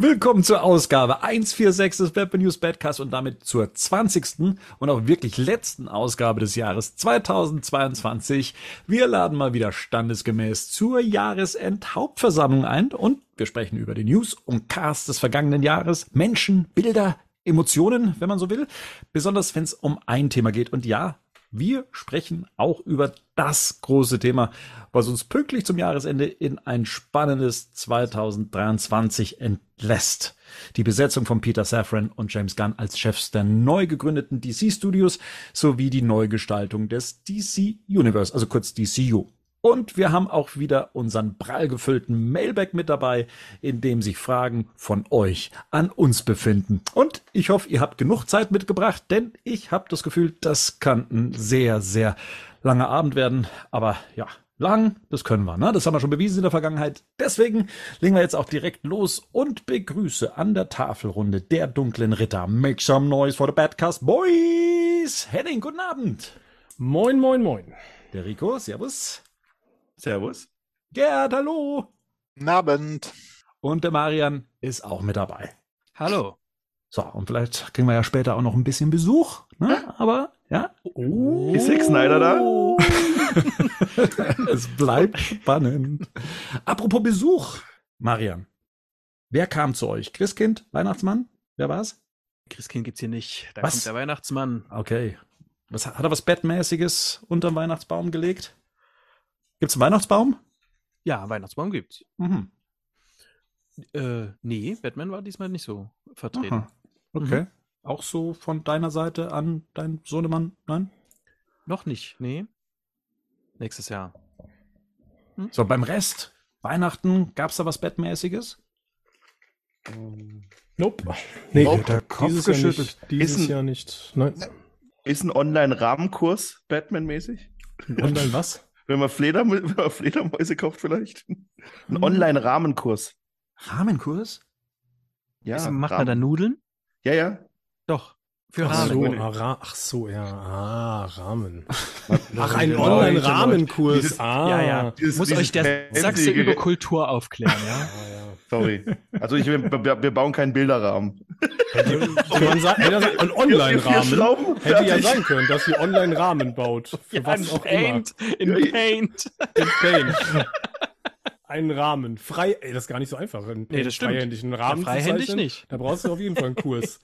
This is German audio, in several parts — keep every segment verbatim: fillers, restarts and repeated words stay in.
Willkommen zur Ausgabe hundertvierundsechzig des Batman News Badcast und damit zur zwanzigsten und auch wirklich letzten Ausgabe des Jahres zweitausendzweiundzwanzig. Wir laden mal wieder standesgemäß zur Jahresendhauptversammlung ein und wir sprechen über die News und Cast des vergangenen Jahres, Menschen, Bilder, Emotionen, wenn man so will, besonders wenn es um ein Thema geht. Und ja, wir sprechen auch über das große Thema, was uns pünktlich zum Jahresende in ein spannendes zweitausenddreiundzwanzig entlässt. Die Besetzung von Peter Safran und James Gunn als Chefs der neu gegründeten D C-Studios sowie die Neugestaltung des D C Universe, also kurz D C U. Und wir haben auch wieder unseren prall gefüllten Mailbag mit dabei, in dem sich Fragen von euch an uns befinden. Und ich hoffe, ihr habt genug Zeit mitgebracht, denn ich habe das Gefühl, das kann ein sehr, sehr langer Abend werden. Aber ja, lang, das können wir, ne? Das haben wir schon bewiesen in der Vergangenheit. Deswegen legen wir jetzt auch direkt los und begrüße an der Tafelrunde der dunklen Ritter. Make some noise for the Badcast Boys! Henning, guten Abend! Moin, moin, moin. Der Rico, servus. Servus. Gerd, hallo. Guten Abend. Und der Marian ist auch mit dabei. Hallo. So, und vielleicht kriegen wir ja später auch noch ein bisschen Besuch, ne? Aber, ja. Oh. Ist Zack Snyder da? Es bleibt spannend. Apropos Besuch, Marian. Wer kam zu euch? Christkind, Weihnachtsmann? Wer war's? Christkind gibt's hier nicht. Da Was? kommt der Weihnachtsmann. Okay. Was, hat er was Bettmäßiges unterm Weihnachtsbaum gelegt? Gibt's einen Weihnachtsbaum? Ja, Weihnachtsbaum gibt's. Mhm. Äh, nee, Batman war diesmal nicht so vertreten. Aha. Okay. Mhm. Auch so von deiner Seite an dein Sohnemann? Nein? Noch nicht, nee. Nächstes Jahr. Hm? So, beim Rest, Weihnachten, gab's da was Bettmäßiges? Um, nope. Nee, nope. Der Kopf dieses geschüttelt. Jahr nicht, dieses ist ein, Jahr nicht. Nein. Ist ein Online-Rahmenkurs Batman-mäßig? Online was? Wenn man, Fleder, wenn man Fledermäuse kauft vielleicht. Ein hm. Online-Rahmenkurs. Rahmenkurs? Ja. Ist, macht man da Nudeln? Ja, ja. Doch. Für Ach Rahmen. So, ah, ach so, ja. Ah, Rahmen. Ach, ein Online-Rahmenkurs. Ah, ja, ja. Dieses, Muss euch der Sachse über Kultur aufklären, ja? Ah, ja. Sorry. Also ich, wir, wir bauen keinen Bilderrahmen. Hätte man sagen, ein Online-Rahmen hätte ja sein können, dass ihr Online-Rahmen baut. Für ja, was in auch Paint, immer. In Paint. In Paint. Ein Rahmen. Frei, ey, das ist gar nicht so einfach. Ein nee, das stimmt. Freihändigen Rahmen ja, freihändig nicht. Da brauchst du auf jeden Fall einen Kurs.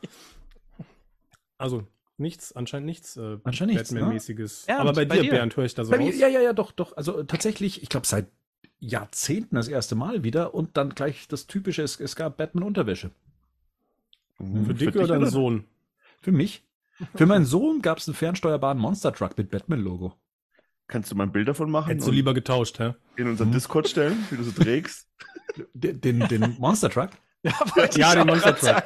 Also nichts, anscheinend nichts äh, Batman-mäßiges. Ne? Ja, aber bei, bei dir, dir, Bernd, höre ich da so bei raus. Mir, ja, ja, ja, doch, doch. Also tatsächlich, ich glaube, seit Jahrzehnten das erste Mal wieder und dann gleich das Typische, es, es gab Batman-Unterwäsche. Mhm. Für dich oder deinen Sohn? Für mich. Für meinen Sohn gab es einen fernsteuerbaren Monster-Truck mit Batman-Logo. Kannst du mal ein Bild davon machen? Hättest du lieber getauscht, hä? In unseren mhm. Discord stellen, wie du so trägst? Den, den, den Monster-Truck? Ja, ja den Monster-Truck.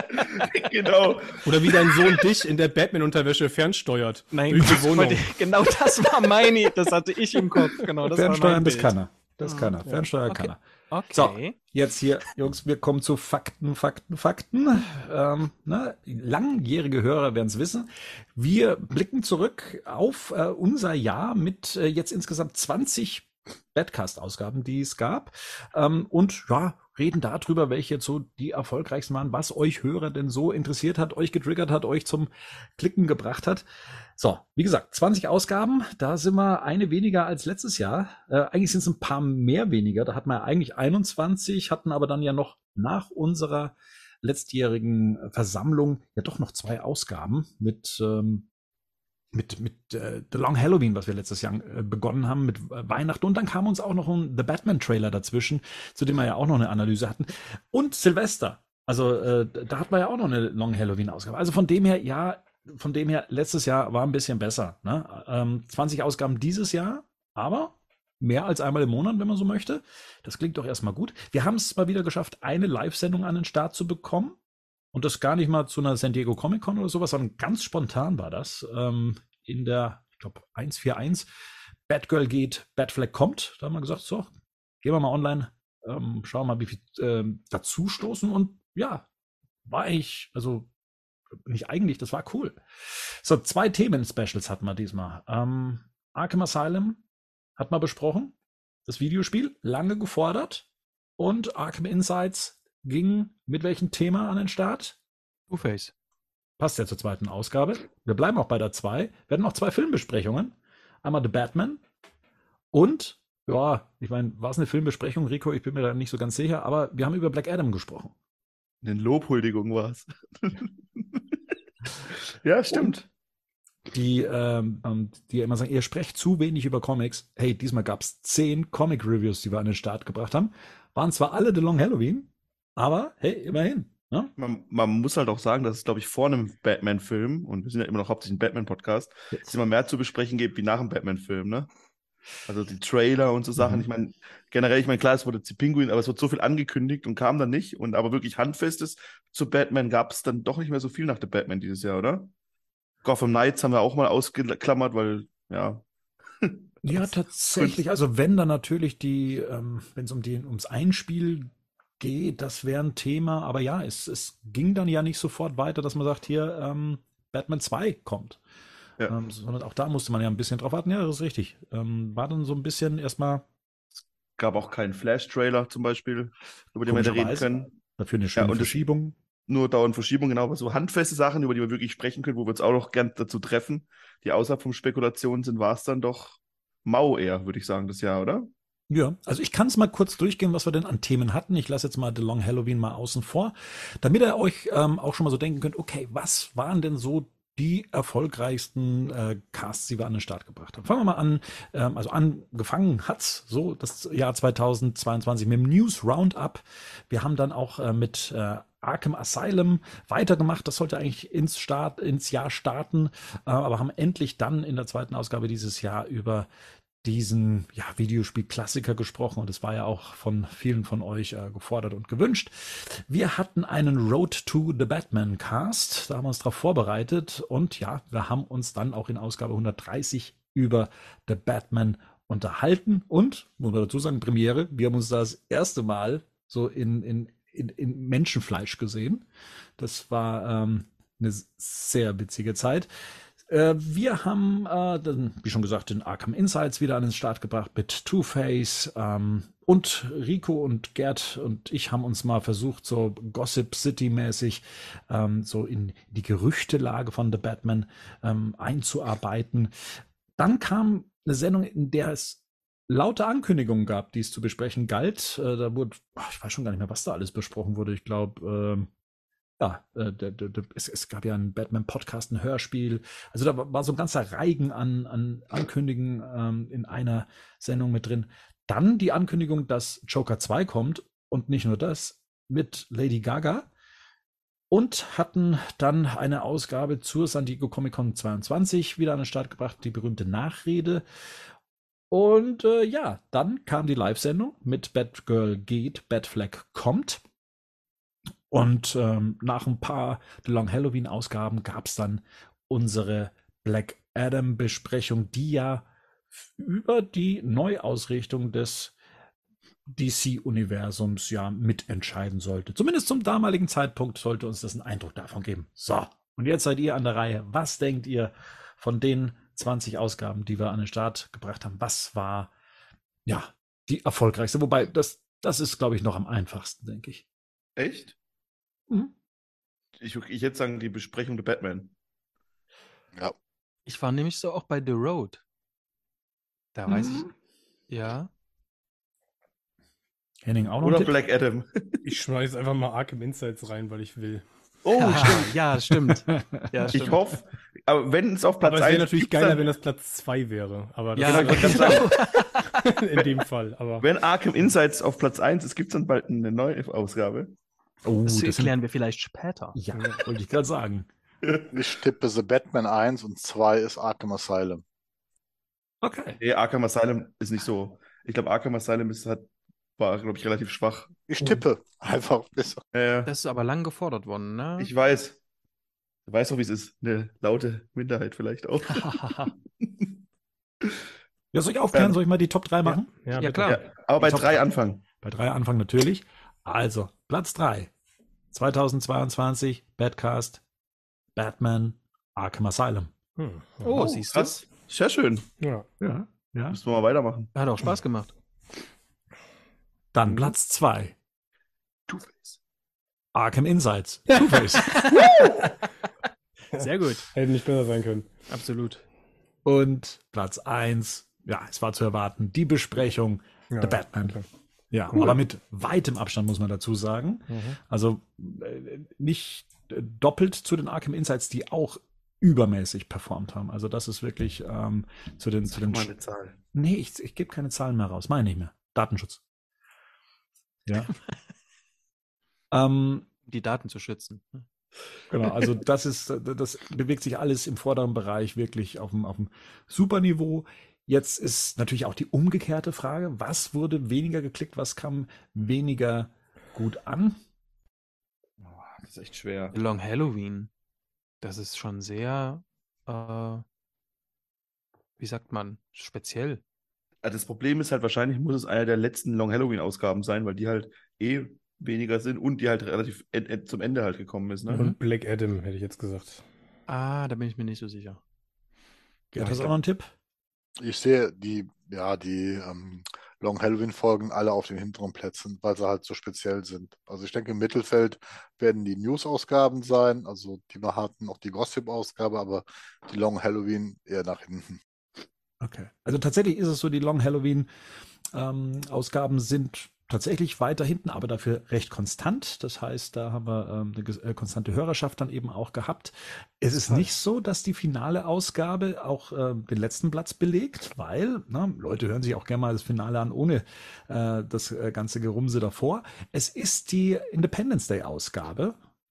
Genau. Oder wie dein Sohn dich in der Batman-Unterwäsche fernsteuert. Nein, durch die Wohnung. Genau das war meine, das hatte ich im Kopf. Genau, das Fernsteuern, war mein das kann er. Das kann er. Ja. Fernsteuern okay. kann er. Okay. So, jetzt hier, Jungs, wir kommen zu Fakten, Fakten, Fakten. Ähm, ne? Langjährige Hörer werden es wissen. Wir blicken zurück auf äh, unser Jahr mit äh, jetzt insgesamt zwanzig Badcast-Ausgaben, die es gab. Ähm, und ja, reden darüber, welche jetzt so die erfolgreichsten waren, was euch Hörer denn so interessiert hat, euch getriggert hat, euch zum Klicken gebracht hat. So, wie gesagt, zwanzig Ausgaben, da sind wir eine weniger als letztes Jahr. Äh, eigentlich sind es ein paar mehr weniger, da hatten wir eigentlich einundzwanzig, hatten aber dann ja noch nach unserer letztjährigen Versammlung ja doch noch zwei Ausgaben mit ähm, mit mit äh, The Long Halloween, was wir letztes Jahr äh, begonnen haben, mit äh, Weihnachten. Und dann kam uns auch noch ein The Batman-Trailer dazwischen, zu dem wir ja auch noch eine Analyse hatten. Und Silvester. Also äh, da hatten wir ja auch noch eine Long Halloween-Ausgabe. Also von dem her, ja, von dem her, letztes Jahr war ein bisschen besser. Ne? Ähm, zwanzig Ausgaben dieses Jahr, aber mehr als einmal im Monat, wenn man so möchte. Das klingt doch erstmal gut. Wir haben es mal wieder geschafft, eine Live-Sendung an den Start zu bekommen. Und das gar nicht mal zu einer San Diego Comic-Con oder sowas, sondern ganz spontan war das. Ähm, in der, ich glaube, eins vier eins. Batgirl geht, Batfleck kommt. Da haben wir gesagt, so, gehen wir mal online, ähm, schauen mal, wie viel ähm, dazu stoßen. Und ja, war ich, also nicht eigentlich, das war cool. So, zwei Themen-Specials hatten wir diesmal. Ähm, Arkham Asylum hat man besprochen. Das Videospiel, lange gefordert. Und Arkham Insights, ging mit welchem Thema an den Start? Two-Face. Passt ja zur zweiten Ausgabe. Wir bleiben auch bei der zwei. Wir hatten noch zwei Filmbesprechungen. Einmal The Batman und, ja, ich meine, war es eine Filmbesprechung, Rico? Ich bin mir da nicht so ganz sicher, aber wir haben über Black Adam gesprochen. Eine Lobhuldigung war es. Ja, stimmt. Und die, ähm, die immer sagen, ihr sprecht zu wenig über Comics. Hey, diesmal gab es zehn Comic-Reviews, die wir an den Start gebracht haben. Waren zwar alle The Long Halloween, aber hey, immerhin. Ne? Man, man muss halt auch sagen, dass es, glaube ich, vor einem Batman-Film, und wir sind ja immer noch hauptsächlich ein Batman-Podcast, es immer mehr zu besprechen gibt wie nach einem Batman-Film, ne? Also die Trailer und so Sachen. Mhm. Ich meine, generell, ich meine, klar, es wurde die Pinguin, aber es wird so viel angekündigt und kam dann nicht. Und aber wirklich Handfestes zu Batman gab es dann doch nicht mehr so viel nach der Batman dieses Jahr, oder? Gotham Knights haben wir auch mal ausgeklammert, weil, ja. Ja, tatsächlich. Also wenn dann natürlich die, ähm, wenn es um die, ums Einspiel geht, das wäre ein Thema. Aber ja, es, es ging dann ja nicht sofort weiter, dass man sagt, hier, ähm, Batman zwei kommt. Ja. Ähm, sondern auch da musste man ja ein bisschen drauf warten. Ja, das ist richtig. Ähm, war dann so ein bisschen erstmal. Es gab auch keinen Flash-Trailer zum Beispiel, über den wir da reden Komischerweise. können. Dafür eine schöne Ja, und das- Verschiebung. Nur dauernd Verschiebung, genau, aber so handfeste Sachen, über die wir wirklich sprechen können, wo wir uns auch noch gern dazu treffen, die außerhalb von Spekulationen sind, war es dann doch mau eher, würde ich sagen, das Jahr, oder? Ja, also ich kann es mal kurz durchgehen, was wir denn an Themen hatten. Ich lasse jetzt mal The Long Halloween mal außen vor, damit ihr euch ähm, auch schon mal so denken könnt, okay, was waren denn so die erfolgreichsten äh, Casts, die wir an den Start gebracht haben? Fangen wir mal an, ähm, also angefangen hat's so das Jahr zweitausendzweiundzwanzig mit dem News Roundup. Wir haben dann auch äh, mit äh, Arkham Asylum weitergemacht. Das sollte eigentlich ins, Start, ins Jahr starten, äh, aber haben endlich dann in der zweiten Ausgabe dieses Jahr über diesen ja, Videospiel-Klassiker gesprochen und es war ja auch von vielen von euch äh, gefordert und gewünscht. Wir hatten einen Road to the Batman Cast, da haben wir uns darauf vorbereitet und ja, wir haben uns dann auch in Ausgabe hundertdreißig über The Batman unterhalten und, muss man dazu sagen, Premiere, wir haben uns das erste Mal so in, in, in, in Menschenfleisch gesehen. Das war ähm, eine sehr witzige Zeit. Wir haben, äh, dann, wie schon gesagt, den Arkham Insights wieder an den Start gebracht mit Two-Face ähm, und Rico und Gerd und ich haben uns mal versucht, so Gossip City-mäßig ähm, so in die Gerüchtelage von The Batman ähm, einzuarbeiten. Dann kam eine Sendung, in der es laute Ankündigungen gab, die es zu besprechen galt. Äh, da wurde, ach, ich weiß schon gar nicht mehr, was da alles besprochen wurde. Ich glaube, äh, Ja, äh, der, der, der, es, es gab ja einen Batman-Podcast, ein Hörspiel. Also da war, war so ein ganzer Reigen an, an Ankündigungen ähm, in einer Sendung mit drin. Dann die Ankündigung, dass Joker zwei kommt und nicht nur das, mit Lady Gaga. Und hatten dann eine Ausgabe zur San Diego Comic-Con zweiundzwanzig wieder an den Start gebracht, die berühmte Nachrede. Und äh, ja, dann kam die Live-Sendung mit Batgirl geht, Batfleck kommt. Und ähm, nach ein paar The Long Halloween-Ausgaben gab es dann unsere Black Adam-Besprechung, die ja über die Neuausrichtung des D C-Universums ja mitentscheiden sollte. Zumindest zum damaligen Zeitpunkt sollte uns das einen Eindruck davon geben. So, und jetzt seid ihr an der Reihe. Was denkt ihr von den zwanzig Ausgaben, die wir an den Start gebracht haben? Was war ja die erfolgreichste? Wobei, das, das ist, glaube ich, noch am einfachsten, denke ich. Echt? Mhm. Ich, ich jetzt sagen, die Besprechung der Batman. Ja. Ich war nämlich so auch bei The Road. Da weiß ich, ja. Henning auch noch Oder ein Tipp? Black Adam. Ich schmeiß einfach mal Arkham Insights rein, weil ich will. Oh, Ah, stimmt. ja, stimmt. Ja, Ich stimmt. hoffe, aber wenn es auf Platz Aber es eins wäre natürlich gibt, geiler, dann- wenn das Platz zwei wäre. Aber Ja, Genau, ich wollte gerade sagen, in dem Fall. Aber wenn Arkham Insights auf Platz eins ist, gibt es dann bald eine neue Ausgabe. Oh, das das erklären wir vielleicht später. ja, wollte ich gerade sagen. Ich tippe The Batman eins und zwei ist Arkham Asylum. Okay. Nee, Arkham Asylum ist nicht so. Ich glaube, Arkham Asylum ist, hat, war, glaube ich, relativ schwach. Ich tippe einfach. Ist- Äh, Das ist aber lang gefordert worden, ne? ich weiß. Du weißt doch, wie es ist. Eine laute Minderheit vielleicht auch. Ja, soll ich aufklären? Ähm, Soll ich mal die Top drei machen? Ja, bitte. klar. Ja, aber bei Top drei drei. anfangen. Bei drei Anfang natürlich. Also, Platz drei. zweitausendzweiundzwanzig, Badcast, Batman, Arkham Asylum. Hm. Oh, siehst du? Krass. Sehr schön. Ja. Ja, ja. Müssen wir mal weitermachen. Hat auch Spaß gemacht. Dann Platz zwei. Two-Face. Arkham Insights. Two-Face. Sehr gut. Hätte nicht besser sein können. Absolut. Und Platz eins, ja, es war zu erwarten, die Besprechung Ja, The Batman. okay. Ja, Cool. aber mit weitem Abstand muss man dazu sagen. Mhm. Also äh, nicht äh, doppelt zu den Arkham Insights, die auch übermäßig performt haben. Also das ist wirklich ähm, zu den... Zu den Mal eine Zahl. nee, ich, ich gebe keine Zahlen mehr raus. Meine nicht mehr. Datenschutz. Ja. ähm, Die Daten zu schützen. Genau, also das ist, das bewegt sich alles im vorderen Bereich wirklich auf dem, auf dem Superniveau. Jetzt ist natürlich auch die umgekehrte Frage, was wurde weniger geklickt, was kam weniger gut an? Oh, das ist echt schwer. The Long Halloween. Das ist schon sehr, äh, wie sagt man, speziell. Also das Problem ist halt, wahrscheinlich muss es einer der letzten Long Halloween-Ausgaben sein, weil die halt eh weniger sind und die halt relativ en- en- zum Ende halt gekommen ist. Ne? Mhm. Und Black Adam, hätte ich jetzt gesagt. Ah, da bin ich mir nicht so sicher. Gerd, hast du auch noch einen Tipp? Ich sehe die, ja, die ähm, Long Halloween-Folgen alle auf den hinteren Plätzen, weil sie halt so speziell sind. Also ich denke, im Mittelfeld werden die News-Ausgaben sein, also die wir hatten, auch die Gossip-Ausgabe, aber die Long Halloween eher nach hinten. Okay. Also tatsächlich ist es so, die Long Halloween ähm, Ausgaben sind tatsächlich weiter hinten, aber dafür recht konstant. Das heißt, da haben wir ähm, eine ges- äh, konstante Hörerschaft dann eben auch gehabt. Es ist nicht so, dass die finale Ausgabe auch äh, den letzten Platz belegt, weil na, Leute hören sich auch gerne mal das Finale an, ohne äh, das äh, ganze Gerumse davor. Es ist die Independence Day Ausgabe,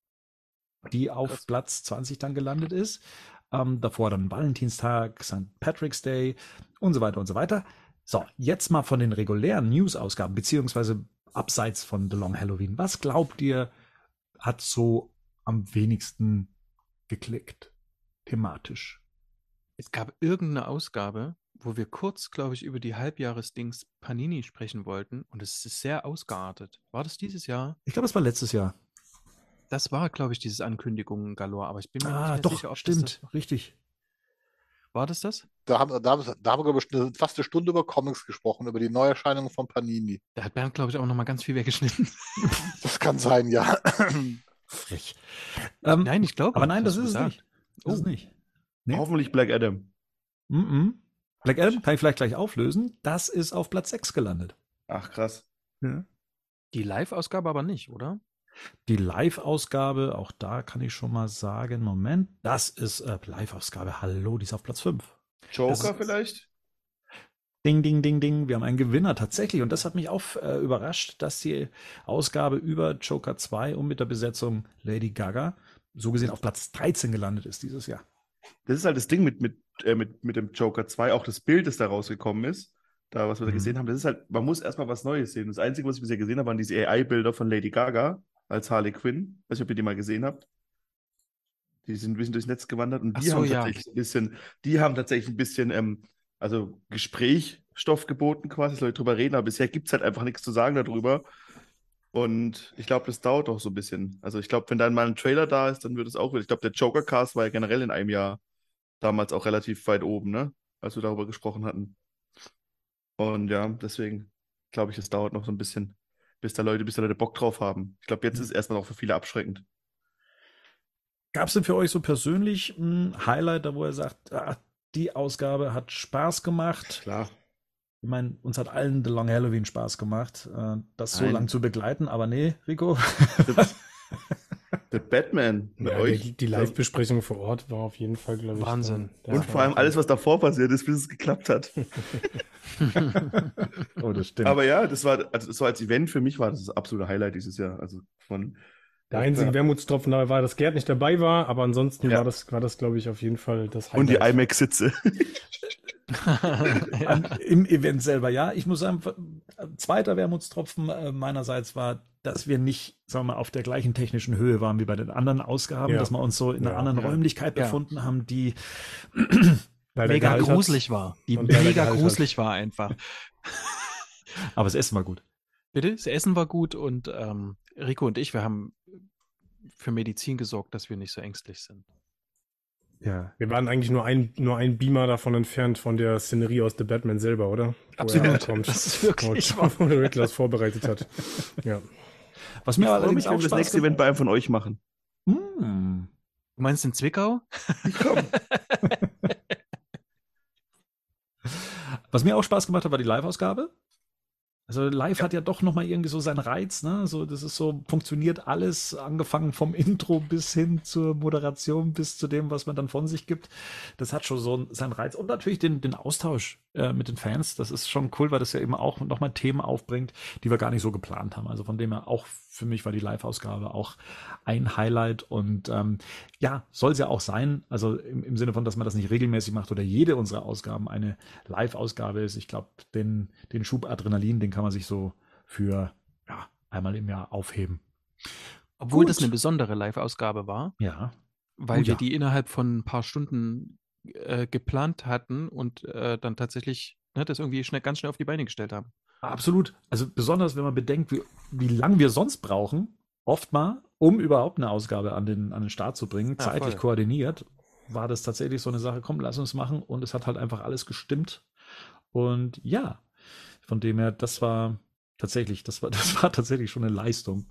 die auf Krass. Platz zwanzig dann gelandet ist. Ähm, davor dann Valentinstag, Sankt Patrick's Day und so weiter und so weiter. So, jetzt mal von den regulären News-Ausgaben, beziehungsweise abseits von The Long Halloween. Was glaubt ihr, hat so am wenigsten geklickt, thematisch? Es gab irgendeine Ausgabe, wo wir kurz, glaube ich, über die Halbjahresdings Panini sprechen wollten und es ist sehr ausgeartet. War das dieses Jahr? Ich glaube, es war letztes Jahr. Das war, glaube ich, dieses Ankündigungen Galore, aber ich bin mir Ah, nicht mehr doch, sicher, ob stimmt, das das richtig. war. Das das? Da haben, da, haben, da haben wir, glaube ich, eine, fast eine Stunde über Comics gesprochen, über die Neuerscheinungen von Panini. Da hat Bernd, glaube ich, auch noch mal ganz viel weggeschnitten. Das kann sein, ja. Frech. Ähm, Nein, ich glaube. aber nein, das hast ist du es nicht. gesagt. Das ist Oh. es nicht. Nee. Hoffentlich Black Adam. Mhm. Black Adam kann ich vielleicht gleich auflösen. Das ist auf Platz sechs gelandet. Ach, krass. Ja. Die Live-Ausgabe aber nicht, oder? Die Live-Ausgabe, auch da kann ich schon mal sagen, Moment, das ist äh, Live-Ausgabe, hallo, die ist auf Platz fünf. Joker Das ist- vielleicht? Ding, ding, ding, ding, wir haben einen Gewinner tatsächlich und das hat mich auch äh, überrascht, dass die Ausgabe über Joker zwei und mit der Besetzung Lady Gaga so gesehen auf Platz dreizehn gelandet ist dieses Jahr. Das ist halt das Ding mit, mit, äh, mit, mit dem Joker zwei, auch das Bild, das da rausgekommen ist, da, was wir da Mhm. gesehen haben, das ist halt, man muss erstmal was Neues sehen. Das Einzige, was ich bisher gesehen habe, waren diese A I-Bilder von Lady Gaga als Harley Quinn. Weiß nicht, ob ihr die mal gesehen habt. Die sind ein bisschen durchs Netz gewandert und Ach die so, haben ja. tatsächlich ein bisschen, die haben tatsächlich ein bisschen, ähm, also Gesprächsstoff geboten quasi, dass Leute drüber reden, aber bisher gibt es halt einfach nichts zu sagen darüber. Und ich glaube, das dauert auch so ein bisschen. Also ich glaube, wenn dann mal ein Trailer da ist, dann wird es auch wieder. Ich glaube, der Joker-Cast war ja generell in einem Jahr damals auch relativ weit oben, ne? Als wir darüber gesprochen hatten. Und ja, deswegen glaube ich, es dauert noch so ein bisschen, bis da Leute, bis da Leute Bock drauf haben. Ich glaube, jetzt ist es erstmal auch für viele abschreckend. Gab es denn für euch so persönlich ein Highlight, da wo ihr sagt, ah, die Ausgabe hat Spaß gemacht? Klar. Ich meine, uns hat allen The Long Halloween Spaß gemacht, äh, das so Nein. lang zu begleiten, aber nee, Rico. The Batman mit Ja, euch. die die Live-Besprechung vor Ort war auf jeden Fall, glaube ich. Wahnsinn. dann- Und das vor war allem auf alles, jeden was davor passiert ist, bis es geklappt hat. Oh, das stimmt. Aber ja, das war, also so als Event für mich war das das absolute Highlight dieses Jahr. Also von Der einzige Wermutstropfen dabei war, dass Gerd nicht dabei war, aber ansonsten Ja. war das, war das, glaube ich, auf jeden Fall das und die Highlight. IMAX-Sitze. ja. An, Im Event selber, ja. Ich muss sagen, äh, zweiter Wermutstropfen äh, meinerseits war, dass wir nicht, sagen wir mal, auf der gleichen technischen Höhe waren wie bei den anderen Ausgaben, Ja. dass wir uns so in einer Ja, anderen ja. Räumlichkeit Ja. befunden haben, die Weil der mega Gehalt hat- gruselig war. Die und weil der mega Gehalt hat. gruselig war einfach. aber das Essen war gut. Bitte? Das Essen war gut und ähm, Rico und ich, wir haben für Medizin gesorgt, dass wir nicht so ängstlich sind. Ja. Wir waren eigentlich nur ein, nur ein Beamer davon entfernt von der Szenerie aus The Batman selber, oder? Wo er Absolut. ankommt. Das ist wirklich Und wahr. wo der Riddler es vorbereitet hat. Ja. Was mir ich allerdings mich, wenn auch wir das Spaß nächste gemacht- Event bei einem von euch machen. Hm. Du meinst in Zwickau? Ich komm. Was mir auch Spaß gemacht hat, war die Live-Ausgabe. Also live hat ja doch nochmal irgendwie so seinen Reiz, ne? So, das ist so, funktioniert alles, angefangen vom Intro bis hin zur Moderation, bis zu dem, was man dann von sich gibt. Das hat schon so seinen Reiz. Und natürlich den, den Austausch äh, mit den Fans. Das ist schon cool, weil das ja eben auch nochmal Themen aufbringt, die wir gar nicht so geplant haben. Also von dem her auch für mich war die Live-Ausgabe auch ein Highlight. Und ähm, ja, soll es ja auch sein. Also im, im Sinne von, dass man das nicht regelmäßig macht oder jede unserer Ausgaben eine Live-Ausgabe ist. Ich glaube, den, den Schub Adrenalin, den kann man sich so für ja, einmal im Jahr aufheben. Obwohl Gut. das eine besondere Live-Ausgabe war, Ja. weil Oh wir ja. die innerhalb von ein paar Stunden äh, geplant hatten und äh, dann tatsächlich ne, das irgendwie schnell, ganz schnell auf die Beine gestellt haben. Absolut. Also besonders, wenn man bedenkt, wie, wie lange wir sonst brauchen, oft mal, um überhaupt eine Ausgabe an den, an den Start zu bringen, Ja, zeitlich voll. koordiniert, war das tatsächlich so eine Sache, komm, lass uns machen. Und es hat halt einfach alles gestimmt. Und ja, von dem her, das war tatsächlich, das war, das war tatsächlich schon eine Leistung.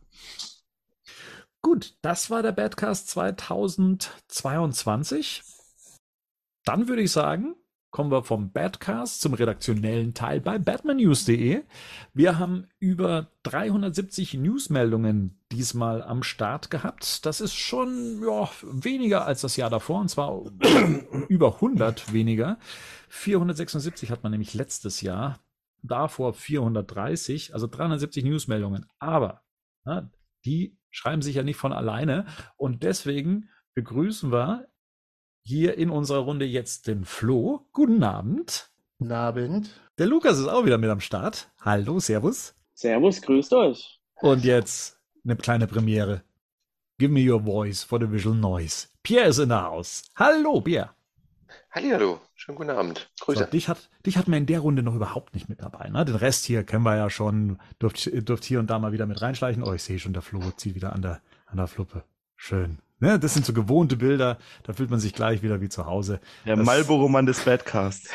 Gut, das war der Badcast zweitausendzweiundzwanzig. Dann würde ich sagen, kommen wir vom Badcast zum redaktionellen Teil bei batmannews punkt de. Wir haben über dreihundertsiebzig Newsmeldungen diesmal am Start gehabt. Das ist schon ja, weniger als das Jahr davor, und zwar über hundert weniger. vierhundertsechsundsiebzig hat man nämlich letztes Jahr, davor vierhundertdreißig, also dreihundertsiebzig Newsmeldungen. Aber na, die schreiben sich ja nicht von alleine, und deswegen begrüßen wir hier in unserer Runde jetzt den Flo. Guten Abend. Guten Abend. Der Lukas ist auch wieder mit am Start. Hallo, servus. Servus, grüßt euch. Und jetzt eine kleine Premiere. Give me your voice for the visual noise. Pierre ist in der Haus. Hallo, Pierre. Hallihallo, schönen guten Abend. Grüße. So, dich, hat, dich hatten wir in der Runde noch überhaupt nicht mit dabei. Ne? Den Rest hier kennen wir ja schon. Dürft, dürft hier und da mal wieder mit reinschleichen. Oh, ich sehe schon, der Flo zieht wieder an der, an der Fluppe. Schön. Ne, das sind so gewohnte Bilder, da fühlt man sich gleich wieder wie zu Hause. Der Das- Marlboro-Mann des Badcasts.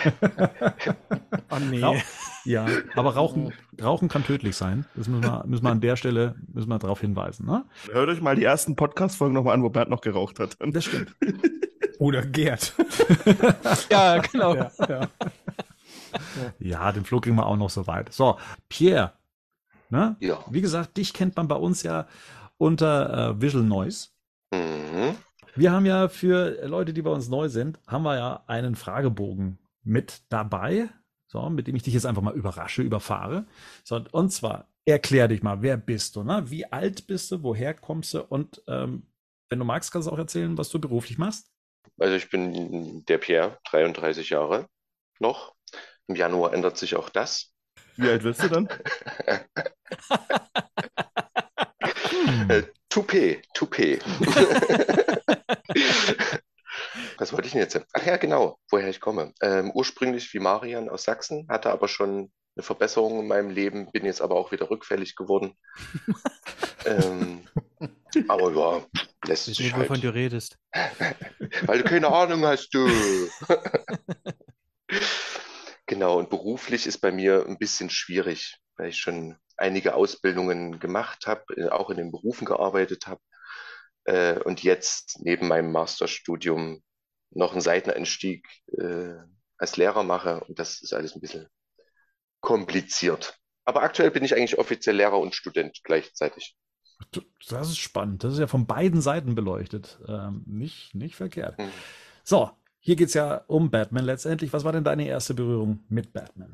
Oh nee. Rauch, ja, aber Rauchen, Rauchen kann tödlich sein. Das müssen wir, müssen wir an der Stelle müssen wir darauf hinweisen. Ne? Hört euch mal die ersten Podcast-Folgen nochmal an, wo Bernd noch geraucht hat. Das stimmt. Oder Gerd. Ja, genau. ja, ja. Ja, den Flo kriegen wir auch noch so weit. So, Pierre, ne? Ja. Wie gesagt, dich kennt man bei uns ja unter äh, Visual Noise. Mhm. Wir haben ja für Leute, die bei uns neu sind, haben wir ja einen Fragebogen mit dabei, so, mit dem ich dich jetzt einfach mal überrasche, überfahre. So, und zwar, erklär dich mal, wer bist du, ne? Wie alt bist du, woher kommst du, und ähm, wenn du magst, kannst du auch erzählen, was du beruflich machst. Also ich bin der Pierre, dreiunddreißig Jahre noch. Im Januar ändert sich auch das. Wie alt wirst du dann? Hm. Äh, Toupet, Toupet. Was wollte ich denn jetzt? Ach ja, genau, woher ich komme. Ähm, ursprünglich wie Marian aus Sachsen, hatte aber schon eine Verbesserung in meinem Leben, bin jetzt aber auch wieder rückfällig geworden. ähm, aber ja, lässt Ich weiß sich nicht, wovon halt. du redest. Weil du keine Ahnung hast, du. Genau, und beruflich ist bei mir ein bisschen schwierig, weil ich schon einige Ausbildungen gemacht habe, äh, auch in den Berufen gearbeitet habe äh, und jetzt neben meinem Masterstudium noch einen Seiteneinstieg äh, als Lehrer mache, und das ist alles ein bisschen kompliziert. Aber aktuell bin ich eigentlich offiziell Lehrer und Student gleichzeitig. Das ist spannend. Das ist ja von beiden Seiten beleuchtet. Ähm, nicht, nicht verkehrt. Hm. So, hier geht es ja um Batman letztendlich. Was war denn deine erste Berührung mit Batman?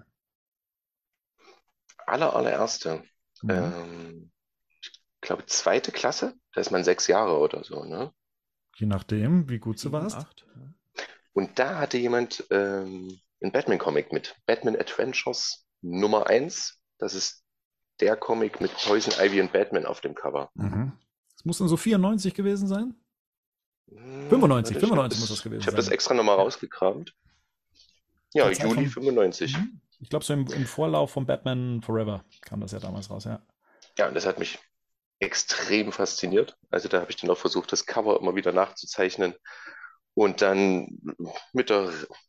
Aller, allererste, Mhm. ähm, ich glaube zweite Klasse, da ist man sechs Jahre oder so, ne? Je nachdem, wie gut du Sieben, warst. acht, ja. Und da hatte jemand ähm, einen Batman-Comic mit. Batman Adventures Nummer eins. Das ist der Comic mit Poison Ivy und Batman auf dem Cover. Mhm. Das muss dann so vierundneunzig gewesen sein? Hm, fünfundneunzig, warte, ich hab fünfundneunzig das- muss das gewesen Ich habe das sein. extra nochmal rausgekramt. Ja, Zur Zeit Juli von- fünfundneunzig. Mhm. Ich glaube, so im, im Vorlauf von Batman Forever kam das ja damals raus, ja. Ja, und das hat mich extrem fasziniert. Also da habe ich dann auch versucht, das Cover immer wieder nachzuzeichnen. Und dann mit der, äh,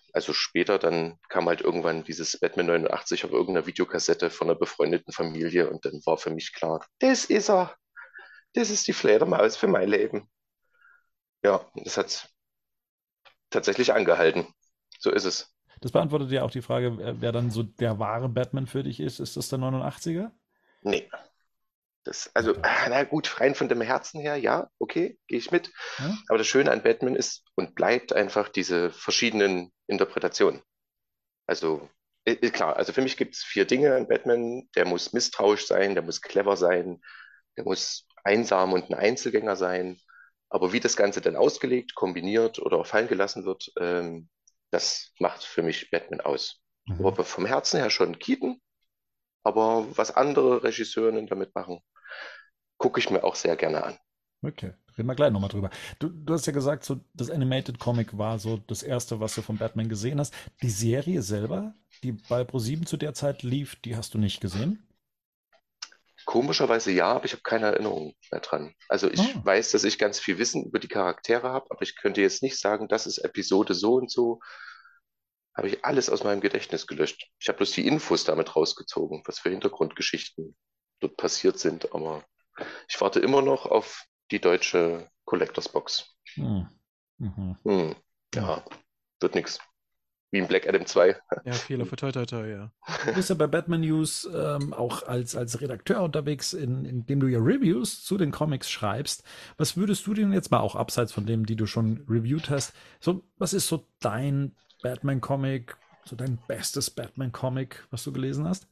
also später, dann kam halt irgendwann dieses Batman neunundachtzig auf irgendeiner Videokassette von einer befreundeten Familie und dann war für mich klar, das ist er. Das ist die Fledermaus für mein Leben. Ja, das hat tatsächlich angehalten. So ist es. Das beantwortet ja auch die Frage, wer, wer dann so der wahre Batman für dich ist. Ist das der neunundachtziger? Nee. Das, also, na gut, rein von dem Herzen her, ja, okay, gehe ich mit. Ja? Aber das Schöne an Batman ist und bleibt einfach diese verschiedenen Interpretationen. Also, äh, klar, also für mich gibt es vier Dinge an Batman. Der muss misstrauisch sein, der muss clever sein, der muss einsam und ein Einzelgänger sein. Aber wie das Ganze dann ausgelegt, kombiniert oder auch fallen gelassen wird, ähm, das macht für mich Batman aus. Mhm. Aber vom Herzen her schon Keaton, aber was andere Regisseurinnen damit machen, gucke ich mir auch sehr gerne an. Okay, reden wir gleich nochmal drüber. Du, du hast ja gesagt, so das Animated Comic war so das erste, was du von Batman gesehen hast. Die Serie selber, die bei ProSieben zu der Zeit lief, die hast du nicht gesehen? Komischerweise ja, aber ich habe keine Erinnerung mehr dran. Also ich Ah. weiß, dass ich ganz viel Wissen über die Charaktere habe, aber ich könnte jetzt nicht sagen, das ist Episode so und so. Habe ich alles aus meinem Gedächtnis gelöscht. Ich habe bloß die Infos damit rausgezogen, was für Hintergrundgeschichten dort passiert sind. Aber ich warte immer noch auf die deutsche Collectors Box. Hm. Mhm. Hm, ja, wird nix. Wie in Black Adam zwei. Ja, Fehler für toi toi toi, ja. Du bist ja bei Batman News ähm, auch als, als Redakteur unterwegs, in, in dem du ja Reviews zu den Comics schreibst. Was würdest du denn jetzt mal auch abseits von dem, die du schon reviewed hast, so, was ist so dein Batman-Comic, so dein bestes Batman-Comic, was du gelesen hast?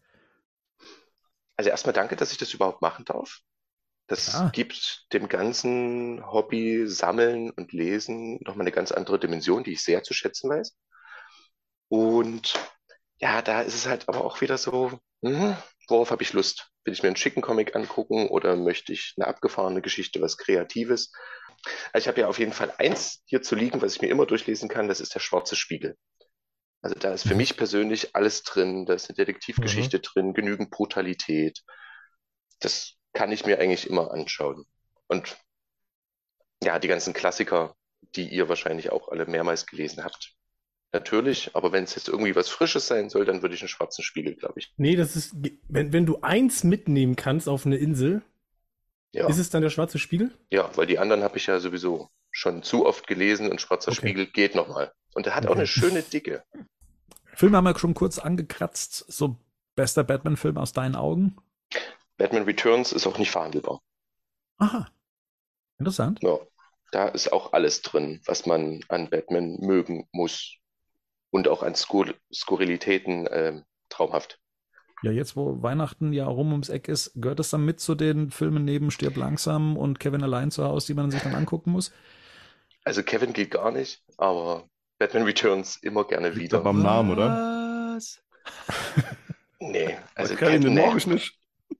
Also erstmal danke, dass ich das überhaupt machen darf. Das Klar. gibt dem ganzen Hobby Sammeln und Lesen nochmal eine ganz andere Dimension, die ich sehr zu schätzen weiß. Und ja, da ist es halt aber auch wieder so, hm, worauf habe ich Lust? Will ich mir einen schicken Comic angucken oder möchte ich eine abgefahrene Geschichte, was Kreatives? Also ich habe ja auf jeden Fall eins hier zu liegen, was ich mir immer durchlesen kann, das ist der Schwarze Spiegel. Also da ist für mich persönlich alles drin, da ist eine Detektivgeschichte drin, genügend Brutalität. Das kann ich mir eigentlich immer anschauen. Und ja, die ganzen Klassiker, die ihr wahrscheinlich auch alle mehrmals gelesen habt. Natürlich, aber wenn es jetzt irgendwie was Frisches sein soll, dann würde ich einen Schwarzen Spiegel, glaube ich. Nee, das ist, wenn, wenn du eins mitnehmen kannst auf eine Insel, Ja, ist es dann der Schwarze Spiegel? ja, weil die anderen habe ich ja sowieso schon zu oft gelesen und Schwarzer Okay. Spiegel geht nochmal. Und der hat auch Okay. eine schöne Dicke. Filme haben wir schon kurz angekratzt. So bester Batman-Film aus deinen Augen? Batman Returns ist auch nicht verhandelbar. Aha. Interessant. Ja, da ist auch alles drin, was man an Batman mögen muss. Und auch an Skur Skurrilitäten ähm, traumhaft. Ja, jetzt, wo Weihnachten ja rum ums Eck ist, gehört das dann mit zu den Filmen neben Stirb langsam und Kevin allein zu Hause, die man sich dann angucken muss? Also Kevin geht gar nicht, aber Batman Returns immer gerne Liegt wieder. aber am Namen, oder? Was? Nee, also Kann ich den nee. Morgen nicht.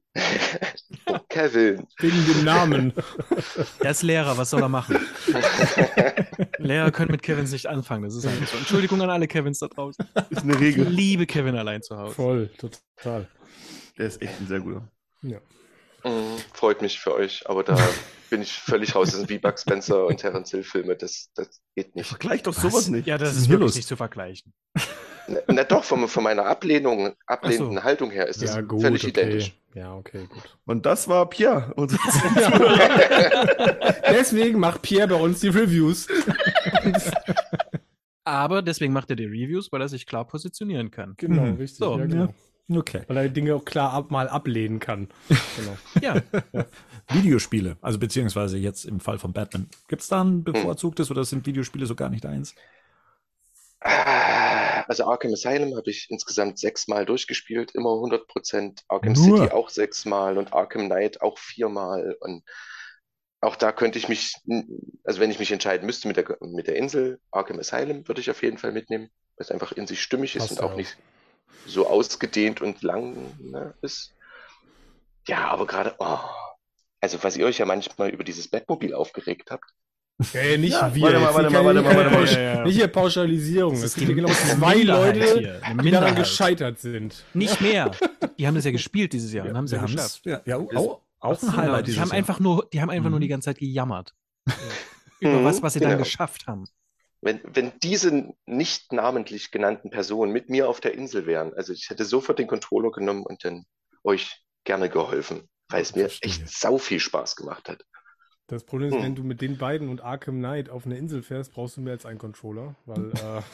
Kevin. Wegen dem Namen. Er ist Lehrer, was soll er machen? Lehrer können mit Kevins nicht anfangen, das ist einfach so. Entschuldigung an alle Kevins da draußen. Ist eine Ich Regel. liebe Kevin allein zu Hause. Voll, total. Der ist echt ein sehr guter. Ja. Mm, freut mich für euch, aber da bin ich völlig raus. Das sind wie Buck Spencer und Terence Hill Filme, das, das geht nicht. Vergleich doch Was? sowas nicht. Ja, das Was ist ist hier wirklich los? nicht zu vergleichen. Na, na doch, von, von meiner Ablehnung, ablehnenden Ach so. Haltung her ist das Ja, gut, völlig okay. identisch. Ja, okay, gut. Und das war Pierre. unser Deswegen macht Pierre bei uns die Reviews. Aber deswegen macht er die Reviews, weil er sich klar positionieren kann. Genau, Mhm. richtig. So, ja, genau. Okay. Weil er Dinge auch klar ab, mal ablehnen kann. Genau. Ja, Videospiele, also beziehungsweise jetzt im Fall von Batman. Gibt es da ein bevorzugtes oder sind Videospiele so gar nicht eins? Ah, Also Arkham Asylum habe ich insgesamt sechsmal durchgespielt, immer hundert Prozent. Arkham Nur? City auch sechsmal und Arkham Knight auch viermal. Und auch da könnte ich mich, also wenn ich mich entscheiden müsste mit der, mit der Insel, Arkham Asylum würde ich auf jeden Fall mitnehmen, weil es einfach in sich stimmig ist Passt und auch ja. nicht so ausgedehnt und lang, ne, ist. Ja, aber gerade, oh, also was ihr euch ja manchmal über dieses Batmobil aufgeregt habt. Ey, nicht Ja, wir. warte mal, jetzt. warte Hier mal, keine- warte mal, warte mal. Pausch- Ja, ja, ja. Nicht hier Pauschalisierung. Das Es ist gibt hier die- genau eine zwei Minderheit Leute, hier, eine die daran Minderheit. gescheitert sind. nicht mehr. Die haben das ja gespielt dieses Jahr und haben es ja Wir geschafft. haben's- Ja, ja, auch, auch ein Genau, Highlight die dieses haben Jahr. einfach nur, die haben einfach nur Mhm. die ganze Zeit gejammert. Über Mhm, was, was sie dann genau. geschafft haben. Wenn, wenn diese nicht namentlich genannten Personen mit mir auf der Insel wären, also ich hätte sofort den Controller genommen und dann euch gerne geholfen, weil es mir Verstehe. echt sau viel Spaß gemacht hat. Das Problem ist, Hm. wenn du mit den beiden und Arkham Knight auf eine Insel fährst, brauchst du mehr als einen Controller, weil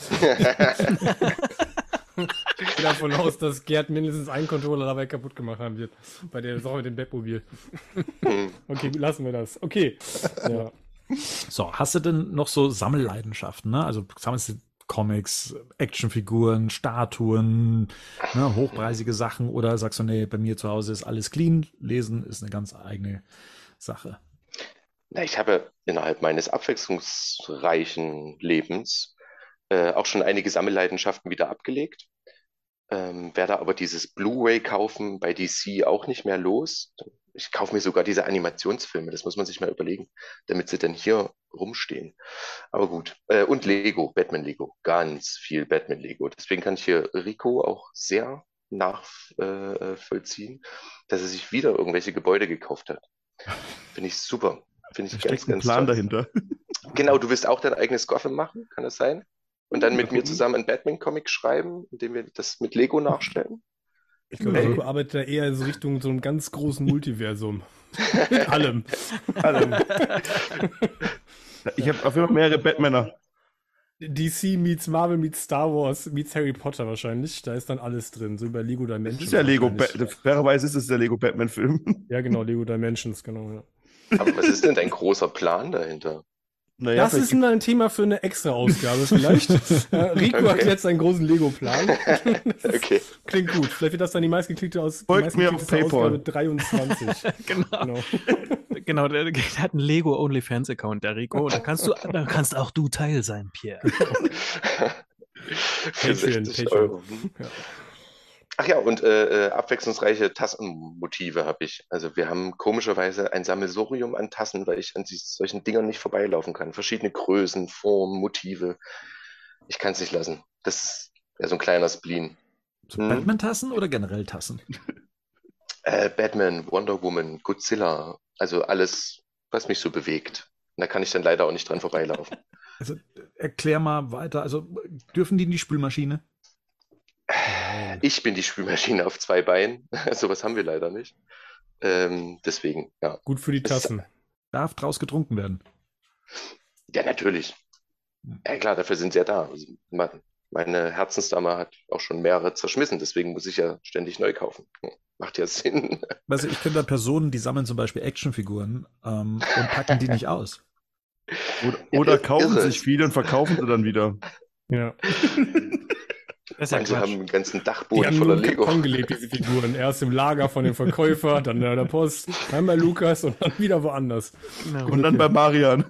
äh, ich gehe davon aus, dass Gerd mindestens einen Controller dabei kaputt gemacht haben wird, bei der Sache mit dem Batmobil. Hm. Okay, lassen wir das. Okay. Ja. So, hast du denn noch so Sammelleidenschaften, ne? Also sammelst du Comics, Actionfiguren, Statuen, ne, hochpreisige Sachen oder sagst du, nee, bei mir zu Hause ist alles clean, lesen ist eine ganz eigene Sache. Na, ich habe innerhalb meines abwechslungsreichen Lebens äh, auch schon einige Sammelleidenschaften wieder abgelegt. Ähm, werde aber dieses Blu-ray kaufen bei D C auch nicht mehr los. Ich kaufe mir sogar diese Animationsfilme, das muss man sich mal überlegen, damit sie denn hier rumstehen. Aber gut. Äh, und Lego, Batman-Lego, ganz viel Batman-Lego. Deswegen kann ich hier Rico auch sehr nachvollziehen, dass er sich wieder irgendwelche Gebäude gekauft hat. Finde ich super. Finde ich Da ganz, steckt ein ganz Plan toll. dahinter. Genau, du willst auch dein eigenes Gotham machen, kann das sein? Und dann mit Mal mir gucken. zusammen einen Batman-Comic schreiben, indem wir das mit Lego nachstellen? Ich glaube, Hey. Rico arbeitet da eher in so Richtung so einem ganz großen Multiversum. Mit allem. Allem. Ich habe auf jeden Fall mehrere Batmaner. D C meets Marvel meets Star Wars meets Harry Potter wahrscheinlich. Da ist dann alles drin, so über Lego Das Dimensions. ist ja Lego, Ba- wahrscheinlich. fairerweise ist es der Lego Batman-Film. Ja, genau, Lego Dimensions, genau. Ja. Aber was ist denn dein großer Plan dahinter? Naja, Das vielleicht ist mal ein Thema für eine Extra-Ausgabe vielleicht. äh, Rico Okay. hat jetzt einen großen Lego-Plan. Das ist- Okay. Klingt gut. Vielleicht wird das dann die meistgeklickte aus die Folgt mir auf meistgeklickteste PayPal. Ausgabe dreiundzwanzig. Genau. Genau. Genau, der, der hat einen Lego OnlyFans-Account, der Rico. Da kannst du, da kannst auch du Teil sein, Pierre. Für Patreon, sechzig Patreon. Euro. Hm. Ja. Ach ja, und äh, äh, abwechslungsreiche Tassenmotive habe ich. Also wir haben komischerweise ein Sammelsurium an Tassen, weil ich an dies- solchen Dingern nicht vorbeilaufen kann. Verschiedene Größen, Formen, Motive. Ich kann es nicht lassen. Das ist ja so ein kleiner Spleen. So Hm. Batman-Tassen oder generell Tassen? Äh, Batman, Wonder Woman, Godzilla, also alles, was mich so bewegt. Und da kann ich dann leider auch nicht dran vorbeilaufen. Also erklär mal weiter. Also dürfen die in die Spülmaschine? Nein. Ich bin die Spülmaschine auf zwei Beinen. Sowas haben wir leider nicht. Ähm, deswegen, ja. Gut für die Tassen. Darf draus getrunken werden? Ja, natürlich. Ja, klar, dafür sind sie ja da. Also, man- meine Herzensdame hat auch schon mehrere zerschmissen, deswegen muss ich ja ständig neu kaufen. Hm, Macht ja Sinn. Weißt du, ich kenne da Personen, die sammeln zum Beispiel Actionfiguren ähm, und packen die nicht aus. Oder, Ja, oder irre. kaufen sich viele und verkaufen sie dann wieder. Ja. Das ist ja Manche Quatsch. haben einen ganzen Die Dachboden haben nur voller im Lego. Karton gelebt, diese Figuren. Erst im Lager von dem Verkäufer, dann bei der Post, dann bei Lukas und dann wieder woanders. Genau. Und dann bei Marian.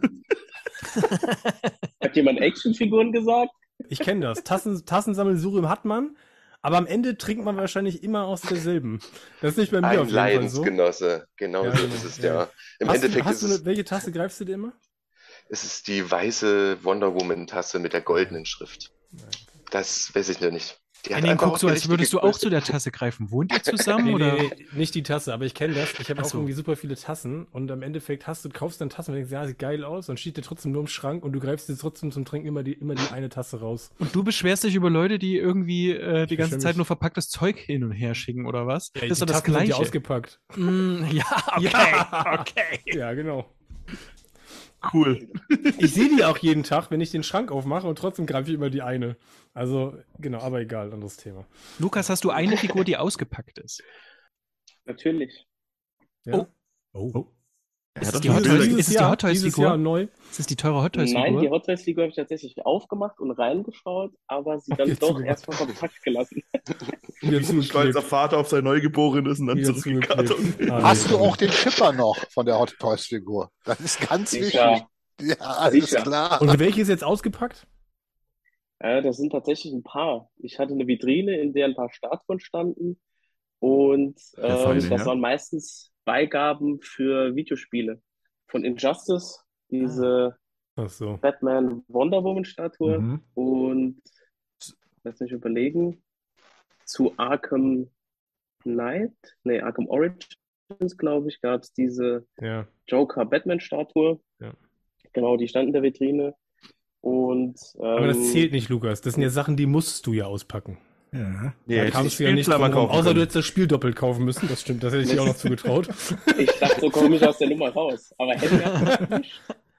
Hat jemand Actionfiguren gesagt? Ich kenne das. Tassen, Tassensammelsurium hat man, aber am Ende trinkt man wahrscheinlich immer aus derselben. Das ist nicht bei mir Ein auf jeden Fall so. Leidensgenosse. Genau Ja, so genau, ist es ja. ja. Im Hast, du, Endeffekt hast ist du es, eine, welche Tasse greifst du dir immer? es ist die weiße Wonder Woman Tasse mit der goldenen Schrift. Das weiß ich noch nicht. Die hat Henning, einfach guck auch so, die als richtige würdest du auch Größe. zu der Tasse greifen. Wohnt ihr zusammen Nee, oder? nee, nee, nicht die Tasse, aber ich kenne das. Ich habe Ach auch so. irgendwie super viele Tassen und am Endeffekt hast du, kaufst dann Tassen und denkst, ja, sieht geil aus und steht dir trotzdem nur im Schrank und du greifst dir trotzdem zum Trinken immer die, immer die eine Tasse raus. Und du beschwerst dich über Leute, die irgendwie äh, die Ich ganze beschwer Zeit mich- nur verpacktes Zeug hin und her schicken oder was? Ja, das ist die doch das Tassen sind ja Gleiche. ausgepackt. Mm, ja, okay, Ja. okay. Ja, genau. Cool. Ich sehe die auch jeden Tag, wenn ich den Schrank aufmache und trotzdem greife ich immer die eine. Also, genau, aber egal, anderes Thema. Lukas, hast du eine Figur, die ausgepackt ist? Natürlich. Ja? Oh. oh. Ist hat es doch die schon Hot Bilder- Toys, Dieses ist es die Jahr- Hot Toys Dieses Jahr Figur? neu. Ist es die teure Hot Toys Nein, die Figur? Hot Toys Figur habe ich tatsächlich aufgemacht und reingeschaut, aber sie dann Wieder doch zugemacht. erstmal verpackt gelassen. Wieder Wie ein stolzer zugeklebt. Vater auf sein Neugeborenes und dann Wieder zurückgekartet. zugeklebt. Ah, Hast nee. du auch den Chipper noch von der Hot Toys Figur? Das ist ganz Sicher. wichtig. Ja, alles Sicher. klar. Und welche ist jetzt ausgepackt? Äh, das sind tatsächlich ein paar. Ich hatte eine Vitrine, in der ein paar Statuen standen und Der Feine, ähm, das ja. waren meistens Beigaben für Videospiele. Von Injustice, diese Ach so. Batman Wonder Woman Statue Mhm. und lass mich überlegen, zu Arkham Knight, nee, Arkham Origins, glaube ich, gab es diese Ja. Joker Batman Statue. Ja. Genau, die stand in der Vitrine. Und, ähm, Aber das zählt nicht, Lukas. Das sind ja Sachen, die musst du ja auspacken. Ja. Nee, Da kamst du ja nicht drum rum. Außer du hättest das Spiel doppelt kaufen müssen. Das stimmt, das hätte ich dir auch noch zugetraut. Ich dachte, so komme ich aus der Nummer raus. Aber hätte er nicht.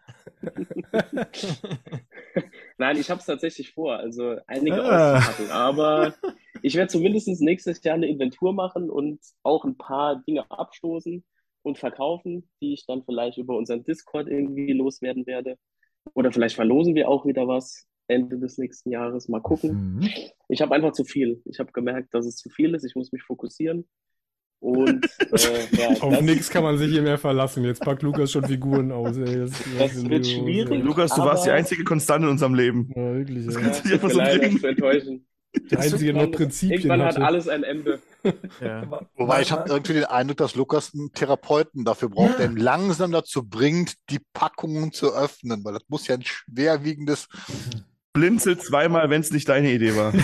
Nein, ich habe es tatsächlich vor, also einige Ah. auszupacken. Aber ich werde zumindest nächstes Jahr eine Inventur machen und auch ein paar Dinge abstoßen und verkaufen, die ich dann vielleicht über unseren Discord irgendwie loswerden werde. Oder vielleicht verlosen wir auch wieder was Ende des nächsten Jahres. Mal gucken. Mhm. Ich habe einfach zu viel. Ich habe gemerkt, dass es zu viel ist. Ich muss mich fokussieren. Und äh, ja, Auf das, nichts kann man sich hier mehr verlassen. Jetzt packt Lukas schon Figuren aus. Ey. Das, Das wird schwierig. Lukas, du Aber- warst die einzige Konstante in unserem Leben. Ja, wirklich. Das Ja. kannst du ja, nicht einfach tut so mir leid, bringen. euch zu enttäuschen. Der Einzige, der noch Irgendwann- Prinzipien Irgendwann hat hatte. alles ein Ende. Ja. Wobei ich habe irgendwie den Eindruck, dass Lukas einen Therapeuten dafür braucht, der ihn langsam dazu bringt, die Packungen zu öffnen, weil das muss ja ein schwerwiegendes. Blinzel zweimal, wenn es nicht deine Idee war.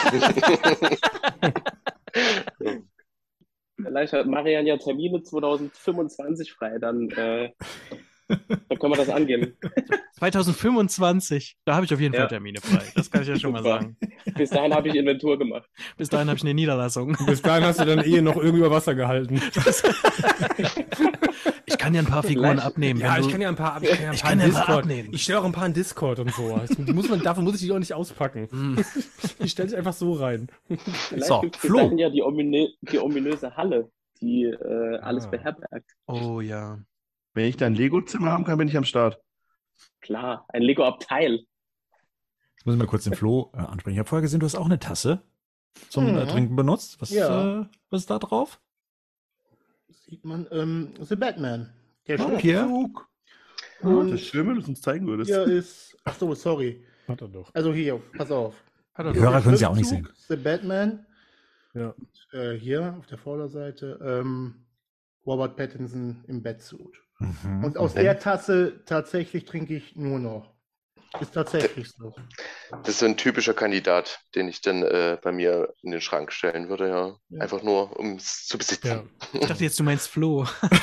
Vielleicht hat Marian ja Termine zwanzig fünfundzwanzig frei, dann, äh, dann können wir das angehen. zwanzig fünfundzwanzig, da habe ich auf jeden Ja. Fall Termine frei. Das kann ich ja schon mal Super. sagen. Bis dahin habe ich Inventur gemacht. Bis dahin habe ich eine Niederlassung. Bis dahin hast du dann eh noch irgendwie über Wasser gehalten. Ich kann ja ein paar Figuren Vielleicht- abnehmen. Ja, wenn ich du- kann ja ein paar, ab- ich kann ja ein Ich paar kann in ja ein paar Discord. abnehmen. Ich stelle auch ein paar in Discord und so. Das muss man, dafür muss ich die auch nicht auspacken. Hm. Ich stelle dich einfach so rein. Vielleicht So, gibt es bis Flo. dahin ja die, ominö die ominöse Halle, die äh, alles Ah. beherbergt. Oh ja. Wenn ich dein Lego-Zimmer haben kann, bin ich am Start. Klar, ein Lego-Abteil. Jetzt muss ich mal kurz den Flo äh, ansprechen. Ich habe vorher gesehen, du hast auch eine Tasse zum äh, Mhm. Trinken benutzt. Was, Ja. äh, was ist da drauf? Sieht man, ähm, The Batman. Der Oh, Schriftzug. Pierre. Und Das ist schön, wenn du es uns zeigen würdest. hier ist, ach so, sorry. Hat er doch. Also hier, pass auf. Hat er Die doch. Hörer Der können sie auch nicht sehen. Schriftzug, The Batman. Ja. Äh, hier auf der Vorderseite ähm, Robert Pattinson im Batsuit. Mhm. Und aus dann- der Tasse tatsächlich trinke ich nur noch. Ist tatsächlich so. Das ist so ein typischer Kandidat, den ich dann äh, bei mir in den Schrank stellen würde, ja. Ja. Einfach nur, um es zu besitzen. Ja. Ich dachte jetzt, du meinst Flo.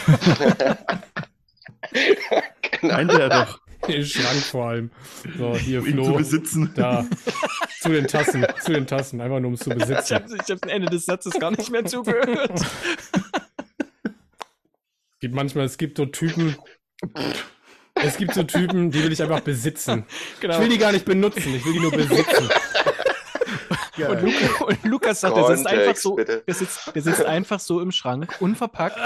Genau. Meinte er doch, Im Schrank vor allem. So, hier um ihn zu Flo. besitzen. Da. Zu den Tassen. Zu den Tassen. Einfach nur um es zu Ich besitzen. habe ich hab am Ende des Satzes gar nicht mehr zugehört. Es gibt manchmal, es gibt so Typen. Es gibt so Typen, die will ich einfach besitzen. Genau. Ich will die gar nicht benutzen, ich will die nur besitzen. Und, Luca, und Lukas sagt, der sitzt einfach Kontext, so, bitte. der sitzt, der sitzt einfach so im Schrank, unverpackt.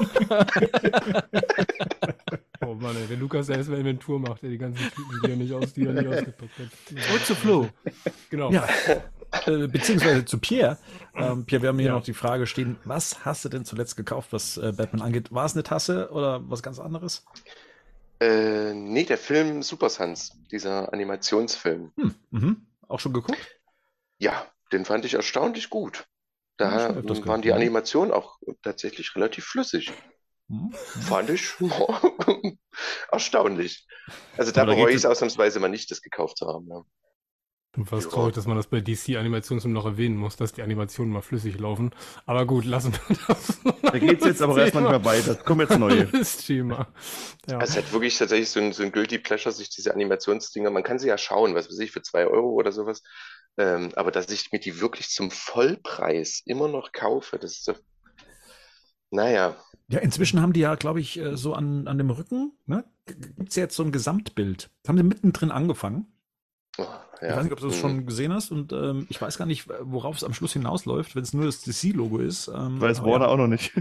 Oh Mann, ey, wenn Lukas erstmal Inventur macht, ey, die ganzen Typen, die er nicht aus, die er nicht ausgepackt hat. Zurück zu Flo. Genau. Ja, äh, beziehungsweise zu Pierre. Ähm, Pierre, wir haben hier Ja. noch die Frage stehen, was hast du denn zuletzt gekauft, was äh, Batman angeht? War es eine Tasse oder was ganz anderes? Äh, nee, der Film Super Sons, dieser Animationsfilm. Hm, mhm. Auch schon geguckt? Ja, den fand ich erstaunlich gut. Ja, ich Da hab öfters waren die gehört, ja. Animationen auch tatsächlich relativ flüssig. Hm. Fand ich erstaunlich. Also da Aber da bereue ich geht's- es ausnahmsweise mal nicht, das gekauft zu haben. Ja. Und fast Ja. traurig, dass man das bei D C-Animationsfilmen noch erwähnen muss, dass die Animationen mal flüssig laufen. Aber gut, lassen wir das. Da geht's jetzt aber erstmal nicht mehr weiter. Kommen jetzt neue. Das Thema. Ja. Also es hat wirklich tatsächlich so ein, so ein Guilty Pleasure, sich diese Animationsdinger, man kann sie ja schauen, was weiß ich, für zwei Euro oder sowas. Ähm, aber dass ich mir die wirklich zum Vollpreis immer noch kaufe, das ist so, naja, Ja, inzwischen haben die ja, glaube ich, äh, so an, an dem Rücken, ne, gibt es jetzt so ein Gesamtbild. Das haben sie mittendrin angefangen. oh, Ich ja. weiß nicht, ob du das Mhm. schon gesehen hast und ähm, ich weiß gar nicht, worauf es am Schluss hinausläuft, wenn es nur das D C-Logo ist. Ähm, Weiß aber Warner ja. auch noch nicht.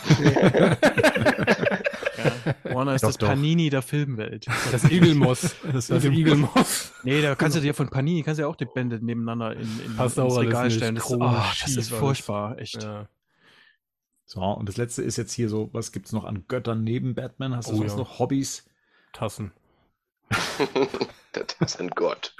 Warner ist Doch, das doch. Panini der Filmwelt. Das Igelmoss. Das Das ist Igelmoss. Nee, da kannst du dir von Panini, kannst du ja auch die Bände nebeneinander in, in, Passt ins auch alles Regal nicht. stellen. Das, ist- Krumm, oh, das schief ist alles. furchtbar, echt. Ja. So, und das letzte ist jetzt hier so, was gibt's noch an Göttern neben Batman? Hast du Oh, sonst ja. noch Hobbys? Tassen. Das ist ein Gott.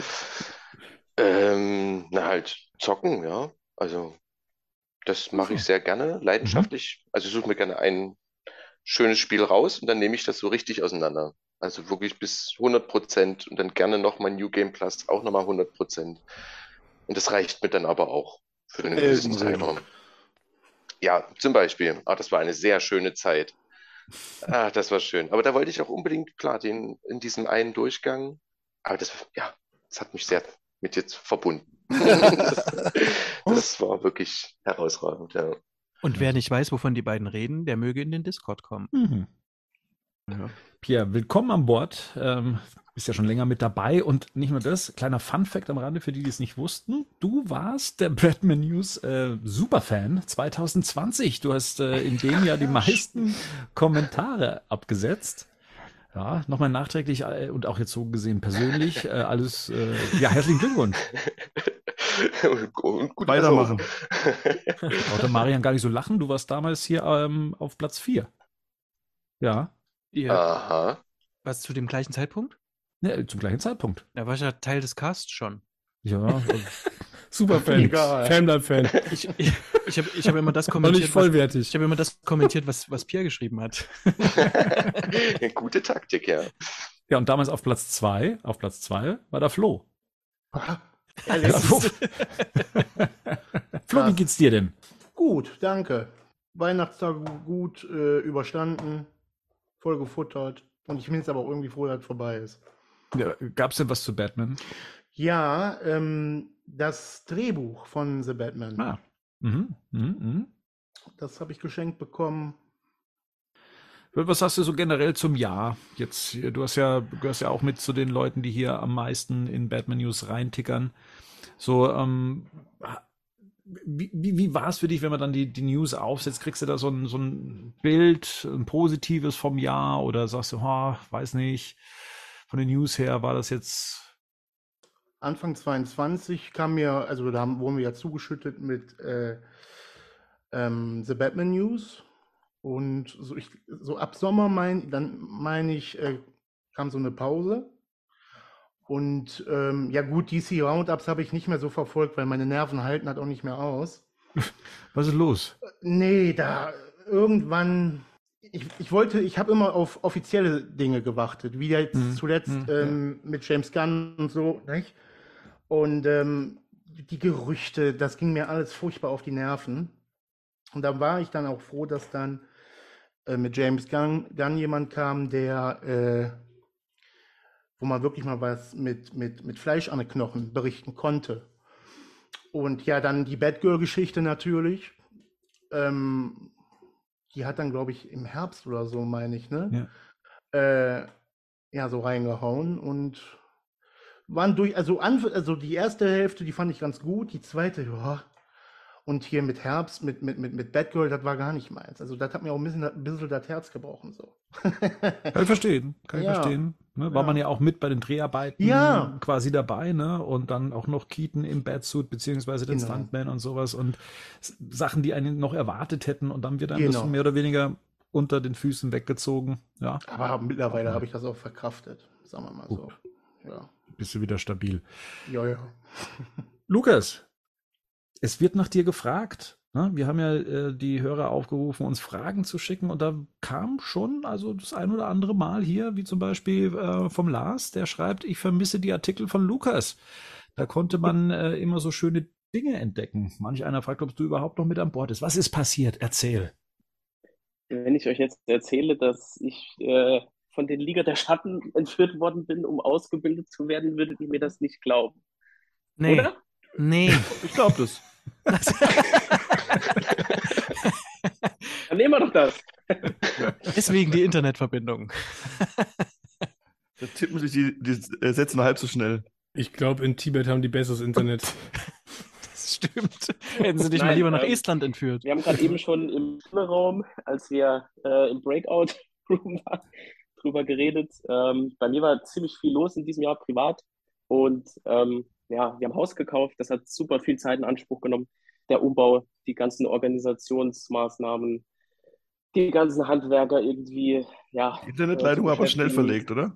Ähm, na halt, zocken, ja. Also, das mache ich sehr gerne, leidenschaftlich. Also, ich suche mir gerne ein schönes Spiel raus und dann nehme ich das so richtig auseinander. Also wirklich bis hundert Prozent und dann gerne nochmal New Game Plus, auch nochmal hundert Prozent. Und das reicht mir dann aber auch für einen gewissen Elden Ring. Zeitraum. Ja, zum Beispiel. Ah, das war eine sehr schöne Zeit. Ah, das war schön. Aber da wollte ich auch unbedingt Platin in diesem einen Durchgang. Aber das, ja, das hat mich sehr mit dir verbunden. Das, das war wirklich herausragend, ja. Und wer nicht weiß, wovon die beiden reden, der möge in den Discord kommen. Mhm. Ja. Pierre, willkommen an Bord. Ähm, bist ja schon länger mit dabei und nicht nur das, kleiner Fun-Fact am Rande für die, die es nicht wussten. Du warst der Batman News äh, Superfan zwanzig zwanzig. Du hast äh, in dem Jahr die meisten Kommentare abgesetzt. Ja, nochmal nachträglich äh, und auch jetzt so gesehen persönlich äh, alles, äh, ja, herzlichen Glückwunsch. Und gut Weitermachen. Brauchte Marian gar nicht so lachen, du warst damals hier ähm, auf Platz vier. Ja, Ihr, Aha. was zu dem gleichen Zeitpunkt? ja, zum gleichen Zeitpunkt. Da war ich ja Teil des Casts schon. Ja, Superfan. Egal. Fan bleibt Fan. Ich, ich, ich habe ich hab immer das Noch kommentiert, nicht was, vollwertig. ich habe immer das kommentiert, was, was Pierre geschrieben hat. Gute Taktik, ja. ja, und damals auf Platz zwei, auf Platz zwei war der Flo. Ah, Ja, ehrlich? Flo, Flo, wie geht's dir denn? Gut, danke. Weihnachtstag gut äh, überstanden, voll gefuttert. Und ich bin jetzt aber auch irgendwie froh, dass es vorbei ist. Ja, gab's denn was zu Batman? Ja, ähm, das Drehbuch von The Batman, Ah. Mhm, mhm, mhm. das habe ich geschenkt bekommen. Was hast du so generell zum Jahr? Jetzt, du hast ja, gehörst ja auch mit zu den Leuten, die hier am meisten in Batman News reintickern. So, ähm, wie, wie, wie war es für dich, wenn man dann die, die News aufsetzt? Kriegst du da so ein, so ein Bild, ein positives vom Jahr oder sagst du, oh, weiß nicht, von den News her war das jetzt. Anfang zweiundzwanzig kam mir, also da haben, wurden wir ja zugeschüttet mit äh, ähm, The Batman News. Und so, ich, so ab Sommer, mein, dann meine ich, äh, kam so eine Pause. Und ähm, ja gut, D C Roundups habe ich nicht mehr so verfolgt, weil meine Nerven halten halt auch nicht mehr aus. Was ist los? Nee, da irgendwann, ich, ich wollte, ich habe immer auf offizielle Dinge gewartet, wie jetzt Hm, zuletzt hm, ähm, mit James Gunn und so, nicht? Und ähm, die Gerüchte, das ging mir alles furchtbar auf die Nerven. Und da war ich dann auch froh, dass dann äh, mit James Gunn, Gunn jemand kam, der, äh, wo man wirklich mal was mit, mit, mit Fleisch an den Knochen berichten konnte. Und ja, dann die Batgirl-Geschichte natürlich. Ähm, die hat dann, glaube ich, im Herbst oder so, meine ich, ne? Ja. Äh, ja, so reingehauen und waren durch, also, an, also die erste Hälfte, die fand ich ganz gut, die zweite, ja. Und hier mit Herbst, mit, mit, mit, mit Batgirl, das war gar nicht meins. Also das hat mir auch ein bisschen, ein bisschen das Herz gebrochen. So. Kann ich verstehen, kann ich Ja. verstehen. Ne, war Ja. man ja auch mit bei den Dreharbeiten Ja. quasi dabei, ne? Und dann auch noch Keaton im Batsuit, beziehungsweise den Genau. Stuntman und sowas und s- Sachen, die einen noch erwartet hätten und dann wird einem das Genau. mehr oder weniger unter den Füßen weggezogen. Ja, Aber mittlerweile habe ich das auch verkraftet, sagen wir mal so. Gut. Ja, bist du wieder stabil. ja, ja. Lukas, es wird nach dir gefragt. Ne? Wir haben ja äh, die Hörer aufgerufen, uns Fragen zu schicken und da kam schon also das ein oder andere Mal hier, wie zum Beispiel äh, vom Lars, der schreibt, ich vermisse die Artikel von Lukas. Da konnte man äh, immer so schöne Dinge entdecken. Manch einer fragt, ob du überhaupt noch mit an Bord bist. Was ist passiert? Erzähl. Wenn ich euch jetzt erzähle, dass ich äh, von den Liga der Schatten entführt worden bin, um ausgebildet zu werden, würdet ihr mir das nicht glauben. Nee. Oder? Nee. Ich glaube das. Dann nehmen wir doch das. Deswegen die Internetverbindung. Da tippen sich die, die äh, Sätze nur halb so schnell. Ich glaube, in Tibet haben die besseres Internet. Das stimmt. Hätten sie dich mal Nein, lieber nach ähm, Estland entführt. Wir haben gerade eben schon im Raum, als wir äh, im Breakout-Room waren, drüber geredet. Ähm, bei mir war ziemlich viel los in diesem Jahr privat. Und ähm, ja, wir haben ein Haus gekauft. Das hat super viel Zeit in Anspruch genommen. Der Umbau, die ganzen Organisationsmaßnahmen, die ganzen Handwerker irgendwie, ja. Die Internetleitung äh, war zu aber schnell beschäftigen. verlegt, oder?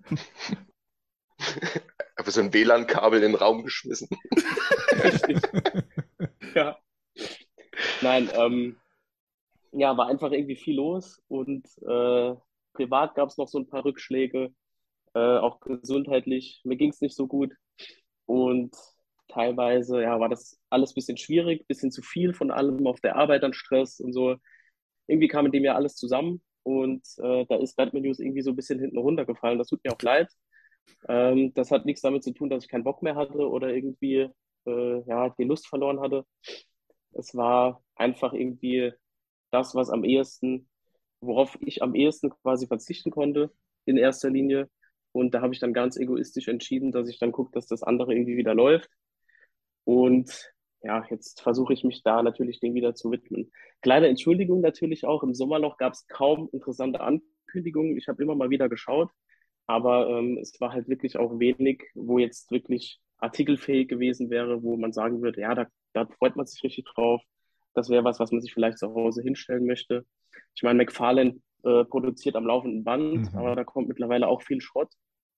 Aber so ein W L A N-Kabel in den Raum geschmissen. Richtig. Ja. Nein, ähm, ja, war einfach irgendwie viel los und äh, privat gab es noch so ein paar Rückschläge, äh, auch gesundheitlich. Mir ging es nicht so gut und teilweise, ja, war das alles ein bisschen schwierig, bisschen zu viel von allem auf der Arbeit an Stress und so. Irgendwie kam in dem Jahr alles zusammen und äh, da ist Batman News irgendwie so ein bisschen hinten runtergefallen. Das tut mir auch leid. Ähm, das hat nichts damit zu tun, dass ich keinen Bock mehr hatte oder irgendwie äh, ja, die Lust verloren hatte. Es war einfach irgendwie das, was am ehesten, worauf ich am ehesten quasi verzichten konnte in erster Linie. Und da habe ich dann ganz egoistisch entschieden, dass ich dann gucke, dass das andere irgendwie wieder läuft. Und ja, jetzt versuche ich mich da natürlich dem wieder zu widmen. Kleine Entschuldigung natürlich auch. Im Sommerloch gab es kaum interessante Ankündigungen. Ich habe immer mal wieder geschaut, aber ähm, es war halt wirklich auch wenig, wo jetzt wirklich artikelfähig gewesen wäre, wo man sagen würde, ja, da, da freut man sich richtig drauf. Das wäre was, was man sich vielleicht zu Hause hinstellen möchte. Ich meine, McFarlane äh, produziert am laufenden Band, Mhm. aber da kommt mittlerweile auch viel Schrott.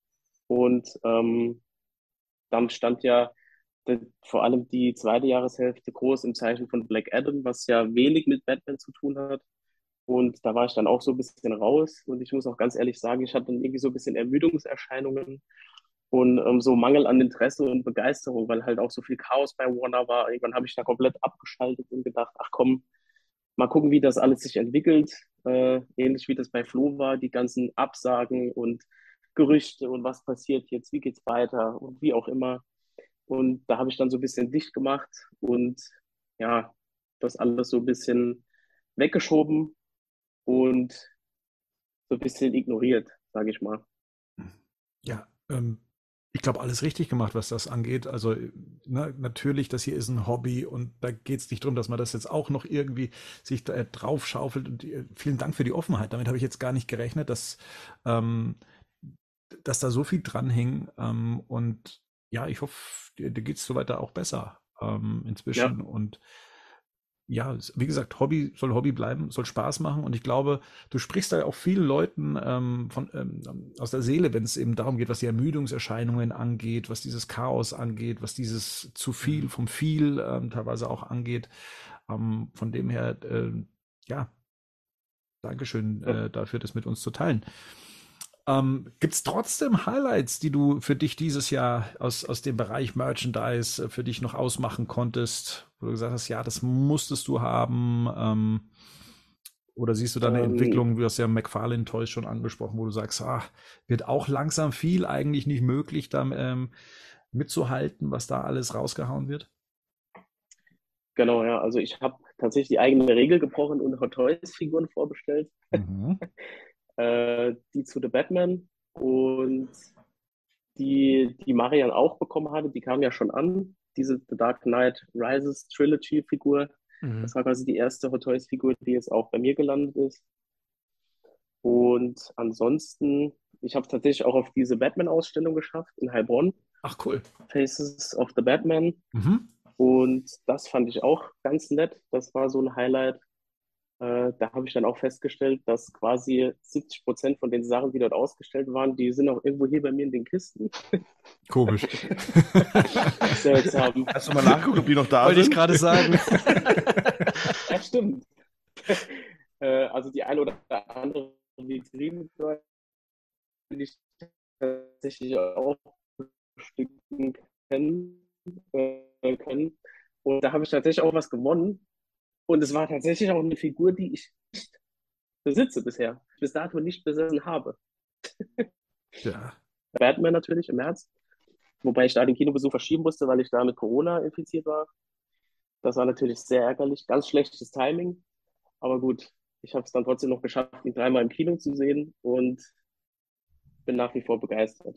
Und ähm, dann stand ja de- vor allem die zweite Jahreshälfte groß im Zeichen von Black Adam, was ja wenig mit Batman zu tun hat. Und da war ich dann auch so ein bisschen raus. Und ich muss auch ganz ehrlich sagen, ich hatte dann irgendwie so ein bisschen Ermüdungserscheinungen und ähm, so Mangel an Interesse und Begeisterung, weil halt auch so viel Chaos bei Warner war. Irgendwann habe ich da komplett abgeschaltet und gedacht, ach komm, mal gucken, wie das alles sich entwickelt. Äh, ähnlich wie das bei Flo war, die ganzen Absagen und Gerüchte und was passiert jetzt, wie geht's weiter und wie auch immer. Und da habe ich dann so ein bisschen dicht gemacht und ja, das alles so ein bisschen weggeschoben und so ein bisschen ignoriert, sage ich mal. Ja, ähm, ich glaube, alles richtig gemacht, was das angeht. Also, äh, ne, natürlich, das hier ist ein Hobby und da geht es nicht darum, dass man das jetzt auch noch irgendwie sich da drauf schaufelt. Und äh, vielen Dank für die Offenheit. Damit habe ich jetzt gar nicht gerechnet, dass, ähm, dass da so viel dran hing. Ähm, und ja, ich hoffe, dir, dir geht es soweit da auch besser ähm, Ja, inzwischen. Und ja, es- wie gesagt, Hobby soll Hobby bleiben, soll Spaß machen. Und ich glaube, du sprichst da auch vielen Leuten ähm, von, ähm, aus der Seele, wenn es eben darum geht, was die Ermüdungserscheinungen angeht, was dieses Chaos angeht, was dieses zu viel vom viel ähm, teilweise auch angeht. Ähm, von dem her, äh, ja, Dankeschön ja. äh, dafür, das mit uns zu teilen. Ähm, Gibt es trotzdem Highlights, die du für dich dieses Jahr aus, aus dem Bereich Merchandise äh, für dich noch ausmachen konntest, wo du gesagt hast, ja, das musstest du haben? Ähm, oder siehst du da eine Ähm, Entwicklung, du hast ja McFarlane Toys schon angesprochen, wo du sagst, ah, wird auch langsam viel eigentlich nicht möglich, da ähm, mitzuhalten, was da alles rausgehauen wird? genau, ja. Also ich habe tatsächlich die eigene Regel gebrochen und Hot Toys Figuren vorbestellt, Mhm. äh, die zu The Batman und die, die Marian auch bekommen hatte, die kam ja schon an, diese The Dark Knight Rises Trilogy Figur. Mhm. Das war quasi die erste Hot Toys Figur, die jetzt auch bei mir gelandet ist. Und ansonsten, ich habe es tatsächlich auch auf diese Batman-Ausstellung geschafft in Heilbronn, Ach, cool. Faces of the Batman. Mhm. Und das fand ich auch ganz nett. Das war so ein Highlight. Äh, da habe ich dann auch festgestellt, dass quasi siebzig Prozent von den Sachen, die dort ausgestellt waren, die sind auch irgendwo hier bei mir in den Kisten. Komisch. Seltsam. Hast du mal nachgeguckt, ob die noch da Wollte ich sind? gerade sagen. Ja, stimmt. Äh, also die eine oder andere Vitrine dort will ich tatsächlich auch bestücken können, äh, können. Und da habe ich tatsächlich auch was gewonnen. Und es war tatsächlich auch eine Figur, die ich nicht besitze bisher, bis dato nicht besessen habe. Ja. Batman natürlich im März, wobei ich da den Kinobesuch verschieben musste, weil ich da mit Corona infiziert war. Das war natürlich sehr ärgerlich, ganz schlechtes Timing, aber gut, ich habe es dann trotzdem noch geschafft, ihn dreimal im Kino zu sehen und bin nach wie vor begeistert.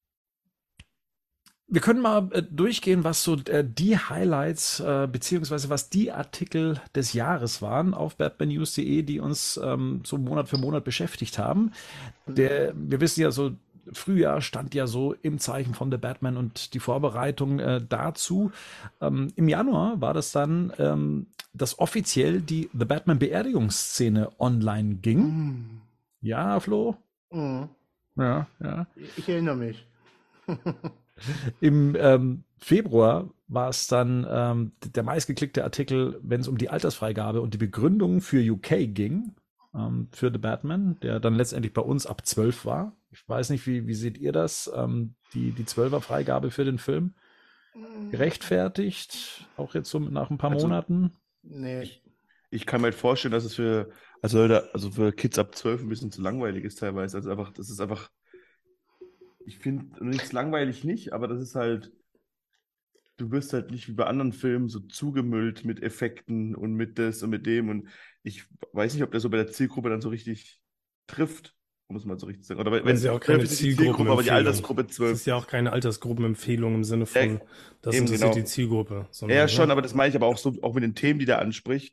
Wir können mal äh, durchgehen, was so äh, die Highlights äh, beziehungsweise was die Artikel des Jahres waren auf batman news punkt de, die uns ähm, so Monat für Monat beschäftigt haben. Der, wir wissen ja so, Frühjahr stand ja so im Zeichen von The Batman und die Vorbereitung äh, dazu. Ähm, Im Januar war das dann, ähm, dass offiziell die The Batman Beerdigungsszene online ging. Mm. Ja, Flo? Mm. Ja, ja. Ich erinnere mich. Im ähm, Februar war es dann ähm, der meistgeklickte Artikel, wenn es um die Altersfreigabe und die Begründung für U K ging, ähm, für The Batman, der dann letztendlich bei uns ab zwölf war. Ich weiß nicht, wie, wie seht ihr das? Ähm, die, die zwölfer-Freigabe für den Film gerechtfertigt, auch jetzt so nach ein paar Also, Monaten. Nee. Ich, ich kann mir halt vorstellen, dass es für, also, Leute, also für Kids ab zwölf ein bisschen zu langweilig ist teilweise. Also einfach, das ist einfach, ich finde nichts langweilig nicht, aber das ist halt, du wirst halt nicht wie bei anderen Filmen so zugemüllt mit Effekten und mit das und mit dem. Und ich weiß nicht, ob der so bei der Zielgruppe dann so richtig trifft, um es mal so richtig zu sagen. Oder wenn Das ist ja auch keine zwölf ist die Zielgruppe, aber die Zielgruppenempfehlung. Altersgruppe Das zwölf. ist ja auch keine Altersgruppenempfehlung im Sinne von, Ja, das eben interessiert genau. die Zielgruppe. Sondern, Ja, ne? schon, aber das meine ich aber auch so, auch mit den Themen, die der anspricht.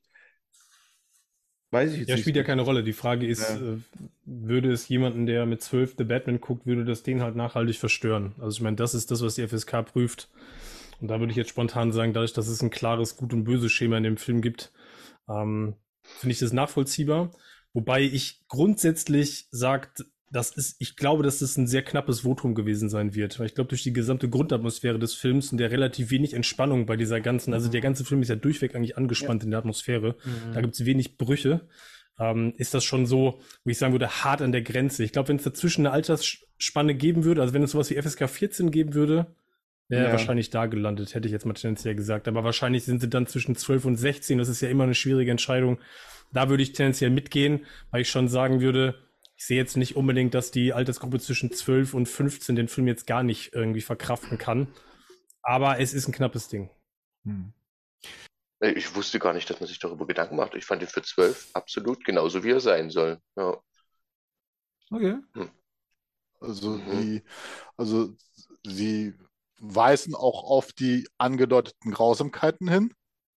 Weiß ich jetzt Ja, nicht. spielt ja keine Rolle. Die Frage ist, Ja. äh, würde es jemanden, der mit zwölf The Batman guckt, würde das den halt nachhaltig verstören? Also ich meine, das ist das, was die F S K prüft. Und da würde ich jetzt spontan sagen, dadurch, dass es ein klares Gut- und Böse-Schema in dem Film gibt, ähm, finde ich das nachvollziehbar. Wobei ich grundsätzlich sagt, das ist, ich glaube, dass das ein sehr knappes Votum gewesen sein wird. Weil ich glaube, durch die gesamte Grundatmosphäre des Films und der relativ wenig Entspannung bei dieser ganzen, also der ganze Film ist ja durchweg eigentlich angespannt in der Atmosphäre. Mhm. Da gibt es wenig Brüche. Ähm, ist das schon so, wie ich sagen würde, hart an der Grenze. Ich glaube, wenn es dazwischen eine Altersspanne geben würde, also wenn es sowas wie F S K vierzehn geben würde, wäre er Ja. wahrscheinlich da gelandet, hätte ich jetzt mal tendenziell gesagt. Aber wahrscheinlich sind sie dann zwischen zwölf und sechzehn. Das ist ja immer eine schwierige Entscheidung. Da würde ich tendenziell mitgehen, weil ich schon sagen würde, ich sehe jetzt nicht unbedingt, dass die Altersgruppe zwischen zwölf und fünfzehn den Film jetzt gar nicht irgendwie verkraften kann. Aber es ist ein knappes Ding. Hm. Ich wusste gar nicht, dass man sich darüber Gedanken macht. Ich fand ihn für zwölf absolut genauso, wie er sein soll. Ja. Okay. Also Mhm. die, also sie weisen auch auf die angedeuteten Grausamkeiten hin,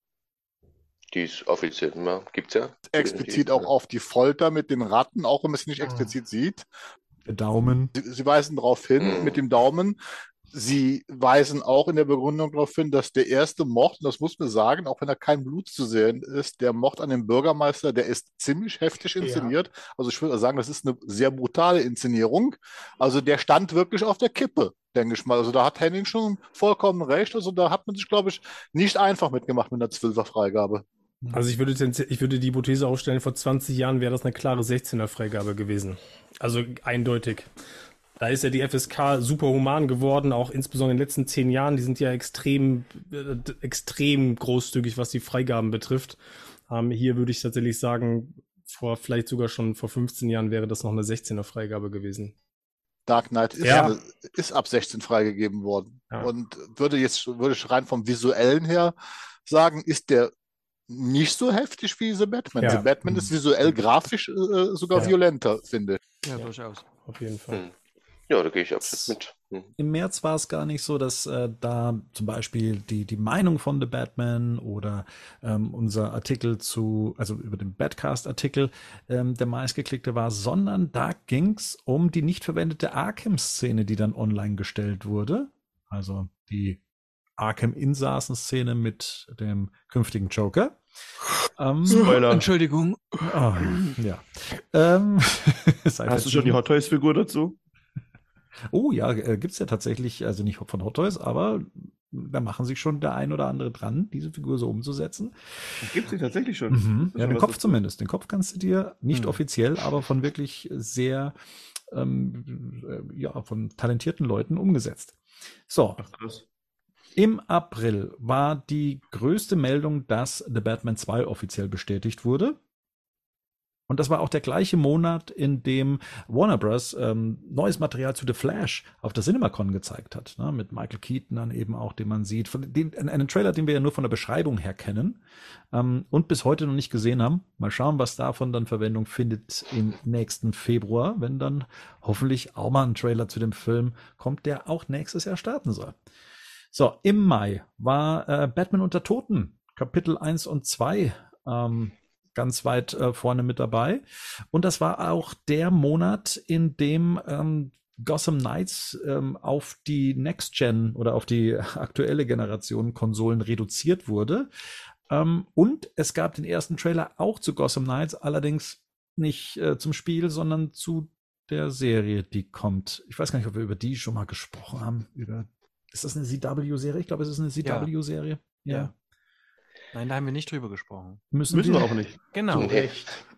Die ist offiziell, ja, gibt's ja. explizit auch auf die Folter mit den Ratten, auch wenn man es nicht Ah. explizit sieht. Der Daumen. Sie, sie weisen darauf hin Mhm. mit dem Daumen. Sie weisen auch in der Begründung darauf hin, dass der erste Mord, und das muss man sagen, auch wenn da kein Blut zu sehen ist, der Mord an dem Bürgermeister, der ist ziemlich heftig inszeniert. Also ich würde sagen, das ist eine sehr brutale Inszenierung. Also der stand wirklich auf der Kippe, denke ich mal. Also da hat Henning schon vollkommen recht. Also da hat man sich, glaube ich, nicht einfach mitgemacht mit einer Zwölfer-Freigabe. Also ich würde, tendenziell- ich würde die Hypothese aufstellen, vor zwanzig Jahren wäre das eine klare sechzehner-Freigabe gewesen. Also eindeutig. Da ist ja die F S K super human geworden, auch insbesondere in den letzten zehn Jahren. Die sind ja extrem, äh, extrem großzügig, was die Freigaben betrifft. Ähm, hier würde ich tatsächlich sagen, vor vielleicht sogar schon vor fünfzehn Jahren wäre das noch eine sechzehner-Freigabe gewesen. Dark Knight ist, Ja. eine, ist ab sechzehn freigegeben worden. Ja. Und würde jetzt, würde ich rein vom Visuellen her sagen, ist der nicht so heftig wie The Batman. Ja. The Batman ist visuell, grafisch äh, sogar Ja. violenter, finde ich. Ja, durchaus. Auf jeden Fall. Hm. Ja, da gehe ich absolut mit. Hm. Im März war es gar nicht so, dass äh, da zum Beispiel die, die Meinung von The Batman oder ähm, unser Artikel zu, also über den Batcast-Artikel, ähm, der meistgeklickte war, sondern da ging es um die nicht verwendete Arkham-Szene, die dann online gestellt wurde. Also die Arkham-Insassen-Szene mit dem künftigen Joker. Ähm, Spoiler. Entschuldigung. oh, ja. Ähm, sei Hast du schon die Hot Toys Figur dazu? Oh ja, äh, gibt's ja tatsächlich, also nicht von Hot Toys, aber da machen sich schon der ein oder andere dran, diese Figur so umzusetzen. Gibt sie tatsächlich schon. Mhm. Das Ja, ist den schon Kopf was dazu. zumindest. Den Kopf kannst du dir nicht Mhm. offiziell, aber von wirklich sehr, ähm, äh, ja, von talentierten Leuten umgesetzt. So, Ach, krass. im April war die größte Meldung, dass The Batman zwei offiziell bestätigt wurde. Und das war auch der gleiche Monat, in dem Warner Bros. Ähm, neues Material zu The Flash auf der CinemaCon gezeigt hat. Ne? Mit Michael Keaton dann eben auch, den man sieht. Von den, einen Trailer, den wir ja nur von der Beschreibung her kennen ähm, und bis heute noch nicht gesehen haben. Mal schauen, was davon dann Verwendung findet im nächsten Februar, wenn dann hoffentlich auch mal ein Trailer zu dem Film kommt, der auch nächstes Jahr starten soll. So, im Mai war äh, Batman unter Toten, Kapitel eins und zwei, ähm, ganz weit äh, vorne mit dabei. Und das war auch der Monat, in dem ähm, Gotham Knights ähm, auf die Next-Gen oder auf die aktuelle Generation Konsolen reduziert wurde. Ähm, und es gab den ersten Trailer auch zu Gotham Knights, allerdings nicht äh, zum Spiel, sondern zu der Serie, die kommt. Ich weiß gar nicht, ob wir über die schon mal gesprochen haben. Über, ist das eine C W-Serie? Ich glaube, es ist eine C W-Serie. Ja. Ja. Nein, da haben wir nicht drüber gesprochen. Müssen, Müssen wir auch nicht. Genau. Nee.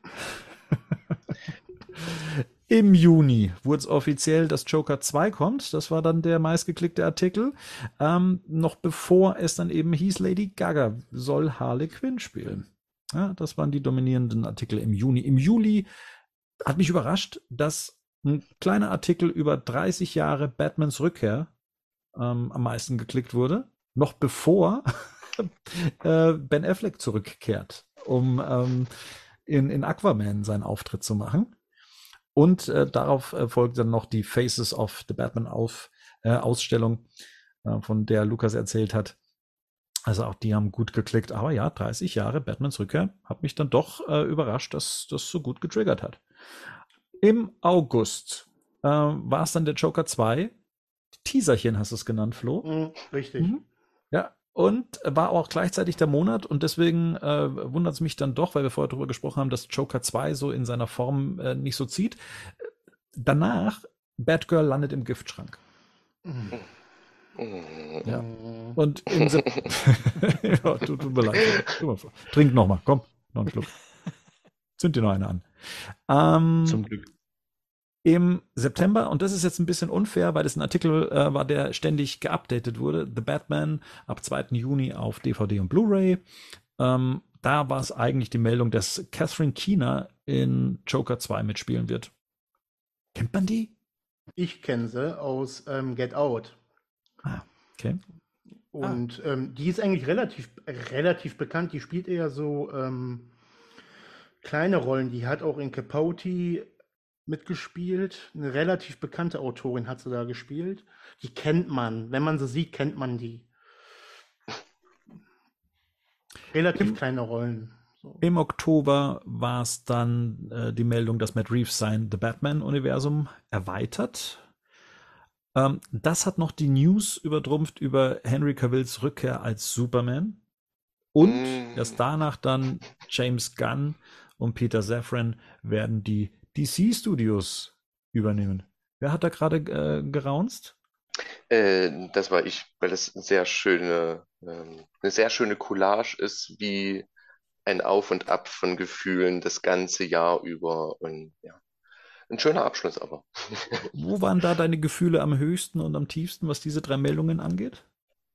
Im Juni wurde es offiziell, dass Joker zwei kommt. Das war dann der meistgeklickte Artikel. Ähm, noch bevor es dann eben hieß, Lady Gaga soll Harley Quinn spielen. Ja, das waren die dominierenden Artikel im Juni. Im Juli hat mich überrascht, dass ein kleiner Artikel über dreißig Jahre Batmans Rückkehr ähm, am meisten geklickt wurde, noch bevor äh, Ben Affleck zurückkehrt, um ähm, in, in Aquaman seinen Auftritt zu machen. Und äh, darauf äh, folgt dann noch die Faces of the Batman auf, äh, Ausstellung, äh, von der Lukas erzählt hat. Also auch die haben gut geklickt. Aber ja, dreißig Jahre Batmans Rückkehr hat mich dann doch äh, überrascht, dass das so gut getriggert hat. Im August äh, war es dann der Joker zwei. Teaserchen hast du es genannt, Flo. Mhm, richtig. Mhm. Ja, und war auch gleichzeitig der Monat und deswegen äh, wundert es mich dann doch, weil wir vorher darüber gesprochen haben, dass Joker zwei so in seiner Form äh, nicht so zieht. Danach, Batgirl landet im Giftschrank. Mhm. Ja. Und im September. Ja, tut, tut mir leid. Tu mal vor. Trink noch mal, komm, noch einen Schluck. Zünd dir noch eine an. Ähm, Zum Glück. Im September, und das ist jetzt ein bisschen unfair, weil das ein Artikel äh, war, der ständig geupdatet wurde, The Batman ab zweiten Juni auf D V D und Blu-ray. Ähm, da war es eigentlich die Meldung, dass Catherine Keener in Joker zwei mitspielen wird. Kennt man die? Ich kenne sie aus ähm, Get Out. Ah, okay. Und ähm, die ist eigentlich relativ, relativ bekannt. Die spielt eher so ähm, kleine Rollen. Die hat auch in Capote mitgespielt. Eine relativ bekannte Autorin hat sie da gespielt. Die kennt man. Wenn man sie sieht, kennt man die. Relativ Im- kleine Rollen. So. Im Oktober war es dann äh, die Meldung, dass Matt Reeves sein The Batman-Universum erweitert. Ähm, das hat noch die News übertrumpft über Henry Cavills Rückkehr als Superman. Und Mm. erst danach dann James Gunn und Peter Safran werden die D C-Studios übernehmen. Wer hat da gerade äh, geraunzt? Äh, das war ich, weil das eine sehr schöne, ähm, eine sehr schöne Collage ist, wie ein Auf und Ab von Gefühlen das ganze Jahr über. Und ja, ein schöner Abschluss aber. Wo waren da deine Gefühle am höchsten und am tiefsten, was diese drei Meldungen angeht?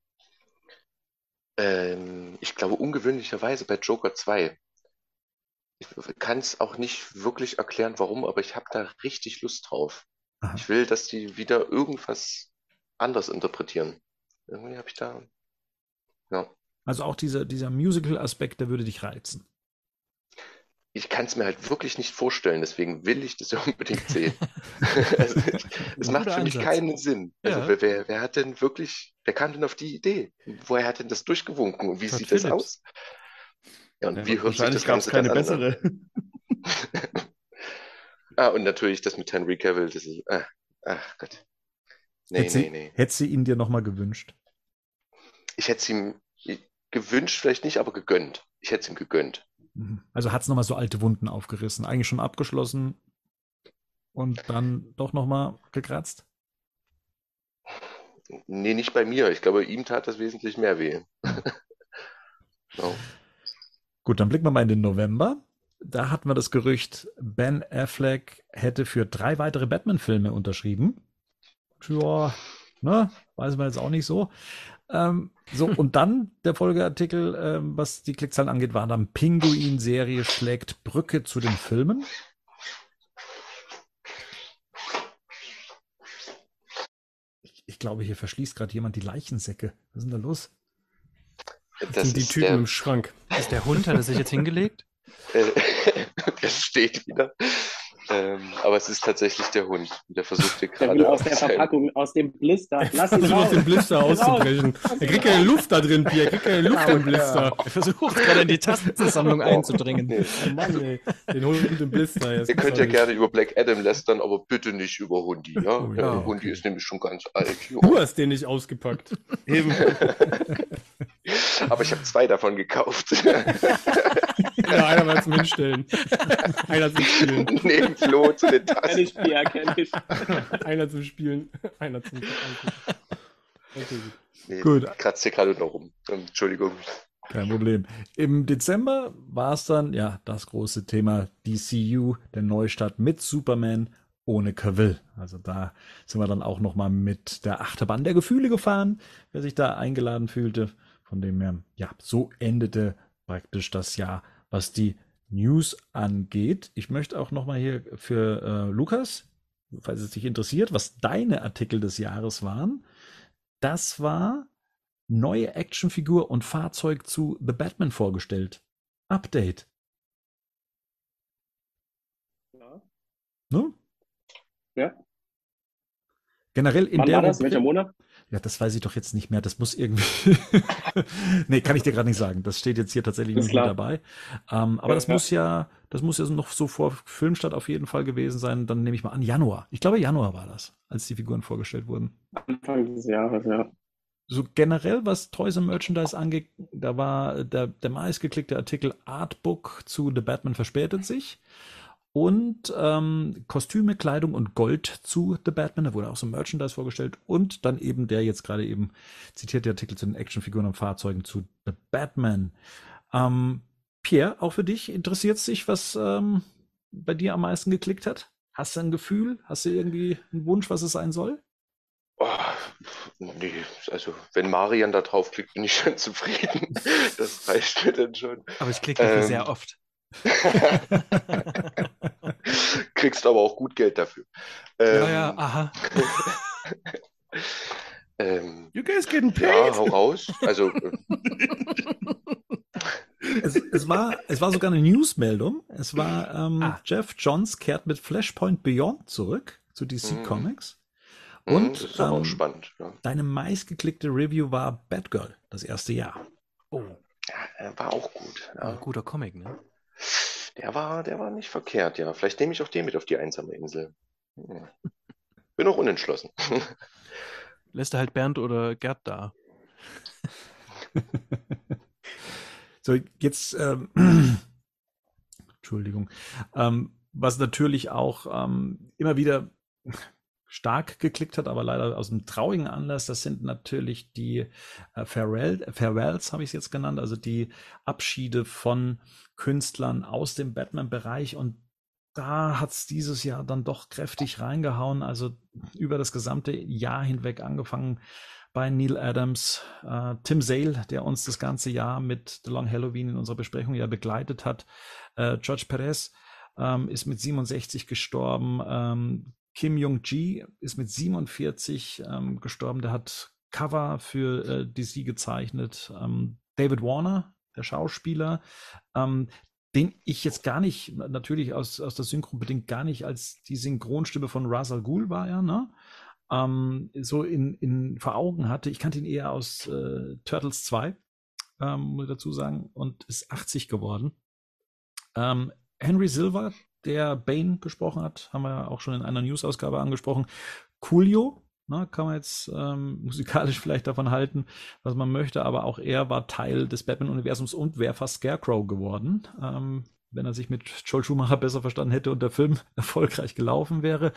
Ähm, ich glaube ungewöhnlicherweise bei Joker zwei. Ich kann es auch nicht wirklich erklären, warum, aber ich habe da richtig Lust drauf. Aha. Ich will, dass die wieder irgendwas anders interpretieren. Irgendwie habe ich da, ja. Also auch dieser, dieser Musical-Aspekt, der würde dich reizen. Ich kann es mir halt wirklich nicht vorstellen, deswegen will ich das ja unbedingt sehen. Also, es macht Guter für mich Ansatz. keinen Sinn. Also Ja. wer, wer, wer hat denn wirklich, wer kam denn auf die Idee? Woher hat denn das durchgewunken und wie Todd sieht das Phillips. aus? Ja, und Ja, wie hört sich wahrscheinlich das gab es Ganze keine dann an? bessere. Ah, und natürlich das mit Henry Cavill, das ist, ah, ach Gott. Nee, hätte, nee, sie, nee. hätte sie ihn dir nochmal gewünscht? Ich hätte es ihm gewünscht, vielleicht nicht, aber gegönnt. Ich hätte es ihm gegönnt. Mhm. Also hat es nochmal so alte Wunden aufgerissen. Eigentlich schon abgeschlossen und dann doch nochmal gekratzt? Nee, nicht bei mir. Ich glaube, ihm tat das wesentlich mehr weh. No. Gut, dann blicken wir mal in den November. Da hatten wir das Gerücht, Ben Affleck hätte für drei weitere Batman-Filme unterschrieben. Tja, ne, weiß man jetzt auch nicht so. Ähm, so, und dann der Folgeartikel, ähm, was die Klickzahlen angeht, war dann Pinguin-Serie schlägt Brücke zu den Filmen. Ich, ich glaube, hier verschließt gerade jemand die Leichensäcke. Was ist denn da los? Das sind die ist Typen der, im Schrank. Ist der Hund, hat er sich jetzt hingelegt? äh, der steht wieder. Ähm, aber es ist tatsächlich der Hund. Der versucht hier Der will gerade aus der sein- Verpackung, aus dem Blister. Lass ihn Versucht raus. aus dem Blister auszubrechen. Er kriegt keine Luft da drin, Pierre. Er kriegt keine Luft im Blister. Er versucht gerade in die Tastensammlung einzudringen. Nee. Oh Mann, ey. Den Hund im Blister. Jetzt Ihr könnt ja gerne über Black Adam lästern, aber bitte nicht über Hundi. Ja? Oh Äh, ja, Hundi okay. ist nämlich schon ganz alt. Du hast den nicht ausgepackt. Eben. Aber ich habe zwei davon gekauft. Ja, einer war zum Hinstellen. Einer zum Spielen. Neben Flo zu den Kenn Tassen. ich, Pia, kenn ich. Einer zum Spielen. Einer zum Angucken. Okay, gut. Nee, Gut. Ich kratze hier gerade noch rum. Ähm, Entschuldigung. Kein Problem. Im Dezember war es dann, ja, das große Thema D C U, der Neustart mit Superman ohne Cavill. Also da sind wir dann auch nochmal mit der Achterbahn der Gefühle gefahren, wer sich da eingeladen fühlte. Von dem her, ja, so endete praktisch das Jahr, was die News angeht. Ich möchte auch nochmal hier für äh, Lukas falls es dich interessiert, was deine Artikel des Jahres waren. Das war neue Actionfigur und Fahrzeug zu The Batman vorgestellt. Update. Ja. Ne? Ja. Generell in Wann der war das? Rubrik- Welcher Monat? Ja, das weiß ich doch jetzt nicht mehr. Das muss irgendwie. Nee, kann ich dir gerade nicht sagen. Das steht jetzt hier tatsächlich Ist nicht mit klar. dabei. Ähm, aber Ja, das ja. muss ja, das muss ja noch so vor Filmstart auf jeden Fall gewesen sein. Dann nehme ich mal an, Januar. Ich glaube, Januar war das, als die Figuren vorgestellt wurden. Anfang des Jahres, ja. So generell, was Toys und Merchandise angeht, da war der, der meistgeklickte Artikel Artbook zu The Batman verspätet sich. Und ähm, Kostüme, Kleidung und Gold zu The Batman. Da wurde auch so Merchandise vorgestellt. Und dann eben der jetzt gerade eben zitierte Artikel zu den Actionfiguren und Fahrzeugen zu The Batman. Ähm, Pierre, auch für dich interessiert sich, was ähm, bei dir am meisten geklickt hat? Hast du ein Gefühl? Hast du irgendwie einen Wunsch, was es sein soll? Oh, nee, also wenn Marian da draufklickt, bin ich schon zufrieden. Das reicht mir dann schon. Aber ich klicke dafür Ähm. sehr oft. Kriegst aber auch gut Geld dafür. Ja, ja, Ähm, aha. ähm, You guys getting ja, paid? hau raus. Also, äh, Es, es, war, es war sogar eine Newsmeldung. Es war, ähm, Ah. Jeff Johns kehrt mit Flashpoint Beyond zurück zu D C Mhm. Comics. mh, Und das ist aber auch ähm, spannend. Ja. deine meistgeklickte Review war Batgirl, das erste Jahr. Oh, Ja, war auch gut. ein Ja. guter Comic, ne? Der war, der war nicht verkehrt, ja. Vielleicht nehme ich auch den mit auf die einsame Insel. Hm. Bin auch unentschlossen. Lässt er halt Bernd oder Gerd da. So, jetzt, ähm, Entschuldigung, ähm, was natürlich auch ähm, immer wieder stark geklickt hat, aber leider aus einem traurigen Anlass, das sind natürlich die äh, Farewell, Farewells, habe ich es jetzt genannt, also die Abschiede von Künstlern aus dem Batman-Bereich, und da hat es dieses Jahr dann doch kräftig reingehauen, also über das gesamte Jahr hinweg angefangen bei Neil Adams, äh, Tim Sale, der uns das ganze Jahr mit The Long Halloween in unserer Besprechung ja begleitet hat, äh, George Perez ähm, ist mit siebenundsechzig gestorben, ähm, Kim Jong-gi ist mit siebenundvierzig ähm, gestorben, der hat Cover für äh, D C gezeichnet, ähm, David Warner, der Schauspieler, ähm, den ich jetzt gar nicht, natürlich aus, aus der Synchro bedingt gar nicht als die Synchronstimme von Ra's al Ghul war er, ne? Ähm, so in, in vor Augen hatte. Ich kannte ihn eher aus äh, Turtles zwei, ähm, muss ich dazu sagen, und ist achtzig geworden. Ähm, Henry Silva, der Bane gesprochen hat, haben wir ja auch schon in einer News-Ausgabe angesprochen. Coolio, ne, kann man jetzt ähm, musikalisch vielleicht davon halten, was man möchte, aber auch er war Teil des Batman-Universums und wäre fast Scarecrow geworden, ähm, wenn er sich mit Joel Schumacher besser verstanden hätte und der Film erfolgreich gelaufen wäre.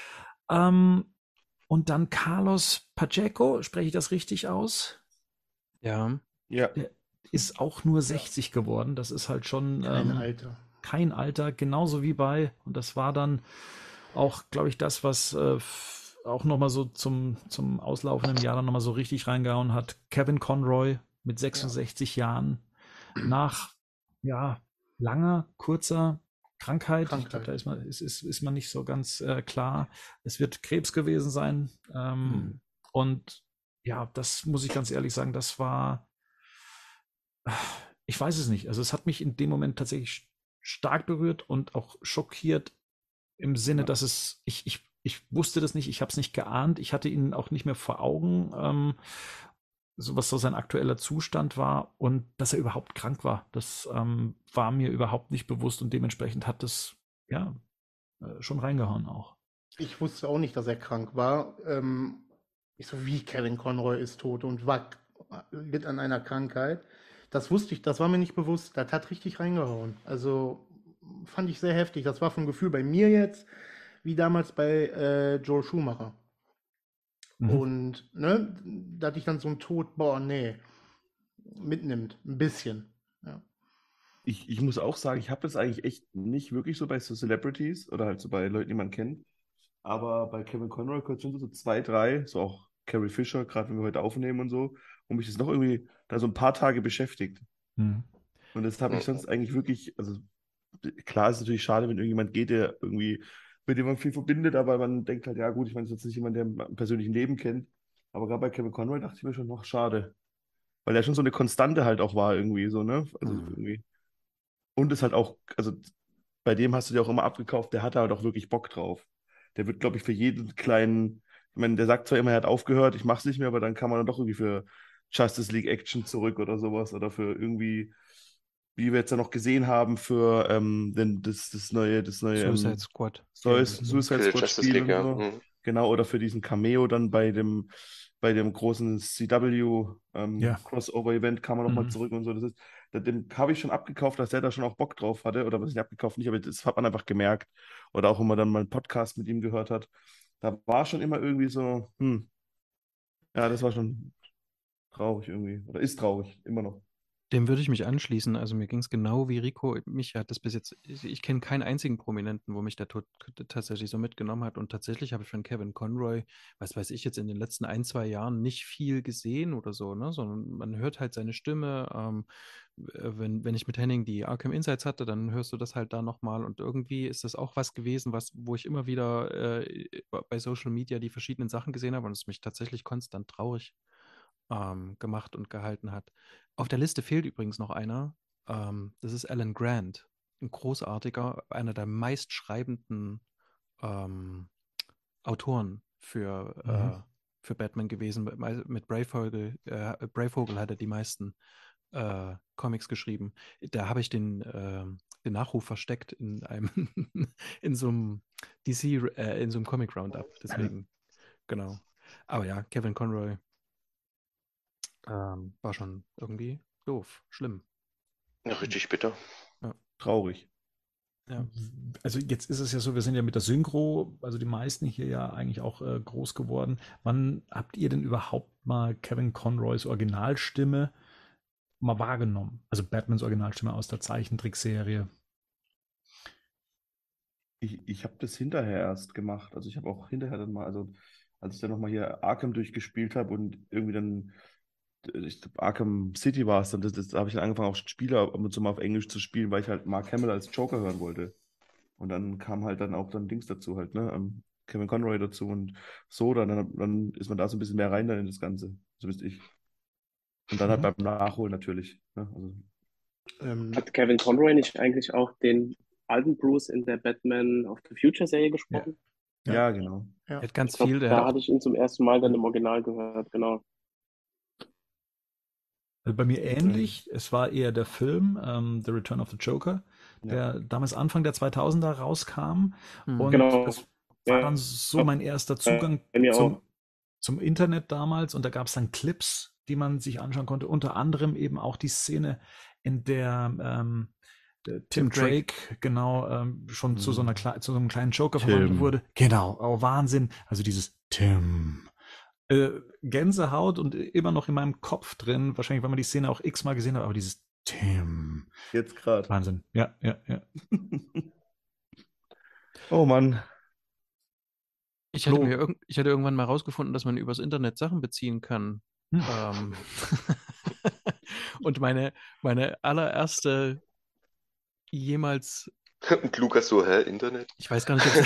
Ähm, und dann Carlos Pacheco, spreche ich das richtig aus? Ja. Ja. Der ist auch nur sechzig geworden. Das ist halt schon Kein ähm, Alter. kein Alter, genauso wie bei, und das war dann auch, glaube ich, das, was äh, f- auch nochmal so zum, zum auslaufenden Jahr dann nochmal so richtig reingehauen hat. Kevin Conroy mit sechsundsechzig Jahren nach, ja, langer, kurzer Krankheit. Ich glaube, Krankheit. da ist man, ist, ist, ist man nicht so ganz äh, klar. Es wird Krebs gewesen sein. Ähm, Hm. Und ja, das muss ich ganz ehrlich sagen, das war, ich weiß es nicht. Also es hat mich in dem Moment tatsächlich stark berührt und auch schockiert im Sinne, dass es, ich, ich, ich wusste das nicht, ich habe es nicht geahnt, ich hatte ihn auch nicht mehr vor Augen, ähm, so was so sein aktueller Zustand war und dass er überhaupt krank war. Das ähm, war mir überhaupt nicht bewusst und dementsprechend hat es ja äh, schon reingehauen auch. Ich wusste auch nicht, dass er krank war. Ähm, ich so, wie Kevin Conroy ist tot und war, litt an einer Krankheit. Das wusste ich, das war mir nicht bewusst. Das hat richtig reingehauen. Also fand ich sehr heftig. Das war vom Gefühl bei mir jetzt, wie damals bei äh, Joel Schumacher. Mhm. Und ne, da hatte ich dann so einen Tod, boah, nee, mitnimmt, ein bisschen. Ja. Ich, ich muss auch sagen, ich habe das eigentlich echt nicht wirklich so bei so Celebrities oder halt so bei Leuten, die man kennt. Aber bei Kevin Conroy kurz schon so zwei, drei, so auch Carrie Fisher, gerade wenn wir heute aufnehmen und so, und mich das noch irgendwie da so ein paar Tage beschäftigt. Mhm. Und das habe ich sonst eigentlich wirklich, also klar ist es natürlich schade, wenn irgendjemand geht, der irgendwie mit dem man viel verbindet, aber man denkt halt, ja gut, ich meine, das ist jetzt nicht jemand, der im persönlichen Leben kennt. Aber gerade bei Kevin Conroy dachte ich mir schon noch, schade. Weil er schon so eine Konstante halt auch war irgendwie so, ne? Also Mhm. irgendwie. Und es halt auch, also bei dem hast du dir auch immer abgekauft, der hatte halt auch wirklich Bock drauf. Der wird, glaube ich, für jeden kleinen, ich meine, der sagt zwar immer, er hat aufgehört, ich mach's nicht mehr, aber dann kann man dann doch irgendwie für Justice League Action zurück oder sowas oder für irgendwie, wie wir jetzt ja noch gesehen haben, für ähm, den, das, das neue, das neue Suicide ähm, Squad. Sui- Spiel. Suicide Für die Squad Justice Spiel League, und ja. so. Mhm. Genau, oder für diesen Cameo dann bei dem, bei dem großen C W ähm, Ja. Crossover-Event kam er nochmal Mhm. zurück und so. Das ist, da- dem habe ich schon abgekauft, dass der da schon auch Bock drauf hatte. Oder was ich abgekauft nicht, aber das hat man einfach gemerkt. Oder auch, wenn man dann mal einen Podcast mit ihm gehört hat. Da war schon immer irgendwie so, hm, ja, das war schon traurig irgendwie. Oder ist traurig, immer noch. Dem würde ich mich anschließen. Also mir ging es genau wie Rico. Mich hat das bis jetzt, ich, ich kenne keinen einzigen Prominenten, wo mich der Tod k- tatsächlich so mitgenommen hat. Und tatsächlich habe ich von Kevin Conroy, was weiß ich jetzt, in den letzten ein, zwei Jahren nicht viel gesehen oder so, ne? Sondern man hört halt seine Stimme. Ähm, äh, wenn, wenn ich mit Henning die Arkham Insights hatte, dann hörst du das halt da nochmal. Und irgendwie ist das auch was gewesen, was, wo ich immer wieder äh, bei Social Media die verschiedenen Sachen gesehen habe und es mich tatsächlich konstant traurig ähm, gemacht und gehalten hat. Auf der Liste fehlt übrigens noch einer. Ähm, das ist Alan Grant, ein großartiger, einer der meistschreibenden ähm, Autoren für, Mhm. äh, für Batman gewesen. Mit, mit Brayvogel, äh, Brayvogel hat er die meisten äh, Comics geschrieben. Da habe ich den, äh, den Nachruf versteckt in einem in so einem D C, äh, in so einem Comic Roundup. Deswegen, genau. Aber ja, Kevin Conroy ähm, war schon irgendwie doof, schlimm. Ja, richtig bitter. Traurig. Ja. Also jetzt ist es ja so, wir sind ja mit der Synchro, also die meisten hier ja eigentlich auch äh, groß geworden. Wann habt ihr denn überhaupt mal Kevin Conroys Originalstimme mal wahrgenommen? Also Batmans Originalstimme aus der Zeichentrickserie. Ich, ich habe das hinterher erst gemacht. Also ich habe auch hinterher dann mal, also als ich dann nochmal hier Arkham durchgespielt habe und irgendwie dann, ich glaub, Arkham City war es dann, das, das da habe ich dann angefangen, auch Spieler ab und zu mal auf Englisch zu spielen, weil ich halt Mark Hamill als Joker hören wollte. Und dann kam halt dann auch dann Dings dazu halt, ne? ähm, Kevin Conroy dazu und so, dann, dann, dann ist man da so ein bisschen mehr rein dann in das Ganze. So bist ich. Und dann halt Mhm. beim Nachholen natürlich. Ne? Also, Ähm, Hat Kevin Conroy nicht eigentlich auch den alten Bruce in der Batman of the Future Serie gesprochen? Ja. ja, genau. Er ja. hat ganz Ich glaube, viel, der hat da auch hatte ich ihn zum ersten Mal dann im Original gehört, genau. Also bei mir ähnlich. Es war eher der Film ähm, The Return of the Joker, Ja. der damals Anfang der zweitausender rauskam. Hm. Und Genau. das war dann Ja, so mein erster Zugang bei mir zum, auch. zum Internet damals. Und da gab es dann Clips, die man sich anschauen konnte. Unter anderem eben auch die Szene, in der ähm, der Tim, Tim Drake. Drake, genau ähm, schon zu so einer Mhm. Kle- zu so einem kleinen Joker Tim. verwandelt wurde. Genau, oh Wahnsinn. Also dieses Tim. Äh, Gänsehaut und immer noch in meinem Kopf drin. Wahrscheinlich, weil man die Szene auch x-mal gesehen hat, aber dieses Tim. Jetzt gerade. Wahnsinn. Ja, ja, ja. Oh Mann. Ich hatte, Flo. mir irg ich hatte irgendwann mal rausgefunden, dass man übers Internet Sachen beziehen kann. Hm. Ähm und meine, meine allererste jemals, Und Lukas so, hä, Internet? ich weiß gar nicht, ob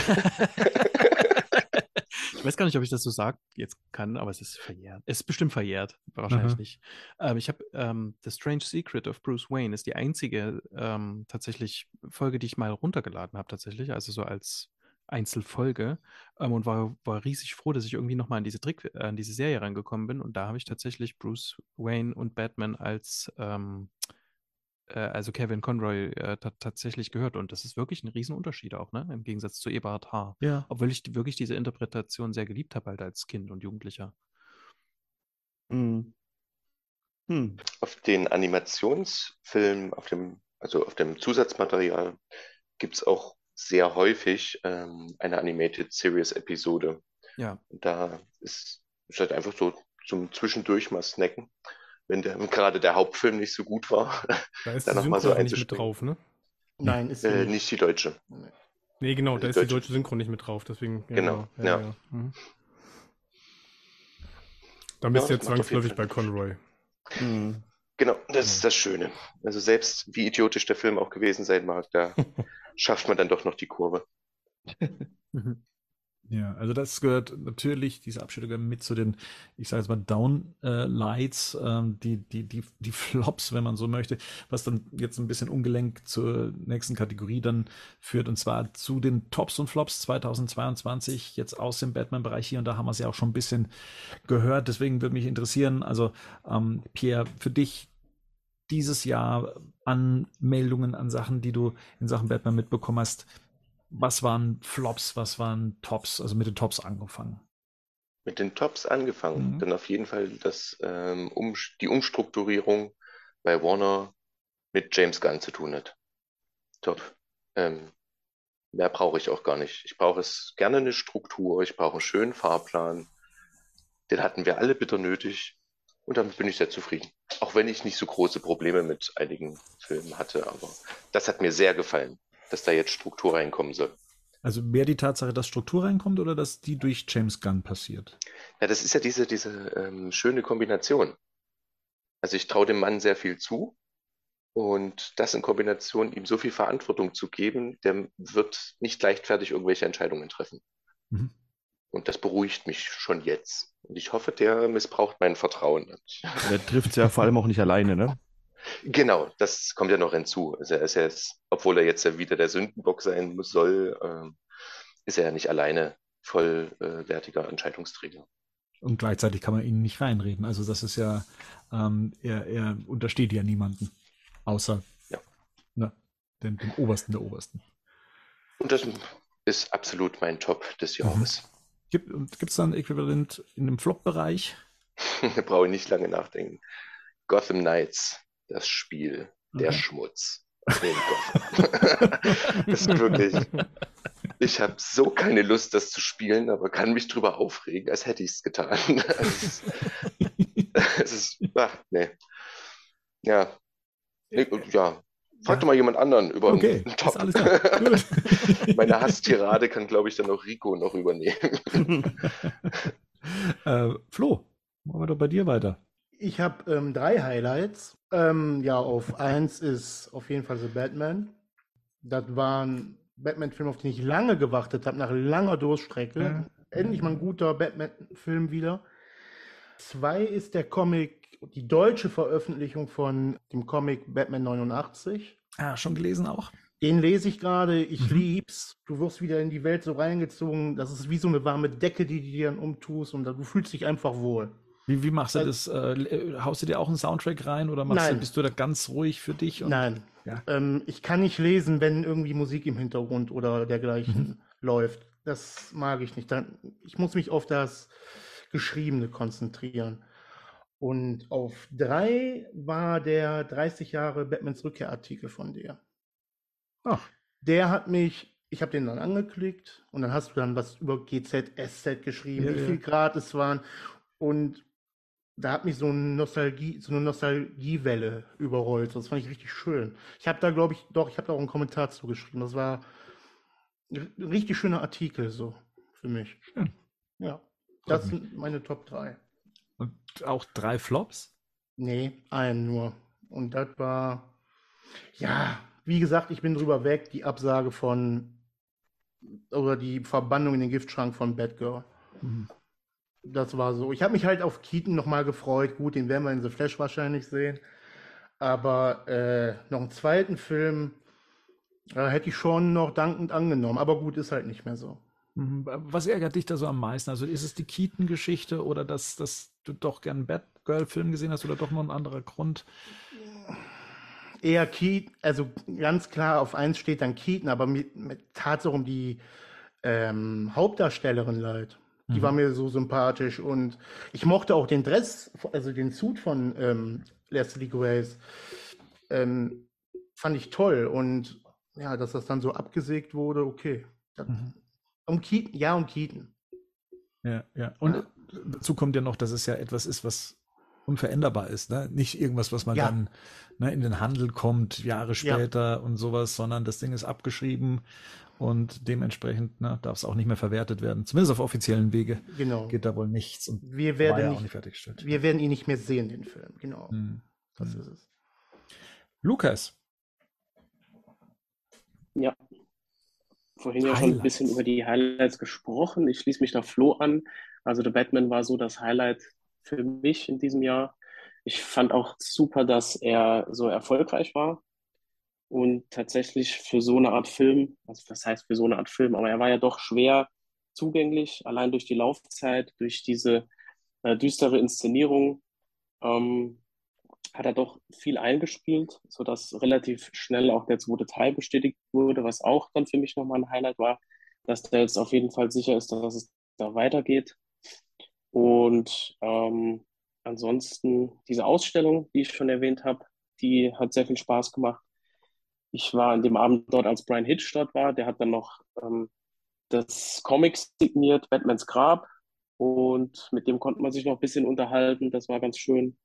ich weiß gar nicht, ob ich das so sagen jetzt kann, aber es ist verjährt. Es ist bestimmt verjährt, wahrscheinlich Aha. nicht. Ähm, ich habe ähm, The Strange Secret of Bruce Wayne ist die einzige ähm, tatsächlich Folge, die ich mal runtergeladen habe, tatsächlich, also so als Einzelfolge ähm, und war, war riesig froh, dass ich irgendwie nochmal an diese Trick, äh, an diese Serie rangekommen bin und da habe ich tatsächlich Bruce Wayne und Batman als ähm, äh, also Kevin Conroy äh, ta- tatsächlich gehört und das ist wirklich ein Riesenunterschied auch, ne? Im Gegensatz zu Eberhard Haar. Ja. Obwohl ich die- wirklich diese Interpretation sehr geliebt habe, halt als Kind und Jugendlicher. Hm. Hm. Auf den Animationsfilm, auf dem, also auf dem Zusatzmaterial, gibt es auch sehr häufig ähm, eine Animated Series Episode. Ja, Und da ist es halt einfach so zum Zwischendurch mal snacken, wenn der, gerade der Hauptfilm nicht so gut war, Da ist da die nochmal Synchro so auch nicht mit einzuspringen. drauf, ne? Nein, ist sie Äh, nicht. nicht die deutsche. Nee, genau, Also da die ist die deutsche. deutsche Synchro nicht mit drauf, deswegen. Ja, Genau, Ja, ja. ja. Mhm. Dann bist Ja, du das ja macht auf jeden zwangsläufig bei Fall Conroy. Hm. Genau, das Genau. ist das Schöne. Also selbst wie idiotisch der Film auch gewesen sein mag, da schafft man dann doch noch die Kurve. Mhm. Ja, also das gehört natürlich, diese Abschnitte gehören mit zu den, ich sage jetzt mal, Downlights, ähm, die, die, die, die Flops, wenn man so möchte, was dann jetzt ein bisschen ungelenk zur nächsten Kategorie dann führt, und zwar zu den Tops und Flops zweitausendzweiundzwanzig, jetzt aus dem Batman-Bereich hier, und da haben wir es ja auch schon ein bisschen gehört, deswegen würde mich interessieren, also ähm, Pierre, für dich dieses Jahr an Meldungen, an Sachen, die du in Sachen Batman mitbekommen hast, was waren Flops, was waren Tops, also mit den Tops angefangen? Mit den Tops angefangen. Mhm. Dann auf jeden Fall das, ähm, um, die Umstrukturierung bei Warner mit James Gunn zu tun hat. Top. Ähm, mehr brauche ich auch gar nicht. Ich brauche es gerne eine Struktur, ich brauche einen schönen Fahrplan. Den hatten wir alle bitter nötig und damit bin ich sehr zufrieden. Auch wenn ich nicht so große Probleme mit einigen Filmen hatte, aber das hat mir sehr gefallen, dass da jetzt Struktur reinkommen soll. Also mehr die Tatsache, dass Struktur reinkommt oder dass die durch James Gunn passiert? Ja, das ist ja diese, diese ähm, schöne Kombination. Also ich traue dem Mann sehr viel zu und das in Kombination, ihm so viel Verantwortung zu geben, der wird nicht leichtfertig irgendwelche Entscheidungen treffen. Mhm. Und das beruhigt mich schon jetzt. Und ich hoffe, der missbraucht mein Vertrauen nicht. Der trifft es ja vor allem auch nicht alleine, ne? Genau, das kommt ja noch hinzu. Also er ist jetzt, obwohl er jetzt ja wieder der Sündenbock sein muss, soll, ähm, ist er ja nicht alleine vollwertiger Entscheidungsträger. Und gleichzeitig kann man ihnen nicht reinreden. Also das ist ja, ähm, er, er untersteht ja niemanden, außer Ja. ne, dem, dem Obersten der Obersten. Und das ist absolut mein Top des Jahres. Gibt es da ein Äquivalent in dem Flop-Bereich? Da brauche ich nicht lange nachdenken. Gotham Knights, das Spiel, der Okay. Schmutz. In Gotham. Das ist wirklich. Ich habe so keine Lust, das zu spielen, aber kann mich drüber aufregen, als hätte ich es getan. Es ist, es ist ach, nee. Ja. Nee, ja. Frag Ja. doch mal jemand anderen über Okay, einen ist Top. alles klar. Gut. Meine Hasstirade kann, glaube ich, dann auch Rico noch übernehmen. äh, Flo, machen wir doch bei dir weiter. Ich habe ähm, drei Highlights. Ähm, ja, auf eins ist auf jeden Fall The Batman. Das war ein Batman-Film, auf den ich lange gewartet habe, nach langer Durststrecke. Ja. Endlich mal ein guter Batman-Film wieder. Zwei ist der Comic, die deutsche Veröffentlichung von dem Comic Batman neunundachtzig. Ah, schon gelesen auch? Den lese ich gerade, ich Mhm. lieb's. Du wirst wieder in die Welt so reingezogen. Das ist wie so eine warme Decke, die du dir dann umtust und du fühlst dich einfach wohl. Wie, wie machst du Also- das? Äh, haust du dir auch einen Soundtrack rein oder machst Nein. Du, bist du da ganz ruhig für dich? Und, Nein, Ja. ähm, ich kann nicht lesen, wenn irgendwie Musik im Hintergrund oder dergleichen läuft. Das mag ich nicht. Dann, ich muss mich auf das Geschriebene konzentrieren. Und auf drei war der dreißig Jahre Batmans Rückkehr-Artikel von dir. Ach, Der hat mich, ich habe den dann angeklickt und dann hast du dann was über G Z, S Z geschrieben, Ja, wie ja. viel Grad es waren. Und da hat mich so eine Nostalgie, so eine Nostalgiewelle überrollt. Das fand ich richtig schön. Ich habe da, glaube ich, doch, ich habe da auch einen Kommentar zu geschrieben. Das war ein richtig schöner Artikel so für mich. Schön. Ja, Freut das mich. sind meine Top drei. und auch drei Flops? Nee, einen nur. Und das war, ja, wie gesagt, ich bin drüber weg, die Absage von, oder die Verbannung in den Giftschrank von Batgirl. Mhm. Das war so. Ich habe mich halt auf Keaton nochmal gefreut. Gut, den werden wir in The Flash wahrscheinlich sehen. Aber äh, noch einen zweiten Film äh, hätte ich schon noch dankend angenommen. Aber gut, ist halt nicht mehr so. Mhm. Was ärgert dich da so am meisten? Also ist es die Keaton-Geschichte oder dass, dass du doch gern einen Batgirl-Film gesehen hast oder doch noch ein anderer Grund? Eher Keaton, also ganz klar auf eins steht dann Keaton, aber mir, mir tat es auch um die ähm, Hauptdarstellerin leid. Die Mhm. war mir so sympathisch und ich mochte auch den Dress, also den Suit von ähm, Leslie Grace, ähm, fand ich toll und ja, dass das dann so abgesägt wurde, okay. Das, Mhm. um Keaton, ja, um Keaton. Ja, ja. Und Ja. dazu kommt ja noch, dass es ja etwas ist, was unveränderbar ist. Ne? Nicht irgendwas, was mal Ja. dann ne, in den Handel kommt, Jahre Ja. später und sowas, sondern das Ding ist abgeschrieben und dementsprechend ne, darf es auch nicht mehr verwertet werden. Zumindest auf offiziellen Wege Genau. geht da wohl nichts. Und Wir war werden ja auch nicht, nicht fertiggestellt. wir werden ihn nicht mehr sehen, den Film. Genau. Hm. Das Hm. ist es. Lukas, Ja, vorhin ja schon ein bisschen über die Highlights gesprochen. Ich schließe mich da Flo an. Also The Batman war so das Highlight für mich in diesem Jahr. Ich fand auch super, dass er so erfolgreich war und tatsächlich für so eine Art Film, also was heißt für so eine Art Film, aber er war ja doch schwer zugänglich, allein durch die Laufzeit, durch diese äh, düstere Inszenierung. Ähm, hat er doch viel eingespielt, sodass relativ schnell auch der zweite Teil bestätigt wurde, was auch dann für mich nochmal ein Highlight war, dass der jetzt auf jeden Fall sicher ist, dass es da weitergeht. Und ähm, ansonsten diese Ausstellung, die ich schon erwähnt habe, die hat sehr viel Spaß gemacht. Ich war an dem Abend dort, als Brian Hitch dort war. Der hat dann noch ähm, das Comic signiert, Batmans Grab. Und mit dem konnte man sich noch ein bisschen unterhalten. Das war ganz schön.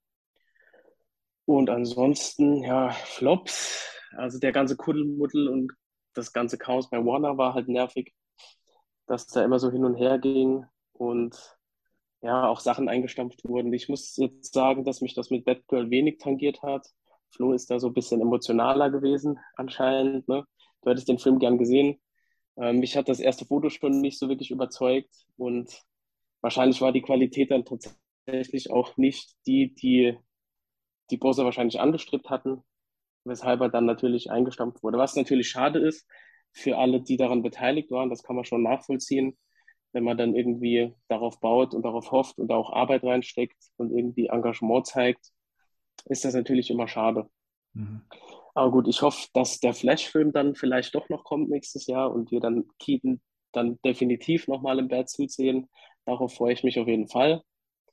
Und ansonsten, ja, Flops. Also der ganze Kuddelmuddel und das ganze Chaos bei Warner war halt nervig, dass da immer so hin und her ging und ja, auch Sachen eingestampft wurden. Ich muss jetzt sagen, dass mich das mit Batgirl wenig tangiert hat. Flo ist da so ein bisschen emotionaler gewesen, anscheinend. Ne? Du hättest den Film gern gesehen. Ähm, mich hat das erste Foto schon nicht so wirklich überzeugt und wahrscheinlich war die Qualität dann tatsächlich auch nicht die, die die Bosse wahrscheinlich angestrebt hatten, weshalb er dann natürlich eingestampft wurde. Was natürlich schade ist für alle, die daran beteiligt waren, das kann man schon nachvollziehen, wenn man dann irgendwie darauf baut und darauf hofft und da auch Arbeit reinsteckt und irgendwie Engagement zeigt, ist das natürlich immer schade. Mhm. Aber gut, ich hoffe, dass der Flash-Film dann vielleicht doch noch kommt nächstes Jahr und wir dann Keaton dann definitiv nochmal im Batsuit sehen. Darauf freue ich mich auf jeden Fall.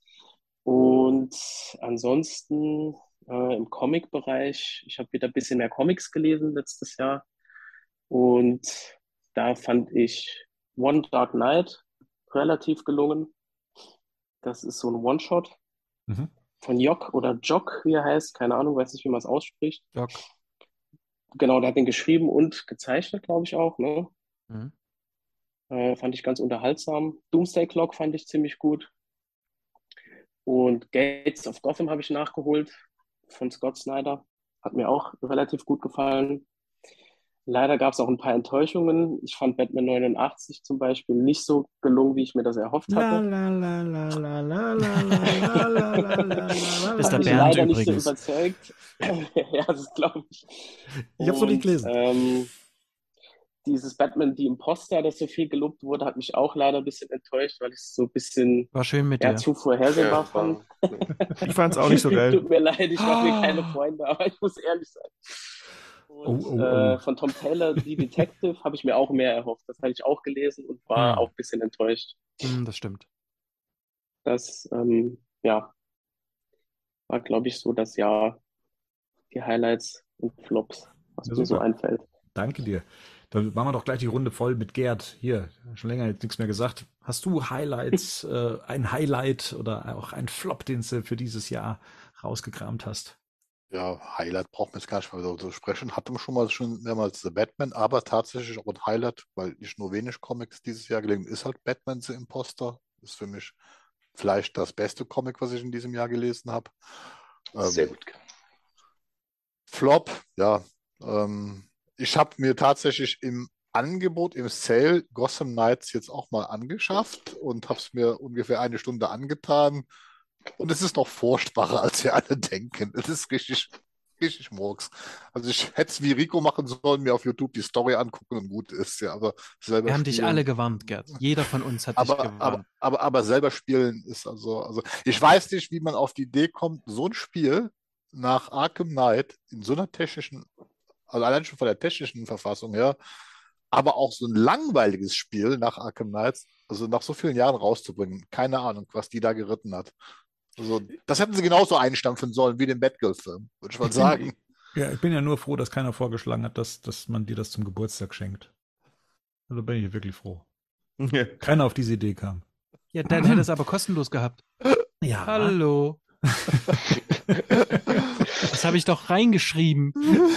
Und ansonsten äh, im Comic-Bereich, ich habe wieder ein bisschen mehr Comics gelesen letztes Jahr. Und da fand ich One Dark Knight relativ gelungen. Das ist so ein One-Shot mhm. von Jock oder Jock, wie er heißt. Keine Ahnung, weiß nicht, wie man es ausspricht. Jock. Genau, der hat den geschrieben und gezeichnet, glaube ich auch. Ne? Mhm. Äh, fand ich ganz unterhaltsam. Doomsday Clock fand ich ziemlich gut. Und Gates of Gotham habe ich nachgeholt von Scott Snyder. Hat mir auch relativ gut gefallen. Leider gab es auch ein paar Enttäuschungen. Ich fand Batman neunundachtzig zum Beispiel nicht so gelungen, wie ich mir das erhofft hatte. La, la, la, la, la, la, la, la, la, la, das ist der Bernd leider übrigens. Nicht so überzeugt. Ja, das glaube ich. Ich habe es noch nicht gelesen. Ähm, dieses Batman, die Imposter, das so viel gelobt wurde, hat mich auch leider ein bisschen enttäuscht, weil ich es so ein bisschen War schön mit ja, dir. zu vorhersehbar ja, fand. Ich fand es auch nicht so geil. Tut mir leid, ich mache mir keine Freunde, aber ich muss ehrlich sein. Und oh, oh, oh. Äh, von Tom Taylor, die Detective, habe ich mir auch mehr erhofft. Das habe ich auch gelesen und war hm. auch ein bisschen enttäuscht. Hm, das stimmt. Das, ähm, ja, war, glaube ich, so das Jahr, die Highlights und Flops, was ja, mir so einfällt. Danke dir. Dann machen wir doch gleich die Runde voll mit Gerd. Hier, schon länger jetzt nichts mehr gesagt. Hast du Highlights, äh, ein Highlight oder auch ein Flop, den du für dieses Jahr rausgekramt hast? Ja, Highlight braucht man jetzt gar nicht mehr so sprechen. Hatten wir schon mal schon mehrmals The Batman, aber tatsächlich auch ein Highlight, weil ich nur wenig Comics dieses Jahr gelesen habe, ist halt Batman The Imposter. Ist für mich vielleicht das beste Comic, was ich in diesem Jahr gelesen habe. Sehr ähm, gut. Flop, ja. Ähm, ich habe mir tatsächlich im Angebot, im Sale, Gotham Knights jetzt auch mal angeschafft und habe es mir ungefähr eine Stunde angetan. Und es ist noch furchtbarer, als wir alle denken. Es ist richtig, richtig Murks. Also ich hätte es wie Rico machen sollen, mir auf YouTube die Story angucken und gut ist. Ja, aber selber wir haben spielen, dich alle gewarnt, Gerd. Jeder von uns hat aber, dich gewarnt. Aber, aber, aber selber spielen ist also, also... Ich weiß nicht, wie man auf die Idee kommt, so ein Spiel nach Arkham Knight in so einer technischen, also allein schon von der technischen Verfassung her, aber auch so ein langweiliges Spiel nach Arkham Knights, also nach so vielen Jahren rauszubringen. Keine Ahnung, was die da geritten hat. Also, das hätten sie genauso einstampfen sollen wie den Batgirl-Film, würde ich mal sagen. Ja, ich bin ja nur froh, dass keiner vorgeschlagen hat, dass, dass man dir das zum Geburtstag schenkt. Also bin ich wirklich froh. Ja. Keiner auf diese Idee kam. Ja, dann hätte es aber kostenlos gehabt. Ja. Hallo. Das habe ich doch reingeschrieben.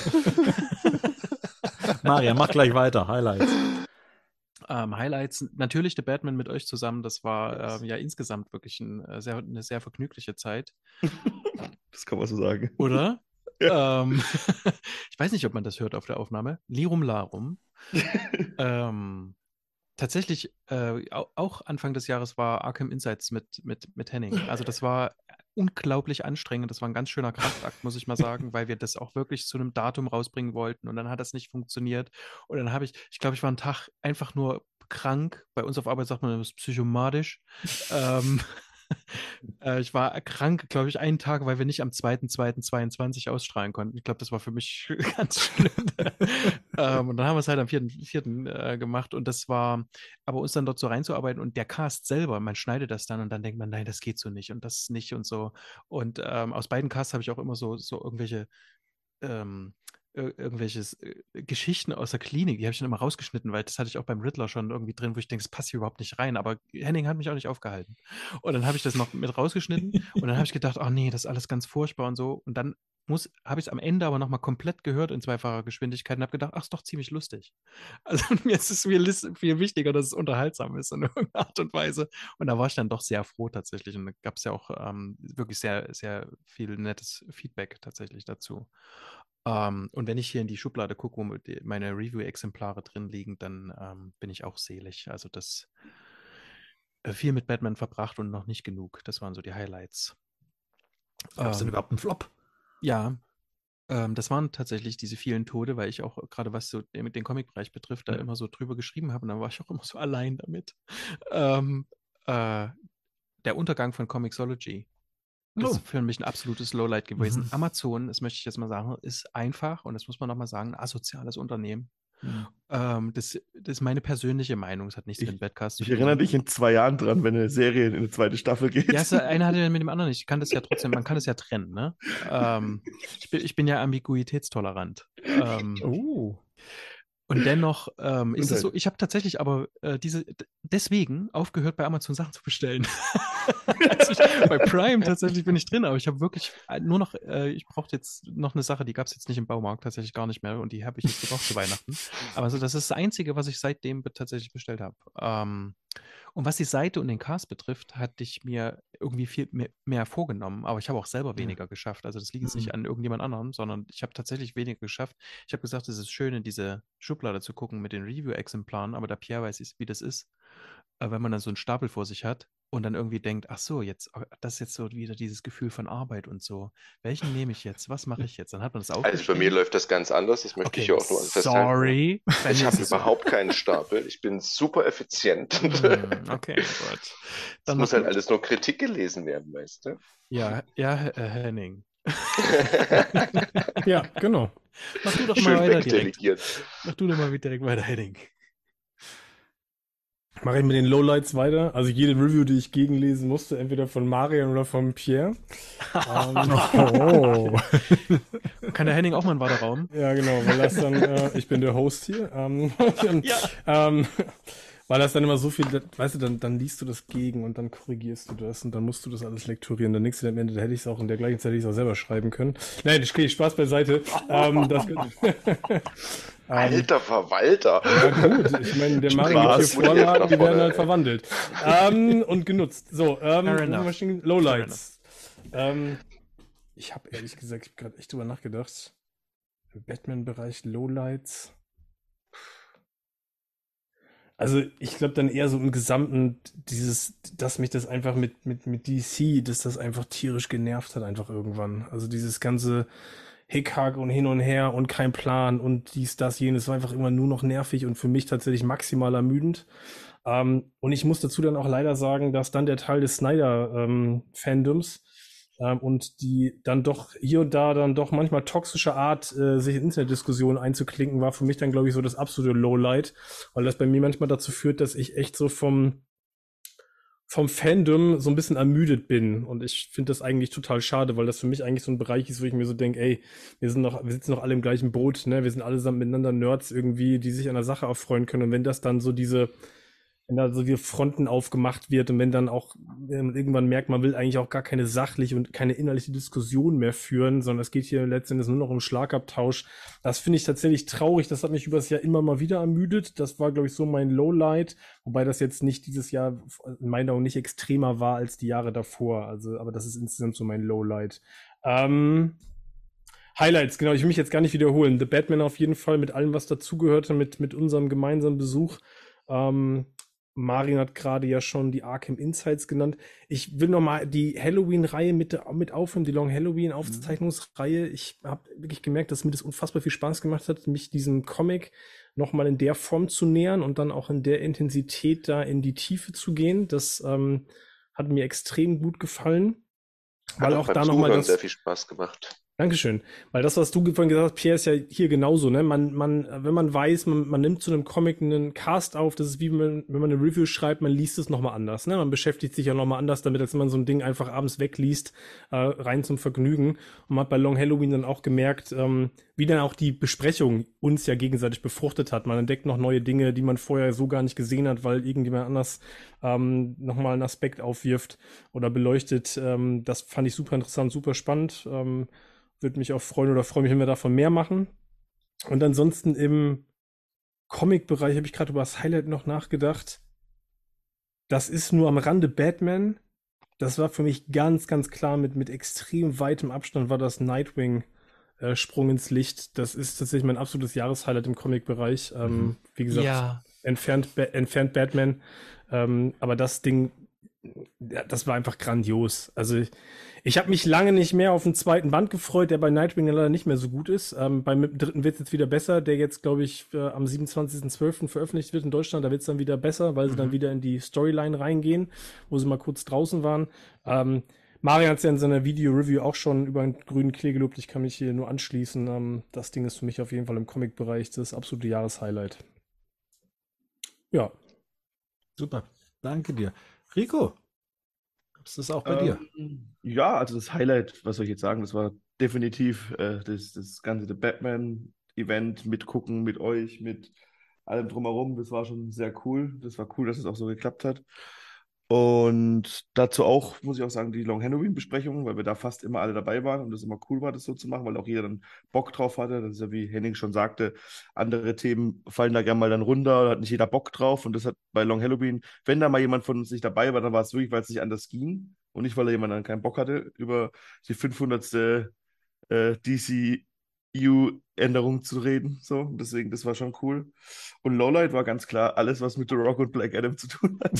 Maria, mach gleich weiter. Highlights. Ähm, Highlights, natürlich der Batman mit euch zusammen, das war ähm, ja insgesamt wirklich ein, äh, sehr, eine sehr vergnügliche Zeit. Das kann man so sagen. Oder? Ja. Ähm, ich weiß nicht, ob man das hört auf der Aufnahme. Lirum Larum. ähm, tatsächlich, äh, auch Anfang des Jahres war Arkham Insights mit, mit, mit Henning. Also das war unglaublich anstrengend. Das war ein ganz schöner Kraftakt, muss ich mal sagen, weil wir das auch wirklich zu einem Datum rausbringen wollten und dann hat das nicht funktioniert. Und dann habe ich, ich glaube, ich war einen Tag einfach nur krank. Bei uns auf Arbeit sagt man, das ist psychomatisch. ähm, äh, ich war krank, glaube ich, einen Tag, weil wir nicht am zweiten zweiten zweiundzwanzig ausstrahlen konnten. Ich glaube, das war für mich ganz schlimm. ähm, und dann haben wir es halt am vierten vierten Äh, gemacht und das war, aber uns dann dort so reinzuarbeiten und der Cast selber, man schneidet das dann und dann denkt man, nein, das geht so nicht und das nicht und so. Und ähm, aus beiden Casts habe ich auch immer so, so irgendwelche ähm, ir- irgendwelches äh, Geschichten aus der Klinik, die habe ich dann immer rausgeschnitten, weil das hatte ich auch beim Riddler schon irgendwie drin, wo ich denke, das passt hier überhaupt nicht rein, aber Henning hat mich auch nicht aufgehalten. Und dann habe ich das noch mit rausgeschnitten und dann habe ich gedacht, oh nee, das ist alles ganz furchtbar und so. Und dann muss, habe ich es am Ende aber nochmal komplett gehört in zweifacher Geschwindigkeit und habe gedacht, ach, ist doch ziemlich lustig. Also mir ist es viel, lis- viel wichtiger, dass es unterhaltsam ist in irgendeiner Art und Weise. Und da war ich dann doch sehr froh tatsächlich. Und da gab es ja auch ähm, wirklich sehr, sehr viel nettes Feedback tatsächlich dazu. Ähm, und wenn ich hier in die Schublade gucke, wo die- meine Review-Exemplare drin liegen, dann ähm, bin ich auch selig. Also das äh, viel mit Batman verbracht und noch nicht genug. Das waren so die Highlights. Gab es denn Ähm, überhaupt einen Flop? ja, ähm, das waren tatsächlich diese vielen Tode, weil ich auch gerade was so den, den Comic-Bereich betrifft, da Ja. immer so drüber geschrieben habe und dann war ich auch immer so allein damit. Ähm, äh, der Untergang von Comixology Oh. ist für mich ein absolutes Lowlight gewesen. Mhm. Amazon, das möchte ich jetzt mal sagen, ist einfach, und das muss man nochmal sagen, ein asoziales Unternehmen. Mhm. Ähm, das, das ist meine persönliche Meinung, es hat nichts Ich- mit Badcast zu Ich tun. erinnere dich in zwei Jahren dran, wenn eine Serie in eine zweite Staffel geht. Ja, es, eine hatte ja mit dem anderen nicht. Ich kann das ja trotzdem, man kann es ja trennen, ne? Ähm, ich, bin, ich bin ja ambiguitätstolerant. Ähm, Oh. Und dennoch ähm, ist es so, Gesundheit. ich habe tatsächlich aber äh, diese d- deswegen aufgehört, bei Amazon Sachen zu bestellen. Also ich, bei Prime tatsächlich bin ich drin, aber ich habe wirklich äh, nur noch, äh, ich brauchte jetzt noch eine Sache, die gab es jetzt nicht im Baumarkt, tatsächlich gar nicht mehr und die habe ich jetzt gebraucht zu Weihnachten. Aber so, das ist das Einzige, was ich seitdem be- tatsächlich bestellt habe. Ähm, und was die Seite und den Cast betrifft, hatte ich mir irgendwie viel mehr, mehr vorgenommen, aber ich habe auch selber weniger geschafft. Also das liegt jetzt Mhm. nicht an irgendjemand anderem, sondern ich habe tatsächlich weniger geschafft. Ich habe gesagt, es ist schön, in diese Schublade zu gucken mit den Review-Exemplaren, aber der Pierre weiß, wie das ist, äh, wenn man dann so einen Stapel vor sich hat und dann irgendwie denkt, ach so, jetzt, äh, das ist jetzt so wieder dieses Gefühl von Arbeit und so. Welchen nehme ich jetzt? Was mache ich jetzt? Dann hat man das Also bei mir aufgeschrieben. läuft das ganz anders, das möchte Okay, ich hier auch nur festhalten. sorry. Bei Ich mir habe ist es so. überhaupt keinen Stapel, ich bin super effizient. Hm, okay, gut. Es Dann muss mach halt du. alles nur Kritik gelesen werden, weißt du? Ja, ja, Herr äh, Henning. Ja, genau. Mach du doch Schön mal weiter direkt. wegdelegiert. Mach du doch mal direkt weiter, Henning. Mache ich mit den Lowlights weiter. Also jede Review, die ich gegenlesen musste, entweder von Marian oder von Pierre. ähm, oh. Kann der Henning auch mal einen Warteraum? Ja, genau, weil das dann, äh, ich bin der Host hier. Ähm, Ja. ähm, weil das dann immer so viel, weißt du, dann, dann liest du das gegen und dann korrigierst du das und dann musst du das alles lektorieren. Dann denkst du am Ende, da hätte ich es auch in der gleichen Zeit hätte ich es auch selber schreiben können. Nein, ich kriege Spaß beiseite. ähm, das, Alter Verwalter. Ja gut, ich meine, der Mario Spaß, gibt hier muss ich jetzt Vorlagen, nach die werden vorne, halt ey. verwandelt. ähm, und genutzt. So, ähm, Fair wo enough. wir stehen? Lowlights. Ähm, ich habe ehrlich gesagt, ich habe gerade echt drüber nachgedacht. Im Batman-Bereich Lowlights. Also ich glaube dann eher so im Gesamten dieses, dass mich das einfach mit, mit, mit D C, dass das einfach tierisch genervt hat einfach irgendwann. Also dieses ganze Hickhack und hin und her und kein Plan und dies, das, jenes war einfach immer nur noch nervig und für mich tatsächlich maximal ermüdend. Ähm, und ich muss dazu dann auch leider sagen, dass dann der Teil des Snyder-Fandoms ähm, und die dann doch hier und da dann doch manchmal toxische Art, äh, sich in Internetdiskussionen einzuklinken, war für mich dann, glaube ich, so das absolute Lowlight, weil das bei mir manchmal dazu führt, dass ich echt so vom vom Fandom so ein bisschen ermüdet bin. Und ich finde das eigentlich total schade, weil das für mich eigentlich so ein Bereich ist, wo ich mir so denke, ey, wir sind noch, wir sitzen noch alle im gleichen Boot, ne? Wir sind allesamt miteinander Nerds irgendwie, die sich an der Sache erfreuen können. Und wenn das dann so diese, wenn da so die Fronten aufgemacht wird und wenn dann auch wenn man irgendwann merkt, man will eigentlich auch gar keine sachliche und keine inhaltliche Diskussion mehr führen, sondern es geht hier letztendlich nur noch um Schlagabtausch. Das finde ich tatsächlich traurig. Das hat mich übers Jahr immer mal wieder ermüdet. Das war, glaube ich, so mein Lowlight, wobei das jetzt nicht dieses Jahr in meiner Meinung nicht extremer war als die Jahre davor. Also, aber das ist insgesamt so mein Lowlight. Ähm, Highlights, genau, ich will mich jetzt gar nicht wiederholen. The Batman auf jeden Fall mit allem, was dazugehörte, mit, mit unserem gemeinsamen Besuch. Ähm, Marin hat gerade ja schon die Arkham Insights genannt. Ich will nochmal die Halloween-Reihe mit, mit aufnehmen, die Long Halloween-Aufzeichnungsreihe. Ich habe wirklich gemerkt, dass mir das unfassbar viel Spaß gemacht hat, mich diesem Comic nochmal in der Form zu nähern und dann auch in der Intensität da in die Tiefe zu gehen. Das ähm, hat mir extrem gut gefallen. Weil Hat auch beim da nochmal Zuhören das. sehr viel Spaß gemacht. Dankeschön. Weil das, was du vorhin gesagt hast, Pierre, ist ja hier genauso, ne? Man, man, wenn man weiß, man, man nimmt zu einem Comic einen Cast auf, das ist wie wenn, wenn man eine Review schreibt, man liest es nochmal anders, ne? Man beschäftigt sich ja nochmal anders damit, als wenn man so ein Ding einfach abends wegliest, äh, rein zum Vergnügen. Und man hat bei Long Halloween dann auch gemerkt, ähm, wie dann auch die Besprechung uns ja gegenseitig befruchtet hat. Man entdeckt noch neue Dinge, die man vorher so gar nicht gesehen hat, weil irgendjemand anders ähm, nochmal einen Aspekt aufwirft oder beleuchtet. Ähm, das fand ich super interessant, super spannend. Ähm, Würde mich auch freuen oder freue mich, wenn wir davon mehr machen. Und ansonsten im Comic-Bereich habe ich gerade über das Highlight noch nachgedacht. Das ist nur am Rande Batman. Das war für mich ganz, ganz klar mit, mit extrem weitem Abstand war das Nightwing äh, Sprung ins Licht. Das ist tatsächlich mein absolutes Jahreshighlight im Comic-Bereich. Ähm, Mhm. wie gesagt, Ja. entfernt, Ba- entfernt Batman. Ähm, aber das Ding, ja, das war einfach grandios. Also ich, ich habe mich lange nicht mehr auf den zweiten Band gefreut, der bei Nightwing leider nicht mehr so gut ist. Ähm, beim dritten wird es jetzt wieder besser, der jetzt, glaube ich, äh, am siebenundzwanzigsten zwölften veröffentlicht wird in Deutschland. Da wird es dann wieder besser, weil sie dann wieder in die Storyline reingehen, wo sie mal kurz draußen waren. Ähm, Marian hat es ja in seiner Video-Review auch schon über einen grünen Klee gelobt. Ich kann mich hier nur anschließen. Ähm, das Ding ist für mich auf jeden Fall im Comic-Bereich das absolute Jahreshighlight. Ja. Super. Danke dir. Rico, ist das auch bei dir? Ähm, ja, also das Highlight, was soll ich jetzt sagen, das war definitiv äh, das, das ganze The Batman-Event mitgucken mit euch, mit allem drumherum. Das war schon sehr cool. Das war cool, dass es auch so geklappt hat. Und dazu auch, muss ich auch sagen, die Long Halloween-Besprechung, weil wir da fast immer alle dabei waren und das immer cool war, das so zu machen, weil auch jeder dann Bock drauf hatte. Das ist ja, wie Henning schon sagte, andere Themen fallen da gerne mal dann runter, da hat nicht jeder Bock drauf. Und das hat bei Long Halloween, wenn da mal jemand von uns nicht dabei war, dann war es wirklich, weil es nicht anders ging und nicht, weil da jemand dann keinen Bock hatte, über die fünfhundertste Äh, D C U-Änderung zu reden. So, deswegen, das war schon cool. Und Lowlight war ganz klar alles, was mit The Rock und Black Adam zu tun hat.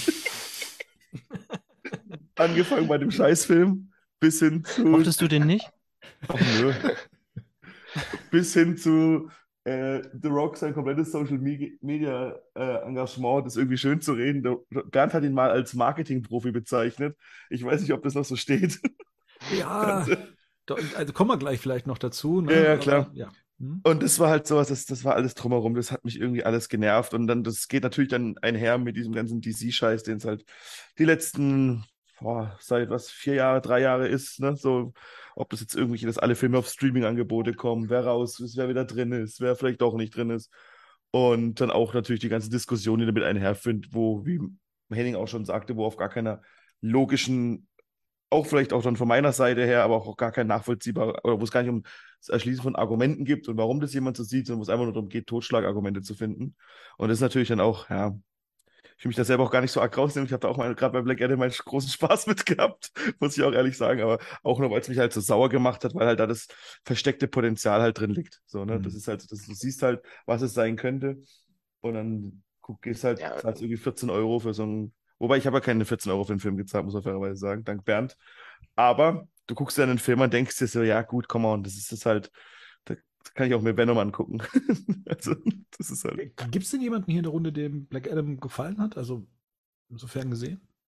Angefangen bei dem Scheißfilm bis hin zu. Mochtest du den nicht? Ach, nö. Bis hin zu äh, The Rock, sein komplettes Social Me- Media äh, Engagement, das irgendwie schön zu reden. Der, Bernd hat ihn mal als Marketing-Profi bezeichnet. Ich weiß nicht, ob das noch so steht. Ja, da- also kommen wir gleich vielleicht noch dazu. Ne? Ja, ja, Aber, klar. ja. Hm? Und das war halt sowas, das, das war alles drumherum, das hat mich irgendwie alles genervt. Und dann, das geht natürlich dann einher mit diesem ganzen D C-Scheiß, den es halt die letzten, boah, seit was, vier Jahre, drei Jahre ist, ne? So, ob das jetzt irgendwelche, dass alle Filme auf Streaming-Angebote kommen, wer raus ist, wer wieder drin ist, wer vielleicht doch nicht drin ist. Und dann auch natürlich die ganze Diskussion, die damit einherfindet, wo, wie Henning auch schon sagte, wo auf gar keiner logischen, auch vielleicht auch dann von meiner Seite her, aber auch gar kein nachvollziehbar, oder wo es gar nicht um das Erschließen von Argumenten gibt und warum das jemand so sieht, sondern wo es einfach nur darum geht, Totschlagargumente zu finden. Und das ist natürlich dann auch, ja, ich will mich da selber auch gar nicht so arg rausnehmen. Ich habe da auch mal gerade bei Black Adam meinen großen Spaß mit gehabt, muss ich auch ehrlich sagen, aber auch nur, weil es mich halt so sauer gemacht hat, weil halt da das versteckte Potenzial halt drin liegt. So, ne? Mhm. Das ist halt, das, du siehst halt, was es sein könnte und dann guck, gehst halt, Ja. zahlst irgendwie vierzehn Euro für so einen, wobei ich habe ja keine vierzehn Euro für den Film gezahlt, muss man fairerweise sagen, dank Bernd. Aber du guckst dir einen Film an, denkst dir so, ja gut, come on, das ist das halt, da kann ich auch mir Venom angucken. Also, das ist halt. Gibt es denn jemanden hier in der Runde, dem Black Adam gefallen hat? Also insofern gesehen?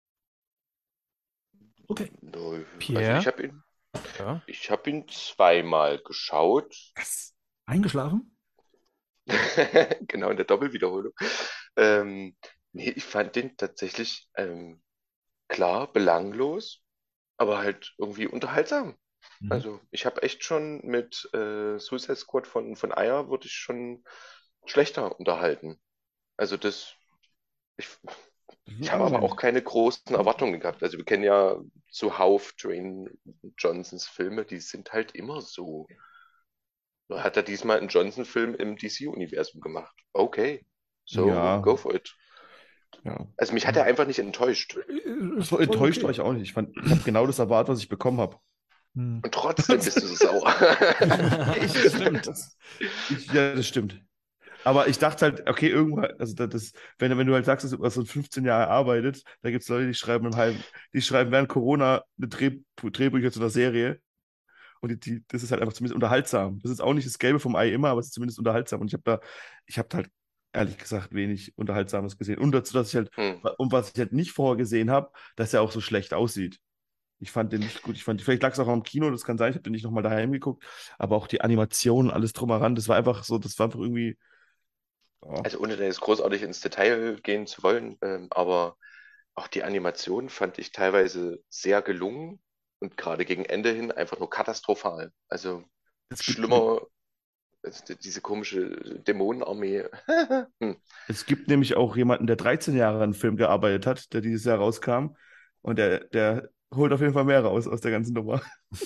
Okay. Nö. Pierre? Also ich habe ihn, Ja. ich hab ihn zweimal geschaut. Was? Eingeschlafen? Genau, in der Doppelwiederholung. Ähm, nee, ich fand den tatsächlich ähm, klar, belanglos, aber halt irgendwie unterhaltsam. Mhm. Also ich habe echt schon mit äh, Suicide Squad von, von Ayer wurde ich schon schlechter unterhalten. Also das, ich, ich habe aber auch keine großen Erwartungen gehabt. Also wir kennen ja zuhauf Dwayne Johnsons Filme, die sind halt immer so. Nur hat er diesmal einen Johnson-Film im D C-Universum gemacht. Okay, so Ja. go for it. Ja. Also mich hat er einfach nicht enttäuscht. Ist So voll enttäuscht okay. war ich auch nicht. Ich fand, ich habe genau das erwartet, was ich bekommen habe. Hm. Und trotzdem bist du so sauer. Ich, das stimmt. Ich, ja, das stimmt. Aber ich dachte halt, okay, irgendwann, also das, das wenn, wenn du halt sagst, dass du was so fünfzehn Jahre arbeitet, da gibt es Leute, die schreiben im halben, die schreiben während Corona eine Dreh, Drehbücher zu einer Serie. Und die, die, das ist halt einfach zumindest unterhaltsam. Das ist auch nicht das Gelbe vom Ei immer, aber es ist zumindest unterhaltsam. Und ich habe da, ich habe halt ehrlich gesagt wenig Unterhaltsames gesehen. Und dazu, dass ich halt, Hm. und was ich halt nicht vorher gesehen habe, dass er auch so schlecht aussieht. Ich fand den nicht gut. Ich fand, vielleicht lag es auch am Kino, das kann sein, ich habe den nicht nochmal daheim geguckt, aber auch die Animation, alles drum heran, das war einfach so, das war einfach irgendwie. Oh. Also ohne da jetzt großartig ins Detail gehen zu wollen, ähm, aber auch die Animation fand ich teilweise sehr gelungen und gerade gegen Ende hin einfach nur katastrophal. Also Es gibt, schlimmer als die- diese komische Dämonenarmee. Hm. es gibt nämlich auch jemanden, der dreizehn Jahre an einem Film gearbeitet hat, der dieses Jahr rauskam. Und der, der holt auf jeden Fall mehr raus aus der ganzen Nummer.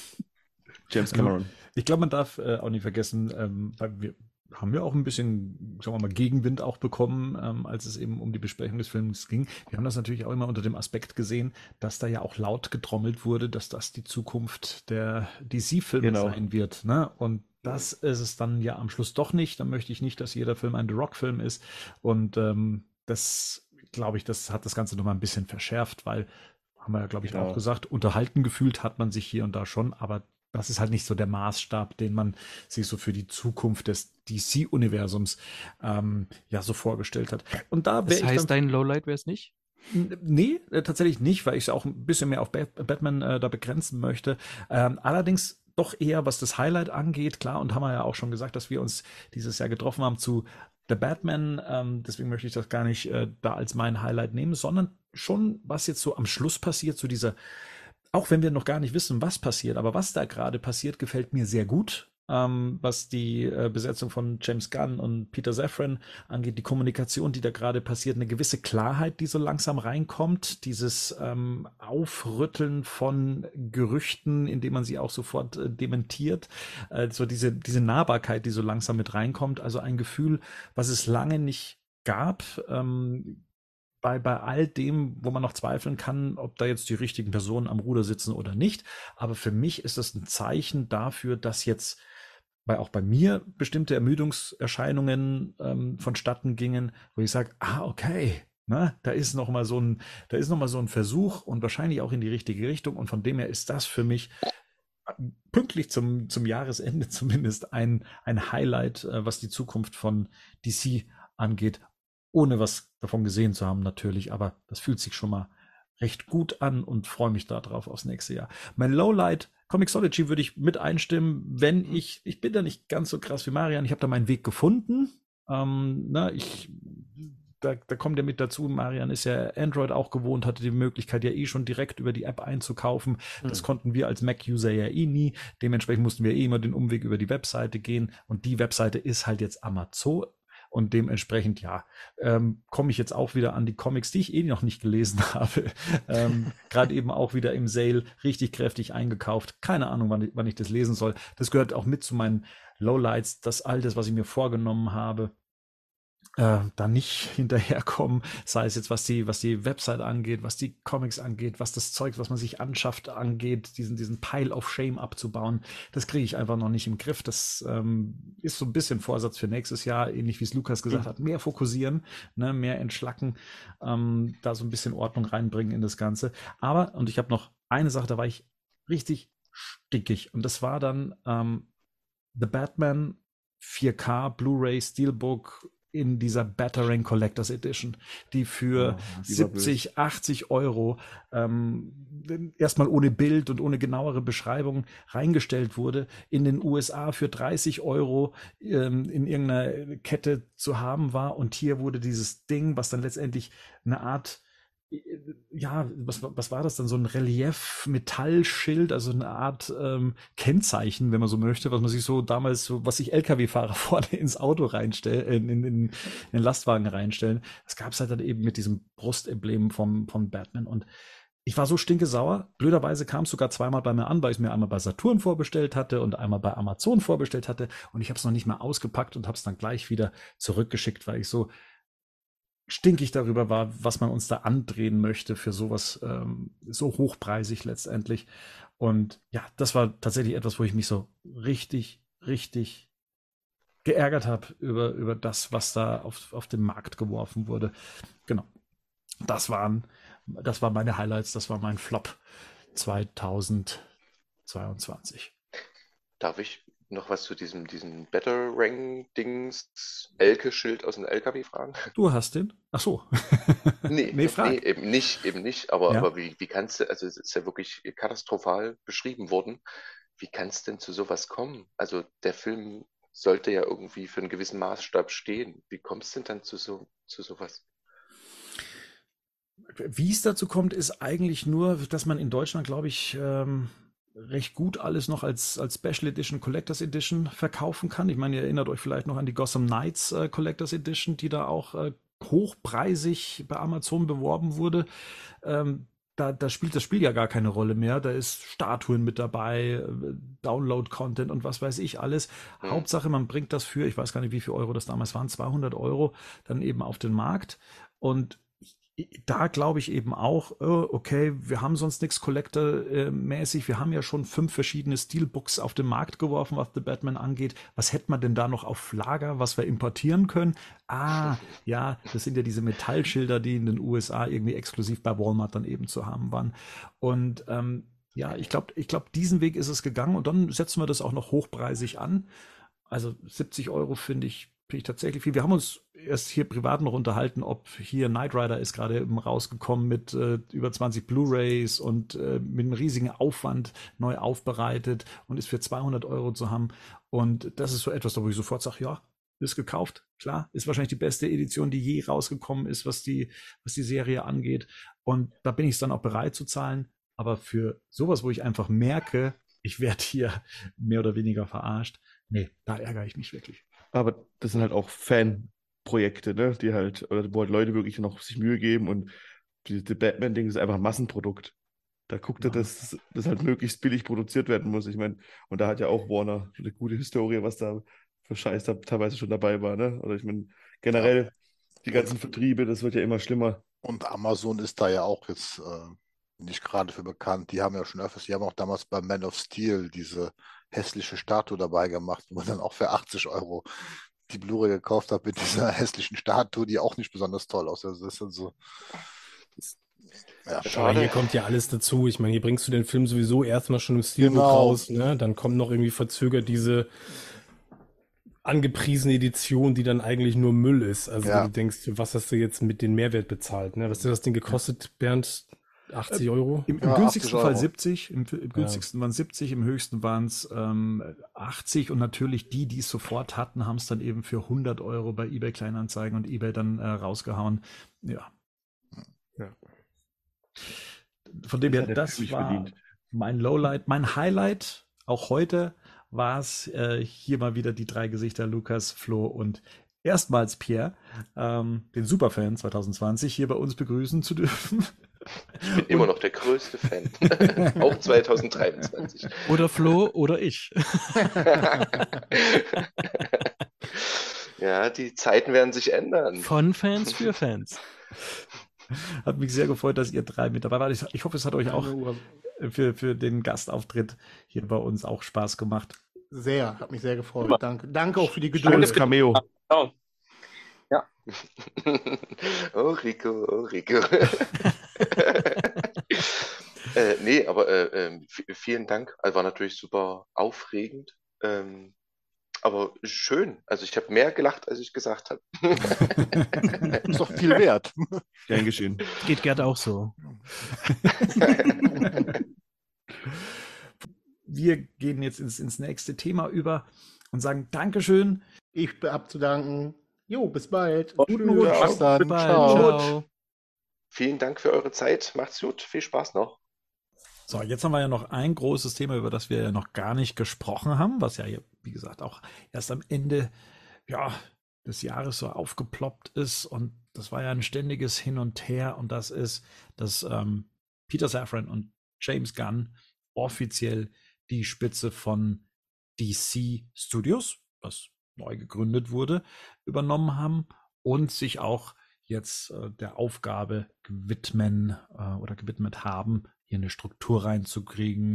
James Cameron. Ich glaube, man darf äh, auch nicht vergessen, ähm, weil wir haben ja auch ein bisschen, sagen wir mal, Gegenwind auch bekommen, ähm, als es eben um die Besprechung des Films ging. Wir haben das natürlich auch immer unter dem Aspekt gesehen, dass da ja auch laut getrommelt wurde, dass das die Zukunft der D C-Filme Genau. sein wird. Ne? Und das ist es dann ja am Schluss doch nicht. Dann möchte ich nicht, dass jeder Film ein The Rock-Film ist. Und ähm, das, glaube ich, das hat das Ganze nochmal ein bisschen verschärft, weil, haben wir ja, glaube ich, Genau. auch gesagt, unterhalten gefühlt hat man sich hier und da schon, aber das ist halt nicht so der Maßstab, den man sich so für die Zukunft des D C-Universums ähm, ja so vorgestellt hat. Und da Das wäre ich heißt, dann, dein Lowlight wäre es nicht? N- nee, äh, tatsächlich nicht, weil ich es auch ein bisschen mehr auf Bat Batman äh, da begrenzen möchte. Ähm, allerdings doch eher, was das Highlight angeht, klar, und haben wir ja auch schon gesagt, dass wir uns dieses Jahr getroffen haben zu The Batman. Ähm, deswegen möchte ich das gar nicht äh, da als mein Highlight nehmen, sondern schon, was jetzt so am Schluss passiert, zu dieser, auch wenn wir noch gar nicht wissen, was passiert, aber was da gerade passiert, gefällt mir sehr gut. Ähm, was die äh, Besetzung von James Gunn und Peter Safran angeht, die Kommunikation, die da gerade passiert, eine gewisse Klarheit, die so langsam reinkommt, dieses ähm, Aufrütteln von Gerüchten, indem man sie auch sofort äh, dementiert, äh, so diese, diese Nahbarkeit, die so langsam mit reinkommt, also ein Gefühl, was es lange nicht gab, ähm, bei, bei all dem, wo man noch zweifeln kann, ob da jetzt die richtigen Personen am Ruder sitzen oder nicht. Aber für mich ist das ein Zeichen dafür, dass jetzt bei, auch bei mir bestimmte Ermüdungserscheinungen ähm, vonstatten gingen, wo ich sage, ah, okay, na, da ist noch mal so ein, da ist noch mal so ein Versuch und wahrscheinlich auch in die richtige Richtung. Und von dem her ist das für mich pünktlich zum, zum Jahresende zumindest ein, ein Highlight, äh, was die Zukunft von D C angeht, ohne was davon gesehen zu haben natürlich, aber das fühlt sich schon mal recht gut an und freue mich darauf aufs nächste Jahr. Mein Lowlight, Comixology würde ich mit einstimmen, wenn ich, ich bin da nicht ganz so krass wie Marian, ich habe da meinen Weg gefunden. Ähm, na, ich, da, da kommt ja mit dazu, Marian ist ja Android auch gewohnt, hatte die Möglichkeit ja eh schon direkt über die App einzukaufen. Das Mhm. konnten wir als Mac-User ja eh nie. Dementsprechend mussten wir eh immer den Umweg über die Webseite gehen und die Webseite ist halt jetzt Amazon. Und dementsprechend, ja, ähm, komme ich jetzt auch wieder an die Comics, die ich eh noch nicht gelesen habe. ähm, Gerade eben auch wieder im Sale richtig kräftig eingekauft. Keine Ahnung, wann ich, wann ich das lesen soll. Das gehört auch mit zu meinen Lowlights, das all das, was ich mir vorgenommen habe, äh, da nicht hinterherkommen, sei es jetzt was die, was die Website angeht, was die Comics angeht, was das Zeug, was man sich anschafft, angeht, diesen, diesen Pile of Shame abzubauen, das kriege ich einfach noch nicht im Griff. Das ähm, ist so ein bisschen Vorsatz für nächstes Jahr, ähnlich wie es Lukas gesagt hat, mehr fokussieren, ne, mehr entschlacken, ähm, da so ein bisschen Ordnung reinbringen in das Ganze. Aber, und ich habe noch eine Sache, da war ich richtig stickig und das war dann ähm, The Batman vier K Blu-ray Steelbook in dieser Batarang Collectors Edition, die für Oh, die war böse. siebzig, achtzig Euro ähm, erstmal ohne Bild und ohne genauere Beschreibung reingestellt wurde, in den U S A für dreißig Euro ähm, in irgendeiner Kette zu haben war. Und hier wurde dieses Ding, was dann letztendlich eine Art, ja, was, was war das dann? So ein Relief-Metallschild, also eine Art ähm, Kennzeichen, wenn man so möchte, was man sich so damals, so, was sich L K W-Fahrer vorne ins Auto reinstellen, in, in, in den Lastwagen reinstellen. Das gab es halt dann eben mit diesem Brustemblem vom, vom Batman. Und ich war so stinkesauer. Blöderweise kam es sogar zweimal bei mir an, weil ich es mir einmal bei Saturn vorbestellt hatte und einmal bei Amazon vorbestellt hatte. Und ich habe es noch nicht mal ausgepackt und habe es dann gleich wieder zurückgeschickt, weil ich so stinkig darüber war, was man uns da andrehen möchte für sowas ähm, so hochpreisig letztendlich. Und ja, das war tatsächlich etwas, wo ich mich so richtig, richtig geärgert habe über, über das, was da auf, auf den Markt geworfen wurde. Genau. Das waren, das waren meine Highlights, das war mein Flop zweitausendzweiundzwanzig. Darf ich noch was zu diesem, diesem Batarang-Dings Elke-Schild aus dem L K W fragen? Du hast den? Ach so. Nee, nee, frag. nee, eben nicht, eben nicht. Aber, Ja. aber wie, wie kannst du, also es ist ja wirklich katastrophal beschrieben worden. Wie kann es denn zu sowas kommen? Also der Film sollte ja irgendwie für einen gewissen Maßstab stehen. Wie kommst du denn dann zu so, zu sowas? Wie es dazu kommt, ist eigentlich nur, dass man in Deutschland, glaube ich, ähm, recht gut alles noch als, als Special Edition, Collectors Edition verkaufen kann. Ich meine, ihr erinnert euch vielleicht noch an die Gotham Knights äh, Collectors Edition, die da auch äh, hochpreisig bei Amazon beworben wurde. Ähm, da, da spielt das Spiel ja gar keine Rolle mehr. Da ist Statuen mit dabei, äh, Download-Content und was weiß ich alles. Hm. Hauptsache, man bringt das für, ich weiß gar nicht, wie viel Euro das damals waren, zweihundert Euro, dann eben auf den Markt. Und da glaube ich eben auch, oh, okay, wir haben sonst nichts Collector-mäßig, wir haben ja schon fünf verschiedene Steelbooks auf den Markt geworfen, was The Batman angeht. Was hätte man denn da noch auf Lager, was wir importieren können? Ah, ja, das sind ja diese Metallschilder, die in den U S A irgendwie exklusiv bei Walmart dann eben zu haben waren. Und ähm, ja, ich glaube, ich glaube, diesen Weg ist es gegangen und dann setzen wir das auch noch hochpreisig an. Also siebzig Euro finde ich Finde ich tatsächlich viel. Wir haben uns erst hier privat noch unterhalten, ob hier Knight Rider ist gerade eben rausgekommen mit äh, über zwanzig Blu-rays und äh, mit einem riesigen Aufwand neu aufbereitet und ist für zweihundert Euro zu haben. Und das ist so etwas, wo ich sofort sage, ja, ist gekauft. Klar, ist wahrscheinlich die beste Edition, die je rausgekommen ist, was die, was die Serie angeht. Und da bin ich dann auch bereit zu zahlen. Aber für sowas, wo ich einfach merke, ich werde hier mehr oder weniger verarscht, nee, da ärgere ich mich wirklich. Aber das sind halt auch Fanprojekte, ne? Die halt, oder wo halt Leute wirklich noch sich Mühe geben und die, die Batman-Ding ist einfach ein Massenprodukt. Da guckt er, Ja. dass das halt möglichst billig produziert werden muss. Ich meine, und da hat ja auch Warner eine gute Historie, was da für Scheiß da teilweise schon dabei war, ne? Oder ich meine, generell die ganzen Vertriebe, das wird ja immer schlimmer. Und Amazon ist da ja auch jetzt äh, nicht gerade für bekannt. Die haben ja schon öfters, die haben auch damals bei Man of Steel diese hässliche Statue dabei gemacht, wo man dann auch für achtzig Euro die Blu-ray gekauft hat mit dieser hässlichen Statue, die auch nicht besonders toll aussieht. Also das ist dann so. Ja, Aber hier kommt ja alles dazu. Ich meine, hier bringst du den Film sowieso erstmal schon im Steelbook Genau. raus, ne? Dann kommt noch irgendwie verzögert diese angepriesene Edition, die dann eigentlich nur Müll ist. Also Ja. du denkst, was hast du jetzt mit dem Mehrwert bezahlt? Ne? Was hat das Ding gekostet, Bernd? achtzig Euro? Im, im Ja, günstigsten achtzig Fall Euro. siebzig, im, im günstigsten waren es siebzig, im höchsten waren es ähm, achtzig und natürlich die, die es sofort hatten, haben es dann eben für hundert Euro bei eBay Kleinanzeigen und eBay dann äh, rausgehauen. Ja. Ja. Von dem Das her, hat er das ziemlich war verdient. mein Lowlight. Mein Highlight, auch heute, war es äh, hier mal wieder die drei Gesichter, Lukas, Flo und erstmals Pierre, ähm, den Superfan zwanzig zwanzig, hier bei uns begrüßen zu dürfen. Ich bin immer noch der größte Fan. Auch zwanzig dreiundzwanzig. Oder Flo oder ich. Ja, die Zeiten werden sich ändern. Von Fans für Fans. Hat mich sehr gefreut, dass ihr drei mit dabei wart. Ich, ich hoffe, es hat euch auch für, für den Gastauftritt hier bei uns auch Spaß gemacht. Sehr, hat mich sehr gefreut. Danke. Danke auch für die Schönes Geduld. Cameo. Oh, Oh, Rico, oh, Rico. äh, nee, aber äh, ähm, v- vielen Dank. Also war natürlich super aufregend. Ähm, aber schön. Also ich habe mehr gelacht, als ich gesagt habe. Ist doch viel wert. Gern geschehen. Geht Gerd auch so. Wir gehen jetzt ins, ins nächste Thema über und sagen Dankeschön. Ich hab zu danken. Jo, bis bald. Guten Rutsch. Bis dann. Bis bald. Ciao. Ciao. Vielen Dank für eure Zeit. Macht's gut. Viel Spaß noch. So, jetzt haben wir ja noch ein großes Thema, über das wir ja noch gar nicht gesprochen haben, was ja, hier, wie gesagt, auch erst am Ende ja, des Jahres so aufgeploppt ist. Und das war ja ein ständiges Hin und Her. Und das ist, dass ähm, Peter Safran und James Gunn offiziell die Spitze von D C Studios, was neu gegründet wurde, übernommen haben und sich auch jetzt äh, der Aufgabe widmen äh, oder gewidmet haben, hier eine Struktur reinzukriegen,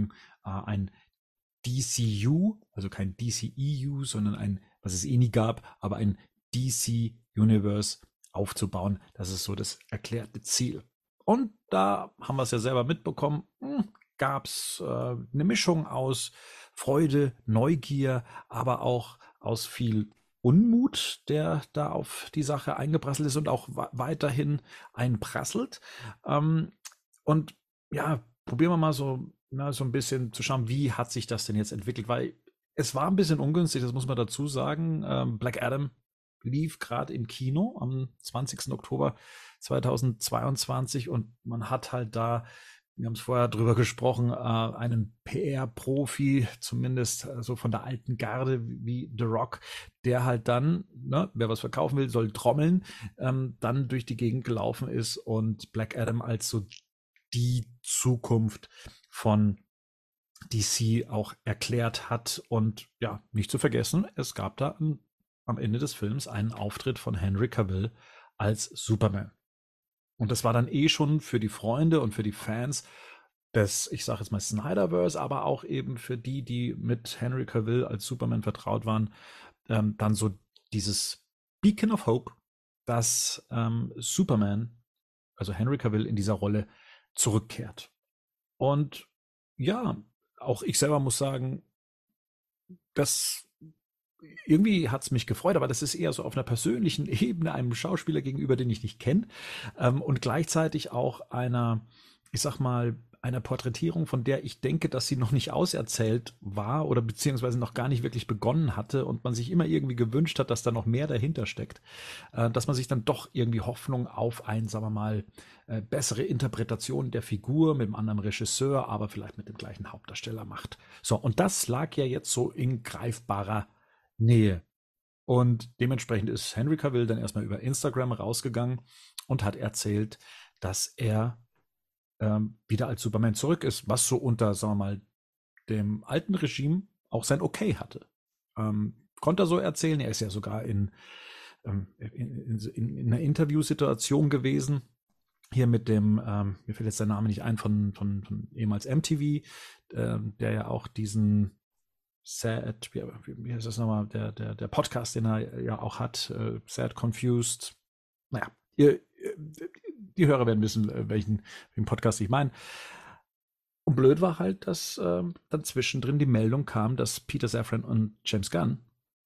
äh, ein D C U, also kein D C E U, sondern ein, was es eh nie gab, aber ein D C Universe aufzubauen. Das ist so das erklärte Ziel. Und da haben wir es ja selber mitbekommen, gab es äh, eine Mischung aus Freude, Neugier, aber auch aus viel Unmut, der da auf die Sache eingeprasselt ist und auch wa- weiterhin einprasselt. Ähm, und ja, probieren wir mal so, na, so ein bisschen zu schauen, wie hat sich das denn jetzt entwickelt, weil es war ein bisschen ungünstig, das muss man dazu sagen. Ähm, Black Adam lief gerade im Kino am zwanzigsten Oktober zweitausendzweiundzwanzig und man hat halt da, wir haben es vorher drüber gesprochen, äh, einen P R-Profi, zumindest äh, so von der alten Garde wie The Rock, der halt dann, ne, wer was verkaufen will, soll trommeln, ähm, dann durch die Gegend gelaufen ist und Black Adam als so die Zukunft von D C auch erklärt hat. Und ja, nicht zu vergessen, es gab da am, am Ende des Films einen Auftritt von Henry Cavill als Superman. Und das war dann eh schon für die Freunde und für die Fans des, ich sage jetzt mal Snyderverse, aber auch eben für die, die mit Henry Cavill als Superman vertraut waren, ähm, dann so dieses Beacon of Hope, dass ähm, Superman, also Henry Cavill in dieser Rolle zurückkehrt. Und ja, auch ich selber muss sagen, das irgendwie hat es mich gefreut, aber das ist eher so auf einer persönlichen Ebene einem Schauspieler gegenüber, den ich nicht kenne, ähm, und gleichzeitig auch einer, ich sag mal, einer Porträtierung, von der ich denke, dass sie noch nicht auserzählt war oder beziehungsweise noch gar nicht wirklich begonnen hatte und man sich immer irgendwie gewünscht hat, dass da noch mehr dahinter steckt, äh, dass man sich dann doch irgendwie Hoffnung auf ein, sagen wir mal, äh, bessere Interpretation der Figur mit einem anderen Regisseur, aber vielleicht mit dem gleichen Hauptdarsteller macht. So, und das lag ja jetzt so in greifbarer Nähe. Und dementsprechend ist Henry Cavill dann erstmal über Instagram rausgegangen und hat erzählt, dass er ähm, wieder als Superman zurück ist, was so unter, sagen wir mal, dem alten Regime auch sein Okay hatte. Ähm, konnte er so erzählen, er ist ja sogar in, ähm, in, in, in einer Interviewsituation gewesen, hier mit dem, ähm, mir fällt jetzt der Name nicht ein, von, von, von ehemals M T V, ähm, der ja auch diesen Sad, wie, wie heißt das nochmal, der, der, der Podcast, den er ja auch hat, äh, Sad Confused. Naja, ihr, die Hörer werden wissen, welchen, welchen Podcast ich meine. Und blöd war halt, dass ähm, dann zwischendrin die Meldung kam, dass Peter Safran und James Gunn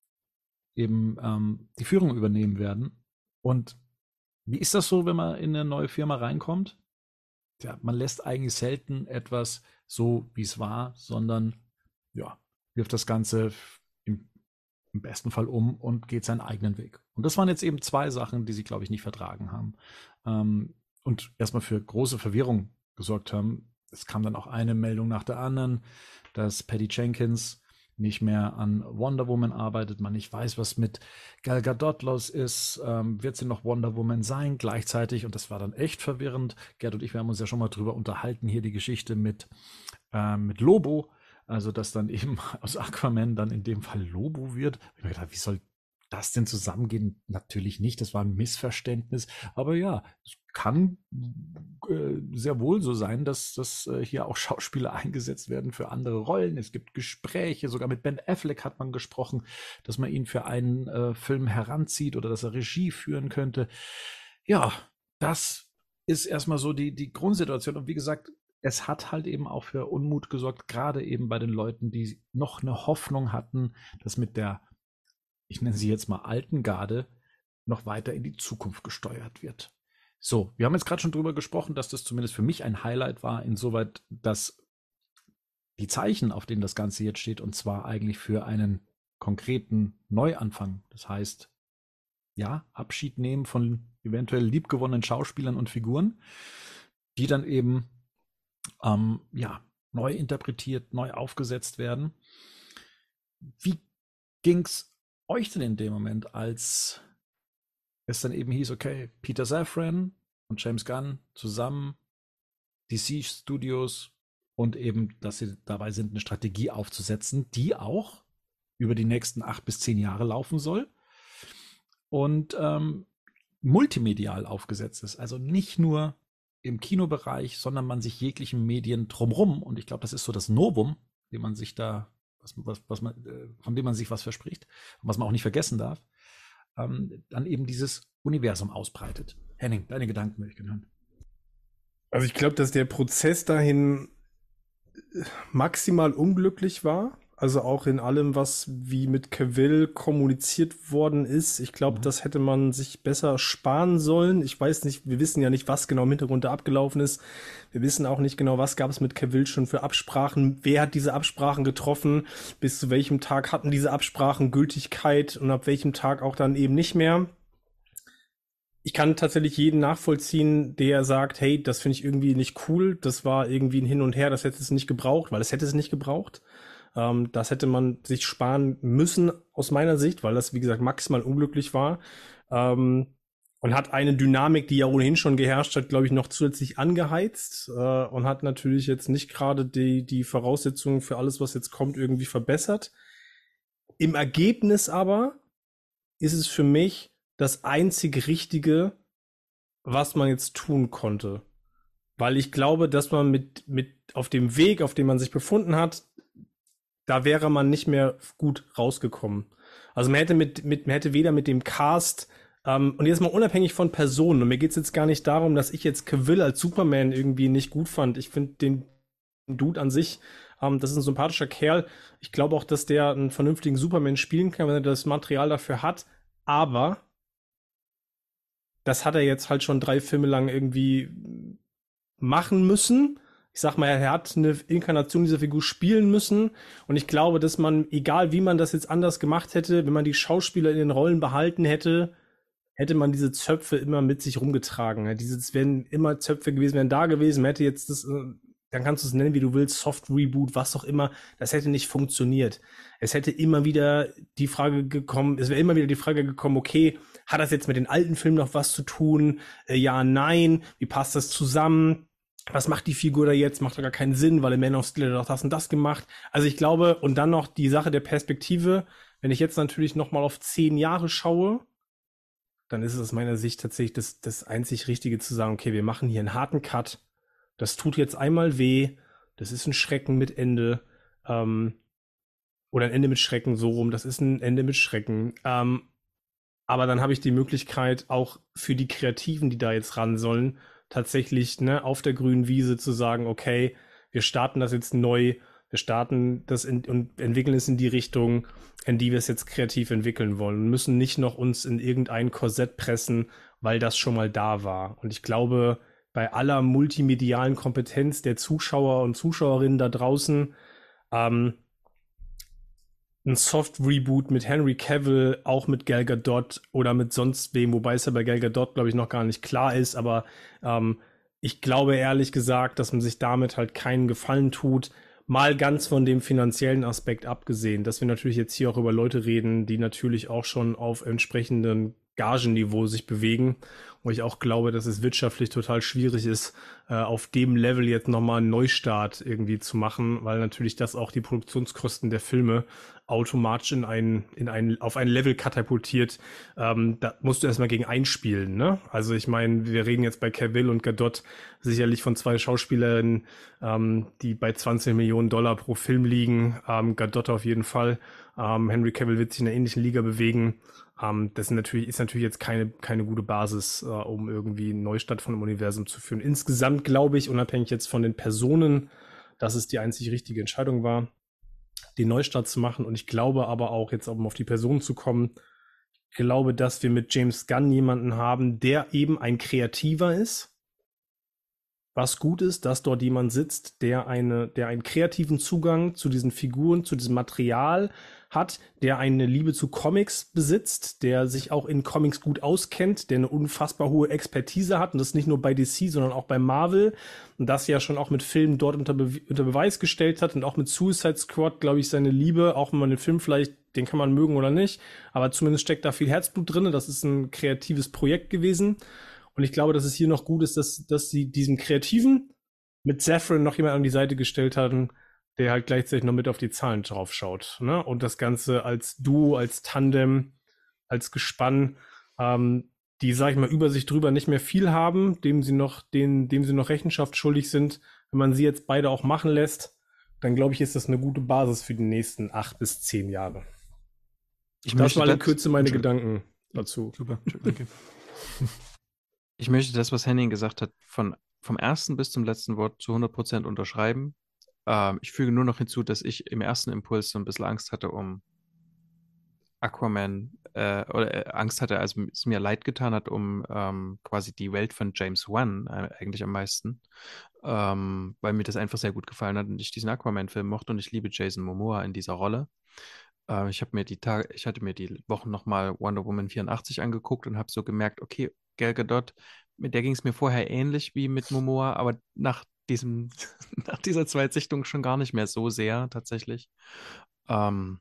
eben ähm, die Führung übernehmen werden. Und wie ist das so, wenn man in eine neue Firma reinkommt? Ja, man lässt eigentlich selten etwas so, wie es war, sondern ja, wirft das Ganze im, im besten Fall um und geht seinen eigenen Weg. Und das waren jetzt eben zwei Sachen, die sie, glaube ich, nicht vertragen haben. Ähm, und erstmal für große Verwirrung gesorgt haben. Es kam dann auch eine Meldung nach der anderen, dass Patty Jenkins nicht mehr an Wonder Woman arbeitet, man nicht weiß, was mit Gal Gadot los ist, ähm, wird sie noch Wonder Woman sein gleichzeitig, und das war dann echt verwirrend. Gerd und ich, wir haben uns ja schon mal drüber unterhalten, hier die Geschichte mit, äh, mit Lobo, also dass dann eben aus Aquaman dann in dem Fall Lobo wird. Ich habe mir gedacht, wie soll das denn zusammengehen? Natürlich nicht, das war ein Missverständnis, aber ja, es kann äh, sehr wohl so sein, dass, dass äh, hier auch Schauspieler eingesetzt werden für andere Rollen. Es gibt Gespräche, sogar mit Ben Affleck hat man gesprochen, dass man ihn für einen äh, Film heranzieht oder dass er Regie führen könnte. Ja, das ist erstmal so die, die Grundsituation. Und wie gesagt, es hat halt eben auch für Unmut gesorgt, gerade eben bei den Leuten, die noch eine Hoffnung hatten, dass mit der, ich nenne sie jetzt mal alten Garde, noch weiter in die Zukunft gesteuert wird. So, wir haben jetzt gerade schon drüber gesprochen, dass das zumindest für mich ein Highlight war, insoweit, dass die Zeichen, auf denen das Ganze jetzt steht, und zwar eigentlich für einen konkreten Neuanfang, das heißt, ja, Abschied nehmen von eventuell liebgewonnenen Schauspielern und Figuren, die dann eben ähm, ja, neu interpretiert, neu aufgesetzt werden. Wie ging es euch denn in dem Moment, als es dann eben hieß, okay, Peter Safran und James Gunn zusammen, D C Studios, und eben, dass sie dabei sind, eine Strategie aufzusetzen, die auch über die nächsten acht bis zehn Jahre laufen soll und ähm, multimedial aufgesetzt ist. Also nicht nur im Kinobereich, sondern man sich jeglichen Medien drumrum, und ich glaube, das ist so das Novum den man sich da, was, was, was man, von dem man sich was verspricht und was man auch nicht vergessen darf, ähm, dann eben dieses Universum ausbreitet. Henning, deine Gedanken möchte ich gerne hören. Also ich glaube, dass der Prozess dahin maximal unglücklich war. Also auch in allem, was wie mit Cavill kommuniziert worden ist. Ich glaube, mhm. das hätte man sich besser sparen sollen. Ich weiß nicht, wir wissen ja nicht, was genau im Hintergrund da abgelaufen ist. Wir wissen auch nicht genau, was gab es mit Cavill schon für Absprachen. Wer hat diese Absprachen getroffen? Bis zu welchem Tag hatten diese Absprachen Gültigkeit und ab welchem Tag auch dann eben nicht mehr? Ich kann tatsächlich jeden nachvollziehen, der sagt, hey, das finde ich irgendwie nicht cool. Das war irgendwie ein Hin und Her, das hätte es nicht gebraucht, weil es hätte es nicht gebraucht. Ähm, das hätte man sich sparen müssen, aus meiner Sicht, weil das, wie gesagt, maximal unglücklich war. Ähm, und hat eine Dynamik, die ja ohnehin schon geherrscht hat, glaube ich, noch zusätzlich angeheizt. Äh, und hat natürlich jetzt nicht gerade die, die Voraussetzungen für alles, was jetzt kommt, irgendwie verbessert. Im Ergebnis aber ist es für mich das einzig Richtige, was man jetzt tun konnte. Weil ich glaube, dass man mit, mit auf dem Weg, auf dem man sich befunden hat, da wäre man nicht mehr gut rausgekommen. Also man hätte mit, mit man hätte weder mit dem Cast, ähm, und jetzt mal unabhängig von Personen, und mir geht es jetzt gar nicht darum, dass ich jetzt Cavill als Superman irgendwie nicht gut fand. Ich finde den Dude an sich, ähm, das ist ein sympathischer Kerl. Ich glaube auch, dass der einen vernünftigen Superman spielen kann, wenn er das Material dafür hat. Aber das hat er jetzt halt schon drei Filme lang irgendwie machen müssen. Ich sag mal, er hat eine Inkarnation dieser Figur spielen müssen. Und ich glaube, dass man, egal wie man das jetzt anders gemacht hätte, wenn man die Schauspieler in den Rollen behalten hätte, hätte man diese Zöpfe immer mit sich rumgetragen. Diese wären immer Zöpfe gewesen, wären da gewesen. Man hätte jetzt das, dann kannst du es nennen, wie du willst, Soft Reboot, was auch immer. Das hätte nicht funktioniert. Es hätte immer wieder die Frage gekommen, es wäre immer wieder die Frage gekommen, okay, hat das jetzt mit den alten Filmen noch was zu tun? Äh, ja, nein. Wie passt das zusammen? Was macht die Figur da jetzt? Macht doch gar keinen Sinn, weil im Man of Steel hat er doch das und das gemacht. Also ich glaube, und dann noch die Sache der Perspektive, wenn ich jetzt natürlich noch mal auf zehn Jahre schaue, dann ist es aus meiner Sicht tatsächlich das, das einzig Richtige zu sagen, okay, wir machen hier einen harten Cut. Das tut jetzt einmal weh. Das ist ein Schrecken mit Ende. Ähm, oder ein Ende mit Schrecken, so rum. Das ist ein Ende mit Schrecken. Ähm, aber dann habe ich die Möglichkeit, auch für die Kreativen, die da jetzt ran sollen, tatsächlich ne, auf der grünen Wiese zu sagen, okay, wir starten das jetzt neu, wir starten das in, und entwickeln es in die Richtung, in die wir es jetzt kreativ entwickeln wollen. Wir müssen nicht noch uns in irgendein Korsett pressen, weil das schon mal da war. Und ich glaube, bei aller multimedialen Kompetenz der Zuschauer und Zuschauerinnen da draußen, ähm, ein Soft-Reboot mit Henry Cavill, auch mit Gal Gadot oder mit sonst wem, wobei es ja bei Gal Gadot, glaube ich, noch gar nicht klar ist, aber ähm, ich glaube ehrlich gesagt, dass man sich damit halt keinen Gefallen tut, mal ganz von dem finanziellen Aspekt abgesehen, dass wir natürlich jetzt hier auch über Leute reden, die natürlich auch schon auf entsprechendem Gagenniveau sich bewegen, wo ich auch glaube, dass es wirtschaftlich total schwierig ist, äh, auf dem Level jetzt nochmal einen Neustart irgendwie zu machen, weil natürlich das auch die Produktionskosten der Filme automatisch in ein, in ein, auf ein Level katapultiert. Ähm, da musst du erstmal gegen einspielen, ne? Also ich meine, wir reden jetzt bei Cavill und Gadot sicherlich von zwei Schauspielerinnen, ähm, die bei zwanzig Millionen Dollar pro Film liegen. Ähm, Gadot auf jeden Fall. Ähm, Henry Cavill wird sich in einer ähnlichen Liga bewegen. Um, das ist natürlich, ist natürlich jetzt keine, keine gute Basis, uh, um irgendwie einen Neustart von dem Universum zu führen. Insgesamt glaube ich, unabhängig jetzt von den Personen, dass es die einzig richtige Entscheidung war, den Neustart zu machen. Und ich glaube aber auch, jetzt um auf die Personen zu kommen, ich glaube, dass wir mit James Gunn jemanden haben, der eben ein Kreativer ist. Was gut ist, dass dort jemand sitzt, der eine, der einen kreativen Zugang zu diesen Figuren, zu diesem Material hat, der eine Liebe zu Comics besitzt, der sich auch in Comics gut auskennt, der eine unfassbar hohe Expertise hat und das nicht nur bei D C, sondern auch bei Marvel und das ja schon auch mit Filmen dort unter, Be- unter Beweis gestellt hat und auch mit Suicide Squad, glaube ich, seine Liebe, auch wenn man den Film vielleicht, den kann man mögen oder nicht, aber zumindest steckt da viel Herzblut drin, das ist ein kreatives Projekt gewesen und ich glaube, dass es hier noch gut ist, dass, dass sie diesen Kreativen mit Safran noch jemand an die Seite gestellt hatten, der halt gleichzeitig noch mit auf die Zahlen drauf schaut, ne? Und das Ganze als Duo, als Tandem, als Gespann, ähm, die, sag ich mal, über sich drüber nicht mehr viel haben, dem sie noch, den, dem sie noch Rechenschaft schuldig sind. Wenn man sie jetzt beide auch machen lässt, dann glaube ich, ist das eine gute Basis für die nächsten acht bis zehn Jahre. Ich Das möchte waren in das, Kürze meine Entschuldigung. Gedanken dazu. Super, danke. ich möchte das, was Henning gesagt hat, von, vom ersten bis zum letzten Wort zu hundert Prozent unterschreiben. Ähm, ich füge nur noch hinzu, dass ich im ersten Impuls so ein bisschen Angst hatte um Aquaman, äh, oder äh, Angst hatte, also es mir leid getan hat, um ähm, quasi die Welt von James Wan äh, eigentlich am meisten, ähm, weil mir das einfach sehr gut gefallen hat und ich diesen Aquaman-Film mochte und ich liebe Jason Momoa in dieser Rolle. Äh, ich habe mir die Tage, ich hatte mir die Wochen nochmal Wonder Woman vierundachtzig angeguckt und habe so gemerkt, okay, Gal Gadot, mit der ging es mir vorher ähnlich wie mit Momoa, aber nach diesem, nach dieser Zweitsichtung schon gar nicht mehr so sehr tatsächlich. Ähm,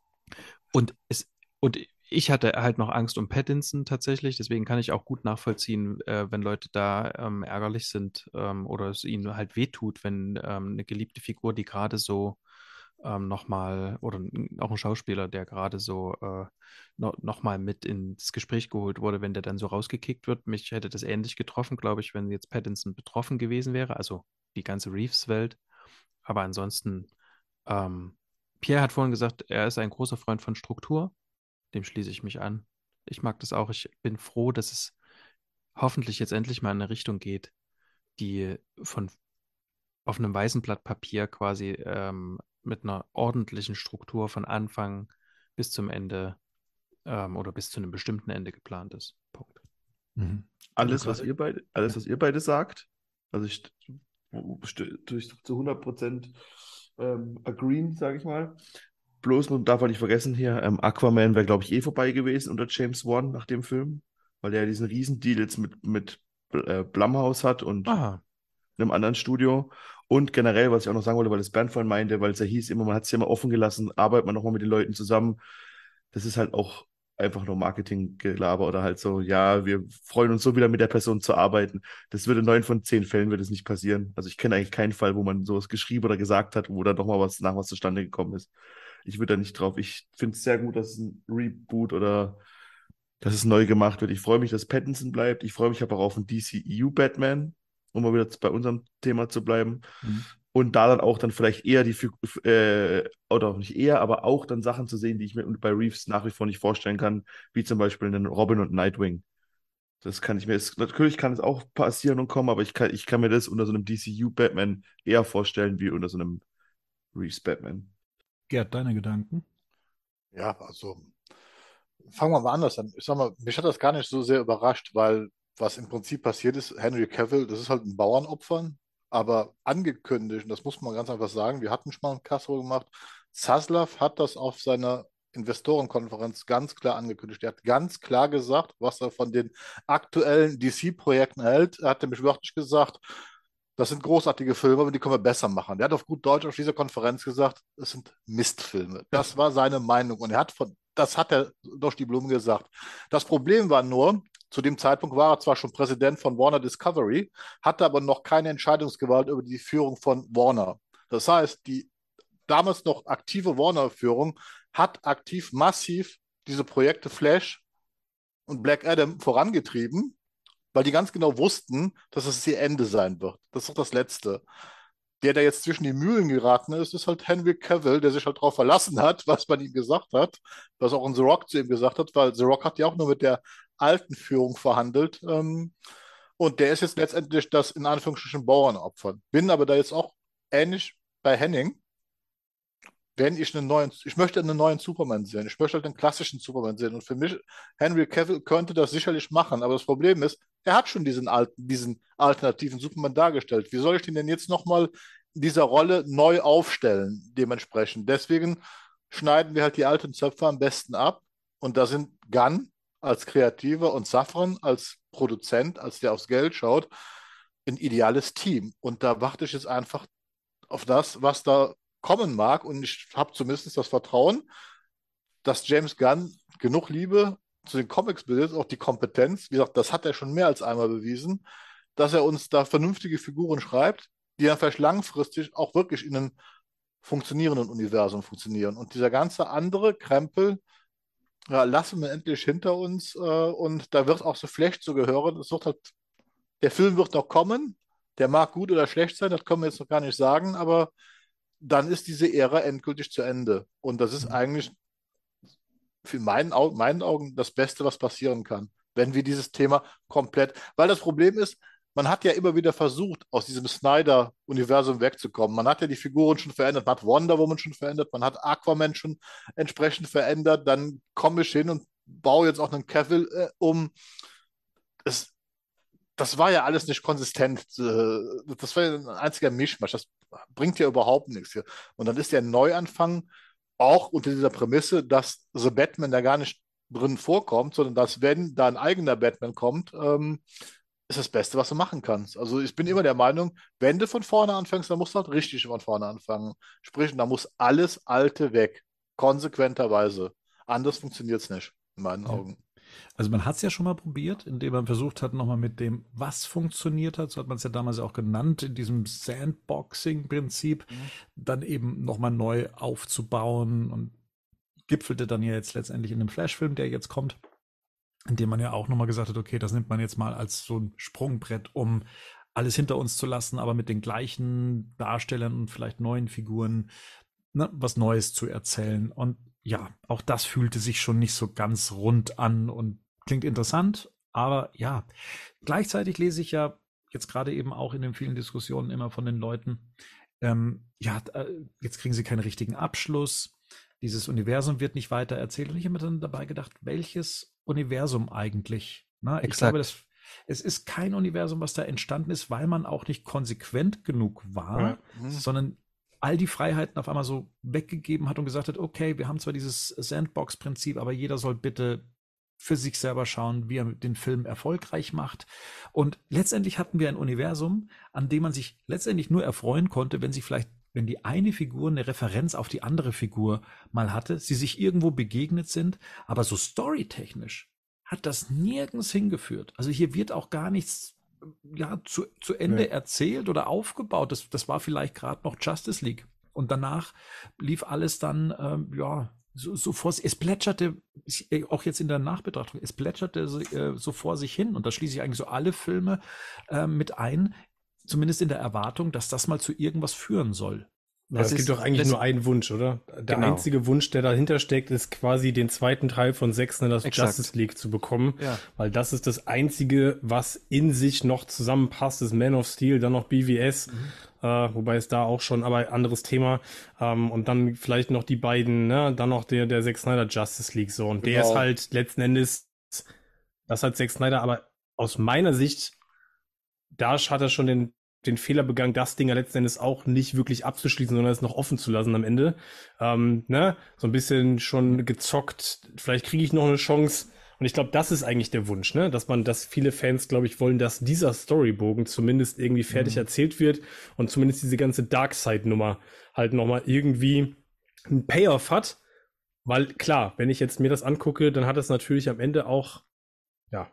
und es, und ich hatte halt noch Angst um Pattinson tatsächlich, deswegen kann ich auch gut nachvollziehen, äh, wenn Leute da ähm, ärgerlich sind ähm, oder es ihnen halt wehtut, wenn ähm, eine geliebte Figur, die gerade so ähm, nochmal, oder n- auch ein Schauspieler, der gerade so äh, no, nochmal mit ins Gespräch geholt wurde, wenn der dann so rausgekickt wird. Mich hätte das ähnlich getroffen, glaube ich, wenn jetzt Pattinson betroffen gewesen wäre, also die ganze Reeves-Welt. Aber ansonsten, ähm, Pierre hat vorhin gesagt, er ist ein großer Freund von Struktur. Dem schließe ich mich an. Ich mag das auch. Ich bin froh, dass es hoffentlich jetzt endlich mal in eine Richtung geht, die von auf einem weißen Blatt Papier quasi ähm, mit einer ordentlichen Struktur von Anfang bis zum Ende ähm, oder bis zu einem bestimmten Ende geplant ist. Punkt. Mhm. Alles, was Gerade- ihr beide, alles, was ihr beide sagt, also ich durch zu hundert Prozent ähm, agreeen, sage ich mal. Bloß, man darf man nicht vergessen hier, ähm, Aquaman wäre, glaube ich, eh vorbei gewesen unter James Wan nach dem Film, weil der ja diesen Riesendeal jetzt mit, mit äh, Blumhouse hat und Aha. einem anderen Studio. Und generell, was ich auch noch sagen wollte, weil es Bernd vorhin meinte, weil es ja hieß, immer, man hat es ja immer offen gelassen, arbeitet man nochmal mit den Leuten zusammen. Das ist halt auch einfach nur Marketinggelaber oder halt so, ja, wir freuen uns so wieder mit der Person zu arbeiten. Das würde in neun von zehn Fällen würde es nicht passieren. Also ich kenne eigentlich keinen Fall, wo man sowas geschrieben oder gesagt hat, wo dann nochmal was nach was zustande gekommen ist. Ich würde da nicht drauf. Ich finde es sehr gut, dass es ein Reboot oder dass es neu gemacht wird. Ich freue mich, dass Pattinson bleibt. Ich freue mich aber auch auf einen D C E U-Batman, um mal wieder bei unserem Thema zu bleiben. Mhm. Und da dann auch dann vielleicht eher die, Figur- äh, oder auch nicht eher, aber auch dann Sachen zu sehen, die ich mir bei Reeves nach wie vor nicht vorstellen kann, wie zum Beispiel einen Robin und Nightwing. Das kann ich mir, es, natürlich kann es auch passieren und kommen, aber ich kann, ich kann mir das unter so einem D C U Batman eher vorstellen, wie unter so einem Reeves Batman. Gerd, deine Gedanken? Ja, also fangen wir mal anders an. Ich sag mal, mich hat das gar nicht so sehr überrascht, weil was im Prinzip passiert ist, Henry Cavill, das ist halt ein Bauernopfer, aber angekündigt, und das muss man ganz einfach sagen, wir hatten schon mal einen Castro gemacht, Zaslav hat das auf seiner Investorenkonferenz ganz klar angekündigt. Er hat ganz klar gesagt, was er von den aktuellen D C-Projekten hält. Er hat nämlich wörtlich gesagt, das sind großartige Filme, aber die können wir besser machen. Der hat auf gut Deutsch auf dieser Konferenz gesagt, es sind Mistfilme. Das war seine Meinung und er hat von, das hat er durch die Blume gesagt. Das Problem war nur, zu dem Zeitpunkt war er zwar schon Präsident von Warner Discovery, hatte aber noch keine Entscheidungsgewalt über die Führung von Warner. Das heißt, die damals noch aktive Warner-Führung hat aktiv massiv diese Projekte Flash und Black Adam vorangetrieben, weil die ganz genau wussten, dass es ihr Ende sein wird. Das ist doch das Letzte. Der, der jetzt zwischen die Mühlen geraten ist, ist halt Henry Cavill, der sich halt darauf verlassen hat, was man ihm gesagt hat, was auch ein The Rock zu ihm gesagt hat, weil The Rock hat ja auch nur mit der alten Führung verhandelt. Ähm, und der ist jetzt letztendlich das in Anführungsstrichen Bauernopfer. Bin aber da jetzt auch ähnlich bei Henning, wenn ich einen neuen, ich möchte einen neuen Superman sehen. Ich möchte halt einen klassischen Superman sehen. Und für mich, Henry Cavill könnte das sicherlich machen. Aber das Problem ist, er hat schon diesen alten, diesen alternativen Superman dargestellt. Wie soll ich den denn jetzt nochmal in dieser Rolle neu aufstellen, dementsprechend? Deswegen schneiden wir halt die alten Zöpfe am besten ab. Und da sind Gunn als Kreativer und Safran als Produzent, als der aufs Geld schaut, ein ideales Team. Und da warte ich jetzt einfach auf das, was da kommen mag. Und ich habe zumindest das Vertrauen, dass James Gunn genug Liebe zu den Comics besitzt, auch die Kompetenz. Wie gesagt, das hat er schon mehr als einmal bewiesen, dass er uns da vernünftige Figuren schreibt, die dann vielleicht langfristig auch wirklich in einem funktionierenden Universum funktionieren. Und dieser ganze andere Krempel, ja, lassen wir endlich hinter uns. Äh, und da wird auch so Flash zu gehören. Es wird halt, der Film wird noch kommen. Der mag gut oder schlecht sein, das können wir jetzt noch gar nicht sagen, aber dann ist diese Ära endgültig zu Ende. Und das ist eigentlich für meinen, Au meinen Augen das Beste, was passieren kann, wenn wir dieses Thema komplett, weil das Problem ist, man hat ja immer wieder versucht, aus diesem Snyder-Universum wegzukommen. Man hat ja die Figuren schon verändert, man hat Wonder Woman schon verändert, man hat Aquaman schon entsprechend verändert, dann komme ich hin und baue jetzt auch einen Cavill äh, um. Es, das war ja alles nicht konsistent. Äh, Das war ja ein einziger Mischmasch. Das bringt ja überhaupt nichts hier. Und dann ist der Neuanfang auch unter dieser Prämisse, dass The Batman da gar nicht drin vorkommt, sondern dass, wenn da ein eigener Batman kommt, ähm, ist das Beste, was du machen kannst. Also ich bin immer der Meinung, wenn du von vorne anfängst, dann musst du halt richtig von vorne anfangen. Sprich, da muss alles Alte weg. Konsequenterweise. Anders funktioniert es nicht, in meinen Augen. Also man hat es ja schon mal probiert, indem man versucht hat, nochmal mit dem, was funktioniert hat, so hat man es ja damals auch genannt, in diesem Sandboxing-Prinzip, mhm. dann eben nochmal neu aufzubauen und gipfelte dann ja jetzt letztendlich in dem Flash-Film, der jetzt kommt, in dem man ja auch nochmal gesagt hat, okay, das nimmt man jetzt mal als so ein Sprungbrett, um alles hinter uns zu lassen, aber mit den gleichen Darstellern und vielleicht neuen Figuren, ne, was Neues zu erzählen. Und ja, auch das fühlte sich schon nicht so ganz rund an und klingt interessant, aber ja, gleichzeitig lese ich ja jetzt gerade eben auch in den vielen Diskussionen immer von den Leuten, ähm, ja, jetzt kriegen sie keinen richtigen Abschluss, dieses Universum wird nicht weiter erzählt und ich habe mir dann dabei gedacht, welches Universum eigentlich? Na, ich glaube, das, es ist kein Universum, was da entstanden ist, weil man auch nicht konsequent genug war, ja. mhm. sondern all die Freiheiten auf einmal so weggegeben hat und gesagt hat, okay, wir haben zwar dieses Sandbox-Prinzip, aber jeder soll bitte für sich selber schauen, wie er den Film erfolgreich macht. Und letztendlich hatten wir ein Universum, an dem man sich letztendlich nur erfreuen konnte, wenn sich vielleicht, wenn die eine Figur eine Referenz auf die andere Figur mal hatte, sie sich irgendwo begegnet sind, aber so storytechnisch hat das nirgends hingeführt. Also hier wird auch gar nichts ja, zu, zu Ende nee. erzählt oder aufgebaut. Das, das war vielleicht gerade noch Justice League. Und danach lief alles dann, ähm, ja, so, so vor sich, es plätscherte, auch jetzt in der Nachbetrachtung, es plätscherte so, äh, so vor sich hin. Und da schließe ich eigentlich so alle Filme äh, mit ein, zumindest in der Erwartung, dass das mal zu irgendwas führen soll. Ja, es gibt doch eigentlich nur einen Wunsch, oder? Der genau. einzige Wunsch, der dahinter steckt, ist quasi den zweiten Teil von Zack Snyder's Justice League zu bekommen, ja. weil das ist das Einzige, was in sich noch zusammenpasst, ist Man of Steel, dann noch B V S, mhm. äh, wobei es da auch schon, aber anderes Thema, ähm, und dann vielleicht noch die beiden, ne, dann noch der, der Zack Snyder Justice League, so, und genau. der ist halt letzten Endes, das hat Zack Snyder, aber aus meiner Sicht, da hat er schon den den Fehler begangen, das Ding ja letzten Endes auch nicht wirklich abzuschließen, sondern es noch offen zu lassen am Ende. Ähm, ne? So ein bisschen schon gezockt, vielleicht kriege ich noch eine Chance. Und ich glaube, das ist eigentlich der Wunsch, ne? Dass man, dass viele Fans, glaube ich, wollen, dass dieser Storybogen zumindest irgendwie fertig mhm. erzählt wird und zumindest diese ganze Darkseid-Nummer halt nochmal irgendwie einen Payoff hat. Weil klar, wenn ich jetzt mir das angucke, dann hat es natürlich am Ende auch, ja,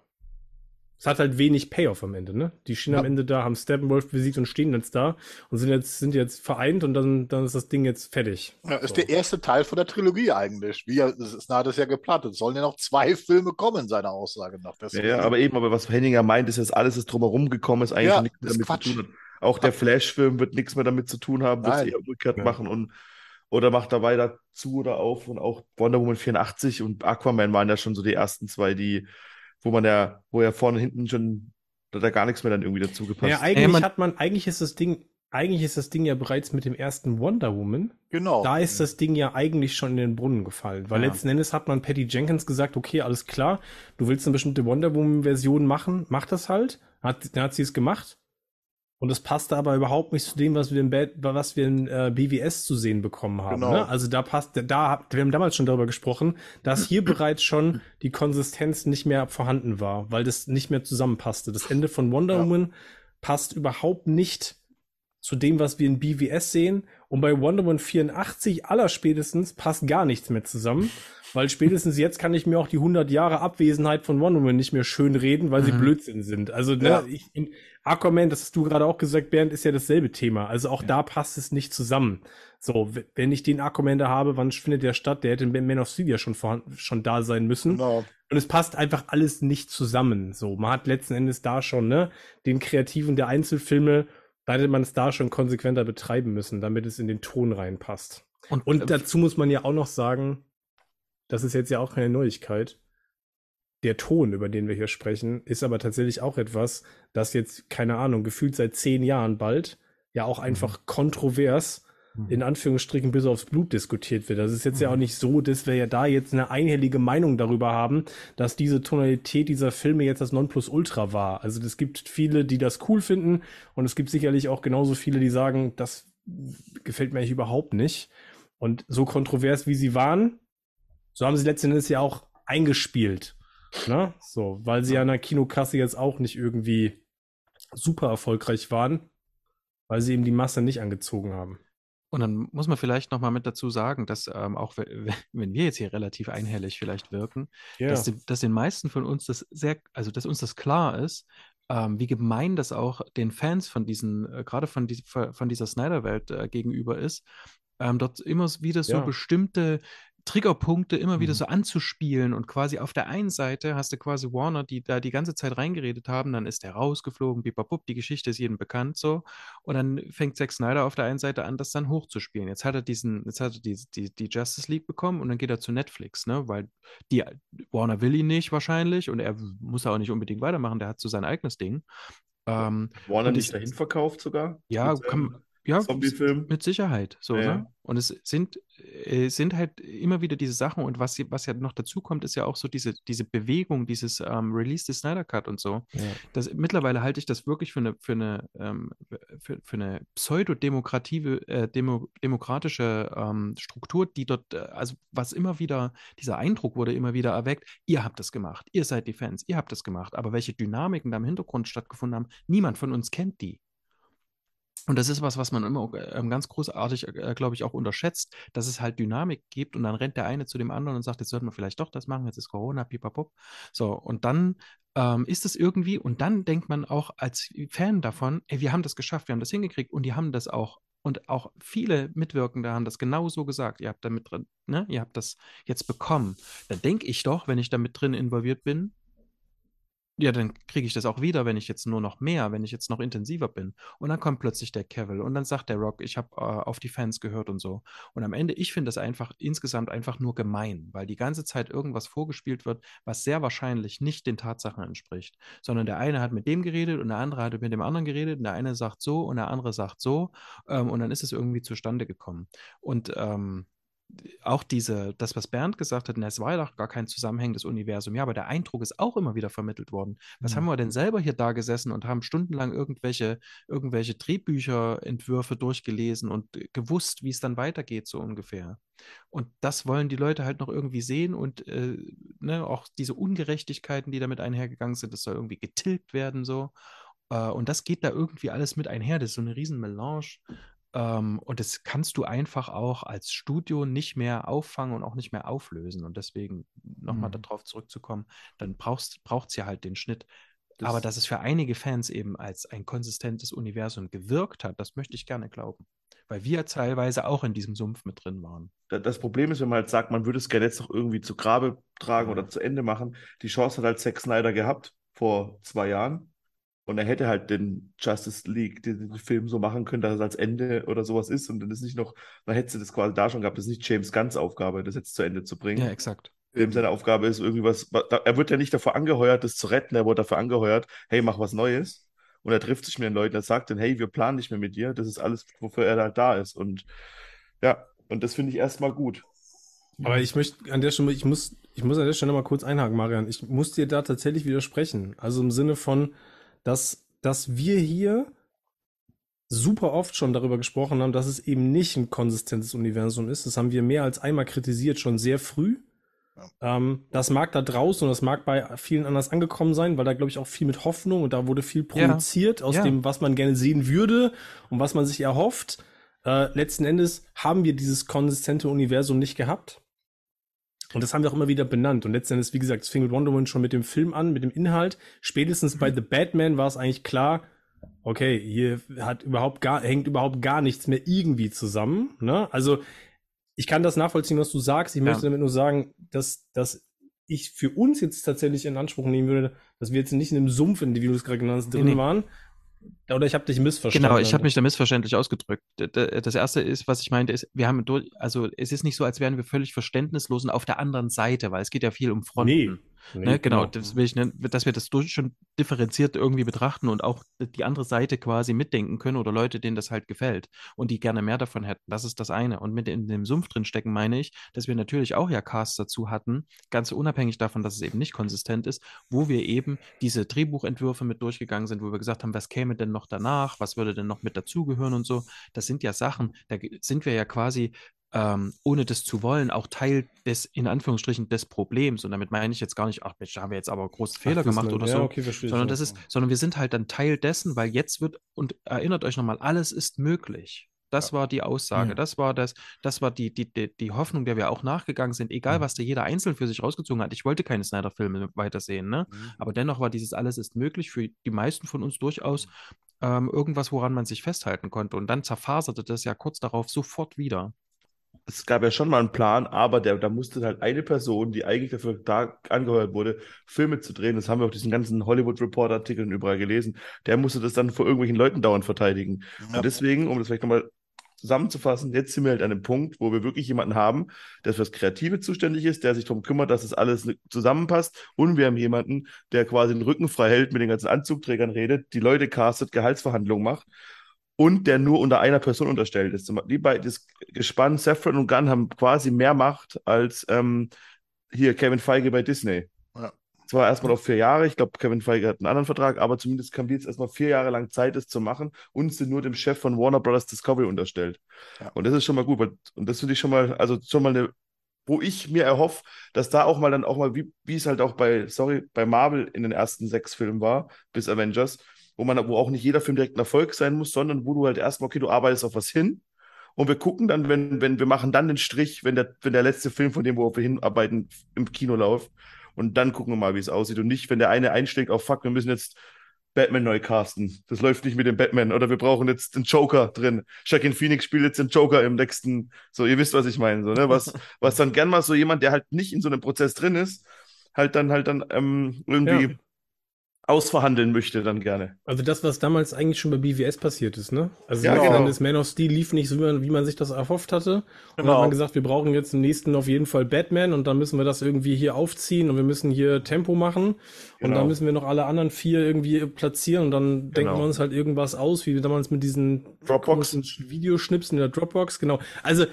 es hat halt wenig Payoff am Ende, ne? Die stehen ja. am Ende da, haben Steppenwolf besiegt und stehen jetzt da und sind jetzt, sind jetzt vereint und dann, dann ist das Ding jetzt fertig. Ja, ist so. Der erste Teil von der Trilogie eigentlich. Wie er, Snyder ist ja geplant. Es sollen ja noch zwei Filme kommen, seiner Aussage nach. Ja, ja, aber eben, aber was Henninger meint, ist, dass alles, das drumherum gekommen ist, eigentlich ja, nichts damit Quatsch. zu tun hat. Auch der Flash-Film wird nichts mehr damit zu tun haben, wird es eher umgekehrt ja. machen und oder macht da weiter zu oder auf und auch Wonder Woman vierundachtzig und Aquaman waren ja schon so die ersten zwei, die, wo man ja, wo ja vorne und hinten schon da hat da gar nichts mehr dann irgendwie dazu gepasst. Ja, eigentlich ja, man, hat man, eigentlich ist das Ding, eigentlich ist das Ding ja bereits mit dem ersten Wonder Woman. Genau. Da ist das Ding ja eigentlich schon in den Brunnen gefallen, weil ja. letzten Endes hat man Patty Jenkins gesagt, okay, alles klar, du willst eine bestimmte Wonder Woman Version machen, mach das halt. Hat, dann hat sie es gemacht. Und es passte aber überhaupt nicht zu dem, was wir in, Bad, was wir in äh, B W S zu sehen bekommen haben. Genau. Ne? Also da passt, da, wir haben damals schon darüber gesprochen, dass hier bereits schon die Konsistenz nicht mehr vorhanden war, weil das nicht mehr zusammenpasste. Das Ende von Wonder ja. Woman passt überhaupt nicht zu dem, was wir in B W S sehen. Und bei Wonder Woman vierundachtzig allerspätestens passt gar nichts mehr zusammen. Weil spätestens jetzt kann ich mir auch die hundert Jahre Abwesenheit von Wonder Woman nicht mehr schön reden, weil mhm. sie Blödsinn sind. Also ne, ja. ich, in Aquaman, das hast du gerade auch gesagt, Bernd, ist ja dasselbe Thema. Also auch ja. da passt es nicht zusammen. So, wenn ich den Aquaman da habe, wann findet der statt? Der hätte in Man of Steel ja schon, vorhanden, schon da sein müssen. Genau. Und es passt einfach alles nicht zusammen. So, man hat letzten Endes da schon ne den Kreativen der Einzelfilme Da hätte man es da schon konsequenter betreiben müssen, damit es in den Ton reinpasst. Und, Und äh, dazu muss man ja auch noch sagen, das ist jetzt ja auch keine Neuigkeit. Der Ton, über den wir hier sprechen, ist aber tatsächlich auch etwas, das jetzt, keine Ahnung, gefühlt seit zehn Jahren bald ja auch einfach kontrovers in Anführungsstrichen bis aufs Blut diskutiert wird. Das ist jetzt ja auch nicht so, dass wir ja da jetzt eine einhellige Meinung darüber haben, dass diese Tonalität dieser Filme jetzt das Nonplusultra war. Also es gibt viele, die das cool finden und es gibt sicherlich auch genauso viele, die sagen, das gefällt mir eigentlich überhaupt nicht. Und so kontrovers wie sie waren, so haben sie letzten Endes ja auch eingespielt. Ne? So, weil sie an der Kinokasse jetzt auch nicht irgendwie super erfolgreich waren, weil sie eben die Masse nicht angezogen haben. Und dann muss man vielleicht noch mal mit dazu sagen, dass ähm, auch we- wenn wir jetzt hier relativ einhellig vielleicht wirken, Ja. dass, die, dass den meisten von uns das sehr, also dass uns das klar ist, ähm, wie gemein das auch den Fans von diesen, äh, gerade von, die, von dieser Snyder-Welt äh, gegenüber ist, ähm, dort immer wieder so Ja. bestimmte Triggerpunkte immer wieder Mhm. so anzuspielen und quasi auf der einen Seite hast du quasi Warner, die da die ganze Zeit reingeredet haben, dann ist der rausgeflogen, bipapub, die Geschichte ist jedem bekannt so und dann fängt Zack Snyder auf der einen Seite an, das dann hochzuspielen. Jetzt hat er diesen, jetzt hat er die, die, die Justice League bekommen und dann geht er zu Netflix, ne, weil die Warner will ihn nicht wahrscheinlich und er muss auch nicht unbedingt weitermachen, der hat so sein eigenes Ding. Ähm, Warner und nicht es- dahin verkauft sogar? ja, Mit kann, seinem ja, Zombie-Film? mit Sicherheit. So, Ja, ne? ja. Und es sind, äh, sind halt immer wieder diese Sachen und was, was ja noch dazu kommt, ist ja auch so diese, diese Bewegung, dieses ähm, Release des Snyder Cut und so. Ja. Das, mittlerweile halte ich das wirklich für eine, für eine, ähm, für, für eine pseudodemokrative, äh, demo, demokratische ähm, Struktur, die dort, äh, also was immer wieder, dieser Eindruck wurde immer wieder erweckt, ihr habt das gemacht, ihr seid die Fans, ihr habt das gemacht, aber welche Dynamiken da im Hintergrund stattgefunden haben, niemand von uns kennt die. Und das ist was, was man immer ähm, ganz großartig, äh, glaube ich, auch unterschätzt, dass es halt Dynamik gibt und dann rennt der eine zu dem anderen und sagt, jetzt sollten wir vielleicht doch das machen, jetzt ist Corona, pipapo. So, und dann ähm, ist es irgendwie, und dann denkt man auch als Fan davon, ey, wir haben das geschafft, wir haben das hingekriegt und die haben das auch. Und auch viele Mitwirkende haben das genauso gesagt. Ihr habt damit drin, ne, ihr habt das jetzt bekommen. Da denke ich doch, wenn ich da mit drin involviert bin, ja, dann kriege ich das auch wieder, wenn ich jetzt nur noch mehr, wenn ich jetzt noch intensiver bin. Und dann kommt plötzlich der Cavill und dann sagt der Rock, ich habe äh, auf die Fans gehört und so. Und am Ende, ich finde das einfach insgesamt einfach nur gemein, weil die ganze Zeit irgendwas vorgespielt wird, was sehr wahrscheinlich nicht den Tatsachen entspricht. Sondern der eine hat mit dem geredet und der andere hat mit dem anderen geredet und der eine sagt so und der andere sagt so. Ähm, und dann ist es irgendwie zustande gekommen. Und ähm, auch diese, das, was Bernd gesagt hat, na, es war ja doch gar kein zusammenhängendes Universum. Ja, aber der Eindruck ist auch immer wieder vermittelt worden. Was Mhm. haben wir denn selber hier da gesessen und haben stundenlang irgendwelche, irgendwelche Drehbücherentwürfe durchgelesen und gewusst, wie es dann weitergeht, so ungefähr. Und das wollen die Leute halt noch irgendwie sehen und äh, ne, auch diese Ungerechtigkeiten, die damit einhergegangen sind, das soll irgendwie getilgt werden, so. Äh, und das geht da irgendwie alles mit einher. Das ist so eine riesen Melange. Ähm, und das kannst du einfach auch als Studio nicht mehr auffangen und auch nicht mehr auflösen. Und deswegen nochmal Mhm. darauf zurückzukommen, dann braucht es ja halt den Schnitt. Das- Aber dass es für einige Fans eben als ein konsistentes Universum gewirkt hat, das möchte ich gerne glauben. Weil wir teilweise auch in diesem Sumpf mit drin waren. Da- Das Problem ist, wenn man halt sagt, man würde es gerne jetzt noch irgendwie zu Grabe tragen oder zu Ende machen. Die Chance hat halt Zack Snyder gehabt vor zwei Jahren. Und er hätte halt den Justice League, den, den Film so machen können, dass es als Ende oder sowas ist. Und dann ist nicht noch, dann hätte sie das quasi da schon gehabt. Das ist nicht James Gunns Aufgabe, das jetzt zu Ende zu bringen. Ja, exakt. Dem seine Aufgabe ist irgendwie was, er wird ja nicht dafür angeheuert, das zu retten, er wurde dafür angeheuert, hey, mach was Neues. Und er trifft sich mit den Leuten, er sagt dann, hey, wir planen nicht mehr mit dir, das ist alles, wofür er halt da ist. Und ja, und das finde ich erstmal gut. Aber ich möchte an der Stelle, ich muss, ich muss an der Stelle mal kurz einhaken, Marian. Ich muss dir da tatsächlich widersprechen. Also im Sinne von, dass, dass wir hier super oft schon darüber gesprochen haben, dass es eben nicht ein konsistentes Universum ist. Das haben wir mehr als einmal kritisiert, schon sehr früh. Ähm, das mag da draußen und das mag bei vielen anders angekommen sein, weil da, glaube ich, auch viel mit Hoffnung und da wurde viel projiziert aus ja. dem, was man gerne sehen würde und was man sich erhofft. Äh, letzten Endes haben wir dieses konsistente Universum nicht gehabt. Und das haben wir auch immer wieder benannt. Und letzten Endes, wie gesagt, es fing mit Wonder Woman schon mit dem Film an, mit dem Inhalt. Spätestens bei The Batman war es eigentlich klar, okay, hier hat überhaupt gar, hängt überhaupt gar nichts mehr irgendwie zusammen. Ne? Also ich kann das nachvollziehen, was du sagst. Ich Ja. möchte damit nur sagen, dass, dass ich für uns jetzt tatsächlich in Anspruch nehmen würde, dass wir jetzt nicht in einem Sumpf, in dem, wie du es gerade genannt hast, drin Nee, nee. waren. Oder ich habe dich missverstanden. Genau, ich habe mich da missverständlich ausgedrückt. D- d- Das erste ist, was ich meinte, ist, wir haben durch, also es ist nicht so, als wären wir völlig verständnislos und auf der anderen Seite, weil es geht ja viel um Fronten. Nee, nee, Ne, genau, genau. das will ich, ne, dass wir das durch schon differenziert irgendwie betrachten und auch die andere Seite quasi mitdenken können oder Leute, denen das halt gefällt und die gerne mehr davon hätten. Das ist das eine. Und mit in dem Sumpf drin stecken meine ich, dass wir natürlich auch ja Casts dazu hatten, ganz unabhängig davon, dass es eben nicht konsistent ist, wo wir eben diese Drehbuchentwürfe mit durchgegangen sind, wo wir gesagt haben, was käme denn noch danach, was würde denn noch mit dazugehören und so. Das sind ja Sachen, da ge- sind wir ja quasi ähm, ohne das zu wollen, auch Teil des, in Anführungsstrichen, des Problems. Und damit meine ich jetzt gar nicht, ach Mensch, da haben wir jetzt aber große Fehler Ach, gemacht Wissen, oder ja, so, okay, verstehe ich, sondern ja. das ist, sondern wir sind halt dann Teil dessen, weil jetzt wird, und erinnert euch nochmal, alles ist möglich. Das war die Aussage, Ja. das war das, das war die, die, die, die Hoffnung, der wir auch nachgegangen sind, egal was da jeder einzeln für sich rausgezogen hat. Ich wollte keine Snyder-Filme weitersehen, ne? Mhm. Aber dennoch war dieses alles ist möglich für die meisten von uns durchaus ähm, irgendwas, woran man sich festhalten konnte. Und dann zerfaserte das ja kurz darauf sofort wieder. Es gab ja schon mal einen Plan, aber der, da musste halt eine Person, die eigentlich dafür da angeheuert wurde, Filme zu drehen, das haben wir auf diesen ganzen Hollywood-Report-Artikeln überall gelesen, der musste das dann vor irgendwelchen Leuten dauernd verteidigen. Ja. Und deswegen, um das vielleicht nochmal zusammenzufassen, jetzt sind wir halt an einem Punkt, wo wir wirklich jemanden haben, der für das Kreative zuständig ist, der sich darum kümmert, dass es alles zusammenpasst, und wir haben jemanden, der quasi den Rücken frei hält, mit den ganzen Anzugträgern redet, die Leute castet, Gehaltsverhandlungen macht und der nur unter einer Person unterstellt ist. Die beiden, das Gespann Safran und Gunn haben quasi mehr Macht als ähm, hier Kevin Feige bei Disney. Ja. Zwar erstmal auf vier Jahre, ich glaube, Kevin Feige hat einen anderen Vertrag, aber zumindest haben die jetzt erstmal vier Jahre lang Zeit, das zu machen, und sind nur dem Chef von Warner Brothers Discovery unterstellt. Ja. Und das ist schon mal gut, weil, und das finde ich schon mal, also schon mal eine, wo ich mir erhoffe, dass da auch mal dann auch mal, wie, wie es halt auch bei, sorry, bei Marvel in den ersten sechs Filmen war, bis Avengers, wo man, wo auch nicht jeder Film direkt ein Erfolg sein muss, sondern wo du halt erstmal, okay, du arbeitest auf was hin, und wir gucken dann, wenn, wenn, wir machen dann den Strich, wenn der, wenn der letzte Film von dem, worauf wir hinarbeiten, im Kino läuft, und dann gucken wir mal, wie es aussieht, und nicht, wenn der eine einschlägt, auf fuck, wir müssen jetzt Batman neu casten. Das läuft nicht mit dem Batman, oder wir brauchen jetzt den Joker drin. Joaquin Phoenix spielt jetzt den Joker im nächsten, so, ihr wisst, was ich meine, so, ne, was, was dann gern mal so jemand, der halt nicht in so einem Prozess drin ist, halt dann, halt dann, ähm, irgendwie Ja. ausverhandeln möchte, dann gerne. Also das, was damals eigentlich schon bei B V S passiert ist, ne? Also Ja, letzten genau. Endes Man of Steel lief nicht so, wie man, wie man sich das erhofft hatte. Und dann Genau. hat man gesagt, wir brauchen jetzt im nächsten auf jeden Fall Batman, und dann müssen wir das irgendwie hier aufziehen und wir müssen hier Tempo machen und Genau. dann müssen wir noch alle anderen vier irgendwie platzieren, und dann denken Genau. wir uns halt irgendwas aus, wie damals mit diesen Dropbox. komischen Videoschnipsen in der Dropbox, genau. Also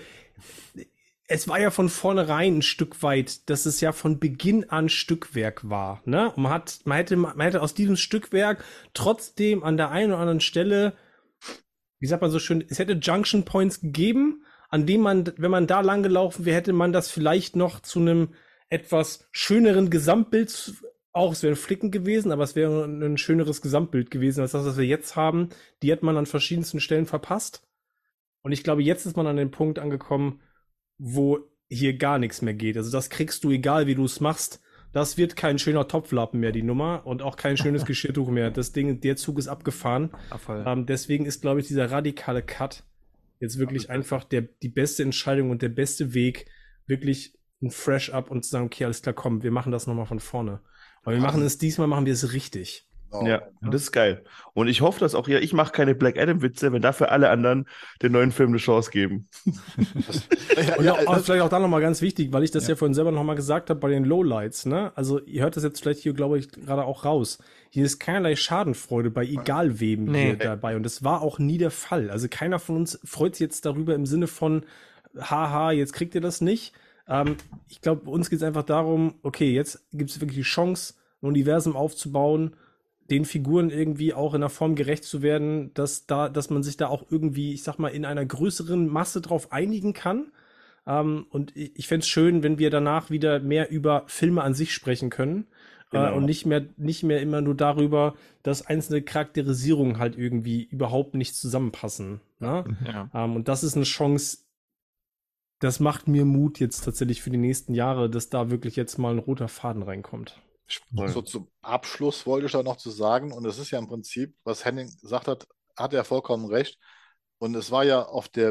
es war ja von vornherein ein Stück weit, dass es ja von Beginn an Stückwerk war, ne? Und man hat, man hätte, man hätte aus diesem Stückwerk trotzdem an der einen oder anderen Stelle, wie sagt man so schön, es hätte Junction Points gegeben, an dem man, wenn man da lang gelaufen wäre, hätte man das vielleicht noch zu einem etwas schöneren Gesamtbild, auch es wären Flicken gewesen, aber es wäre ein schöneres Gesamtbild gewesen als das, was wir jetzt haben. Die hat man an verschiedensten Stellen verpasst. Und ich glaube, jetzt ist man an dem Punkt angekommen, wo hier gar nichts mehr geht. Also das kriegst du, egal wie du es machst. Das wird kein schöner Topflappen mehr, die Nummer, und auch kein schönes Geschirrtuch mehr. Das Ding, der Zug ist abgefahren. Ah, voll. Ähm, deswegen ist, glaube ich, dieser radikale Cut jetzt wirklich einfach der, die beste Entscheidung und der beste Weg, wirklich ein Fresh-Up und zu sagen, okay, alles klar, komm, wir machen das nochmal von vorne. Aber wir machen es diesmal, machen wir es richtig. Genau. Ja, und das ist geil. Und ich hoffe, dass auch hier, ich mache keine Black Adam-Witze, wenn dafür alle anderen den neuen Film eine Chance geben. Ja, Und ja, auch, auch das- vielleicht auch da nochmal ganz wichtig, weil ich das ja, vorhin selber nochmal gesagt habe bei den Lowlights, ne? Also ihr hört das jetzt vielleicht hier, glaube ich, gerade auch raus. Hier ist keinerlei Schadenfreude bei egal wem Nee. hier dabei. Und das war auch nie der Fall. Also keiner von uns freut sich jetzt darüber im Sinne von, haha, jetzt kriegt ihr das nicht. Ähm, ich glaube, uns geht es einfach darum, okay, jetzt gibt es wirklich die Chance, ein Universum aufzubauen, den Figuren irgendwie auch in der Form gerecht zu werden, dass da, dass man sich da auch irgendwie, ich sag mal, in einer größeren Masse drauf einigen kann. Ähm, und ich, ich fände es schön, wenn wir danach wieder mehr über Filme an sich sprechen können. Äh, Genau. und nicht mehr, nicht mehr immer nur darüber, dass einzelne Charakterisierungen halt irgendwie überhaupt nicht zusammenpassen. Ne? Ja. Ähm, und das ist eine Chance, das macht mir Mut jetzt tatsächlich für die nächsten Jahre, dass da wirklich jetzt mal ein roter Faden reinkommt. So zum Abschluss wollte ich da noch zu sagen, und es ist ja im Prinzip, was Henning gesagt hat, hat er vollkommen recht. Und es war ja auf dem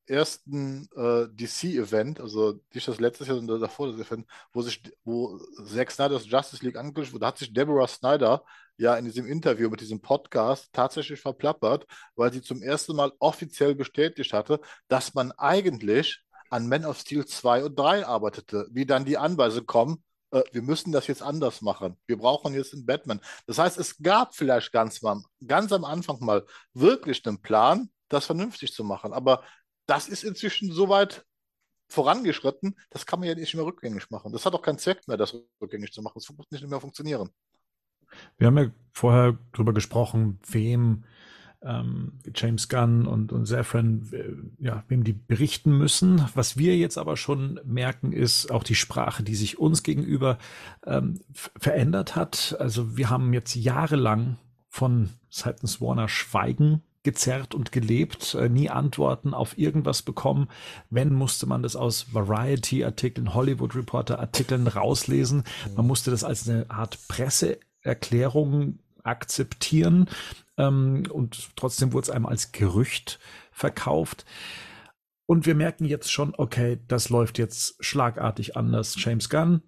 ersten äh, D C-Event, also nicht das letzte Jahr, sondern davor das Event, wo sich, wo Zack Snyder's Justice League angekündigt wurde, hat sich Deborah Snyder ja in diesem Interview mit diesem Podcast tatsächlich verplappert, weil sie zum ersten Mal offiziell bestätigt hatte, dass man eigentlich an Man of Steel zwei und drei arbeitete, wie dann die Anweisungen kommen, äh, wir müssen das jetzt anders machen. Wir brauchen jetzt einen Batman. Das heißt, es gab vielleicht ganz, mal, ganz am Anfang mal wirklich einen Plan, das vernünftig zu machen. Aber das ist inzwischen so weit vorangeschritten, das kann man ja nicht mehr rückgängig machen. Das hat auch keinen Zweck mehr, das rückgängig zu machen. Das wird nicht mehr funktionieren. Wir haben ja vorher drüber gesprochen, wem ähm, James Gunn und, und Safran, äh, ja, wem die berichten müssen. Was wir jetzt aber schon merken, ist auch die Sprache, die sich uns gegenüber ähm, verändert hat. Also wir haben jetzt jahrelang von seitens Warner Schweigen gezerrt und gelebt, äh, nie Antworten auf irgendwas bekommen. Wenn, musste man das aus Variety-Artikeln, Hollywood-Reporter-Artikeln rauslesen. Man musste das als eine Art Presseerklärung akzeptieren, ähm, und trotzdem wurde es einem als Gerücht verkauft. Und wir merken jetzt schon, okay, das läuft jetzt schlagartig anders. James Gunn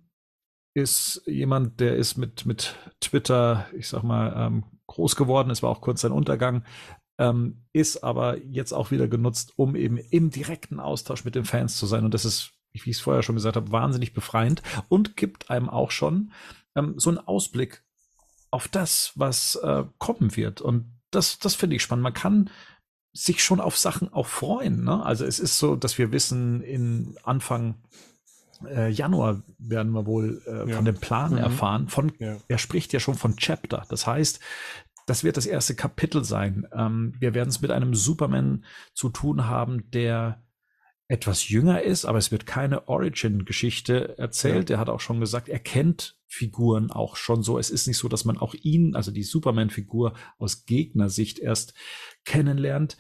ist jemand, der ist mit, mit Twitter, ich sag mal, ähm, groß geworden. Es war auch kurz sein Untergang. Ähm, ist aber jetzt auch wieder genutzt, um eben im direkten Austausch mit den Fans zu sein. Und das ist, wie ich es vorher schon gesagt habe, wahnsinnig befreiend und gibt einem auch schon ähm, so einen Ausblick auf das, was äh, kommen wird. Und das, das finde ich spannend. Man kann sich schon auf Sachen auch freuen. Ne? Also es ist so, dass wir wissen, in Anfang äh, Januar werden wir wohl äh, Ja. von dem Plan Mhm. erfahren. Von, Ja. er spricht ja schon von Chapter. Das heißt, das wird das erste Kapitel sein. Ähm, wir werden es mit einem Superman zu tun haben, der etwas jünger ist, aber es wird keine Origin-Geschichte erzählt. Er hat auch schon gesagt, er kennt Figuren auch schon so. Es ist nicht so, dass man auch ihn, also die Superman-Figur aus Gegnersicht erst kennenlernt.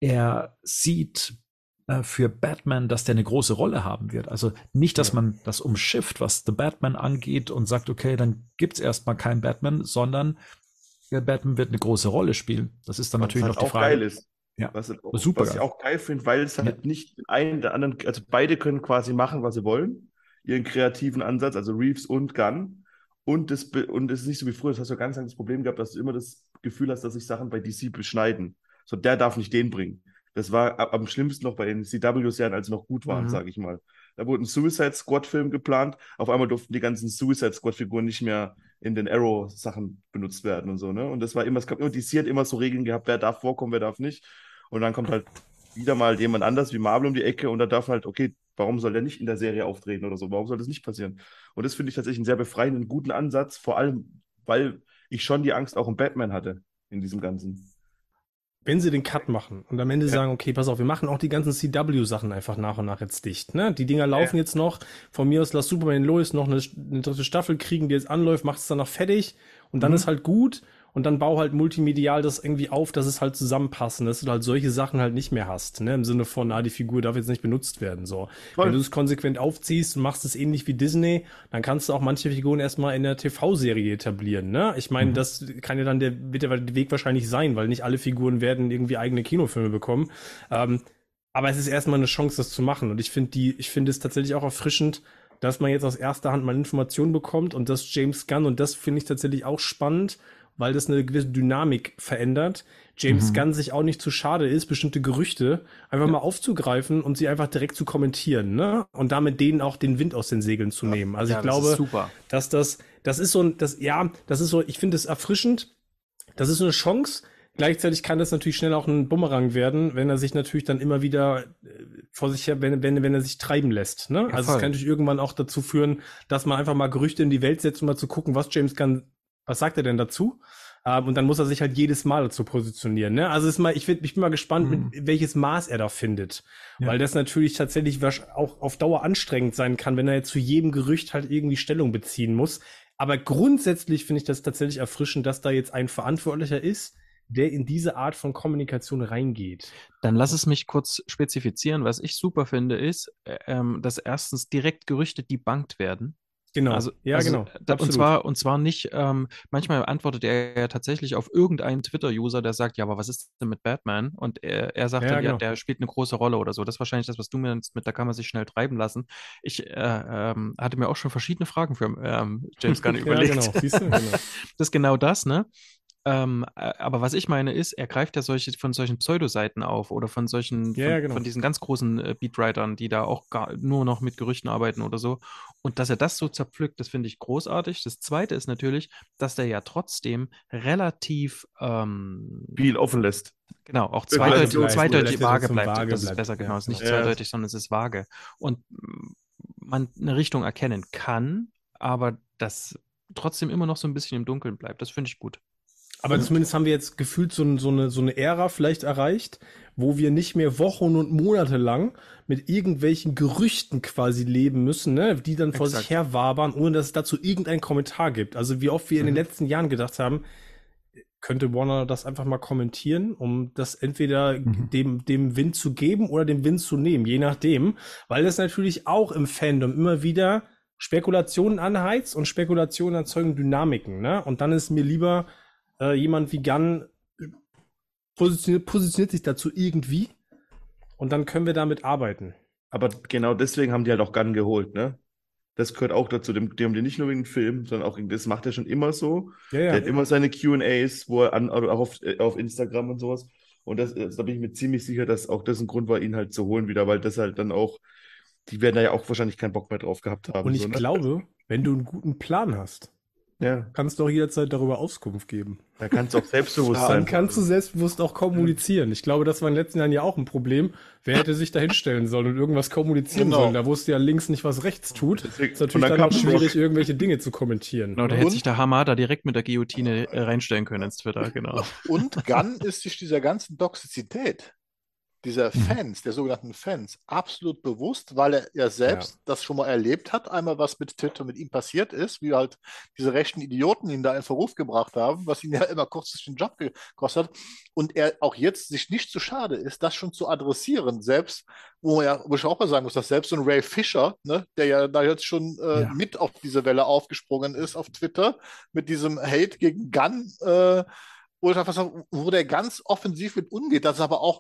Er sieht äh, für Batman, dass der eine große Rolle haben wird. Also nicht, dass Ja. man das umschifft, was The Batman angeht und sagt, okay, dann gibt's erstmal keinen Batman, sondern der Batman wird eine große Rolle spielen. Das ist dann Was natürlich halt noch die auch Frage. geil ist. Ja. Was, Super was ich geil. auch geil finde, weil es halt nicht den einen, der anderen, also beide können quasi machen, was sie wollen, ihren kreativen Ansatz, also Reeves und Gunn. Und das, be- und es ist nicht so wie früher, das hast du ja ganz lange das Problem gehabt, dass du immer das Gefühl hast, dass sich Sachen bei D C beschneiden. So, der darf nicht den bringen. Das war ab- am schlimmsten noch bei den C W-Serien, als sie noch gut waren, Mhm. sage ich mal. Da wurde ein Suicide Squad-Film geplant, auf einmal durften die ganzen Suicide Squad-Figuren nicht mehr in den Arrow-Sachen benutzt werden und so, ne? Und das war immer, es gab immer, D C hat immer so Regeln gehabt, wer darf vorkommen, wer darf nicht. Und dann kommt halt wieder mal jemand anders wie Marvel um die Ecke und da darf halt, okay, warum soll der nicht in der Serie auftreten oder so? Warum soll das nicht passieren? Und das finde ich tatsächlich einen sehr befreienden, guten Ansatz, vor allem, weil ich schon die Angst auch im Batman hatte in diesem Ganzen. Wenn sie den Cut machen und am Ende Ja. sagen, okay, pass auf, wir machen auch die ganzen C W-Sachen einfach nach und nach jetzt dicht. Ne? Die Dinger laufen jetzt noch. Von mir aus lass Superman Lois noch eine, eine dritte Staffel kriegen, die jetzt anläuft, macht es dann noch fertig und dann Mhm. ist halt gut. Und dann bau halt multimedial das irgendwie auf, dass es halt zusammenpassen, dass du halt solche Sachen halt nicht mehr hast, ne? Im Sinne von, ah, die Figur darf jetzt nicht benutzt werden, so. Voll. Wenn du es konsequent aufziehst und machst es ähnlich wie Disney, dann kannst du auch manche Figuren erstmal in der T V-Serie etablieren, ne? Ich meine, das kann ja dann der, wird der Weg wahrscheinlich sein, weil nicht alle Figuren werden irgendwie eigene Kinofilme bekommen. Ähm, aber es ist erstmal eine Chance, das zu machen. Und ich finde die, ich finde es tatsächlich auch erfrischend, dass man jetzt aus erster Hand mal Informationen bekommt und das James Gunn, und das finde ich tatsächlich auch spannend, weil das eine gewisse Dynamik verändert. James Mhm. Gunn sich auch nicht zu schade ist, bestimmte Gerüchte einfach mal aufzugreifen und sie einfach direkt zu kommentieren, ne? Und damit denen auch den Wind aus den Segeln zu nehmen. Also Ja, ich das glaube, ist super. dass das, das ist so ein, das, ja, das ist so, ich finde es erfrischend. Das ist so eine Chance. Gleichzeitig kann das natürlich schnell auch ein Bumerang werden, wenn er sich natürlich dann immer wieder äh, vor sich her, wenn, wenn, wenn er sich treiben lässt, ne? Ja, Also es voll. kann natürlich irgendwann auch dazu führen, dass man einfach mal Gerüchte in die Welt setzt, um mal zu gucken, was James Gunn, was sagt er denn dazu? Ähm, und dann muss er sich halt jedes Mal dazu positionieren, ne? Also ist mal, ich, find, ich bin mal gespannt, Mhm. mit welches Maß er da findet. Ja. Weil das natürlich tatsächlich wasch- auch auf Dauer anstrengend sein kann, wenn er jetzt zu jedem Gerücht halt irgendwie Stellung beziehen muss. Aber grundsätzlich finde ich das tatsächlich erfrischend, dass da jetzt ein Verantwortlicher ist, der in diese Art von Kommunikation reingeht. Dann lass es mich kurz spezifizieren. Was ich super finde, ist, äh, ähm, dass erstens direkt Gerüchte debunked werden. Genau. Also, ja, also, genau. da, und Absolut. zwar, und zwar nicht, ähm, manchmal antwortet er ja tatsächlich auf irgendeinen Twitter-User, der sagt, ja, aber was ist denn mit Batman? Und er, er sagt Ja, dann, ja, genau. der spielt eine große Rolle oder so. Das ist wahrscheinlich das, was du mir jetzt mit, da kann man sich schnell treiben lassen. Ich äh, ähm, hatte mir auch schon verschiedene Fragen für ähm, James Gunn Ja, überlegt. genau. Siehst du? Genau. Das ist genau das, ne? Ähm, äh, aber was ich meine ist, er greift ja solche von solchen Pseudo-Seiten auf oder von solchen, Ja, von, ja, genau. von diesen ganz großen äh, Beatwritern, die da auch gar, nur noch mit Gerüchten arbeiten oder so. Und dass er das so zerpflückt, das finde ich großartig. Das Zweite ist natürlich, dass der ja trotzdem relativ, ähm, Viel offen lässt. genau, auch Vage zweideutig, bleibt, zweideutig relativ vage zum bleibt. Vage Das ist bleibt. besser, genau. Ja, Es ist nicht ja. zweideutig, sondern es ist vage. Und mm, man eine Richtung erkennen kann, aber das trotzdem immer noch so ein bisschen im Dunkeln bleibt. Das finde ich gut. Aber zumindest haben wir jetzt gefühlt so, ein- so, eine, so eine Ära vielleicht erreicht, wo wir nicht mehr Wochen und Monate lang mit irgendwelchen Gerüchten quasi leben müssen, ne, die dann vor Exakt. sich her wabern, ohne dass es dazu irgendeinen Kommentar gibt. Also wie oft wir in den Mhm. letzten Jahren gedacht haben, könnte Warner das einfach mal kommentieren, um das entweder Mhm. dem, dem Wind zu geben oder dem Wind zu nehmen, je nachdem, weil das natürlich auch im Fandom immer wieder Spekulationen anheizt und Spekulationen erzeugen Dynamiken, ne? Und dann ist mir lieber äh, jemand wie Gunn positioniert, positioniert sich dazu irgendwie und dann können wir damit arbeiten. Aber genau deswegen haben die halt auch Gunn geholt, ne? Das gehört auch dazu. Dem- Die haben den nicht nur wegen dem Film, sondern auch, das macht er schon immer so. Ja, Der ja. hat immer seine Q und As, wo er an, oder auch auf, äh, auf Instagram und sowas. Und das, das, da bin ich mir ziemlich sicher, dass auch das ein Grund war, ihn halt zu holen wieder, weil das halt dann auch, die werden da ja auch wahrscheinlich keinen Bock mehr drauf gehabt haben. Und ich so, ne? glaube, wenn du einen guten Plan hast, Ja, kannst du auch jederzeit darüber Auskunft geben. da kannst du auch selbstbewusst Ja, sein. Dann kannst du selbstbewusst auch kommunizieren. Ich glaube, das war in den letzten Jahren ja auch ein Problem. Wer hätte sich da hinstellen sollen und irgendwas kommunizieren Genau. sollen? Da wusste ja links nicht, was rechts tut. Deswegen- Ist und natürlich dann dann auch kam schwierig, Brock. irgendwelche Dinge zu kommentieren. Genau, da ne? hätte Und- sich der Hamada direkt mit der Guillotine äh, reinstellen können ins Twitter, genau. Und Gunn ist sich dieser ganzen Toxizität dieser Fans, der sogenannten Fans, absolut bewusst, weil er ja selbst Ja. das schon mal erlebt hat, einmal was mit Twitter mit ihm passiert ist, wie halt diese rechten Idioten ihn da in Verruf gebracht haben, was ihn ja immer kurz den Job gekostet hat. Und er auch jetzt sich nicht zu schade ist, das schon zu adressieren, selbst, wo, ja, wo ich auch mal sagen muss, dass selbst so ein Ray Fisher, ne, der ja da jetzt schon äh, Ja. mit auf diese Welle aufgesprungen ist auf Twitter, mit diesem Hate gegen Gunn, äh, wo, ich einfach sage, wo der ganz offensiv mit umgeht, dass aber auch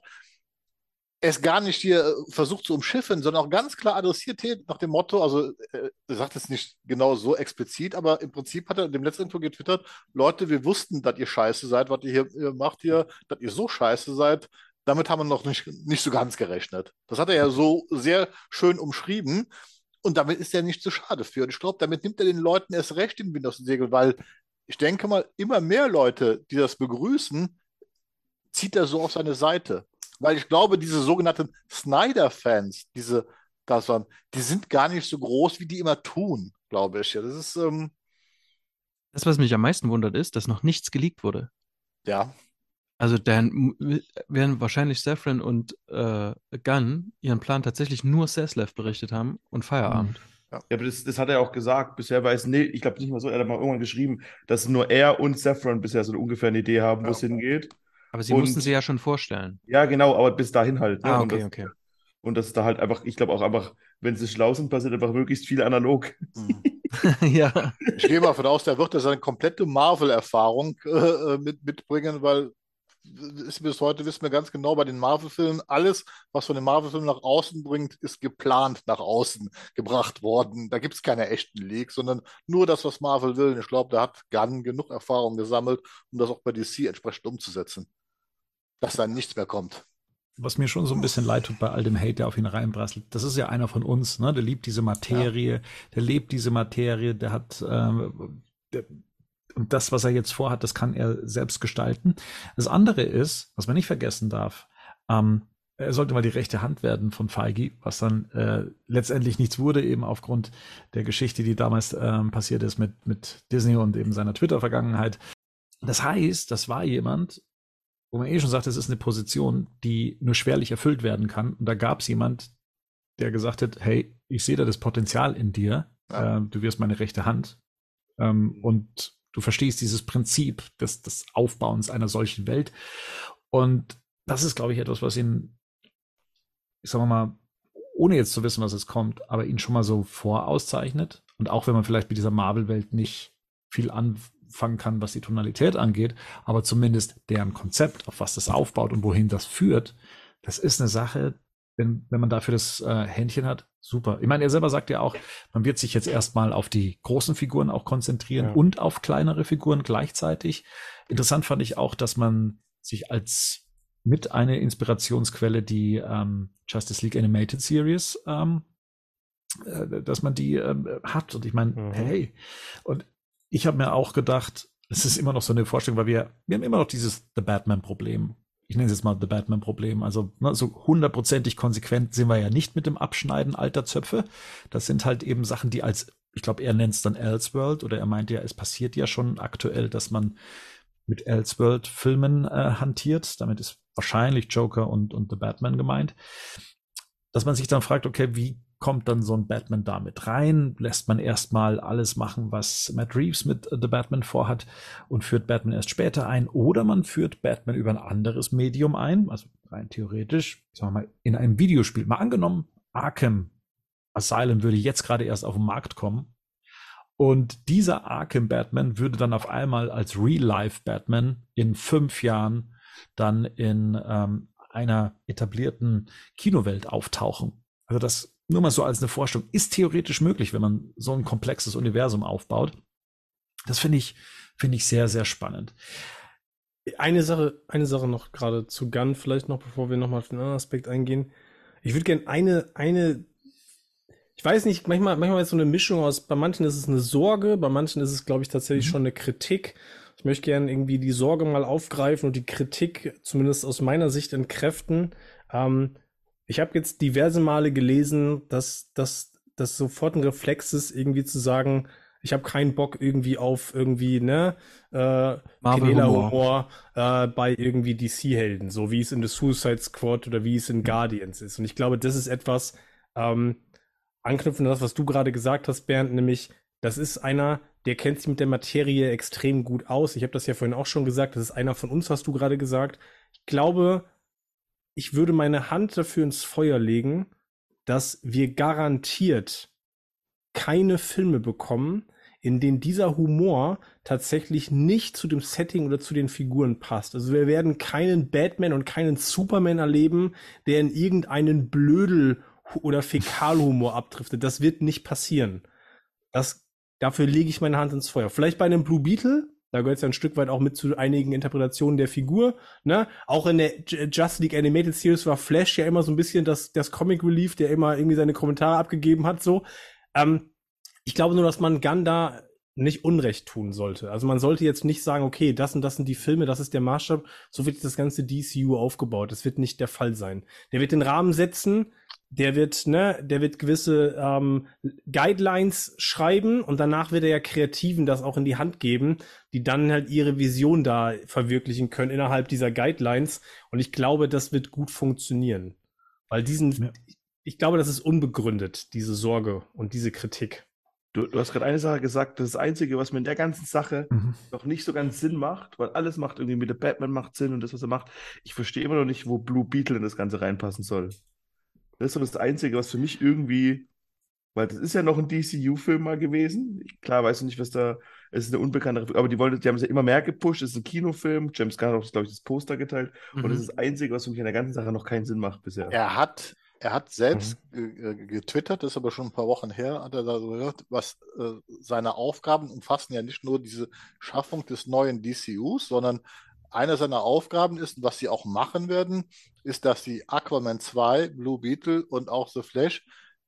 es gar nicht hier äh, versucht zu umschiffen, sondern auch ganz klar adressiert hier nach dem Motto, also äh, er sagt es nicht genau so explizit, aber im Prinzip hat er in dem letzten Info getwittert, Leute, wir wussten, dass ihr scheiße seid, was ihr hier ihr macht hier, dass ihr so scheiße seid, damit haben wir noch nicht, nicht so ganz gerechnet. Das hat er ja so sehr schön umschrieben und damit ist er nicht zu schade für. Und ich glaube, damit nimmt er den Leuten erst recht den Wind aus dem Segel, weil ich denke mal, immer mehr Leute, die das begrüßen, zieht er so auf seine Seite. Weil ich glaube, diese sogenannten Snyder-Fans, diese, das waren, die sind gar nicht so groß, wie die immer tun, glaube ich. Ja, das ist, ähm, Das, was mich am meisten wundert, ist, dass noch nichts geleakt wurde. ja, Also dann werden wahrscheinlich Safran und äh, Gunn ihren Plan tatsächlich nur Saslev berichtet haben und Feierabend. Ja, aber das, das hat er auch gesagt. Bisher weiß, nee, ich glaube nicht mal so, er hat mal irgendwann geschrieben, dass nur er und Saffron bisher so ungefähr eine Idee haben, wo es hingeht. Aber sie Und- mussten sie ja schon vorstellen. Ja, genau, aber bis dahin halt. Ne? Ah, Und okay, das, okay. Und das ist da halt einfach, ich glaube auch einfach, wenn sie schlau sind, passiert einfach möglichst viel analog. hm. Ja. Ich gehe mal davon aus, der wird ja seine komplette Marvel-Erfahrung äh, mit, mitbringen, weil ist, bis heute wissen wir ganz genau, bei den Marvel-Filmen, alles, was von den Marvel-Filmen nach außen bringt, ist geplant nach außen gebracht worden. Da gibt es keine echten Leaks, sondern nur das, was Marvel will. Und ich glaube, da hat Gunn genug Erfahrung gesammelt, um das auch bei D C entsprechend umzusetzen. Dass dann nichts mehr kommt. Was mir schon so ein bisschen leid tut bei all dem Hate, der auf ihn reinprasselt. Das ist ja einer von uns, ne? Der liebt diese Materie, der lebt diese Materie, der hat ähm, der, und das, was er jetzt vorhat, das kann er selbst gestalten. Das andere ist, was man nicht vergessen darf, ähm, er sollte mal die rechte Hand werden von Feige, was dann äh, letztendlich nichts wurde, eben aufgrund der Geschichte, die damals ähm, passiert ist mit, mit Disney und eben seiner Twitter-Vergangenheit. Das heißt, das war jemand, wo man eh schon sagt, das ist eine Position, die nur schwerlich erfüllt werden kann. Und da gab es jemand, der gesagt hat, hey, ich sehe da das Potenzial in dir, Ja. äh, du wirst meine rechte Hand ähm, und du verstehst dieses Prinzip des, des Aufbauens einer solchen Welt. Und das ist, glaube ich, etwas, was ihn, ich sag mal, ohne jetzt zu wissen, was es kommt, aber ihn schon mal so vorauszeichnet. Und auch wenn man vielleicht mit dieser Marvel-Welt nicht viel anfangen kann, was die Tonalität angeht, aber zumindest deren Konzept, auf was das aufbaut und wohin das führt, das ist eine Sache, wenn, wenn man dafür das äh, Händchen hat, super. Ich meine, er selber sagt ja auch, man wird sich jetzt erstmal auf die großen Figuren auch konzentrieren Ja. und auf kleinere Figuren gleichzeitig. Interessant fand ich auch, dass man sich als mit eine Inspirationsquelle die ähm, Justice League Animated Series, ähm, äh, dass man die ähm, hat. Und ich meine, Mhm. hey, und ich habe mir auch gedacht, es ist immer noch so eine Vorstellung, weil wir, wir haben immer noch dieses The Batman-Problem. Ich nenne es jetzt mal The Batman-Problem. Also ne, so hundertprozentig konsequent sind wir ja nicht mit dem Abschneiden alter Zöpfe. Das sind halt eben Sachen, die als, ich glaube, er nennt es dann Elseworld oder er meint ja, es passiert ja schon aktuell, dass man mit Elseworld-Filmen äh, hantiert. Damit ist wahrscheinlich Joker und, und The Batman gemeint. Dass man sich dann fragt, okay, wie kommt dann so ein Batman da mit rein? Lässt man erstmal alles machen, was Matt Reeves mit The Batman vorhat und führt Batman erst später ein? Oder man führt Batman über ein anderes Medium ein, also rein theoretisch, sagen wir mal, in einem Videospiel. Mal angenommen, Arkham Asylum würde jetzt gerade erst auf den Markt kommen. Und dieser Arkham Batman würde dann auf einmal als Real-Life-Batman in fünf Jahren dann in ähm, einer etablierten Kinowelt auftauchen. Also das nur mal so als eine Vorstellung ist theoretisch möglich, wenn man so ein komplexes Universum aufbaut. Das finde ich, finde ich sehr, sehr spannend. Eine Sache, eine Sache noch gerade zu Gunn, vielleicht noch, bevor wir nochmal auf den anderen Aspekt eingehen. Ich würde gerne eine, eine, ich weiß nicht, manchmal, manchmal ist so eine Mischung aus, bei manchen ist es eine Sorge, bei manchen ist es, glaube ich, tatsächlich Mhm. schon eine Kritik. Ich möchte gerne irgendwie die Sorge mal aufgreifen und die Kritik, zumindest aus meiner Sicht, entkräften. Ähm, ich habe jetzt diverse Male gelesen, dass das sofort ein Reflex ist, irgendwie zu sagen, ich habe keinen Bock irgendwie auf irgendwie, ne, äh, Marvel-Humor. Humor äh, bei irgendwie D C-Helden, so wie es in The Suicide Squad oder wie es in Guardians ist. Und ich glaube, das ist etwas, ähm, anknüpfend an das, was du gerade gesagt hast, Bernd, nämlich, das ist einer, der kennt sich mit der Materie extrem gut aus. Ich habe das ja vorhin auch schon gesagt, das ist einer von uns, hast du gerade gesagt. Ich glaube, ich würde meine Hand dafür ins Feuer legen, dass wir garantiert keine Filme bekommen, in denen dieser Humor tatsächlich nicht zu dem Setting oder zu den Figuren passt. Also wir werden keinen Batman und keinen Superman erleben, der in irgendeinen Blödel- oder Fäkalhumor abdriftet. Das wird nicht passieren. Das, dafür lege ich meine Hand ins Feuer. Vielleicht bei einem Blue Beetle, da gehört es ja ein Stück weit auch mit zu einigen Interpretationen der Figur. Ne? Auch in der J- Justice League Animated Series war Flash ja immer so ein bisschen das, das Comic Relief, der immer irgendwie seine Kommentare abgegeben hat. So. Ähm, ich glaube nur, dass man Gunn da nicht Unrecht tun sollte. Also man sollte jetzt nicht sagen, okay, das und das sind die Filme, das ist der Maßstab, so wird das ganze D C U aufgebaut. Das wird nicht der Fall sein. Der wird den Rahmen setzen, der wird, ne, der wird gewisse ähm, Guidelines schreiben und danach wird er ja Kreativen das auch in die Hand geben, die dann halt ihre Vision da verwirklichen können innerhalb dieser Guidelines. Und ich glaube, das wird gut funktionieren. Weil diesen, Ja. ich glaube, das ist unbegründet, diese Sorge und diese Kritik. Du, du hast gerade eine Sache gesagt, das, ist das Einzige, was mir in der ganzen Sache Mhm. noch nicht so ganz Sinn macht, weil alles macht irgendwie mit der Batman macht Sinn und das, was er macht. Ich verstehe immer noch nicht, wo Blue Beetle in das Ganze reinpassen soll. Das ist so das Einzige, was für mich irgendwie, weil das ist ja noch ein D C U-Film mal gewesen. Ich, klar, weiß ich nicht, was da, es ist eine unbekannte, aber die wollen, die haben es ja immer mehr gepusht. Es ist ein Kinofilm. James Gunn hat auch, glaube ich, das Poster geteilt. Und das Mhm. ist das Einzige, was für mich in der ganzen Sache noch keinen Sinn macht bisher. Er hat, er hat selbst ge- ge- getwittert, das ist aber schon ein paar Wochen her, hat er da so gesagt, was äh, seine Aufgaben umfassen ja nicht nur diese Schaffung des neuen D C Us, sondern eine seiner Aufgaben ist, was sie auch machen werden, ist, dass sie Aquaman zwei, Blue Beetle und auch The Flash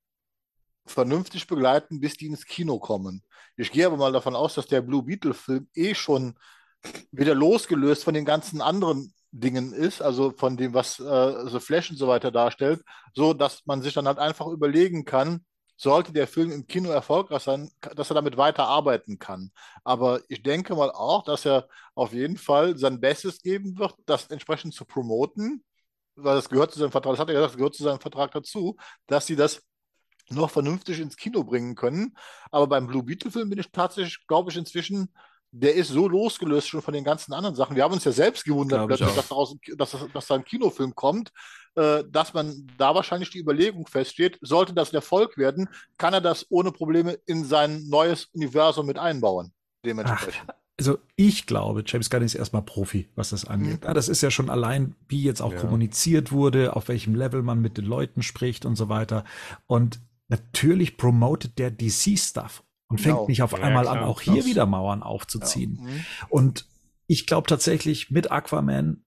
vernünftig begleiten, bis die ins Kino kommen. Ich gehe aber mal davon aus, dass der Blue Beetle-Film eh schon wieder losgelöst von den ganzen anderen Dingen ist, also von dem, was äh, The Flash und so weiter darstellt, so dass man sich dann halt einfach überlegen kann, sollte der Film im Kino erfolgreich sein, dass er damit weiterarbeiten kann. Aber ich denke mal auch, dass er auf jeden Fall sein Bestes geben wird, das entsprechend zu promoten, weil das gehört zu seinem Vertrag, das hat er gesagt, das gehört zu seinem Vertrag dazu, dass sie das noch vernünftig ins Kino bringen können. Aber beim Blue Beetle-Film bin ich tatsächlich, glaube ich, inzwischen der ist so losgelöst schon von den ganzen anderen Sachen. Wir haben uns ja selbst gewundert, Glaub ich plötzlich, auch. dass, daraus, dass, dass da ein Kinofilm kommt, äh, dass man da wahrscheinlich die Überlegung feststeht, sollte das ein Erfolg werden, kann er das ohne Probleme in sein neues Universum mit einbauen. Ach, Dementsprechend. also ich glaube, James Gunn ist erstmal Profi, was das angeht. Mhm. Ja, das ist ja schon allein, wie jetzt auch Ja. kommuniziert wurde, auf welchem Level man mit den Leuten spricht und so weiter. Und natürlich promotet der D C-Stuff und Genau. fängt nicht auf Ja, einmal klar, an, auch klar. hier wieder Mauern Ja. aufzuziehen. Mhm. Und ich glaube tatsächlich, mit Aquaman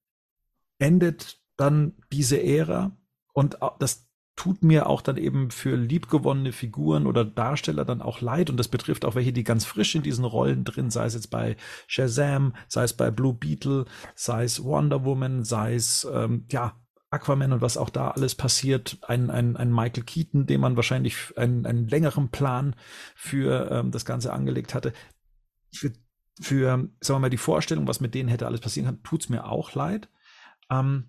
endet dann diese Ära und au- das tut mir auch dann eben für liebgewonnene Figuren oder Darsteller dann auch leid und das betrifft auch welche, die ganz frisch in diesen Rollen drin, sei es jetzt bei Shazam, sei es bei Blue Beetle, sei es Wonder Woman, sei es ähm, ja Aquaman und was auch da alles passiert, ein, ein, ein Michael Keaton, dem man wahrscheinlich einen, einen längeren Plan für ähm, das Ganze angelegt hatte. Für, für, sagen wir mal, die Vorstellung, was mit denen hätte alles passieren können, tut's mir auch leid. Ähm,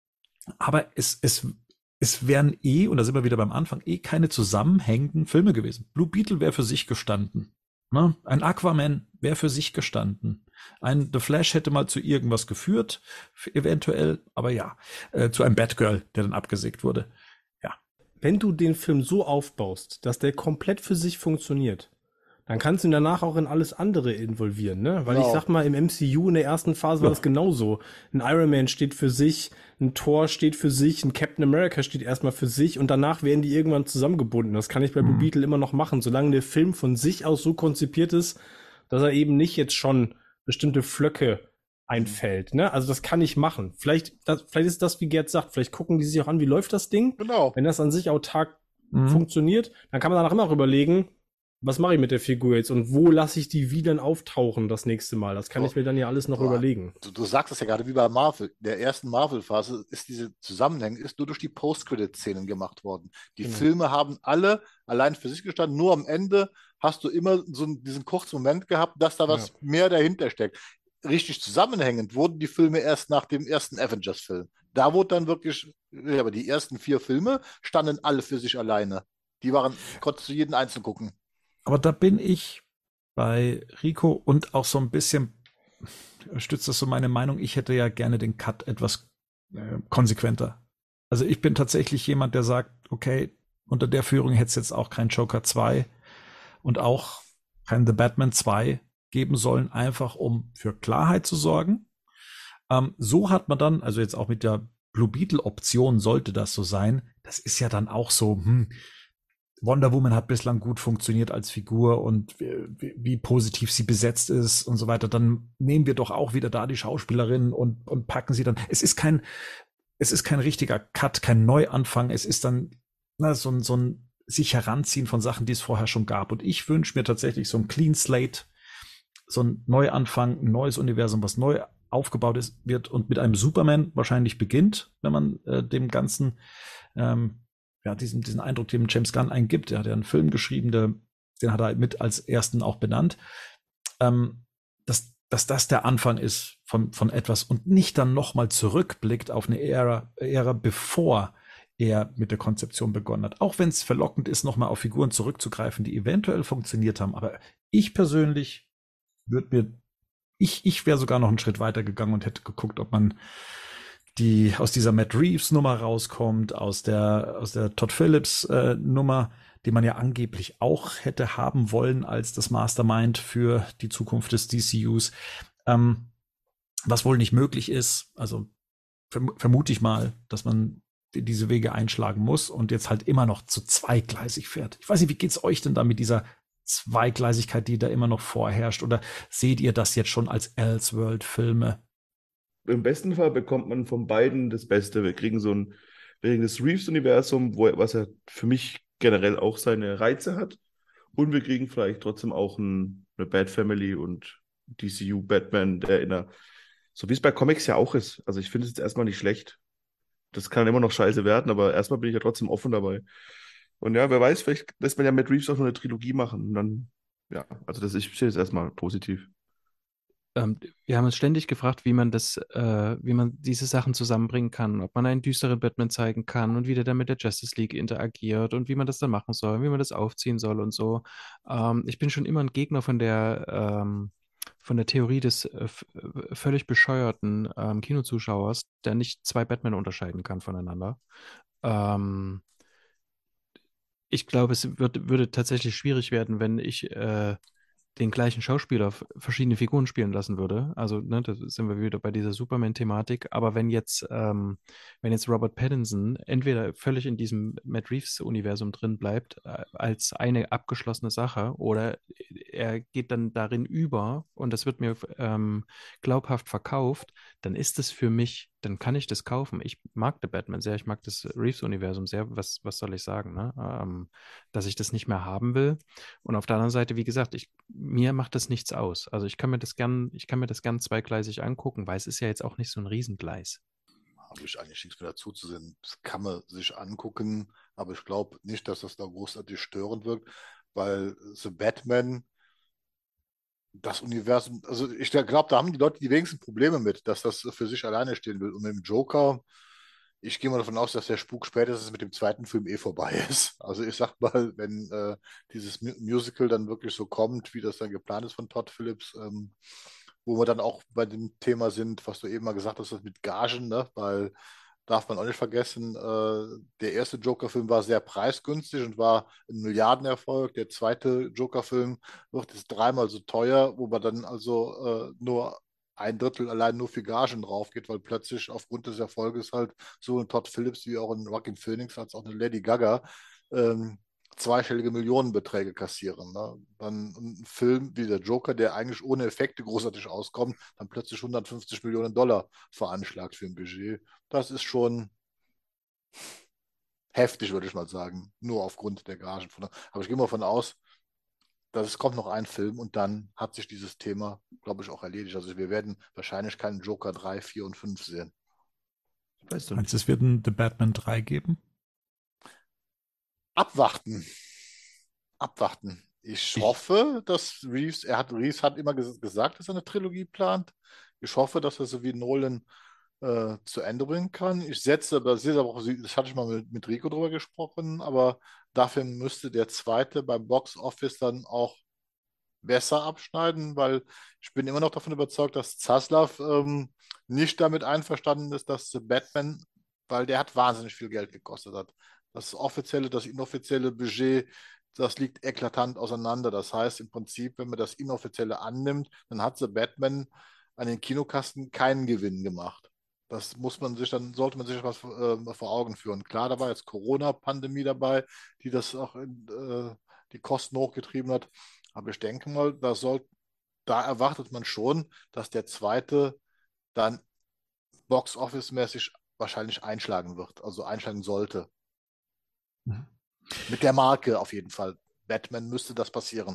aber es, es, es wären eh, und da sind wir wieder beim Anfang, eh keine zusammenhängenden Filme gewesen. Blue Beetle wäre für sich gestanden. Ne? Ein Aquaman wäre für sich gestanden. Ein The Flash hätte mal zu irgendwas geführt, f- eventuell, aber ja, äh, zu einem Batgirl, der dann abgesägt wurde. Ja. Wenn du den Film so aufbaust, dass der komplett für sich funktioniert, dann kannst du ihn danach auch in alles andere involvieren, ne? Weil ich Genau. sag mal, im M C U in der ersten Phase war das genauso. Ein Iron Man steht für sich, ein Thor steht für sich, ein Captain America steht erstmal für sich und danach werden die irgendwann zusammengebunden. Das kann ich bei Blue Beetle immer noch machen, solange der Film von sich aus so konzipiert ist, dass er eben nicht jetzt schon bestimmte Flöcke einfällt, ne? Also das kann ich machen. Vielleicht, das, vielleicht ist das, wie Gerd sagt, vielleicht gucken die sich auch an, wie läuft das Ding? Genau. Wenn das an sich autark Mhm. funktioniert, dann kann man danach immer auch überlegen, was mache ich mit der Figur jetzt und wo lasse ich die wie dann auftauchen das nächste Mal? Das kann So. ich mir dann ja alles noch So. überlegen. Du, du sagst es ja gerade wie bei Marvel. In der ersten Marvel-Phase ist diese Zusammenhänge ist nur durch die Post-Credit-Szenen gemacht worden. Die Genau. Filme haben alle allein für sich gestanden. Nur am Ende hast du immer so einen- diesen kurzen Moment gehabt, dass da was mehr dahinter steckt. Richtig zusammenhängend wurden die Filme erst nach dem ersten Avengers-Film. Da wurde dann wirklich, ja, aber die ersten vier Filme standen alle für sich alleine. Die waren, konntest du jeden einzeln gucken. Aber da bin ich bei Rico und auch so ein bisschen stützt das so meine Meinung. Ich hätte ja gerne den Cut etwas äh, konsequenter. Also ich bin tatsächlich jemand, der sagt, okay, unter der Führung hätte es jetzt auch kein Joker zwei und auch kein The Batman zwei geben sollen, einfach um für Klarheit zu sorgen. Ähm, so hat man dann, also jetzt auch mit der Blue Beetle Option sollte das so sein, das ist ja dann auch so, hm, Wonder Woman hat bislang gut funktioniert als Figur und wie, wie positiv sie besetzt ist und so weiter. Dann nehmen wir doch auch wieder da die Schauspielerin und, und packen sie dann. Es ist kein, es ist kein richtiger Cut, kein Neuanfang. Es ist dann na, so, ein, so ein sich heranziehen von Sachen, die es vorher schon gab. Und ich wünsche mir tatsächlich so ein Clean Slate, so ein Neuanfang, ein neues Universum, was neu aufgebaut ist, wird und mit einem Superman wahrscheinlich beginnt, wenn man äh, dem Ganzen ähm, ja, diesen, diesen Eindruck, den James Gunn eingibt. Er hat ja einen Film geschrieben, der, den hat er mit als ersten auch benannt, ähm, dass, dass das der Anfang ist von, von etwas und nicht dann nochmal zurückblickt auf eine Ära, Ära, bevor er mit der Konzeption begonnen hat. Auch wenn es verlockend ist, nochmal auf Figuren zurückzugreifen, die eventuell funktioniert haben. Aber ich persönlich würde mir, ich, ich wäre sogar noch einen Schritt weiter gegangen und hätte geguckt, ob man die aus dieser Matt Reeves Nummer rauskommt, aus der aus der Todd Phillips äh, Nummer, die man ja angeblich auch hätte haben wollen als das Mastermind für die Zukunft des D C Us, ähm, was wohl nicht möglich ist. Also verm vermute ich mal, dass man die, diese Wege einschlagen muss und jetzt halt immer noch zu zweigleisig fährt. Ich weiß nicht, wie geht's euch denn da mit dieser Zweigleisigkeit, die da immer noch vorherrscht? Oder seht ihr das jetzt schon als Elseworld-Filme? Im besten Fall bekommt man von beiden das Beste. Wir kriegen so ein, wir kriegen das Reeves-Universum, wo, was ja für mich generell auch seine Reize hat. Und wir kriegen vielleicht trotzdem auch ein, eine Bat Family und D C U Batman, der in der, so wie es bei Comics ja auch ist. Also ich finde es jetzt erstmal nicht schlecht. Das kann immer noch scheiße werden, aber erstmal bin ich ja trotzdem offen dabei. Und ja, wer weiß, vielleicht lässt man ja mit Reeves auch noch eine Trilogie machen. Und dann, ja, also das ist, ich sehe es erstmal positiv. Ähm, wir haben uns ständig gefragt, wie man das, äh, wie man diese Sachen zusammenbringen kann, ob man einen düsteren Batman zeigen kann und wie der dann mit der Justice League interagiert und wie man das dann machen soll, wie man das aufziehen soll und so. Ähm, ich bin schon immer ein Gegner von der, ähm, von der Theorie des äh, f- äh, völlig bescheuerten ähm, Kinozuschauers, der nicht zwei Batman unterscheiden kann voneinander. Ähm, ich glaube, es wird, würde tatsächlich schwierig werden, wenn ich äh, den gleichen Schauspieler f- verschiedene Figuren spielen lassen würde. Also, ne, da sind wir wieder bei dieser Superman-Thematik. Aber wenn jetzt, ähm, wenn jetzt Robert Pattinson entweder völlig in diesem Matt Reeves-Universum drin bleibt, äh, als eine abgeschlossene Sache, oder er geht dann darin über und das wird mir ähm, glaubhaft verkauft, dann ist es für mich, dann kann ich das kaufen. Ich mag The Batman sehr, ich mag das Reeves-Universum sehr. Was, was soll ich sagen, ne? Ähm, dass ich das nicht mehr haben will. Und auf der anderen Seite, wie gesagt, ich, mir macht das nichts aus. Also ich kann mir das gern, ich kann mir das gern zweigleisig angucken, weil es ist ja jetzt auch nicht so ein Riesengleis. Habe ich eigentlich nichts mehr dazu zu sehen. Das kann man sich angucken, aber ich glaube nicht, dass das da großartig störend wirkt, weil The Batman, das Universum, also ich glaube, da haben die Leute die wenigsten Probleme mit, dass das für sich alleine stehen will. Und mit dem Joker, ich gehe mal davon aus, dass der Spuk spätestens mit dem zweiten Film eh vorbei ist. Also ich sag mal, wenn äh, dieses Mu- Musical dann wirklich so kommt, wie das dann geplant ist von Todd Phillips, ähm, wo wir dann auch bei dem Thema sind, was du eben mal gesagt hast, das mit Gagen, ne? Weil darf man auch nicht vergessen, äh, der erste Joker-Film war sehr preisgünstig und war ein Milliardenerfolg. Der zweite Joker-Film wird jetzt dreimal so teuer, wo man dann also äh, nur ein Drittel allein nur für Gagen drauf geht, weil plötzlich aufgrund des Erfolges halt so ein Todd Phillips wie auch ein Joaquin Phoenix als auch eine Lady Gaga ähm, zweistellige Millionenbeträge kassieren. Ne? Dann ein Film wie der Joker, der eigentlich ohne Effekte großartig auskommt, dann plötzlich hundertfünfzig Millionen Dollar veranschlagt für ein Budget. Das ist schon heftig, würde ich mal sagen. Nur aufgrund der Gagen. Aber ich gehe mal davon aus, dass es kommt noch ein Film und dann hat sich dieses Thema, glaube ich, auch erledigt. Also wir werden wahrscheinlich keinen Joker drei, vier und fünf sehen. Weißt du Meinst nicht. du, es wird ein The Batman drei geben? Abwarten. Abwarten. Ich, Ich- hoffe, dass Reeves, er hat, Reeves hat immer ges gesagt, dass er eine Trilogie plant. Ich hoffe, dass er so wie Nolan äh, zu Ende bringen kann. Ich setze, aber das, aber auch, das hatte ich mal mit, mit Rico drüber gesprochen, aber dafür müsste der zweite beim Box Office dann auch besser abschneiden, weil ich bin immer noch davon überzeugt, dass Zaslav ähm, nicht damit einverstanden ist, dass The Batman, weil der hat wahnsinnig viel Geld gekostet hat. Das offizielle, das inoffizielle Budget, das liegt eklatant auseinander. Das heißt im Prinzip, wenn man das inoffizielle annimmt, dann hat The Batman an den Kinokasten keinen Gewinn gemacht. Das muss man sich dann, sollte man sich was äh, vor Augen führen. Klar, da war jetzt Corona-Pandemie dabei, die das auch in, äh, die Kosten hochgetrieben hat. Aber ich denke mal, da, soll, da erwartet man schon, dass der zweite dann Box-Office-mäßig wahrscheinlich einschlagen wird, also einschlagen sollte. Mhm. Mit der Marke auf jeden Fall. Batman müsste das passieren.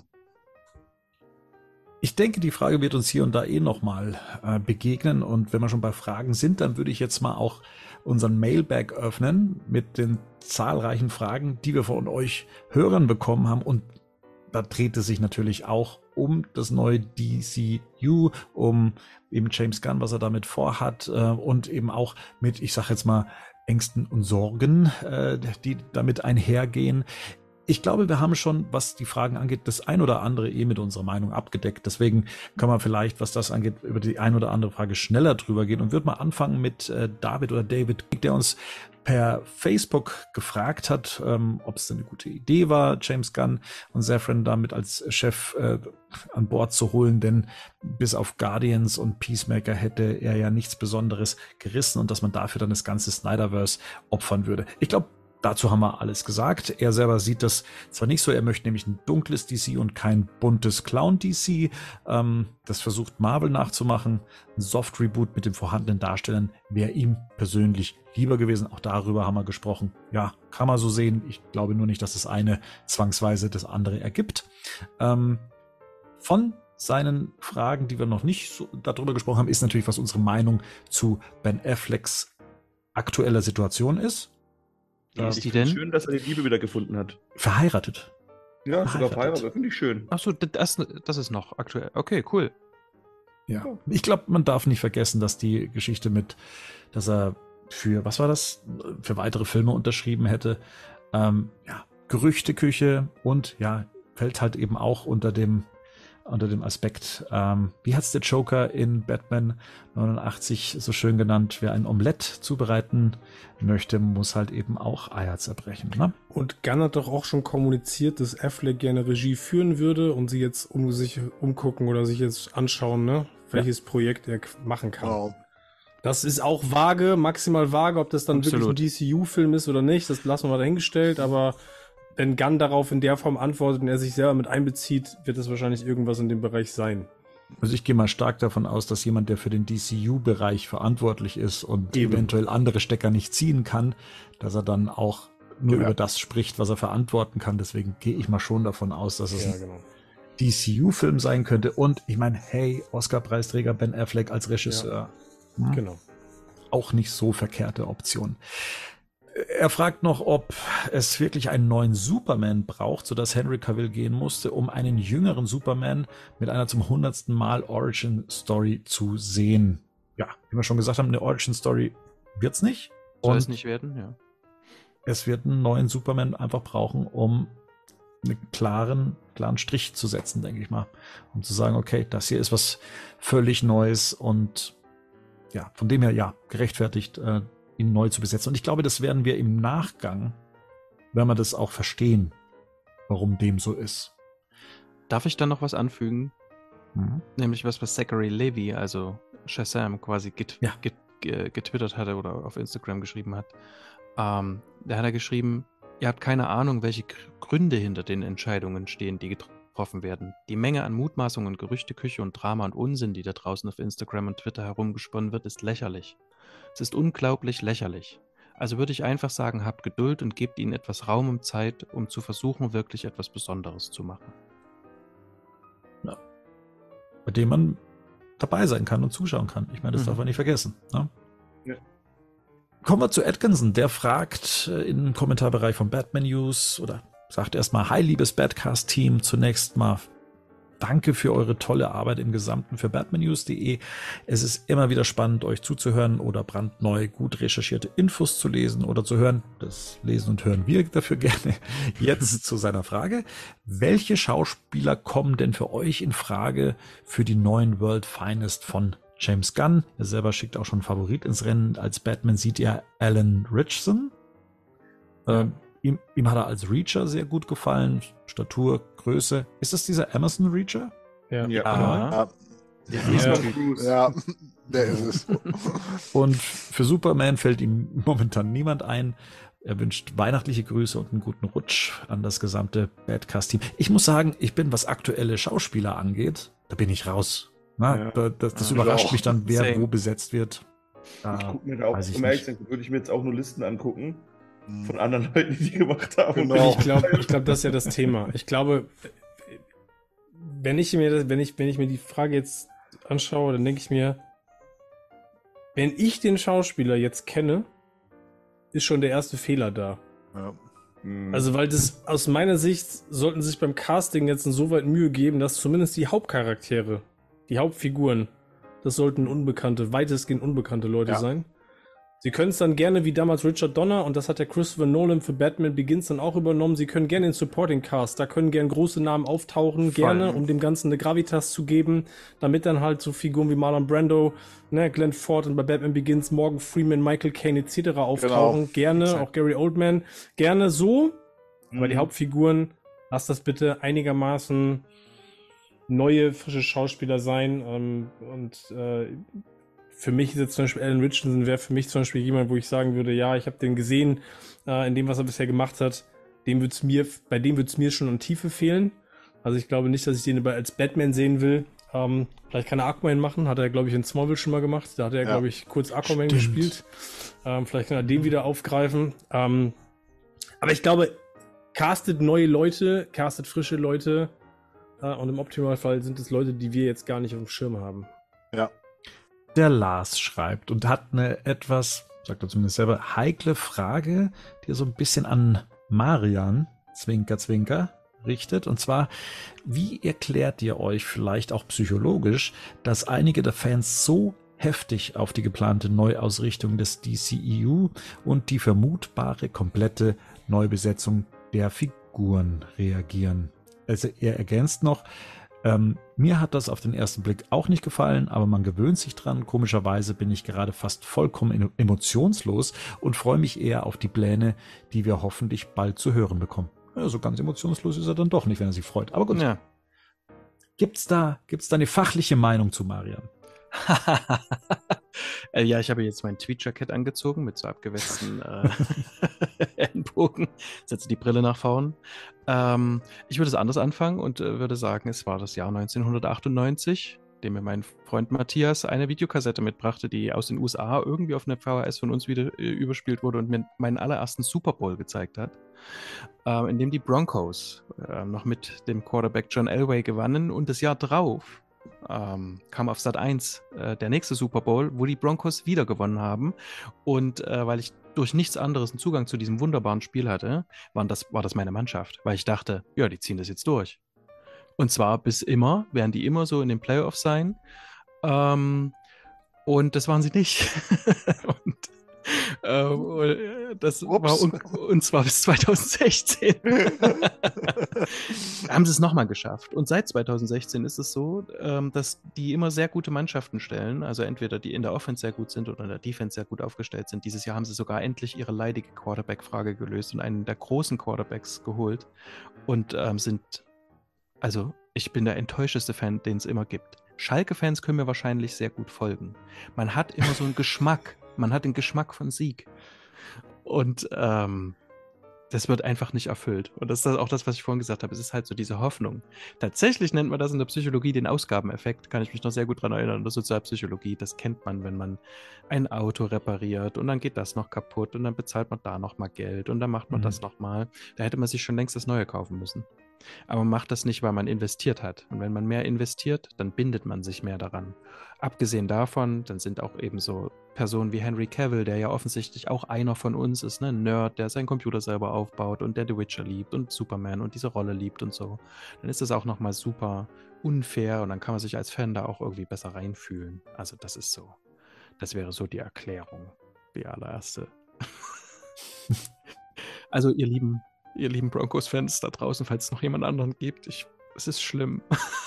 Ich denke, die Frage wird uns hier und da eh nochmal äh, begegnen. Und wenn wir schon bei Fragen sind, dann würde ich jetzt mal auch unseren Mailbag öffnen mit den zahlreichen Fragen, die wir von euch Hörern bekommen haben. Und da dreht es sich natürlich auch um das neue D C U, um eben James Gunn, was er damit vorhat, äh, und eben auch mit, ich sage jetzt mal, Ängsten und Sorgen, äh, die damit einhergehen. Ich glaube, wir haben schon, was die Fragen angeht, das ein oder andere eh mit unserer Meinung abgedeckt. Deswegen kann man vielleicht, was das angeht, über die ein oder andere Frage schneller drüber gehen und würde mal anfangen mit äh, David oder David, der uns per Facebook gefragt hat, ähm, ob es denn eine gute Idee war, James Gunn und Safran damit als Chef äh, an Bord zu holen, denn bis auf Guardians und Peacemaker hätte er ja nichts Besonderes gerissen und dass man dafür dann das ganze Snyderverse opfern würde. Ich glaube, dazu haben wir alles gesagt. Er selber sieht das zwar nicht so, er möchte nämlich ein dunkles D C und kein buntes Clown-D C. Ähm, das versucht Marvel nachzumachen. Ein Soft-Reboot mit den vorhandenen Darstellern wäre ihm persönlich lieber gewesen. Auch darüber haben wir gesprochen. Ja, kann man so sehen. Ich glaube nur nicht, dass das eine zwangsweise das andere ergibt. Ähm, von seinen Fragen, die wir noch nicht so darüber gesprochen haben, ist natürlich, was unsere Meinung zu Ben Afflecks aktueller Situation ist. Wie ist ich die finde denn? schön, dass er die Liebe wieder gefunden hat. Verheiratet. Ja, sogar Verheiratet. verheiratet, finde ich schön. Achso, das, das ist noch aktuell. Okay, cool. Ja, ich glaube, man darf nicht vergessen, dass die Geschichte mit, dass er für, was war das, für weitere Filme unterschrieben hätte, ähm, ja, Gerüchteküche und ja, fällt halt eben auch unter dem unter dem Aspekt, ähm, wie hat es der Joker in Batman neunundachtzig so schön genannt, wer ein Omelett zubereiten möchte, muss halt eben auch Eier zerbrechen. Ne? Und Gunn hat doch auch schon kommuniziert, dass Affleck gerne Regie führen würde und sie jetzt um sich umgucken oder sich jetzt anschauen, ne, welches ja. Projekt er machen kann. Wow. Das ist auch vage, maximal vage, ob das dann Absolut. wirklich ein D C U-Film ist oder nicht, das lassen wir mal dahingestellt, aber wenn Gunn darauf in der Form antwortet und er sich selber mit einbezieht, wird es wahrscheinlich irgendwas in dem Bereich sein. Also ich gehe mal stark davon aus, dass jemand, der für den D C U-Bereich verantwortlich ist und Eben. eventuell andere Stecker nicht ziehen kann, dass er dann auch nur ja. über das spricht, was er verantworten kann. Deswegen gehe ich mal schon davon aus, dass es ja, ein genau. D C U-Film sein könnte. Und ich meine, hey, Oscar-Preisträger Ben Affleck als Regisseur. Ja. Hm? Genau. Auch nicht so verkehrte Option. Er fragt noch, ob es wirklich einen neuen Superman braucht, sodass Henry Cavill gehen musste, um einen jüngeren Superman mit einer zum hundertsten Mal Origin-Story zu sehen. Ja, wie wir schon gesagt haben, eine Origin-Story wird's nicht. Soll es nicht werden, ja. Es wird einen neuen Superman einfach brauchen, um einen klaren, klaren Strich zu setzen, denke ich mal. Um zu sagen, okay, das hier ist was völlig Neues und ja, von dem her, ja, gerechtfertigt, äh, ihn neu zu besetzen. Und ich glaube, das werden wir im Nachgang, werden wir das auch verstehen, warum dem so ist. Darf ich dann noch was anfügen? Mhm. Nämlich was, was Zachary Levi, also Shazam, quasi get- ja. get- get- getwittert hatte oder auf Instagram geschrieben hat. Ähm, da hat er geschrieben, ihr habt keine Ahnung, welche Gründe hinter den Entscheidungen stehen, die getroffen werden. Die Menge an Mutmaßungen, Gerüchteküche und Drama und Unsinn, die da draußen auf Instagram und Twitter herumgesponnen wird, ist lächerlich. Es ist unglaublich lächerlich. Also würde ich einfach sagen, habt Geduld und gebt ihnen etwas Raum und Zeit, um zu versuchen, wirklich etwas Besonderes zu machen. Ja. Bei dem man dabei sein kann und zuschauen kann. Ich meine, das mhm. darf man nicht vergessen. Ne? Ja. Kommen wir zu Atkinson. Der fragt äh, im Kommentarbereich von Batman News oder sagt erstmal, hi liebes Badcast-Team, zunächst mal danke für eure tolle Arbeit im Gesamten für batmannews punkt de. Es ist immer wieder spannend, euch zuzuhören oder brandneu gut recherchierte Infos zu lesen oder zu hören. Das lesen und hören wir dafür gerne. Jetzt zu seiner Frage. Welche Schauspieler kommen denn für euch in Frage für die neuen World Finest von James Gunn? Er selber schickt auch schon einen Favorit ins Rennen. Als Batman sieht er Alan Ritchson. Ja. Ähm, Ihm, ihm hat er als Reacher sehr gut gefallen. Statur, Größe. Ist das dieser Emerson Reacher? Ja. Ja. ja. Der ist ja. ja, der ist es. Und für Superman fällt ihm momentan niemand ein. Er wünscht weihnachtliche Grüße und einen guten Rutsch an das gesamte Badcast-Team. Ich muss sagen, ich bin, was aktuelle Schauspieler angeht, da bin ich raus. Na, ja. da, das das ja, überrascht mich dann, wer Same. wo besetzt wird. Da ich gucke mir da auch, um ehrlich zu sein, würde ich mir jetzt auch nur Listen angucken von anderen Leuten, die die gemacht haben. Genau. Ich glaube, ich glaub, das ist ja das Thema. Ich glaube, wenn ich mir das, wenn ich, wenn ich mir die Frage jetzt anschaue, dann denke ich mir, wenn ich den Schauspieler jetzt kenne, ist schon der erste Fehler da. Ja. Also, weil das aus meiner Sicht sollten sich beim Casting jetzt insoweit Mühe geben, dass zumindest die Hauptcharaktere, die Hauptfiguren, das sollten unbekannte, weitestgehend unbekannte Leute ja. sein. Sie können es dann gerne, wie damals Richard Donner, und das hat der Christopher Nolan für Batman Begins dann auch übernommen, sie können gerne den Supporting Cast, da können gerne große Namen auftauchen, Voll. gerne, um dem Ganzen eine Gravitas zu geben, damit dann halt so Figuren wie Marlon Brando, ne, Glenn Ford und bei Batman Begins, Morgan Freeman, Michael Caine et cetera auftauchen, genau. gerne, Exakt. auch Gary Oldman, gerne so, mhm. aber die Hauptfiguren, lasst das bitte einigermaßen neue, frische Schauspieler sein, ähm, und äh, für mich ist jetzt zum Beispiel Alan Ritchson, wäre für mich zum Beispiel jemand, wo ich sagen würde, ja, ich habe den gesehen, äh, in dem, was er bisher gemacht hat, dem wird's mir, bei dem wird es mir schon an Tiefe fehlen. Also ich glaube nicht, dass ich den als Batman sehen will. Ähm, vielleicht kann er Aquaman machen, hat er, glaube ich, in Smallville schon mal gemacht. Da hat er, ja. glaube ich, kurz Aquaman Stimmt. gespielt. Ähm, vielleicht kann er den wieder aufgreifen. Ähm, aber ich glaube, castet neue Leute, castet frische Leute, äh, und im Optimalfall sind es Leute, die wir jetzt gar nicht auf dem Schirm haben. Ja. Der Lars schreibt und hat eine etwas, sagt er zumindest selber, heikle Frage, die er so ein bisschen an Marian, Zwinker, Zwinker, richtet. Und zwar, wie erklärt ihr euch vielleicht auch psychologisch, dass einige der Fans so heftig auf die geplante Neuausrichtung des D C E U und die vermutbare komplette Neubesetzung der Figuren reagieren? Also er ergänzt noch, Ähm, mir hat das auf den ersten Blick auch nicht gefallen, aber man gewöhnt sich dran. Komischerweise bin ich gerade fast vollkommen emotionslos und freue mich eher auf die Pläne, die wir hoffentlich bald zu hören bekommen. Ja, so ganz emotionslos ist er dann doch nicht, wenn er sich freut. Aber gut. Ja. Gibt's da, gibt's da eine fachliche Meinung zu Marian? äh, ja, ich habe jetzt mein Tweet-Jackett angezogen mit so abgewetzten äh, Ellenbogen. Setze die Brille nach vorn. Ähm, ich würde es anders anfangen und äh, würde sagen, es war das Jahr neunzehnhundertachtundneunzig, dem mir mein Freund Matthias eine Videokassette mitbrachte, die aus den U S A irgendwie auf eine V H S von uns wieder äh, überspielt wurde und mir meinen allerersten Super Bowl gezeigt hat, äh, in dem die Broncos äh, noch mit dem Quarterback John Elway gewannen und das Jahr drauf ähm, kam auf Sat eins äh, der nächste Super Bowl, wo die Broncos wieder gewonnen haben und äh, weil ich durch nichts anderes einen Zugang zu diesem wunderbaren Spiel hatte, waren das, war das meine Mannschaft, weil ich dachte, ja, die ziehen das jetzt durch. Und zwar bis immer, werden die immer so in den Playoffs sein. Ähm, und das waren sie nicht. und ähm, das Ups. war un und zwar bis zweitausendsechzehn. Haben sie es nochmal geschafft. Und seit zweitausendsechzehn ist es so, ähm, dass die immer sehr gute Mannschaften stellen. Also entweder die in der Offense sehr gut sind oder in der Defense sehr gut aufgestellt sind. Dieses Jahr haben sie sogar endlich ihre leidige Quarterback-Frage gelöst und einen der großen Quarterbacks geholt. Und ähm, sind Also, ich bin der enttäuschteste Fan, den es immer gibt. Schalke-Fans können mir wahrscheinlich sehr gut folgen. Man hat immer so einen Geschmack. Man hat den Geschmack von Sieg. Und ähm, das wird einfach nicht erfüllt. Und das ist auch das, was ich vorhin gesagt habe. Es ist halt so diese Hoffnung. Tatsächlich nennt man das in der Psychologie den Ausgabeneffekt. Kann ich mich noch sehr gut dran erinnern. In der Sozialpsychologie, das kennt man, wenn man ein Auto repariert und dann geht das noch kaputt und dann bezahlt man da nochmal Geld und dann macht man mhm. das nochmal. Da hätte man sich schon längst das Neue kaufen müssen. Aber man macht das nicht, weil man investiert hat. Und wenn man mehr investiert, dann bindet man sich mehr daran. Abgesehen davon, dann sind auch eben so Personen wie Henry Cavill, der ja offensichtlich auch einer von uns ist, ne? Ein Nerd, der seinen Computer selber aufbaut und der The Witcher liebt und Superman und diese Rolle liebt und so. Dann ist das auch nochmal super unfair und dann kann man sich als Fan da auch irgendwie besser reinfühlen. Also das ist so. Das wäre so die Erklärung. Die allererste. Also ihr lieben Ihr lieben Broncos-Fans da draußen, falls es noch jemand anderen gibt, ich, es ist schlimm.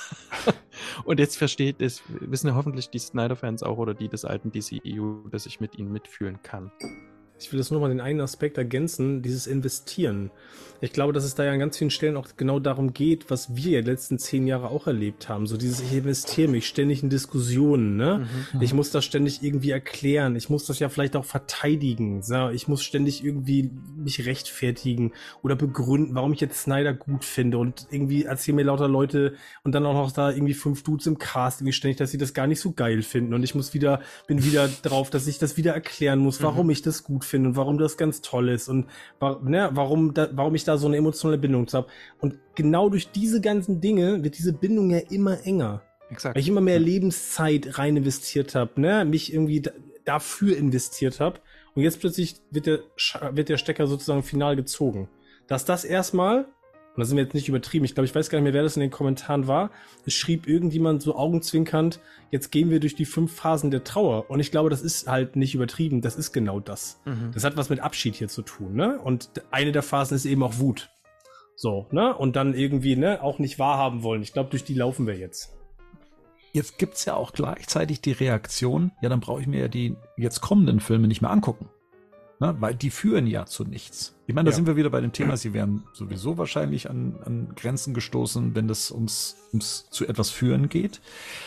Und jetzt versteht es, wissen ja hoffentlich die Snyder-Fans auch oder die des alten D C E U, dass ich mit ihnen mitfühlen kann. Ich will das nur mal den einen Aspekt ergänzen, dieses Investieren. Ich glaube, dass es da ja an ganz vielen Stellen auch genau darum geht, was wir ja die letzten zehn Jahre auch erlebt haben. So dieses, ich investiere mich ständig in Diskussionen, ne? Mhm. Ich muss das ständig irgendwie erklären. Ich muss das ja vielleicht auch verteidigen. So. Ich muss ständig irgendwie mich rechtfertigen oder begründen, warum ich jetzt Snyder gut finde und irgendwie erzählen mir lauter Leute und dann auch noch da irgendwie fünf Dudes im Cast irgendwie ständig, dass sie das gar nicht so geil finden und ich muss wieder, bin wieder drauf, dass ich das wieder erklären muss, warum mhm. ich das gut finde. finde und warum das ganz toll ist und ne, warum, da, warum ich da so eine emotionale Bindung zu habe. Und genau durch diese ganzen Dinge wird diese Bindung ja immer enger. Exakt. Weil ich immer mehr ja. Lebenszeit rein investiert habe, ne, mich irgendwie da, dafür investiert habe. Und jetzt plötzlich wird der, wird der Stecker sozusagen final gezogen. Dass das erstmal, und da sind wir jetzt nicht übertrieben, ich glaube, ich weiß gar nicht mehr, wer das in den Kommentaren war, es schrieb irgendjemand so augenzwinkernd, jetzt gehen wir durch die fünf Phasen der Trauer. Und ich glaube, das ist halt nicht übertrieben, das ist genau das. Mhm. Das hat was mit Abschied hier zu tun, ne? Und eine der Phasen ist eben auch Wut. So, ne? Und dann irgendwie, ne, auch nicht wahrhaben wollen. Ich glaube, durch die laufen wir jetzt. Jetzt gibt's ja auch gleichzeitig die Reaktion, ja, dann brauche ich mir ja die jetzt kommenden Filme nicht mehr angucken. Ne, weil die führen ja zu nichts. Ich meine, da ja. sind wir wieder bei dem Thema, sie wären sowieso wahrscheinlich an, an Grenzen gestoßen, wenn das ums, ums zu etwas führen geht.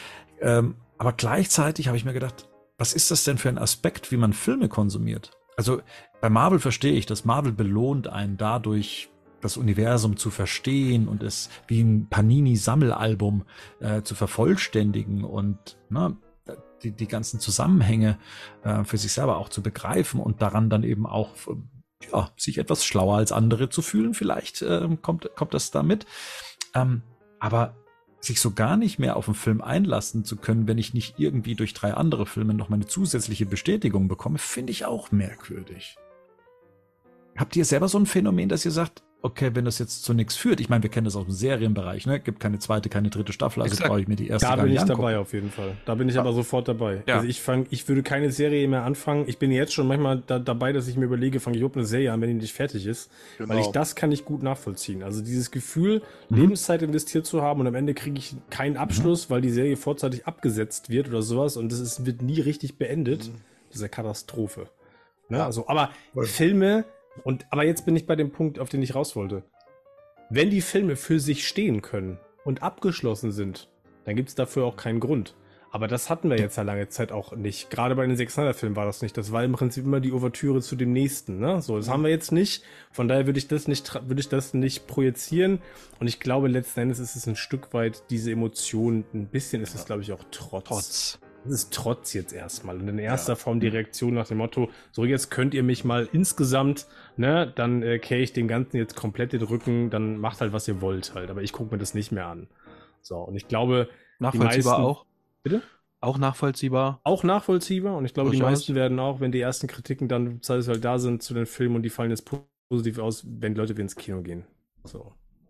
Ähm, aber gleichzeitig habe ich mir gedacht, was ist das denn für ein Aspekt, wie man Filme konsumiert? Also bei Marvel verstehe ich, dass Marvel belohnt einen dadurch, das Universum zu verstehen und es wie ein Panini-Sammelalbum äh, zu vervollständigen und ne, Die, die ganzen Zusammenhänge äh, für sich selber auch zu begreifen und daran dann eben auch ja, sich etwas schlauer als andere zu fühlen. Vielleicht äh, kommt, kommt das damit. Ähm, aber sich so gar nicht mehr auf einen Film einlassen zu können, wenn ich nicht irgendwie durch drei andere Filme noch mal eine zusätzliche Bestätigung bekomme, finde ich auch merkwürdig. Habt ihr selber so ein Phänomen, dass ihr sagt, okay, wenn das jetzt zu nichts führt, ich meine, wir kennen das aus dem Serienbereich, ne? Gibt keine zweite, keine dritte Staffel, also Exakt. brauche ich mir die erste Da gar bin nicht ich angucken. dabei auf jeden Fall. Da bin ich aber sofort dabei. Ja. Also ich fang, ich würde keine Serie mehr anfangen. Ich bin jetzt schon manchmal da, dabei, dass ich mir überlege, fange ich überhaupt eine Serie an, wenn die nicht fertig ist. Genau. Weil ich das kann ich gut nachvollziehen. Also dieses Gefühl, Mhm. Lebenszeit investiert zu haben und am Ende kriege ich keinen Abschluss, weil die Serie vorzeitig abgesetzt wird oder sowas und das ist, wird nie richtig beendet. Mhm. Das ist eine Katastrophe. Ne? Ja. Also, aber Filme, und aber jetzt bin ich bei dem Punkt, auf den ich raus wollte. Wenn die Filme für sich stehen können und abgeschlossen sind, dann gibt es dafür auch keinen Grund. Aber das hatten wir jetzt ja lange Zeit auch nicht. Gerade bei den Zack Snyder-Filmen war das nicht. Das war im Prinzip immer die Ouvertüre zu dem nächsten. Ne? So, das haben wir jetzt nicht. Von daher würde ich das nicht, tra- würde ich das nicht projizieren. Und ich glaube, letzten Endes ist es ein Stück weit diese Emotion. Ein bisschen ist es, glaube ich, auch Trotz. Trotz. Das ist Trotz jetzt erstmal. Und in erster Form die Reaktion nach dem Motto, so jetzt könnt ihr mich mal insgesamt, ne, dann äh, kehre ich dem Ganzen jetzt komplett den Rücken, dann macht halt, was ihr wollt halt. Aber ich gucke mir das nicht mehr an. So, und ich glaube, Nachvollziehbar meisten- auch. Bitte? Auch nachvollziehbar. auch nachvollziehbar. Und ich glaube, die Durchaus. meisten werden auch, wenn die ersten Kritiken dann zeitweise da sind zu den Filmen und die fallen jetzt positiv aus, wenn die Leute wieder ins Kino gehen. So.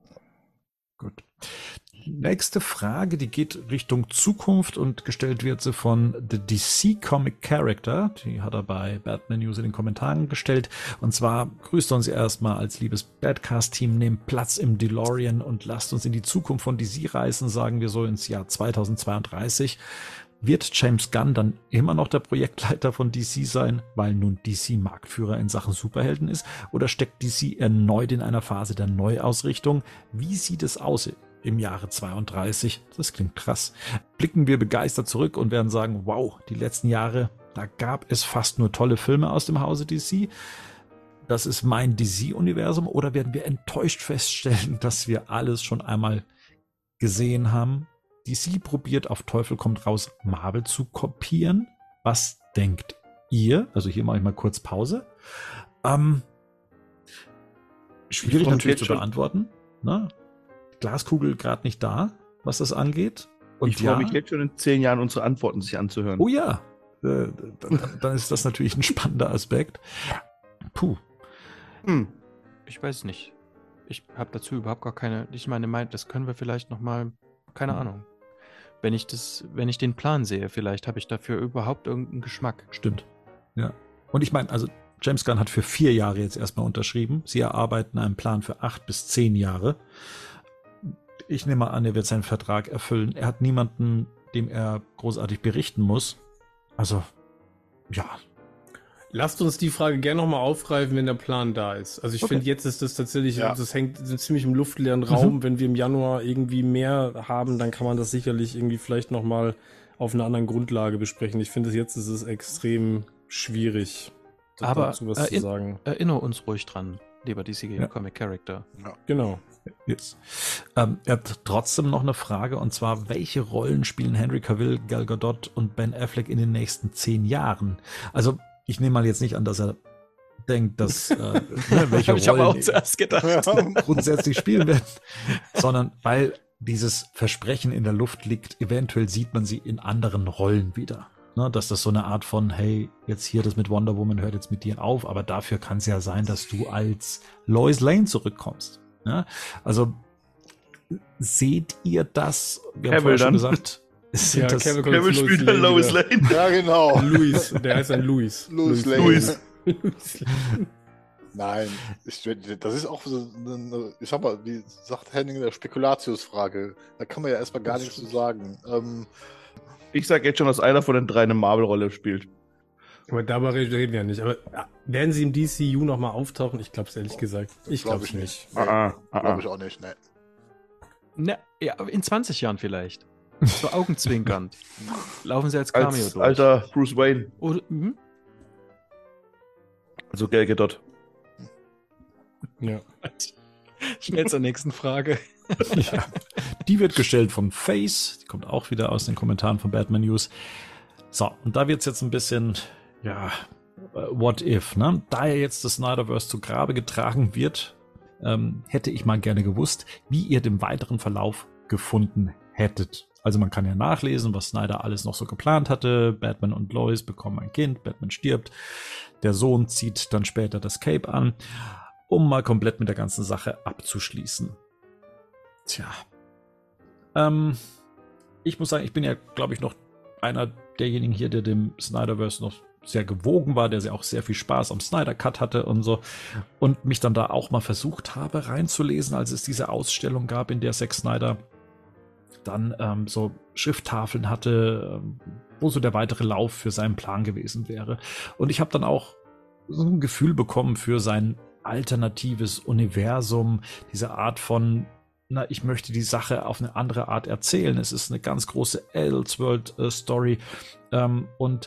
Gut. Nächste Frage, die geht Richtung Zukunft und gestellt wird sie von The D C Comic Character. Die hat er bei Batman News in den Kommentaren gestellt. Und zwar grüßt uns erstmal als liebes Badcast-Team, nehmt Platz im DeLorean und lasst uns in die Zukunft von D C reisen, sagen wir so ins Jahr zweitausendzweiunddreißig. Wird James Gunn dann immer noch der Projektleiter von D C sein, weil nun D C Marktführer in Sachen Superhelden ist? Oder steckt D C erneut in einer Phase der Neuausrichtung? Wie sieht es aus im Jahre zweiunddreißig? Das klingt krass. Blicken wir begeistert zurück und werden sagen, wow, die letzten Jahre, da gab es fast nur tolle Filme aus dem Hause D C. Das ist mein D C-Universum. Oder werden wir enttäuscht feststellen, dass wir alles schon einmal gesehen haben? D C probiert auf Teufel kommt raus, Marvel zu kopieren. Was denkt ihr? Also hier mache ich mal kurz Pause. Ähm, schwierig Ich freu mich natürlich jetzt zu schon. beantworten. Ne? Glaskugel gerade nicht da, was das angeht. Und Ich freue mich jetzt schon in zehn Jahren unsere Antworten sich anzuhören. Oh ja, äh, dann, dann ist das natürlich ein spannender Aspekt. Puh. Hm. Ich weiß nicht. Ich habe dazu überhaupt gar keine. Ich meine, mein, das können wir vielleicht noch mal. Keine Ahnung. Wenn ich das, wenn ich den Plan sehe, vielleicht habe ich dafür überhaupt irgendeinen Geschmack. Stimmt. Ja. Und ich meine, also James Gunn hat für vier Jahre jetzt erstmal unterschrieben. Sie erarbeiten einen Plan für acht bis zehn Jahre. Ich nehme mal an, er wird seinen Vertrag erfüllen. Er hat niemanden, dem er großartig berichten muss. Also, ja. Lasst uns die Frage gerne nochmal aufgreifen, wenn der Plan da ist. Also ich Okay. finde, jetzt ist das tatsächlich, Ja. das hängt so ziemlich im luftleeren Raum. Wenn wir im Januar irgendwie mehr haben, dann kann man das sicherlich irgendwie vielleicht nochmal auf einer anderen Grundlage besprechen. Ich finde, jetzt ist es extrem schwierig, da- Aber, dazu was äh, zu in- sagen. Erinnere uns ruhig dran, lieber D C Ja. Comic Character. Genau. Yes. Ähm, er hat trotzdem noch eine Frage, und zwar, welche Rollen spielen Henry Cavill, Gal Gadot und Ben Affleck in den nächsten zehn Jahren? Also, ich nehme mal jetzt nicht an, dass er denkt, dass äh, ne, welche Hab ich aber auch Rollen zuerst gedacht. grundsätzlich spielen werden, sondern weil dieses Versprechen in der Luft liegt, eventuell sieht man sie in anderen Rollen wieder. Ne, dass das so eine Art von, hey, jetzt hier das mit Wonder Woman hört jetzt mit dir auf, aber dafür kann es ja sein, dass du als Lois Lane zurückkommst. Ne? Also seht ihr das? Wir haben Cavill vorher schon dann. gesagt, sind Ja, das, Cavill kommt Kevin jetzt spielt Lois dann Lane Lois wieder. Lane. Ja, genau. Luis, der heißt ein Luis. Louis Lane. Louis. Nein, ich, das ist auch so eine, ich sag mal, wie sagt Henning, eine Spekulatiusfrage. Da kann man ja erstmal gar nichts zu sagen. Ähm, Ich sag jetzt schon, dass einer von den drei eine Marvel-Rolle spielt. Aber darüber reden wir ja nicht. Aber ja, werden sie im D C U nochmal auftauchen? Ich glaube es ehrlich gesagt. Ich Glaub glaube ich es nicht. Nee, Ah, ah, Glaube ah. ich auch nicht, ne. Na, ja, aber in zwanzig Jahren vielleicht. So augenzwinkernd. Laufen sie als Cameo Als durch. alter Bruce Wayne. Oder, mhm. Also Gal Gadot. Ja. Schnell zur nächsten Frage. ja, die wird gestellt von Face, die kommt auch wieder aus den Kommentaren von Batman News. So, und da wird es jetzt ein bisschen, ja, äh, what if, ne? Da ja jetzt das Snyderverse zu Grabe getragen wird, ähm, hätte ich mal gerne gewusst, wie ihr den weiteren Verlauf gefunden hättet. Also man kann ja nachlesen, was Snyder alles noch so geplant hatte. Batman und Lois bekommen ein Kind, Batman stirbt, der Sohn zieht dann später das Cape an. um mal komplett mit der ganzen Sache abzuschließen. Tja. Ähm, ich muss sagen, ich bin ja, glaube ich, noch einer derjenigen hier, der dem Snyderverse noch sehr gewogen war, der sehr auch sehr viel Spaß am Snyder Cut hatte und so und mich dann da auch mal versucht habe reinzulesen, als es diese Ausstellung gab, in der Zack Snyder dann ähm, so Schrifttafeln hatte, ähm, wo so der weitere Lauf für seinen Plan gewesen wäre. Und ich habe dann auch so ein Gefühl bekommen für sein alternatives Universum, diese Art von, na, ich möchte die Sache auf eine andere Art erzählen. Es ist eine ganz große Elseworld-Story ähm, und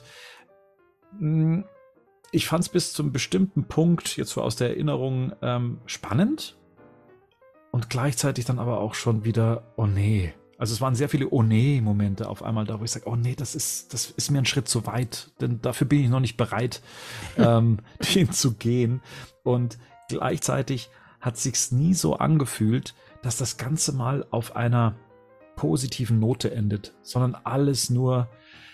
mh, ich fand es bis zum bestimmten Punkt, jetzt so aus der Erinnerung, ähm, spannend und gleichzeitig dann aber auch schon wieder, oh nee. Also es waren sehr viele Oh nee Momente auf einmal da, wo ich sage, oh nee, das ist, das ist mir ein Schritt zu weit, denn dafür bin ich noch nicht bereit, ähm, den zu gehen. Und gleichzeitig hat sich's nie so angefühlt, dass das Ganze mal auf einer positiven Note endet, sondern alles nur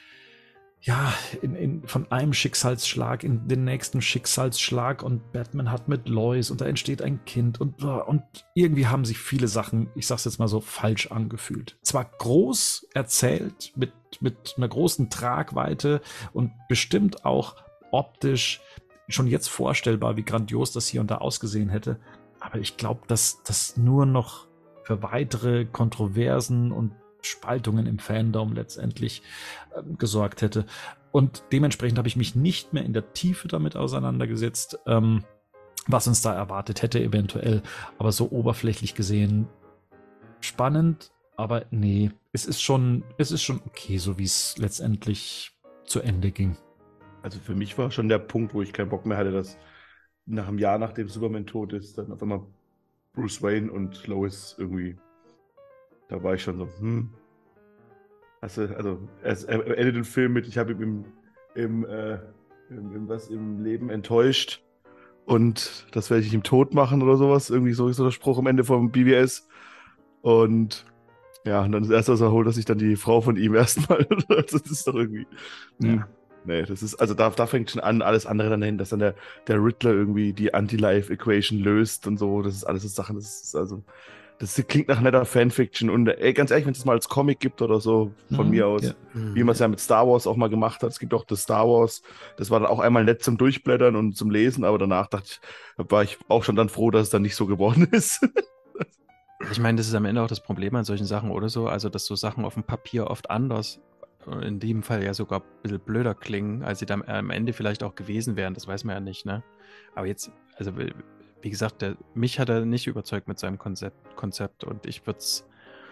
ja, in, in, von einem Schicksalsschlag in den nächsten Schicksalsschlag und Batman hat mit Lois und da entsteht ein Kind und, und irgendwie haben sich viele Sachen, ich sag's jetzt mal so, falsch angefühlt. Zwar groß erzählt, mit, mit einer großen Tragweite und bestimmt auch optisch schon jetzt vorstellbar, wie grandios das hier und da ausgesehen hätte, aber ich glaube, dass das nur noch für weitere Kontroversen und Spaltungen im Fandom letztendlich ähm, gesorgt hätte. Und dementsprechend habe ich mich nicht mehr in der Tiefe damit auseinandergesetzt, ähm, was uns da erwartet hätte eventuell. Aber so oberflächlich gesehen spannend, aber nee, es ist schon, es ist schon okay, so wie es letztendlich zu Ende ging. Also für mich war schon der Punkt, wo ich keinen Bock mehr hatte, dass nach einem Jahr, nachdem Superman tot ist, dann auf einmal Bruce Wayne und Lois irgendwie. Da war ich schon so, hm. Also, also er, er endet den Film mit, ich habe ihn im, im, äh, im, im, was, im Leben enttäuscht und das werde ich ihm tot machen oder sowas. Irgendwie so ist so der Spruch am Ende vom B B S. Und ja, und dann das erste, was er holt, dass ich dann die Frau von ihm erstmal. Also das ist doch irgendwie. Hm. Ja. Nee, das ist, also da, da fängt schon an, alles andere dann hin, dass dann der, der Riddler irgendwie die Anti-Life-Equation löst und so. Das ist alles so Sachen, das ist also. Das klingt nach netter Fanfiction und ey, ganz ehrlich, wenn es das mal als Comic gibt oder so, von mhm, mir aus, ja. Wie man es ja mit Star Wars auch mal gemacht hat. Es gibt auch das Star Wars, das war dann auch einmal nett zum Durchblättern und zum Lesen, aber danach dachte ich, war ich auch schon dann froh, dass es dann nicht so geworden ist. Ich meine, das ist am Ende auch das Problem an solchen Sachen oder so, also dass so Sachen auf dem Papier oft anders, in dem Fall ja sogar ein bisschen blöder klingen, als sie dann am Ende vielleicht auch gewesen wären, das weiß man ja nicht, ne? Aber jetzt, also wie gesagt, der, mich hat er nicht überzeugt mit seinem Konzept, Konzept und ich würde es,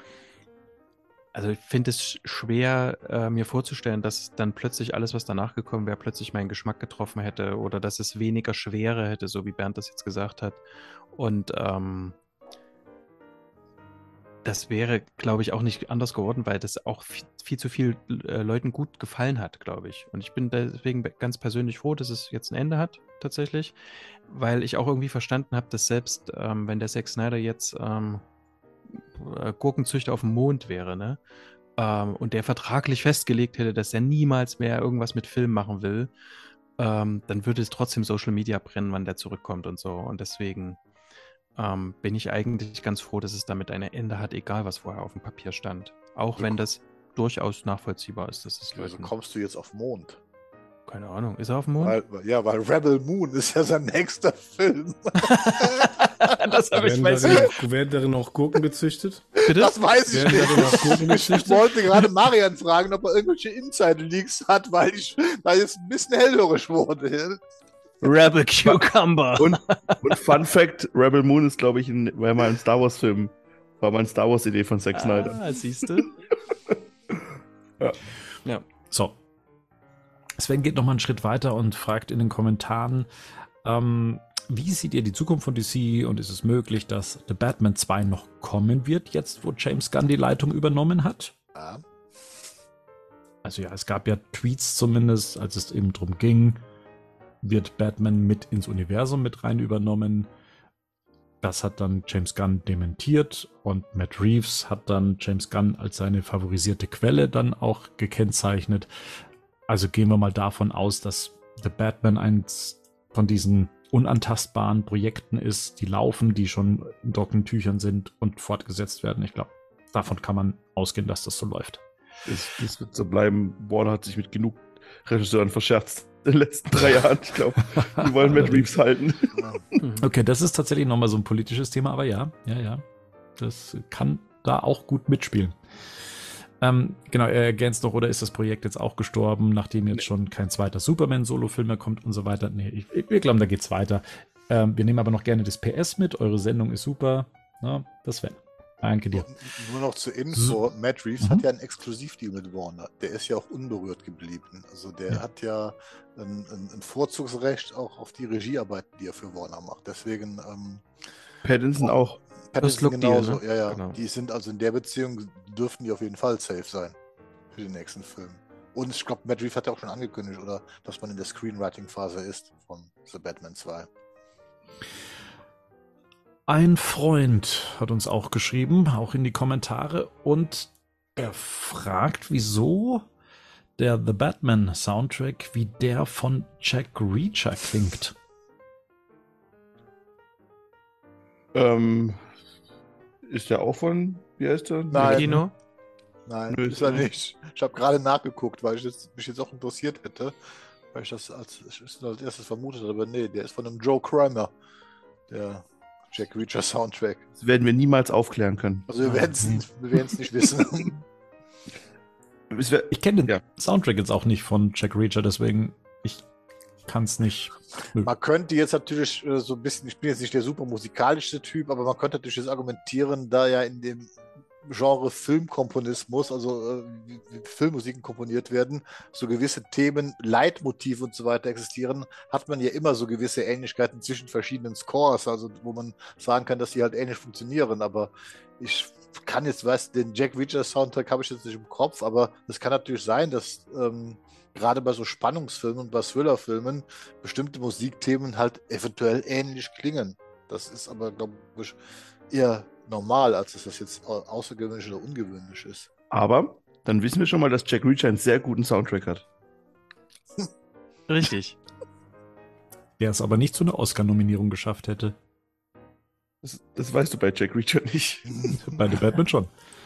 also ich finde es schwer, äh, mir vorzustellen, dass dann plötzlich alles, was danach gekommen wäre, plötzlich meinen Geschmack getroffen hätte oder dass es weniger Schwere hätte, so wie Bernd das jetzt gesagt hat. Und ähm, das wäre, glaube ich, auch nicht anders geworden, weil das auch viel, viel zu viel äh, Leuten gut gefallen hat, glaube ich. Und ich bin deswegen ganz persönlich froh, dass es jetzt ein Ende hat, tatsächlich, weil ich auch irgendwie verstanden habe, dass selbst, ähm, wenn der Zack Snyder jetzt ähm, Gurkenzüchter auf dem Mond wäre, ne, ähm, und der vertraglich festgelegt hätte, dass er niemals mehr irgendwas mit Film machen will, ähm, dann würde es trotzdem Social Media brennen, wann der zurückkommt und so. Und deswegen Ähm, bin ich eigentlich ganz froh, dass es damit ein Ende hat, egal was vorher auf dem Papier stand. Auch so, wenn das durchaus nachvollziehbar ist, dass es Also kommst du jetzt auf Mond? Keine Ahnung. Ist er auf dem Mond? Weil, ja, weil Rebel Moon ist ja sein nächster Film. Das habe ich weiß nicht. Werden darin auch Gurken gezüchtet? Bitte? Das weiß ich nicht. Ich wollte gerade Marian fragen, ob er irgendwelche Inside-Leaks hat, weil ich weil jetzt ein bisschen hellhörig wurde. Rebel Cucumber. Und, und Fun Fact, Rebel Moon ist, glaube ich, ein, war mal ein Star Wars Film. War mal eine Star Wars Idee von Zack Snyder. Ah, siehst du? ja. ja. So. Sven geht nochmal einen Schritt weiter und fragt in den Kommentaren, ähm, wie seht ihr die Zukunft von D C und ist es möglich, dass The Batman zwei noch kommen wird, jetzt wo James Gunn die Leitung übernommen hat? Ja. Also ja, es gab ja Tweets zumindest, als es eben drum ging, wird Batman mit ins Universum mit rein übernommen. Das hat dann James Gunn dementiert und Matt Reeves hat dann James Gunn als seine favorisierte Quelle dann auch gekennzeichnet. Also gehen wir mal davon aus, dass The Batman eins von diesen unantastbaren Projekten ist, die laufen, die schon in trockenen Tüchern sind und fortgesetzt werden. Ich glaube, davon kann man ausgehen, dass das so läuft. Das, das wird so bleiben. Warner hat sich mit genug Regisseuren verscherzt in den letzten drei Jahren. Ich glaube, die wollen Matt Reeves halten. Okay, das ist tatsächlich nochmal so ein politisches Thema, aber ja, ja, ja. Das kann da auch gut mitspielen. Ähm, genau, er ergänzt noch, oder ist das Projekt jetzt auch gestorben, nachdem jetzt schon kein zweiter Superman-Solo-Film mehr kommt und so weiter? Nee, ich, ich, wir glauben, da geht's weiter. Ähm, wir nehmen aber noch gerne das P S mit. Eure Sendung ist super. Na, das wäre. Danke dir. Nur noch zur Info, Matt Reeves Mhm. hat ja einen Exklusivdeal mit Warner. Der ist ja auch unberührt geblieben. Also der Ja. hat ja ein, ein, ein Vorzugsrecht auch auf die Regiearbeiten, die er für Warner macht. Deswegen ähm, Pattinson auch. Pattinson Look-Deal, genauso. ne? Ja, ja. Genau. Die sind also in der Beziehung, dürften die auf jeden Fall safe sein für den nächsten Film. Und ich glaube, Matt Reeves hat ja auch schon angekündigt, oder, dass man in der Screenwriting-Phase ist von The Batman zwei. Ein Freund hat uns auch geschrieben, auch in die Kommentare, und er fragt, wieso der The Batman Soundtrack wie der von Jack Reacher klingt. Ähm, ist der auch von, wie heißt der? Nein. Kino? Nein, Nö, ist er ist- nicht. Ich habe gerade nachgeguckt, weil ich das, mich jetzt auch interessiert hätte, weil ich das als, ich es als erstes vermutet habe. Aber nee, der ist von einem Joe Kramer, der Jack Reacher Soundtrack. Das werden wir niemals aufklären können. Also wir werden es wir werden's nicht wissen. Es wär, Ich kenne den Ja. Soundtrack jetzt auch nicht von Jack Reacher, deswegen ich kann es nicht. Man könnte jetzt natürlich äh, so ein bisschen, ich bin jetzt nicht der super musikalischste Typ, aber man könnte natürlich jetzt argumentieren, da ja in dem Genre Filmkomponismus, also äh, wie, wie Filmmusiken komponiert werden, so gewisse Themen, Leitmotive und so weiter existieren, hat man ja immer so gewisse Ähnlichkeiten zwischen verschiedenen Scores, also wo man sagen kann, dass die halt ähnlich funktionieren, aber ich kann jetzt, weiß, den Jack Reacher Soundtrack habe ich jetzt nicht im Kopf, aber es kann natürlich sein, dass ähm, gerade bei so Spannungsfilmen und bei Thrillerfilmen bestimmte Musikthemen halt eventuell ähnlich klingen. Das ist aber, glaube ich, eher normal, als dass das jetzt au- außergewöhnlich oder ungewöhnlich ist. aber dann wissen wir schon mal, dass Jack Reacher einen sehr guten Soundtrack hat. Richtig. Der es aber nicht zu einer Oscar-Nominierung geschafft hätte. Das, das weißt du bei Jack Reacher nicht. Bei The Batman schon.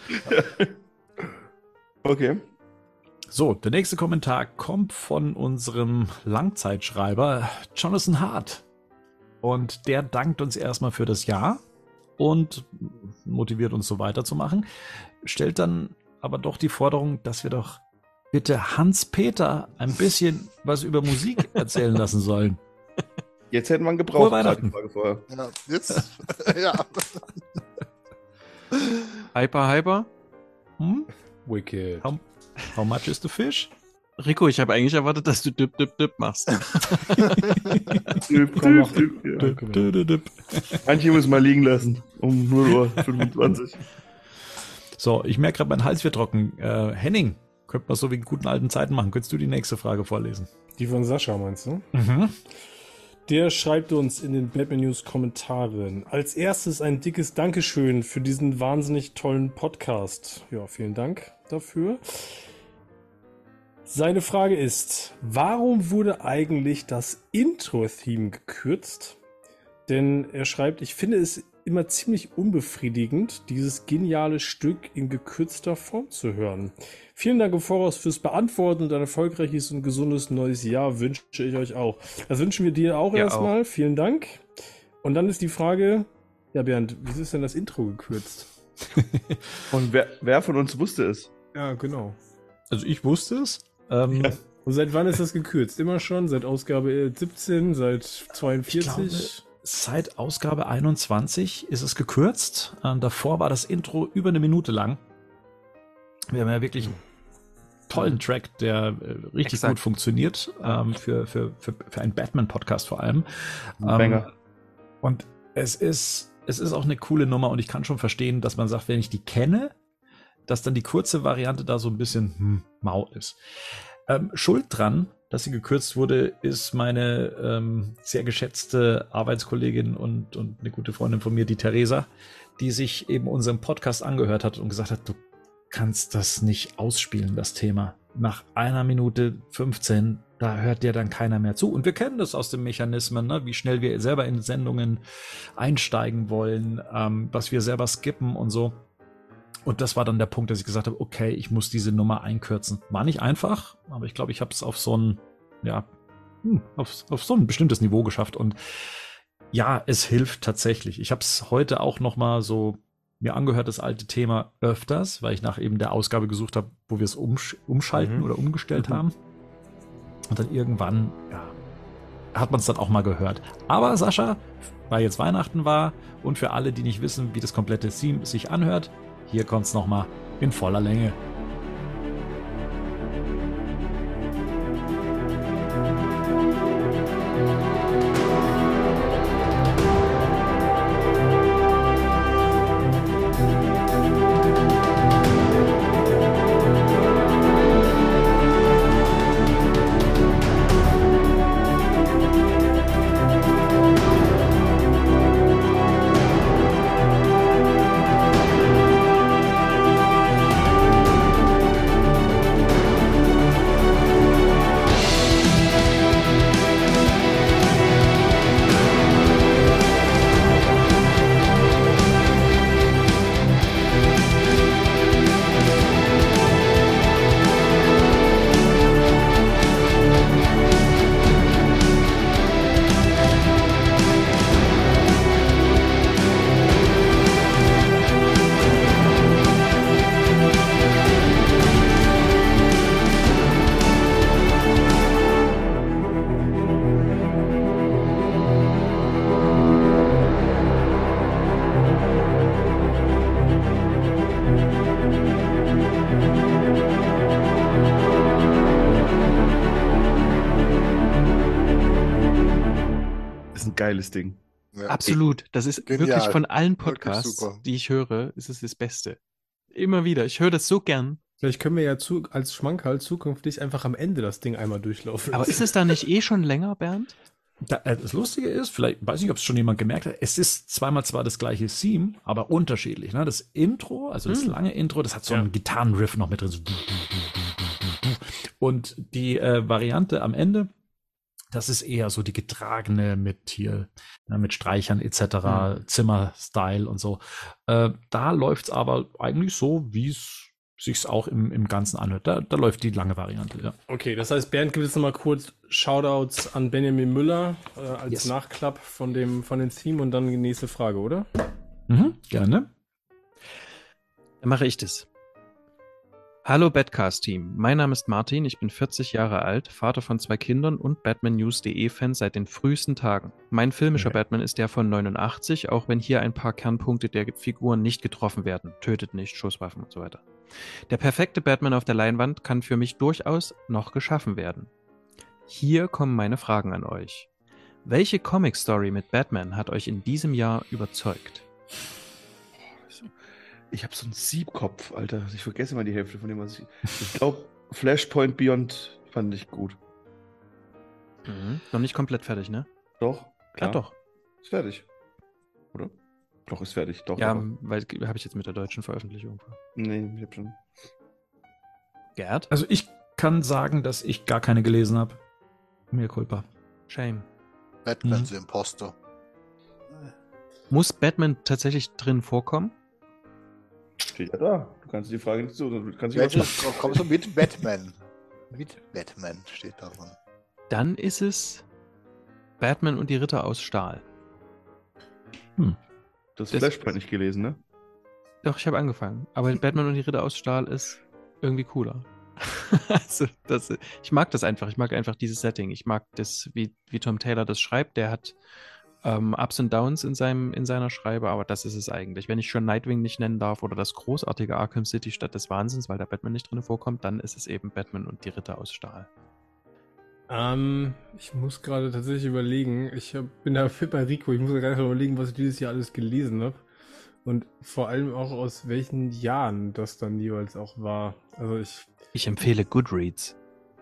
Okay. So, der nächste Kommentar kommt von unserem Langzeitschreiber Jonathan Hart. Und der dankt uns erstmal für das Jahr und motiviert uns so weiterzumachen. Stellt dann aber doch die Forderung, dass wir doch bitte Hans-Peter ein bisschen was über Musik erzählen lassen sollen. Jetzt hätten wir ihn gebraucht. Frohe Weihnachten. gerade die Frage vorher. Ja, jetzt, ja. Hyper, hyper. Hm? Wicked. How, how much is the fish? Rico, ich habe eigentlich erwartet, dass du Dip, Dip, Dip machst. Düb, Komm, mach. düb, düb, ja. Danke, Dü- dü- dü- Manche muss mal liegen lassen. Um null Uhr fünfundzwanzig. So, ich merke gerade, mein Hals wird trocken. Äh, Henning, könnte man so wie in guten alten Zeiten machen. Könntest du die nächste Frage vorlesen? Die von Sascha meinst du? Mhm. Der schreibt uns in den Batman News Kommentaren. Als erstes ein dickes Dankeschön für diesen wahnsinnig tollen Podcast. Ja, vielen Dank dafür. Seine Frage ist, warum wurde eigentlich das Intro-Theme gekürzt? Denn er schreibt, ich finde es immer ziemlich unbefriedigend, dieses geniale Stück in gekürzter Form zu hören. Vielen Dank im Voraus fürs Beantworten und ein erfolgreiches und gesundes neues Jahr wünsche ich euch auch. Das wünschen wir dir auch Ja, erstmal. Vielen Dank. Und dann ist die Frage, ja Bernd, wieso ist denn das Intro gekürzt? Und wer, wer von uns wusste es? Ja, genau. Also ich wusste es. Ähm, Ja. Und seit wann ist das gekürzt? Immer schon? Seit Ausgabe siebzehn? Seit Ich zweiundvierzig? Seit Ausgabe einundzwanzig ist es gekürzt. Ähm, davor war das Intro über eine Minute lang. Wir haben ja wirklich einen tollen Track, der äh, richtig Exakt. gut funktioniert, ähm, für, für, für, für einen Batman-Podcast vor allem. Ein Banger. Ähm, und es ist, es ist auch eine coole Nummer und ich kann schon verstehen, dass man sagt, wenn ich die kenne, dass dann die kurze Variante da so ein bisschen hm, mau ist. Ähm, Schuld dran, dass sie gekürzt wurde, ist meine ähm, sehr geschätzte Arbeitskollegin und, und eine gute Freundin von mir, die Theresa, die sich eben unseren Podcast angehört hat und gesagt hat, du kannst das nicht ausspielen, das Thema. Nach einer Minute fünfzehn Da hört dir dann keiner mehr zu. Und wir kennen das aus den Mechanismen, ne? Wie schnell wir selber in Sendungen einsteigen wollen, ähm, was wir selber skippen und so. Und das war dann der Punkt, dass ich gesagt habe, okay, ich muss diese Nummer einkürzen. War nicht einfach, aber ich glaube, ich habe es auf so ein, ja, hm, auf, auf so ein bestimmtes Niveau geschafft. Und ja, es hilft tatsächlich. Ich habe es heute auch noch mal so mir angehört, das alte Thema öfters, weil ich nach eben der Ausgabe gesucht habe, wo wir es umsch umschalten Mhm. oder umgestellt Mhm. haben. Und dann irgendwann, ja, hat man es dann auch mal gehört. Aber Sascha, weil jetzt Weihnachten war und für alle, die nicht wissen, wie das komplette Theme sich anhört, hier kommt es nochmal in voller Länge. Ist ein geiles Ding. Ja. Absolut. Das ist Genial. wirklich von allen Wirklich Podcasts, super. die ich höre, ist es das Beste. Immer wieder. Ich höre das so gern. Vielleicht können wir ja zu, als Schmankerl zukünftig einfach am Ende das Ding einmal durchlaufen. Aber ist es da nicht eh schon länger, Bernd? Da, äh, das Lustige ist, vielleicht weiß nicht, ob es schon jemand gemerkt hat, es ist zweimal zwar das gleiche Theme, aber unterschiedlich. Ne? Das Intro, also das Hm. lange Intro, das hat so Ja. einen Gitarrenriff noch mit drin. So du, du, du, du, du, du. Und die äh, Variante am Ende, das ist eher so die getragene mit hier, ja, mit Streichern et cetera, Zimmer-Style und so. Äh, da läuft's aber eigentlich so, wie es sich auch im, im Ganzen anhört. Da, da läuft die lange Variante, ja. Okay, das heißt, Bernd gibt jetzt nochmal kurz Shoutouts an Benjamin Müller äh, als Yes. Nachklapp von dem, von dem Theme und dann die nächste Frage, oder? Mhm, gerne. Dann mache ich das. Hallo Badcast-Team, mein Name ist Martin, ich bin vierzig Jahre alt, Vater von zwei Kindern und Batman-News punkt de-Fan seit den frühesten Tagen. Mein filmischer Okay. Batman ist der von neunundachtzig, auch wenn hier ein paar Kernpunkte der Figuren nicht getroffen werden. Tötet nicht, Schusswaffen und so weiter. Der perfekte Batman auf der Leinwand kann für mich durchaus noch geschaffen werden. Hier kommen meine Fragen an euch. Welche Comic-Story mit Batman hat euch in diesem Jahr überzeugt? Ich habe so einen Siebkopf, Alter. Ich vergesse mal die Hälfte von dem, was ich. Ich glaube, Flashpoint Beyond fand ich gut. Mhm. Noch nicht komplett fertig, ne? Doch, klar. Ja, doch. Ist fertig. Oder? Doch, ist fertig. Doch. Ja, aber- weil habe ich jetzt mit der deutschen Veröffentlichung. Nee, ich hab schon. Gerd? Also ich kann sagen, dass ich gar keine gelesen habe. Mir culpa. Shame. Batman Mhm. the Imposter. Muss Batman tatsächlich drin vorkommen? Steht ja da. Du kannst die Frage nicht so. Du kannst Ja, nicht was jetzt kommst du mit Batman. Mit Batman steht da drin. Dann ist es Batman und die Ritter aus Stahl. Du hast das- Flashpoint nicht gelesen, ne? Doch, ich habe angefangen. Aber Batman und die Ritter aus Stahl ist irgendwie cooler. also, das, ich mag das einfach. Ich mag einfach dieses Setting. Ich mag das, wie, wie Tom Taylor das schreibt. Der hat ähm, Ups und Downs in, seinem, in seiner Schreibe, aber das ist es eigentlich. Wenn ich schon Nightwing nicht nennen darf oder das großartige Arkham City statt des Wahnsinns, weil der Batman nicht drin vorkommt, dann ist es eben Batman und die Ritter aus Stahl. Ähm, ich muss gerade tatsächlich überlegen. Ich hab, bin da fit bei Rico. Ich muss gerade überlegen, was ich dieses Jahr alles gelesen habe. Und vor allem auch aus welchen Jahren das dann jeweils auch war. Also ich. Ich empfehle Goodreads.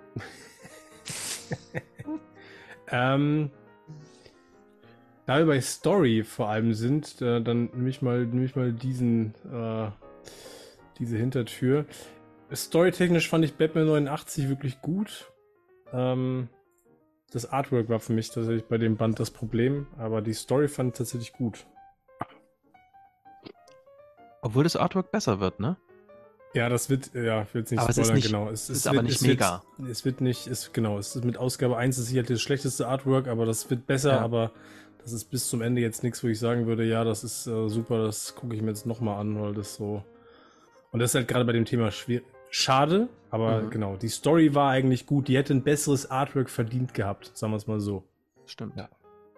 Ähm, da wir bei Story vor allem sind, äh, dann nehme ich mal, nehme ich mal diesen, äh, diese Hintertür. Storytechnisch fand ich Batman neunundachtzig wirklich gut. Ähm, das Artwork war für mich tatsächlich bei dem Band das Problem, aber die Story fand ich tatsächlich gut. Obwohl das Artwork besser wird, ne? Ja, das wird, ja, ich will jetzt nicht Aber es ist spoilern, nicht- genau. Es, es ist es aber wird, nicht es mega. Wird, es wird nicht, es, genau, es ist mit Ausgabe eins ist sicher das schlechteste Artwork, aber das wird besser, Ja. aber das ist bis zum Ende jetzt nichts, wo ich sagen würde, ja, das ist äh, super, das gucke ich mir jetzt nochmal an, weil das so. Und das ist halt gerade bei dem Thema schwer, schade, aber Mhm. genau, die Story war eigentlich gut, die hätte ein besseres Artwork verdient gehabt, sagen wir es mal so. Stimmt. Ja.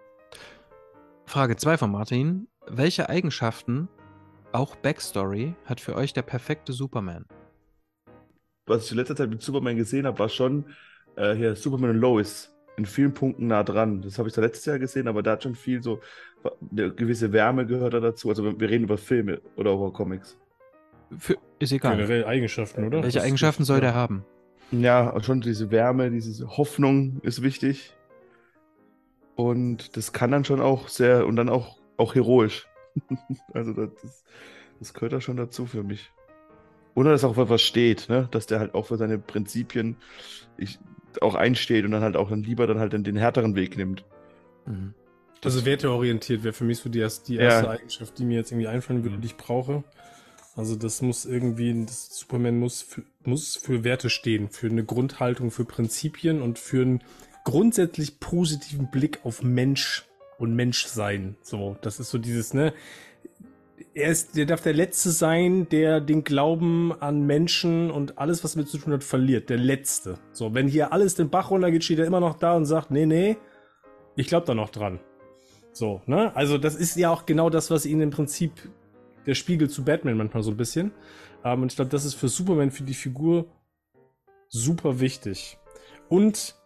Frage zwei von Martin. Welche Eigenschaften, auch Backstory, hat für euch der perfekte Superman? Was ich in letzter Zeit mit Superman gesehen habe, war schon äh, hier Superman und Lois in vielen Punkten nah dran. Das habe ich da letztes Jahr gesehen, aber da hat schon viel so eine gewisse Wärme gehört da dazu. Also wir reden über Filme oder über Comics. Für, ist egal. Generell Eigenschaften, oder? Welche Das- Eigenschaften das- soll ja. der haben? Ja, und schon diese Wärme, diese Hoffnung ist wichtig. Und das kann dann schon auch sehr, und dann auch, auch heroisch. Also das, das, das gehört da schon dazu für mich. Und dass auch für was steht, ne? Dass der halt auch für seine Prinzipien ich, auch einsteht und dann halt auch dann lieber dann halt den, den härteren Weg nimmt. Mhm. Also werteorientiert wäre für mich so die erste, die Ja. erste Eigenschaft, die mir jetzt irgendwie einfallen würde, die ich brauche. Also das muss irgendwie, das Superman muss für, muss für Werte stehen, für eine Grundhaltung, für Prinzipien und für einen grundsätzlich positiven Blick auf Mensch und Menschsein. So, das ist so dieses, ne? Er ist, der darf der Letzte sein, der den Glauben an Menschen und alles, was mit zu tun hat, verliert. Der Letzte. So, wenn hier alles den Bach runtergeht, steht er immer noch da und sagt, nee, nee, ich glaube da noch dran. So, ne? Also das ist ja auch genau das, was ihn im Prinzip der Spiegel zu Batman manchmal so ein bisschen. Ähm, und ich glaube, das ist für Superman, für die Figur super wichtig. Und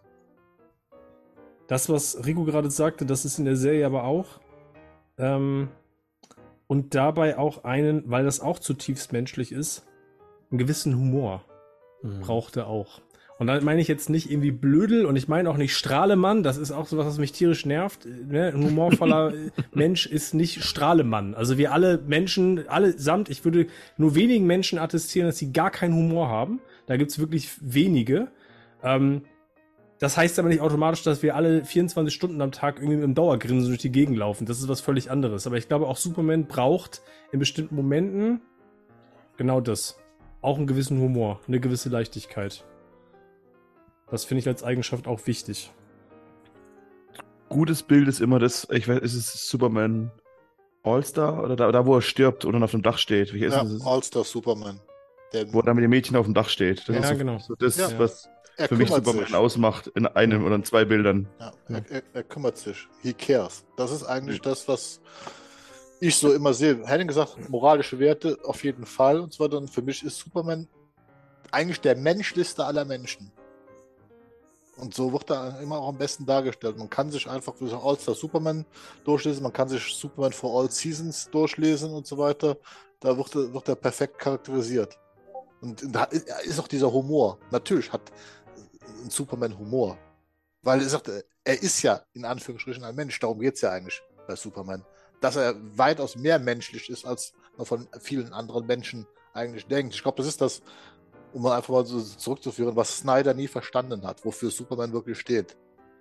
das, was Rico gerade sagte, das ist in der Serie aber auch. Ähm, und dabei auch einen, weil das auch zutiefst menschlich ist, einen gewissen Humor Mhm. braucht er auch. Und da meine ich jetzt nicht irgendwie Blödel und ich meine auch nicht Strahlemann, das ist auch sowas, was mich tierisch nervt. Ne? Ein humorvoller Mensch ist nicht Strahlemann. Also wir alle Menschen, allesamt, ich würde nur wenigen Menschen attestieren, dass sie gar keinen Humor haben. Da gibt's wirklich wenige. Ähm, das heißt aber nicht automatisch, dass wir alle vierundzwanzig Stunden am Tag irgendwie mit einem Dauergrinsen durch die Gegend laufen. Das ist was völlig anderes. Aber ich glaube, auch Superman braucht in bestimmten Momenten genau das. Auch einen gewissen Humor, eine gewisse Leichtigkeit. Das finde ich als Eigenschaft auch wichtig. Gutes Bild ist immer das, ich weiß, ist es Superman All-Star oder da, da, wo er stirbt und dann auf dem Dach steht? Wie ist Ja, es? All-Star Superman. Der, Wo er dann mit dem Mädchen auf dem Dach steht. Das Ja, ist so, genau. so das, Ja. was er für mich kümmert Superman sich. ausmacht in einem oder in zwei Bildern. Ja, er, er, er kümmert sich. He cares. Das ist eigentlich das, was ich so immer sehe. Henning gesagt, moralische Werte auf jeden Fall. Und zwar dann für mich ist Superman eigentlich der menschlichste aller Menschen. Und so wird er immer auch am besten dargestellt. Man kann sich einfach für so All-Star Superman durchlesen, man kann sich Superman for All Seasons durchlesen und so weiter. Da wird er, wird er perfekt charakterisiert. Und da ist auch dieser Humor. Natürlich hat ein Superman Humor. Weil er sagt, er ist ja in Anführungsstrichen ein Mensch. Darum geht es ja eigentlich bei Superman. Dass er weitaus mehr menschlich ist, als man von vielen anderen Menschen eigentlich denkt. Ich glaube, das ist das, um mal einfach mal so zurückzuführen, was Snyder nie verstanden hat, wofür Superman wirklich steht.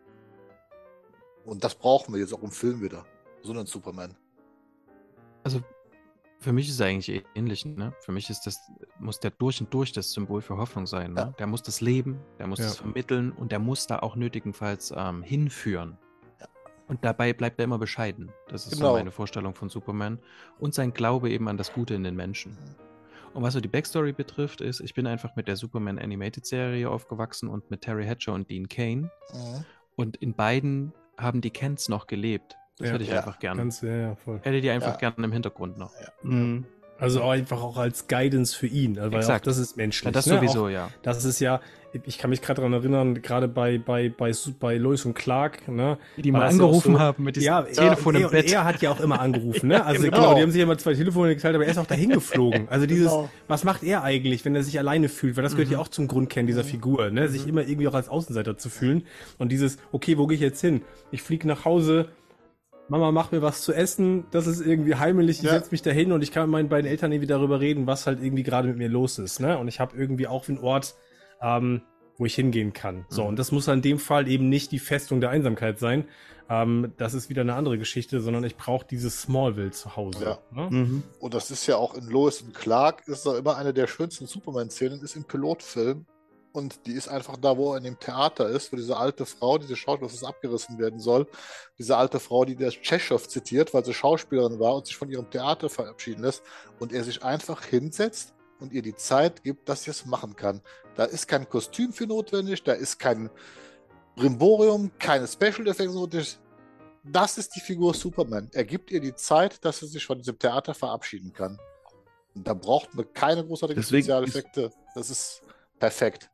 Und das brauchen wir jetzt auch im Film wieder. So einen Superman. Also für mich ist es eigentlich ähnlich, ne? Für mich ist das, muss der durch und durch das Symbol für Hoffnung sein, ne? Ja. Der muss das leben, der muss Ja. das vermitteln und der muss da auch nötigenfalls ähm, hinführen. Ja. Und dabei bleibt er immer bescheiden. Das ist Genau. so meine Vorstellung von Superman. Und sein Glaube eben an das Gute in den Menschen. Und was so die Backstory betrifft, ist, ich bin einfach mit der Superman Animated Serie aufgewachsen und mit Terry Hatcher und Dean Cain. Mhm. Und in beiden haben die Kents noch gelebt. Das Ja. hätte ich Ja. einfach gern. Ganz, ja, ja, voll. Hätte die einfach Ja. gern im Hintergrund noch. Mhm. Also auch einfach auch als Guidance für ihn. Also weil auch Exakt. das ist menschlich. Ja, das ne? sowieso, Auch, ja. das ist ja, ich kann mich gerade daran erinnern, gerade bei, bei, bei, bei Lois und Clark, ne? Die war mal das ja auch angerufen so- haben mit diesem Ja, Telefon er, im Bett. Er hat ja auch immer angerufen, ne? Also Genau. genau. die haben sich immer zwei Telefone geteilt, aber er ist auch dahin geflogen. Also dieses, Genau. was macht er eigentlich, wenn er sich alleine fühlt? Weil das gehört ja auch zum Grundkern dieser Figur, ne? Sich immer irgendwie auch als Außenseiter zu fühlen. Und dieses, okay, wo gehe ich jetzt hin? Ich fliege nach Hause, Mama, mach mir was zu essen, das ist irgendwie heimelig, ich Ja. setz mich da hin und ich kann mit meinen beiden Eltern irgendwie darüber reden, was halt irgendwie gerade mit mir los ist, ne? Und ich habe irgendwie auch einen Ort, ähm, wo ich hingehen kann. So, Mhm. und das muss in dem Fall eben nicht die Festung der Einsamkeit sein. Ähm, das ist wieder eine andere Geschichte, sondern ich brauche dieses Smallville zu Hause. Ja. Ne? Mhm. Und das ist ja auch in Lois und Clark, ist da immer eine der schönsten Superman-Szenen, ist im Pilotfilm. Und die ist einfach da, wo er in dem Theater ist, wo diese alte Frau, diese Schauspielerin, das abgerissen werden soll, diese alte Frau, die der Tschechow zitiert, weil sie Schauspielerin war und sich von ihrem Theater verabschieden lässt und er sich einfach hinsetzt und ihr die Zeit gibt, dass sie es machen kann. Da ist kein Kostüm für notwendig, da ist kein Brimborium, keine Special Effects notwendig. Das ist die Figur Superman. Er gibt ihr die Zeit, dass sie sich von diesem Theater verabschieden kann. Und da braucht man keine großartigen Deswegen Spezialeffekte. Das ist perfekt.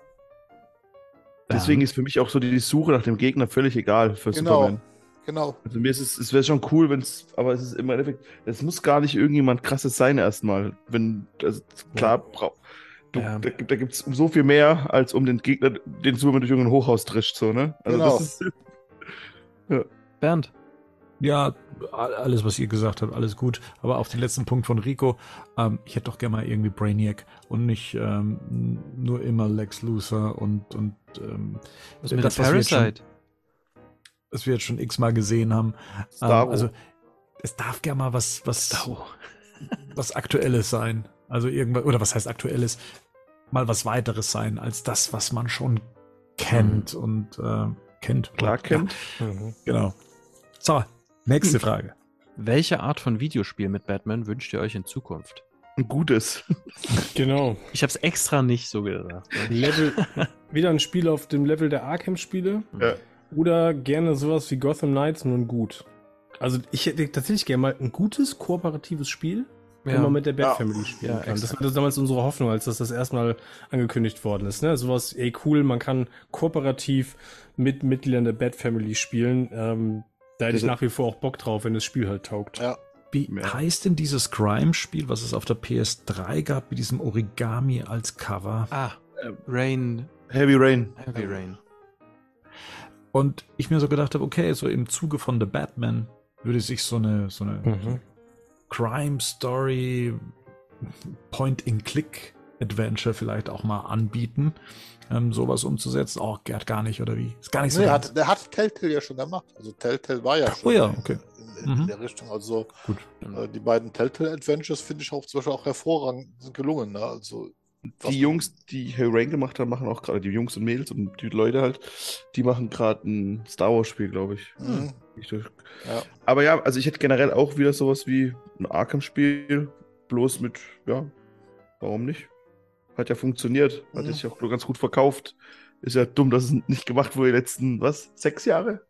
Deswegen ist für mich auch so die Suche nach dem Gegner völlig egal für Genau. Superman. Genau. Also mir ist es, es wäre schon cool, wenn es, aber es ist immer Endeffekt, es muss gar nicht irgendjemand krasses sein erstmal. Wenn, also klar, brauch, du, Ja. da, gibt- da gibt es so viel mehr, als um den Gegner, den Superman durch irgendein Hochhaus drischt, so, ne? Also Genau. das ist, Bernd, Ja, a- alles, was ihr gesagt habt, alles gut. Aber auf den letzten Punkt von Rico, ähm, ich hätte doch gerne mal irgendwie Brainiac und nicht ähm, n- nur immer Lex Luthor und, und ähm, was mit das, der was wir jetzt schon, Parasite? was wir jetzt schon x-mal gesehen haben. Ähm, Starro. also, es darf gerne mal was, was, was Aktuelles sein. Also irgendwas, oder was heißt Aktuelles? Mal was weiteres sein, als das, was man schon kennt und äh, kennt. klar kennt. Mhm. Genau. So, nächste Frage. Welche Art von Videospiel mit Batman wünscht ihr euch in Zukunft? Ein gutes. Genau. Ich habe es extra nicht so gedacht. Ne? Level, wieder ein Spiel auf dem Level der Arkham-Spiele. Ja. Oder gerne sowas wie Gotham Knights, nur ein gut. Also ich hätte tatsächlich gerne mal ein gutes, kooperatives Spiel, wo man mit der Ja. Bat-Family spielen Ja, kann. Das exakt. war damals unsere Hoffnung, als das das erstmal angekündigt worden ist. Ne? Sowas, ey cool, man kann kooperativ mit Mitgliedern der Bat-Family spielen. Ähm, da hätte ich Also- nach wie vor auch Bock drauf, wenn das Spiel halt taugt. Ja. Wie Ja. heißt denn dieses Crime-Spiel, was es auf der P S drei gab, mit diesem Origami als Cover? Ah, Rain, Heavy Rain. Heavy Rain. Und ich mir so gedacht habe, okay, so im Zuge von The Batman würde sich so eine, so eine Mhm. Crime-Story, Point-and-Click-Adventure vielleicht auch mal anbieten, ähm, sowas umzusetzen. Oh, Gerd gar nicht, oder wie? Ist gar nicht so. Nee, ganz- hat, der hat Telltale ja schon gemacht. Also Telltale war ja schon Oh ja, in- okay. in, in, Mhm. in der Richtung. Also Gut. äh, die beiden Telltale Adventures finde ich auch zum Beispiel auch hervorragend gelungen. Ne? Also was- Die Jungs, die Heavy Rain gemacht haben, machen auch gerade, die Jungs und Mädels und die Leute halt, die machen gerade ein Star Wars Spiel, glaube ich. Mhm. Ich durch- Ja. Aber ja, also ich hätte generell auch wieder sowas wie ein Arkham-Spiel, bloß mit, ja, warum nicht? Hat ja funktioniert, hat Mhm. sich auch ganz gut verkauft. Ist ja dumm, dass es nicht gemacht wurde die letzten, was, sechs Jahre?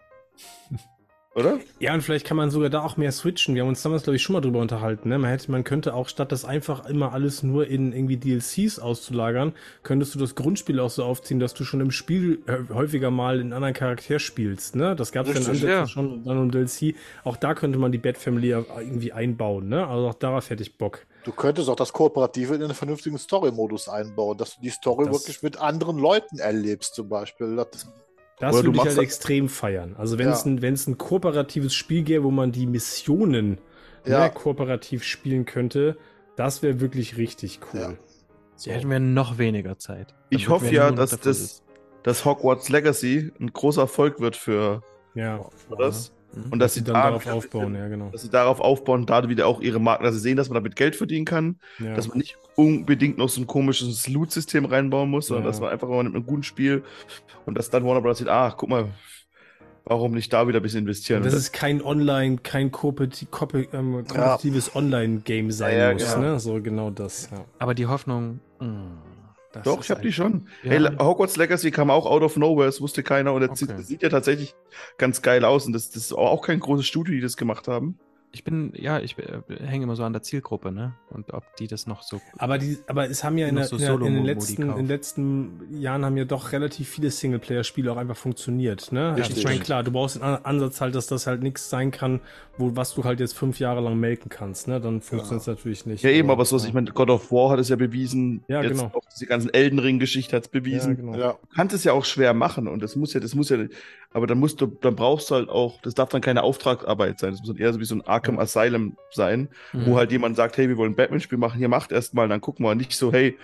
Oder? Ja, und vielleicht kann man sogar da auch mehr switchen. Wir haben uns damals, glaube ich, schon mal drüber unterhalten. Ne? Man, hätte, man könnte auch, statt das einfach immer alles nur in irgendwie D L Cs auszulagern, könntest du das Grundspiel auch so aufziehen, dass du schon im Spiel äh, häufiger mal einen anderen Charakter spielst. Ne? Das gab es ja in Richtig, Ansätzen ja. schon dann im D L C. Auch da könnte man die Bat-Family ja irgendwie einbauen. Ne? Also auch darauf hätte ich Bock. Du könntest auch das Kooperative in einen vernünftigen Story-Modus einbauen, dass du die Story Das- wirklich mit anderen Leuten erlebst, zum Beispiel. Das, Das Oder du würde ich machst halt das- extrem feiern. Also wenn es Ja. ein, wenn es ein kooperatives Spiel gäbe, wo man die Missionen Ja. ne, kooperativ spielen könnte, das wäre wirklich richtig cool. Ja. So hätten wir noch weniger Zeit. Ich Damit hoffe wir ja, nur noch dass davor das dass Hogwarts Legacy ein großer Erfolg wird für Ja. das. Mhm. Und Dass dass sie sie dann da darauf wieder ein aufbauen, bisschen- ja, genau. Dass sie darauf aufbauen, da wieder auch ihre Marken, dass sie sehen, dass man damit Geld verdienen kann, Ja. dass man nicht unbedingt noch so ein komisches Loot-System reinbauen muss, sondern Ja. dass man einfach mal mit einem guten Spiel und dass dann Warner Bros. Sieht, ach, guck mal, warum nicht da wieder ein bisschen investieren? Und das Und ist kein Online, kein kooperativ, kooper- ähm, kooperatives Online-Game sein Ja, ja, muss, genau. ne? So genau das, ja. Aber die Hoffnung. mh, das Doch, ist ich habe die ein- schon. Ja. Hey, Hogwarts Legacy kam auch out of nowhere, das wusste keiner und das, Okay. sieht, das sieht ja tatsächlich ganz geil aus und das, das ist auch kein großes Studio, die das gemacht haben. Ich bin, ja, ich äh, hänge immer so an der Zielgruppe, ne? Und ob die das noch so. Aber, die, aber es haben ja in, Noch der, so in, der, in, den Solo-Modi letzten, in kaufen. den letzten Jahren haben ja doch relativ viele Singleplayer-Spiele auch einfach funktioniert. Ne? Richtig. Ich meine, klar, du brauchst den An- Ansatz halt, dass das halt nichts sein kann, wo, was du halt jetzt fünf Jahre lang melken kannst. Ne? Dann funktioniert es natürlich nicht. Ja, eben, aber so, ich meine, God of War hat es ja bewiesen. Ja, jetzt genau. auch diese ganzen Elden Ring-Geschichte hat es ja, bewiesen. genau. ja. Du kannst es ja auch schwer machen und das muss ja, das muss ja, aber dann musst du, dann brauchst du halt auch, das darf dann keine Auftragsarbeit sein. Das muss dann eher so wie so ein Arkham Asylum sein, Mhm. wo halt jemand sagt, hey, wir wollen ein Batman-Spiel machen, hier macht erst mal, dann gucken wir nicht so, hey,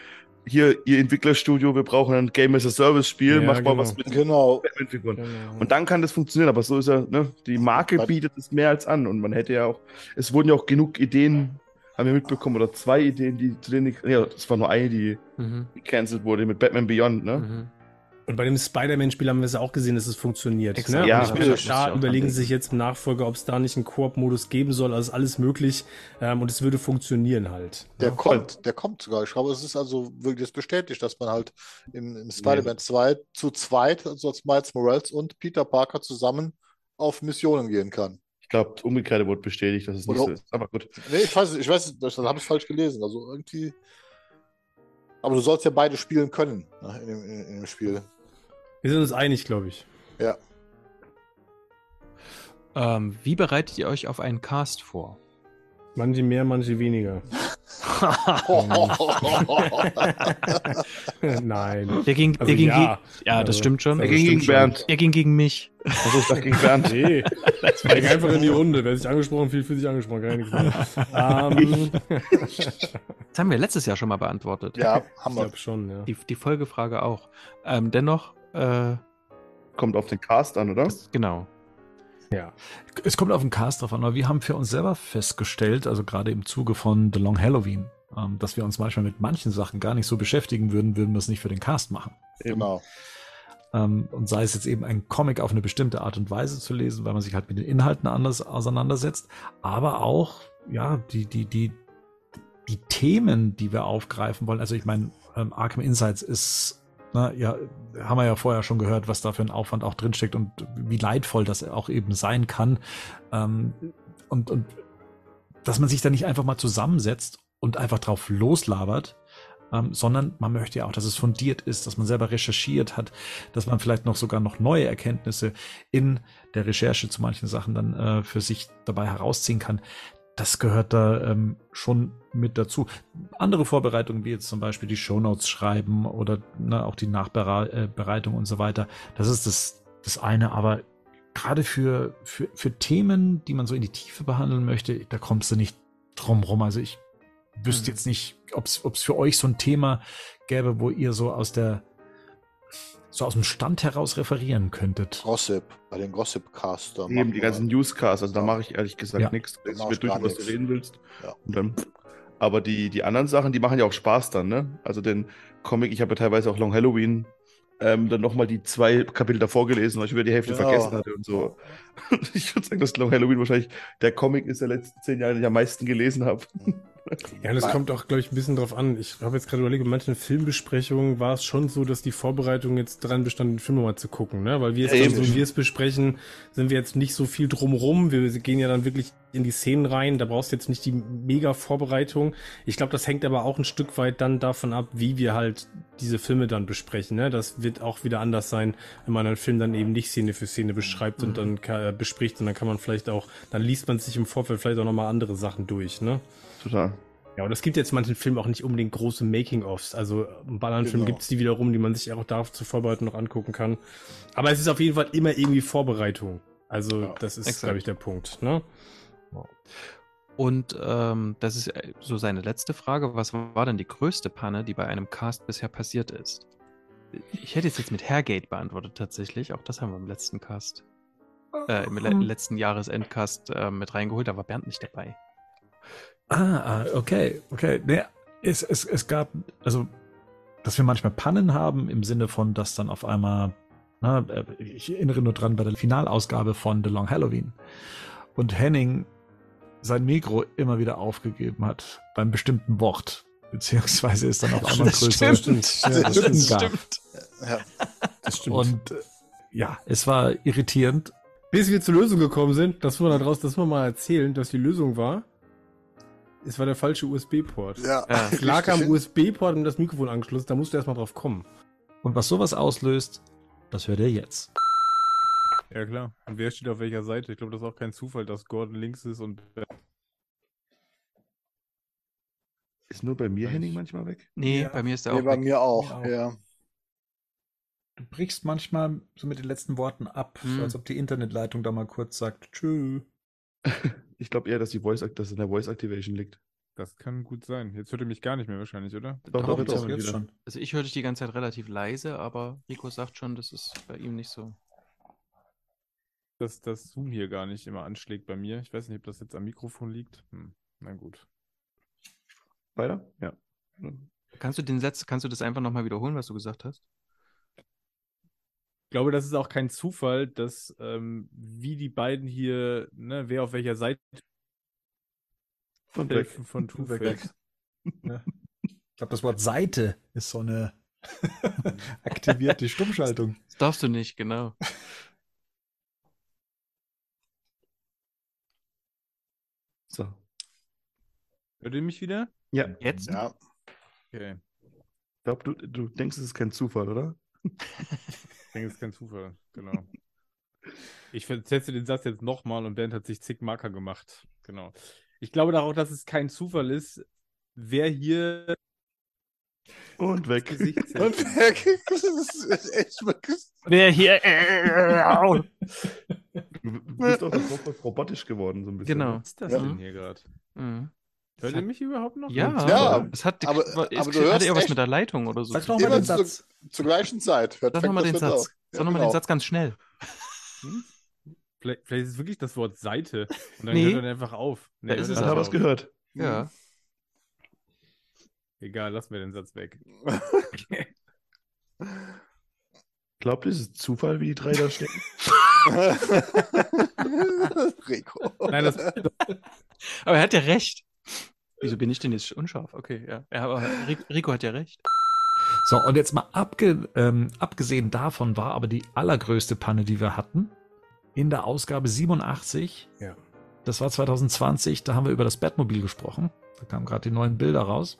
hier, ihr Entwicklerstudio, wir brauchen ein Game as a Service Spiel, Ja, mach mal genau. was mit Genau. Batman-Figuren. Genau. Und dann kann das funktionieren, aber so ist ja, ne, die Marke Was? bietet es mehr als an und man hätte ja auch, es wurden ja auch genug Ideen, haben wir mitbekommen, oder zwei Ideen, die zu denen, ich, ja, das war nur eine, die Mhm. gecancelt wurde mit Batman Beyond, ne? Mhm. Und bei dem Spider-Man-Spiel haben wir es ja auch gesehen, dass es funktioniert. Exakt. Ne? Ja, und ich meine, natürlich. da Muss ich auch überlegen dran sie sich jetzt im Nachfolger, ob es da nicht einen Koop-Modus geben soll. Also ist alles möglich ähm, und es würde funktionieren halt. Der ne? kommt, der kommt sogar. Ich glaube, es ist also wirklich jetzt bestätigt, dass man halt im, im Spider-Man zwei zu zweit, also als Miles Morales und Peter Parker zusammen auf Missionen gehen kann. Ich glaube, das Umgekehrte wurde bestätigt, dass es nicht Oder- so ist. Aber gut. Nee, ich weiß, ich weiß, das habe ich falsch gelesen. Also irgendwie. Aber du sollst ja beide spielen können, ne, in dem, in, in dem Spiel. Wir sind uns einig, glaube ich. Ja. Ähm, wie bereitet ihr euch auf einen Cast vor? Manche mehr, manche weniger. Nein. Der ging, Also der ging ja. ge- ja, das Also, stimmt schon. Er das ging stimmt gegen schon. Bernd. Der ging gegen mich. Also ich dachte gegen Bernd. Nee, das war einfach in die Runde. Wer sich angesprochen fühlt, fühlt sich angesprochen. Kann ja nichts machen. ähm, Das haben wir letztes Jahr schon mal beantwortet. Ja, ich haben wir. glaube schon, ja. Die, die Folgefrage auch. Ähm, dennoch, äh, Kommt auf den Cast an, oder? das, genau. ja. Es kommt auf den Cast drauf an, aber wir haben für uns selber festgestellt, also gerade im Zuge von The Long Halloween, ähm, dass wir uns manchmal mit manchen Sachen gar nicht so beschäftigen würden, würden wir es nicht für den Cast machen. Genau. Ähm, und sei es jetzt eben ein Comic auf eine bestimmte Art und Weise zu lesen, weil man sich halt mit den Inhalten anders auseinandersetzt, aber auch, ja, die, die, die, die Themen, die wir aufgreifen wollen. Also ich meine, ähm, Arkham Insights ist, na, ja, haben wir ja vorher schon gehört, was da für ein Aufwand auch drinsteckt und wie leidvoll das auch eben sein kann. Ähm, und, und dass man sich da nicht einfach mal zusammensetzt und einfach drauf loslabert, ähm, sondern man möchte ja auch, dass es fundiert ist, dass man selber recherchiert hat, dass man vielleicht noch sogar noch neue Erkenntnisse in der Recherche zu manchen Sachen dann äh, für sich dabei herausziehen kann. Das gehört da ähm, schon mit dazu. Andere Vorbereitungen, wie jetzt zum Beispiel die Shownotes schreiben oder ne, auch die Nachbereitung und so weiter, das ist das, das eine. Aber gerade für, für, für Themen, die man so in die Tiefe behandeln möchte, da kommst du nicht drum rum. Also ich wüsste jetzt nicht, ob es für euch so ein Thema gäbe, wo ihr so aus der so aus dem Stand heraus referieren könntet. Gossip, bei den Gossip-Cast. da Eben machen die wir- ganzen Newscasts, also da Ja. mache ich ehrlich gesagt Ja. nichts. Da Ich mach mir ich durch, gar was du nichts. reden willst. Ja. Und dann, aber die, die anderen Sachen, die machen ja auch Spaß dann, ne? Also den Comic, ich habe ja teilweise auch Long Halloween ähm, dann nochmal die zwei Kapitel davor gelesen, weil ich über die Hälfte Genau. vergessen hatte und so. Ich würde sagen, dass Long Halloween wahrscheinlich der Comic ist der letzten zehn Jahre, den ich am meisten gelesen habe. Ja, und es kommt auch, glaube ich, ein bisschen drauf an. Ich habe jetzt gerade überlegt, bei manchen Filmbesprechungen war es schon so, dass die Vorbereitung jetzt dran bestand, den Film nochmal zu gucken, ne? Weil wir jetzt, Ja, dann, eben. so wie wir es besprechen, sind wir jetzt nicht so viel drumrum. Wir gehen ja dann wirklich in die Szenen rein. Da brauchst du jetzt nicht die mega Vorbereitung. Ich glaube, das hängt aber auch ein Stück weit dann davon ab, wie wir halt diese Filme dann besprechen, ne? Das wird auch wieder anders sein, wenn man einen Film dann eben nicht Szene für Szene beschreibt und dann ka- bespricht und dann kann man vielleicht auch, dann liest man sich im Vorfeld vielleicht auch nochmal andere Sachen durch, ne? Total. Ja, und es gibt jetzt manchen Filmen auch nicht unbedingt große Making-ofs. Also bei anderen Filmen Genau. gibt es die wiederum, die man sich auch darauf zur Vorbereitung noch angucken kann. Aber es ist auf jeden Fall immer irgendwie Vorbereitung. Also Ja, das ist, exakt. glaube ich, der Punkt. Ne? Und ähm, das ist äh, so seine letzte Frage. Was war denn die größte Panne, die bei einem Cast bisher passiert ist? Ich hätte es jetzt mit Hairgate beantwortet tatsächlich. Auch das haben wir im letzten Cast, äh, im le letzten Jahresendcast äh, mit reingeholt. Da war Bernd nicht dabei. Ah, ah, okay, okay. Nee, es, es, es gab, also, dass wir manchmal Pannen haben im Sinne von, dass dann auf einmal, na, äh, ich erinnere nur dran bei der Finalausgabe von The Long Halloween und Henning sein Mikro immer wieder aufgegeben hat beim bestimmten Wort, beziehungsweise ist dann auf einmal größere Stimmt. Ja, das Lücken stimmt. gab. Ja. Das stimmt. Und äh, ja, es war irritierend. bis wir zur Lösung gekommen sind, das muss man da draus, das muss man mal erzählen, dass die Lösung war, es war der falsche U S B-Port. Ja. Ja. Es lag am U S B-Port und das Mikrofon angeschlossen, da musst du erstmal drauf kommen. Und was sowas auslöst, das hört ihr jetzt. Ja, klar. Und wer steht auf welcher Seite? Ich glaube, das ist auch kein Zufall, dass Gordon links ist und. Ist nur bei mir Henning manchmal weg? Nee, Ja. bei mir ist der Nee, auch bei weg. mir auch. Mir auch. Ja. Du brichst manchmal so mit den letzten Worten ab, Hm. so als ob die Internetleitung da mal kurz sagt, tschö. Ich glaube eher, dass die Voice, dass es in der Voice Activation liegt. Das kann gut sein. Jetzt hört ihr mich gar nicht mehr wahrscheinlich, oder? Doch, doch, Jetzt doch, aber jetzt wieder. schon. Also ich höre dich die ganze Zeit relativ leise, aber Rico sagt schon, das ist bei ihm nicht so. Dass das Zoom hier gar nicht immer anschlägt bei mir. Ich weiß nicht, ob das jetzt am Mikrofon liegt. Hm, na gut. Weiter? Ja. Kannst du den Satz, kannst du das einfach nochmal wiederholen, was du gesagt hast? Ich glaube, das ist auch kein Zufall, dass ähm, wie die beiden hier, ne, wer auf welcher Seite Und weg. helfen von Und weg. Two-Face. Ja. Ich glaube, das Wort Seite ist so eine aktivierte Stummschaltung. Das darfst du nicht, genau. So. Hört ihr mich wieder? Ja. Jetzt? Ja, Okay. Ich glaube, du, du denkst, es ist kein Zufall, oder? Ich denke, es ist kein Zufall. Genau. Ich versetze den Satz jetzt nochmal und Bernd hat sich zig Marker gemacht. Genau. Ich glaube doch auch, dass es kein Zufall ist, wer hier Und das weg. Gesicht und zählt. weg. Das ist echt wirklich. Wer hier? Du bist auch etwas robotisch geworden, so ein bisschen. Genau. ne? Was ist das Ja. denn hier gerade? Mhm. Hört ihr mich überhaupt noch? Ja, Ja, es hat, aber- es aber du hatte hörst ja was echt- mit der Leitung oder so. Sag zu doch tun. mal Immer den zu, Satz. zur gleichen Zeit. Hört, Sag fängt nochmal das den dann Satz. auf. Sag Ja, nochmal genau. den Satz ganz schnell. Hm? Vielleicht, vielleicht ist es wirklich das Wort Seite. Und dann Nee. hört er einfach auf. Nee, Da hört ist er es Hat nicht er was auf. gehört? Ja. Egal, lassen wir den Satz weg. Glaubt ihr, es ist Zufall, wie die drei da stecken? Rico. Nein, das, Aber er hat ja recht. Wieso bin ich denn jetzt unscharf? Okay, ja. ja aber Ri- Rico hat ja recht. So, und jetzt mal abge, ähm, abgesehen davon war aber die allergrößte Panne, die wir hatten, in der Ausgabe siebenundachtzig. Ja. Das war zwanzig zwanzig, da haben wir über das Batmobil gesprochen. Da kamen gerade die neuen Bilder raus.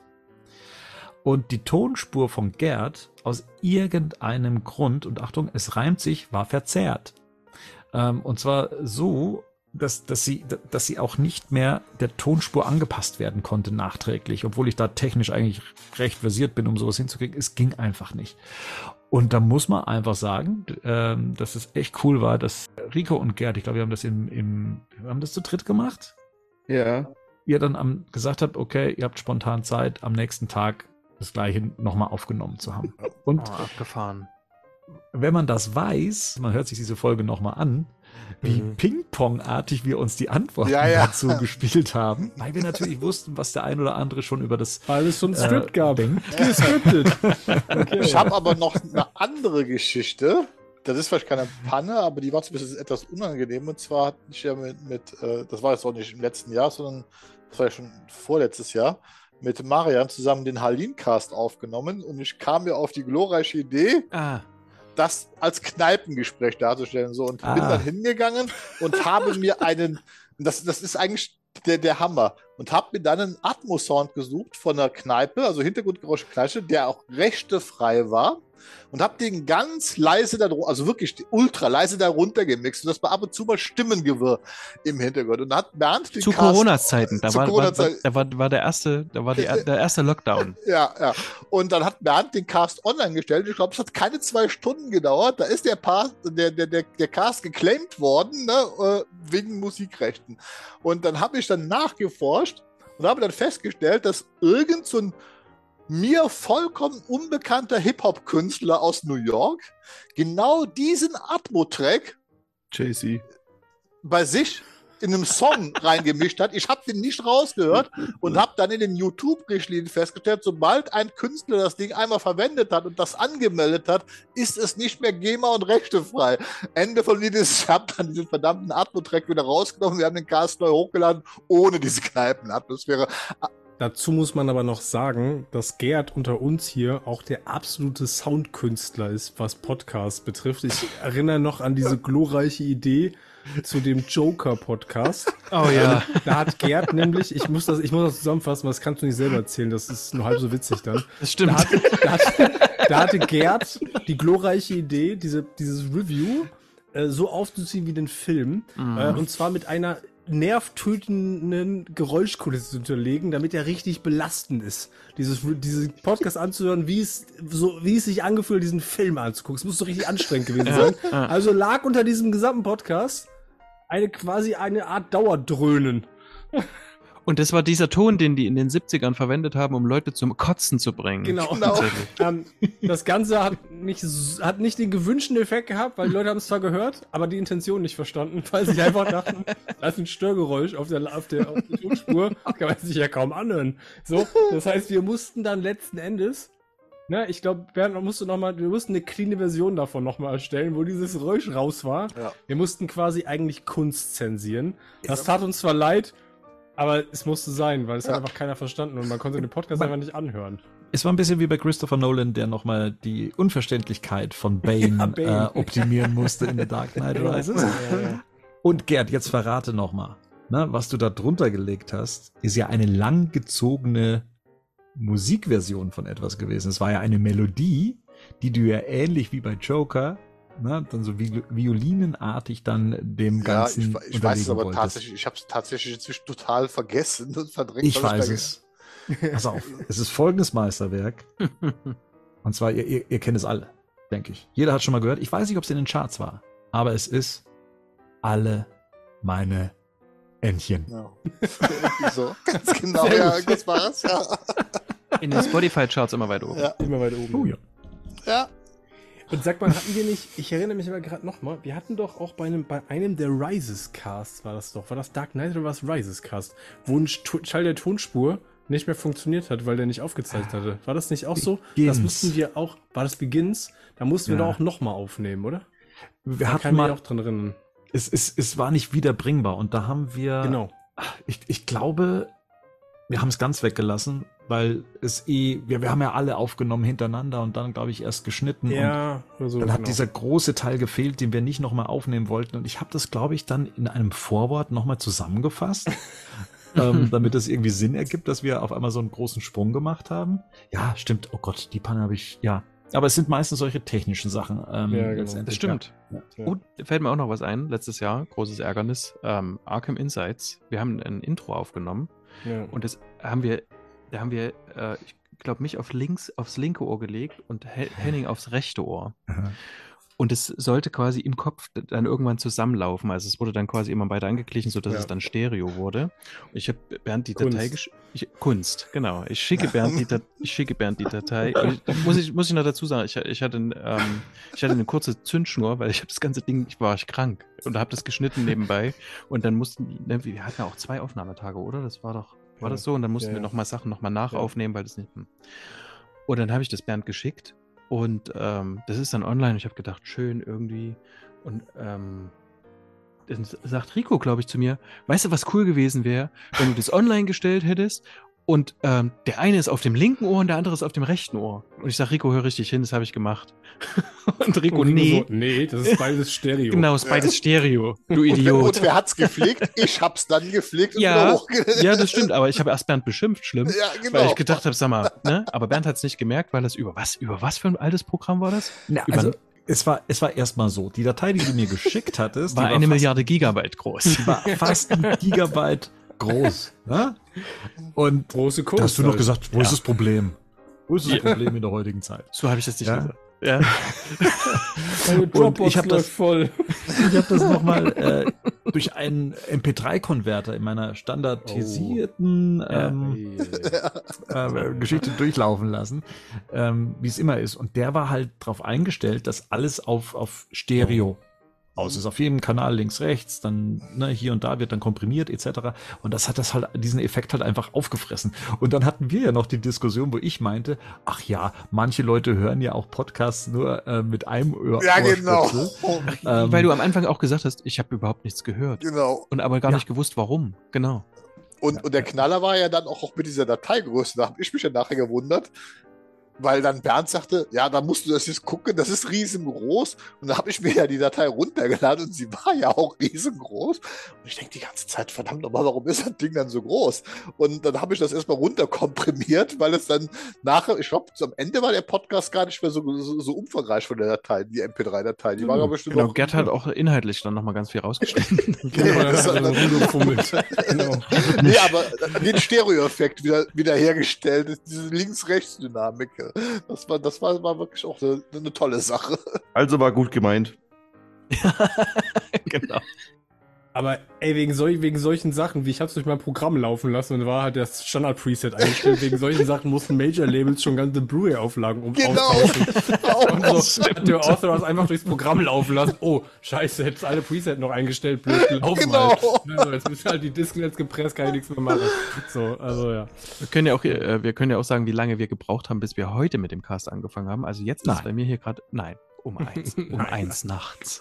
Und die Tonspur von Gerd aus irgendeinem Grund, und Achtung, es reimt sich, war verzerrt. Ähm, und zwar so, dass, dass, sie, dass sie auch nicht mehr der Tonspur angepasst werden konnte nachträglich, obwohl ich da technisch eigentlich recht versiert bin, um sowas hinzukriegen. Es ging einfach nicht. Und da muss man einfach sagen, ähm, dass es echt cool war, dass Rico und Gerd, ich glaube, wir haben das im, im wir haben das zu dritt gemacht, Ja. ihr dann am, gesagt habt, okay, ihr habt spontan Zeit, am nächsten Tag das gleiche nochmal aufgenommen zu haben. Und Oh, abgefahren. wenn man das weiß, man hört sich diese Folge nochmal an, wie Mhm. Ping-Pong-artig wir uns die Antworten Ja, ja. dazu gespielt haben, weil wir natürlich wussten, was der ein oder andere schon über das Weil es so ein äh, Skript gab. denkt. Gescriptet. Okay. Ich habe aber noch eine andere Geschichte. Das ist vielleicht keine Panne, aber die war zumindest etwas unangenehm. Und zwar hatte ich ja mit, mit äh, das war jetzt auch nicht im letzten Jahr, sondern das war ja schon vorletztes Jahr, mit Marian zusammen den Harleen-Cast aufgenommen. Und ich kam mir auf die glorreiche Idee, Ah, das als Kneipengespräch darzustellen. So, und Ah. bin dann hingegangen und habe mir einen, das, das ist eigentlich der, der Hammer, und habe mir dann einen Atmos-Sound gesucht von einer Kneipe, also Hintergrundgeräusche Kneipe, der auch rechtefrei war, und habe den ganz leise da, also wirklich ultra leise da runtergemixt, und das war ab und zu mal Stimmengewirr im Hintergrund. Und dann hat Bernd den zu Cast- Corona-Zeiten. Da, zu war, war, Corona-Zeiten. da war, war der erste, da war die, der erste Lockdown. Ja, ja. Und dann hat Bernd den Cast online gestellt. Ich glaube, es hat keine zwei Stunden gedauert. Da ist der, Part, der, der, der, der Cast geclaimed worden, ne, äh, wegen Musikrechten. Und dann habe ich dann nachgeforscht und habe dann festgestellt, dass irgend so ein mir vollkommen unbekannter Hip-Hop-Künstler aus New York genau diesen Atmo-Track J C. bei sich in einem Song reingemischt hat. Ich habe den nicht rausgehört und habe dann in den YouTube-Richtlinien festgestellt, sobald ein Künstler das Ding einmal verwendet hat und das angemeldet hat, ist es nicht mehr GEMA und rechtefrei. Ende von Lied ist, ich habe dann diesen verdammten Atmo-Track wieder rausgenommen, wir haben den Cast neu hochgeladen, ohne diese Kneipenatmosphäre. Dazu muss man aber noch sagen, dass Gerd unter uns hier auch der absolute Soundkünstler ist, was Podcasts betrifft. Ich erinnere noch an diese glorreiche Idee zu dem Joker-Podcast. Oh ja. Da hat Gerd nämlich, ich muss das, ich muss das zusammenfassen, weil das kannst du nicht selber erzählen, das ist nur halb so witzig dann. Das stimmt. Da hatte, da hatte, da hatte Gerd die glorreiche Idee, diese, dieses Review äh, so aufzuziehen wie den Film. Mhm. Äh, und zwar mit einer nervtötenden Geräuschkulisse zu unterlegen, damit er richtig belastend ist. Dieses, diesen Podcast anzuhören, wie es, so, wie es sich angefühlt hat, diesen Film anzugucken. Es muss so richtig anstrengend gewesen sein. Ja. Also lag unter diesem gesamten Podcast eine quasi eine Art Dauerdröhnen. Und das war dieser Ton, den die in den siebzigern verwendet haben, um Leute zum Kotzen zu bringen. Genau. Genau. Ähm, das Ganze hat nicht, s- hat nicht den gewünschten Effekt gehabt, weil die Leute haben es zwar gehört, aber die Intention nicht verstanden, weil sie einfach dachten, da ist ein Störgeräusch auf der, auf der, auf der Tonspur, kann man sich ja kaum anhören. So, das heißt, wir mussten dann letzten Endes, ne, ich glaube, Bernd musste noch mal, wir mussten eine cleane Version davon nochmal erstellen, wo dieses Geräusch raus war. Ja. Wir mussten quasi eigentlich Kunst zensieren. Das tat uns zwar leid, aber es musste sein, weil es Ja. hat einfach keiner verstanden und man konnte den Podcast Man- einfach nicht anhören. Es war ein bisschen wie bei Christopher Nolan, der nochmal die Unverständlichkeit von Bane, Ja, Bane. Äh, optimieren musste in The Dark Knight Rises. Und Gerd, jetzt verrate nochmal, ne, was du da drunter gelegt hast, ist ja eine langgezogene Musikversion von etwas gewesen. Es war ja eine Melodie, die du ja ähnlich wie bei Joker, ne, dann so vi violinenartig dann dem Ja, Ganzen ich, ich weiß es unterlegen aber wolltest. tatsächlich, ich habe es tatsächlich inzwischen total vergessen und verdrängt. Ich was weiß da es. Pass auf, es ist folgendes Meisterwerk. Und zwar, ihr, ihr, ihr kennt es alle, denke ich. Jeder hat schon mal gehört. Ich weiß nicht, ob es in den Charts war, aber es ist Alle meine Entchen. Ja. Irgendwie so. Ganz genau, Sehr ja, gut. das war's, ja. In den Spotify-Charts immer weit oben. Ja. Immer weiter oben. Oh ja. Ja. Und sag mal, hatten wir nicht, ich erinnere mich aber gerade nochmal, wir hatten doch auch bei einem, bei einem der Rises Casts, war das doch, war das Dark Knight oder war es Rises Cast, wo ein Stu- Teil der Tonspur nicht mehr funktioniert hat, weil der nicht aufgezeigt hatte. War das nicht auch so? Begins. Das mussten wir auch, war das Begins? Da mussten wir Ja. doch auch nochmal aufnehmen, oder? Wir Da hatten kann mal, mich auch dran erinnern. es, es, es war nicht wiederbringbar und da haben wir, Genau. ich, ich glaube, wir haben es ganz weggelassen, weil es eh, wir, wir haben ja alle aufgenommen hintereinander und dann, glaube ich, erst geschnitten und Ja, oder so. dann hat genau. dieser große Teil gefehlt, den wir nicht nochmal aufnehmen wollten. Und ich habe das, glaube ich, dann in einem Vorwort nochmal zusammengefasst, ähm, damit es irgendwie Sinn ergibt, dass wir auf einmal so einen großen Sprung gemacht haben. Ja, stimmt. Oh Gott, die Panne habe ich, ja. Aber es sind meistens solche technischen Sachen. Ähm, Ja, genau. letztendlich, Das stimmt. Ja. Ja. Und fällt mir auch noch was ein. Letztes Jahr, großes Ärgernis, ähm, Arkham Insights. Wir haben ein Intro aufgenommen Ja. und das haben wir, da haben wir, äh, ich glaube, mich auf links, aufs linke Ohr gelegt und He- Henning aufs rechte Ohr. Aha. Und es sollte quasi im Kopf dann irgendwann zusammenlaufen. Also es wurde dann quasi immer beide angeglichen, sodass Ja. es dann Stereo wurde. Und ich habe Bernd die Kunst. Datei gesch ich, Kunst, genau. Ich schicke Bernd die, Dat ich schicke Bernd die Datei. Und ich, muss, ich, muss ich noch dazu sagen, ich, ich, hatte, ein, ähm, ich hatte eine kurze Zündschnur, weil ich habe das ganze Ding, ich war ich krank und habe das geschnitten nebenbei. Und dann mussten, ne, wir hatten ja auch zwei Aufnahmetage, oder? Das war doch, war Ja. das so? Und dann mussten Ja, wir ja. nochmal Sachen nochmal nachaufnehmen, weil das nicht. hm. Und dann habe ich das Bernd geschickt. Und ähm, das ist dann online. Ich habe gedacht, schön irgendwie. Und ähm, dann sagt Rico, glaube ich, zu mir, weißt du, was cool gewesen wäre, wenn du das online gestellt hättest und ähm, der eine ist auf dem linken Ohr und der andere ist auf dem rechten Ohr. Und ich sage, Rico, hör richtig hin, das habe ich gemacht. Und Rico, Und nee, So, nee, das ist beides Stereo. genau, ist beides Stereo, du Und, wer- Idiot. und wer hat's gepflegt? Ich hab's dann gepflegt und Ja, wieder hochgeladen. ja, das stimmt, aber ich habe erst Bernd beschimpft, schlimm. Ja, genau. Weil ich gedacht habe, sag mal, ne? Aber Bernd hat es nicht gemerkt, weil das über was, über was für ein altes Programm war das? Na, Über- also, es war, es war erstmal so. Die Datei, die du mir geschickt hattest, war die eine fast, Milliarde Gigabyte groß. die war fast ein Gigabyte groß. Ne? Und Große da Kunst. hast du noch halt. gesagt, wo Ja. ist das Problem? Wo ist das Ja. Problem in der heutigen Zeit? So habe ich das nicht Ja. gesagt. Ja. Meine Dropbox ich hab das- läuft voll. Ich habe das nochmal äh, durch einen M P drei Konverter in meiner standardisierten Ja. ähm, äh, Geschichte durchlaufen lassen, ähm, wie es immer ist. Und der war halt darauf eingestellt, dass alles auf, auf Stereo aus ist. Auf jedem Kanal links, rechts, dann ne, hier und da wird dann komprimiert et cetera. Und das hat das halt, diesen Effekt halt einfach aufgefressen. Und dann hatten wir ja noch die Diskussion, wo ich meinte, ach ja, manche Leute hören ja auch Podcasts nur äh, mit einem Ohr. Ja, genau. Ohrstöpsel. Ähm, Weil du am Anfang auch gesagt hast, ich habe überhaupt nichts gehört. Genau. Und aber gar Ja. nicht gewusst, warum. Genau. Und, und der Knaller war ja dann auch, auch mit dieser Dateigröße. Da habe ich mich ja nachher gewundert, weil dann Bernd sagte, ja, da musst du das jetzt gucken, das ist riesengroß. Und da habe ich mir ja die Datei runtergeladen und sie war ja auch riesengroß. Und ich denke die ganze Zeit, verdammt nochmal, warum ist das Ding dann so groß? Und dann habe ich das erstmal runterkomprimiert, weil es dann nachher, ich glaube, am Ende war der Podcast gar nicht mehr so, so, so umfangreich von der Datei, die M P drei Datei. Die war, glaube ich, nur Genau, noch. Gerd hat auch inhaltlich dann nochmal ganz viel rausgeschnitten. Genau, das das hat hat- so rumgefummelt. Genau. Nee, aber den Stereo-Effekt wieder, wieder hergestellt, diese Links-Rechts-Dynamik. Das war, das war, war wirklich auch eine, eine tolle Sache. Also war gut gemeint. Genau. Aber ey, wegen, sol wegen solchen Sachen, wie ich hab's durch mein Programm laufen lassen und war halt das Standard-Preset eingestellt, wegen solchen Sachen mussten Major-Labels schon ganze Blu-ray-Auflagen um Genau. austauschen. Oh, Und so hat der Author das einfach durchs Programm laufen lassen. Oh, scheiße, jetzt alle Preset noch eingestellt, blöd gelaufen Genau. halt. Also, jetzt müssen halt die Disken jetzt gepresst, kann ich nichts mehr machen. So, also ja. Wir können ja auch, äh, wir können ja auch sagen, wie lange wir gebraucht haben, bis wir heute mit dem Cast angefangen haben. Also jetzt ist Nein. es bei mir hier gerade, nein, um eins, um Nein. eins nachts.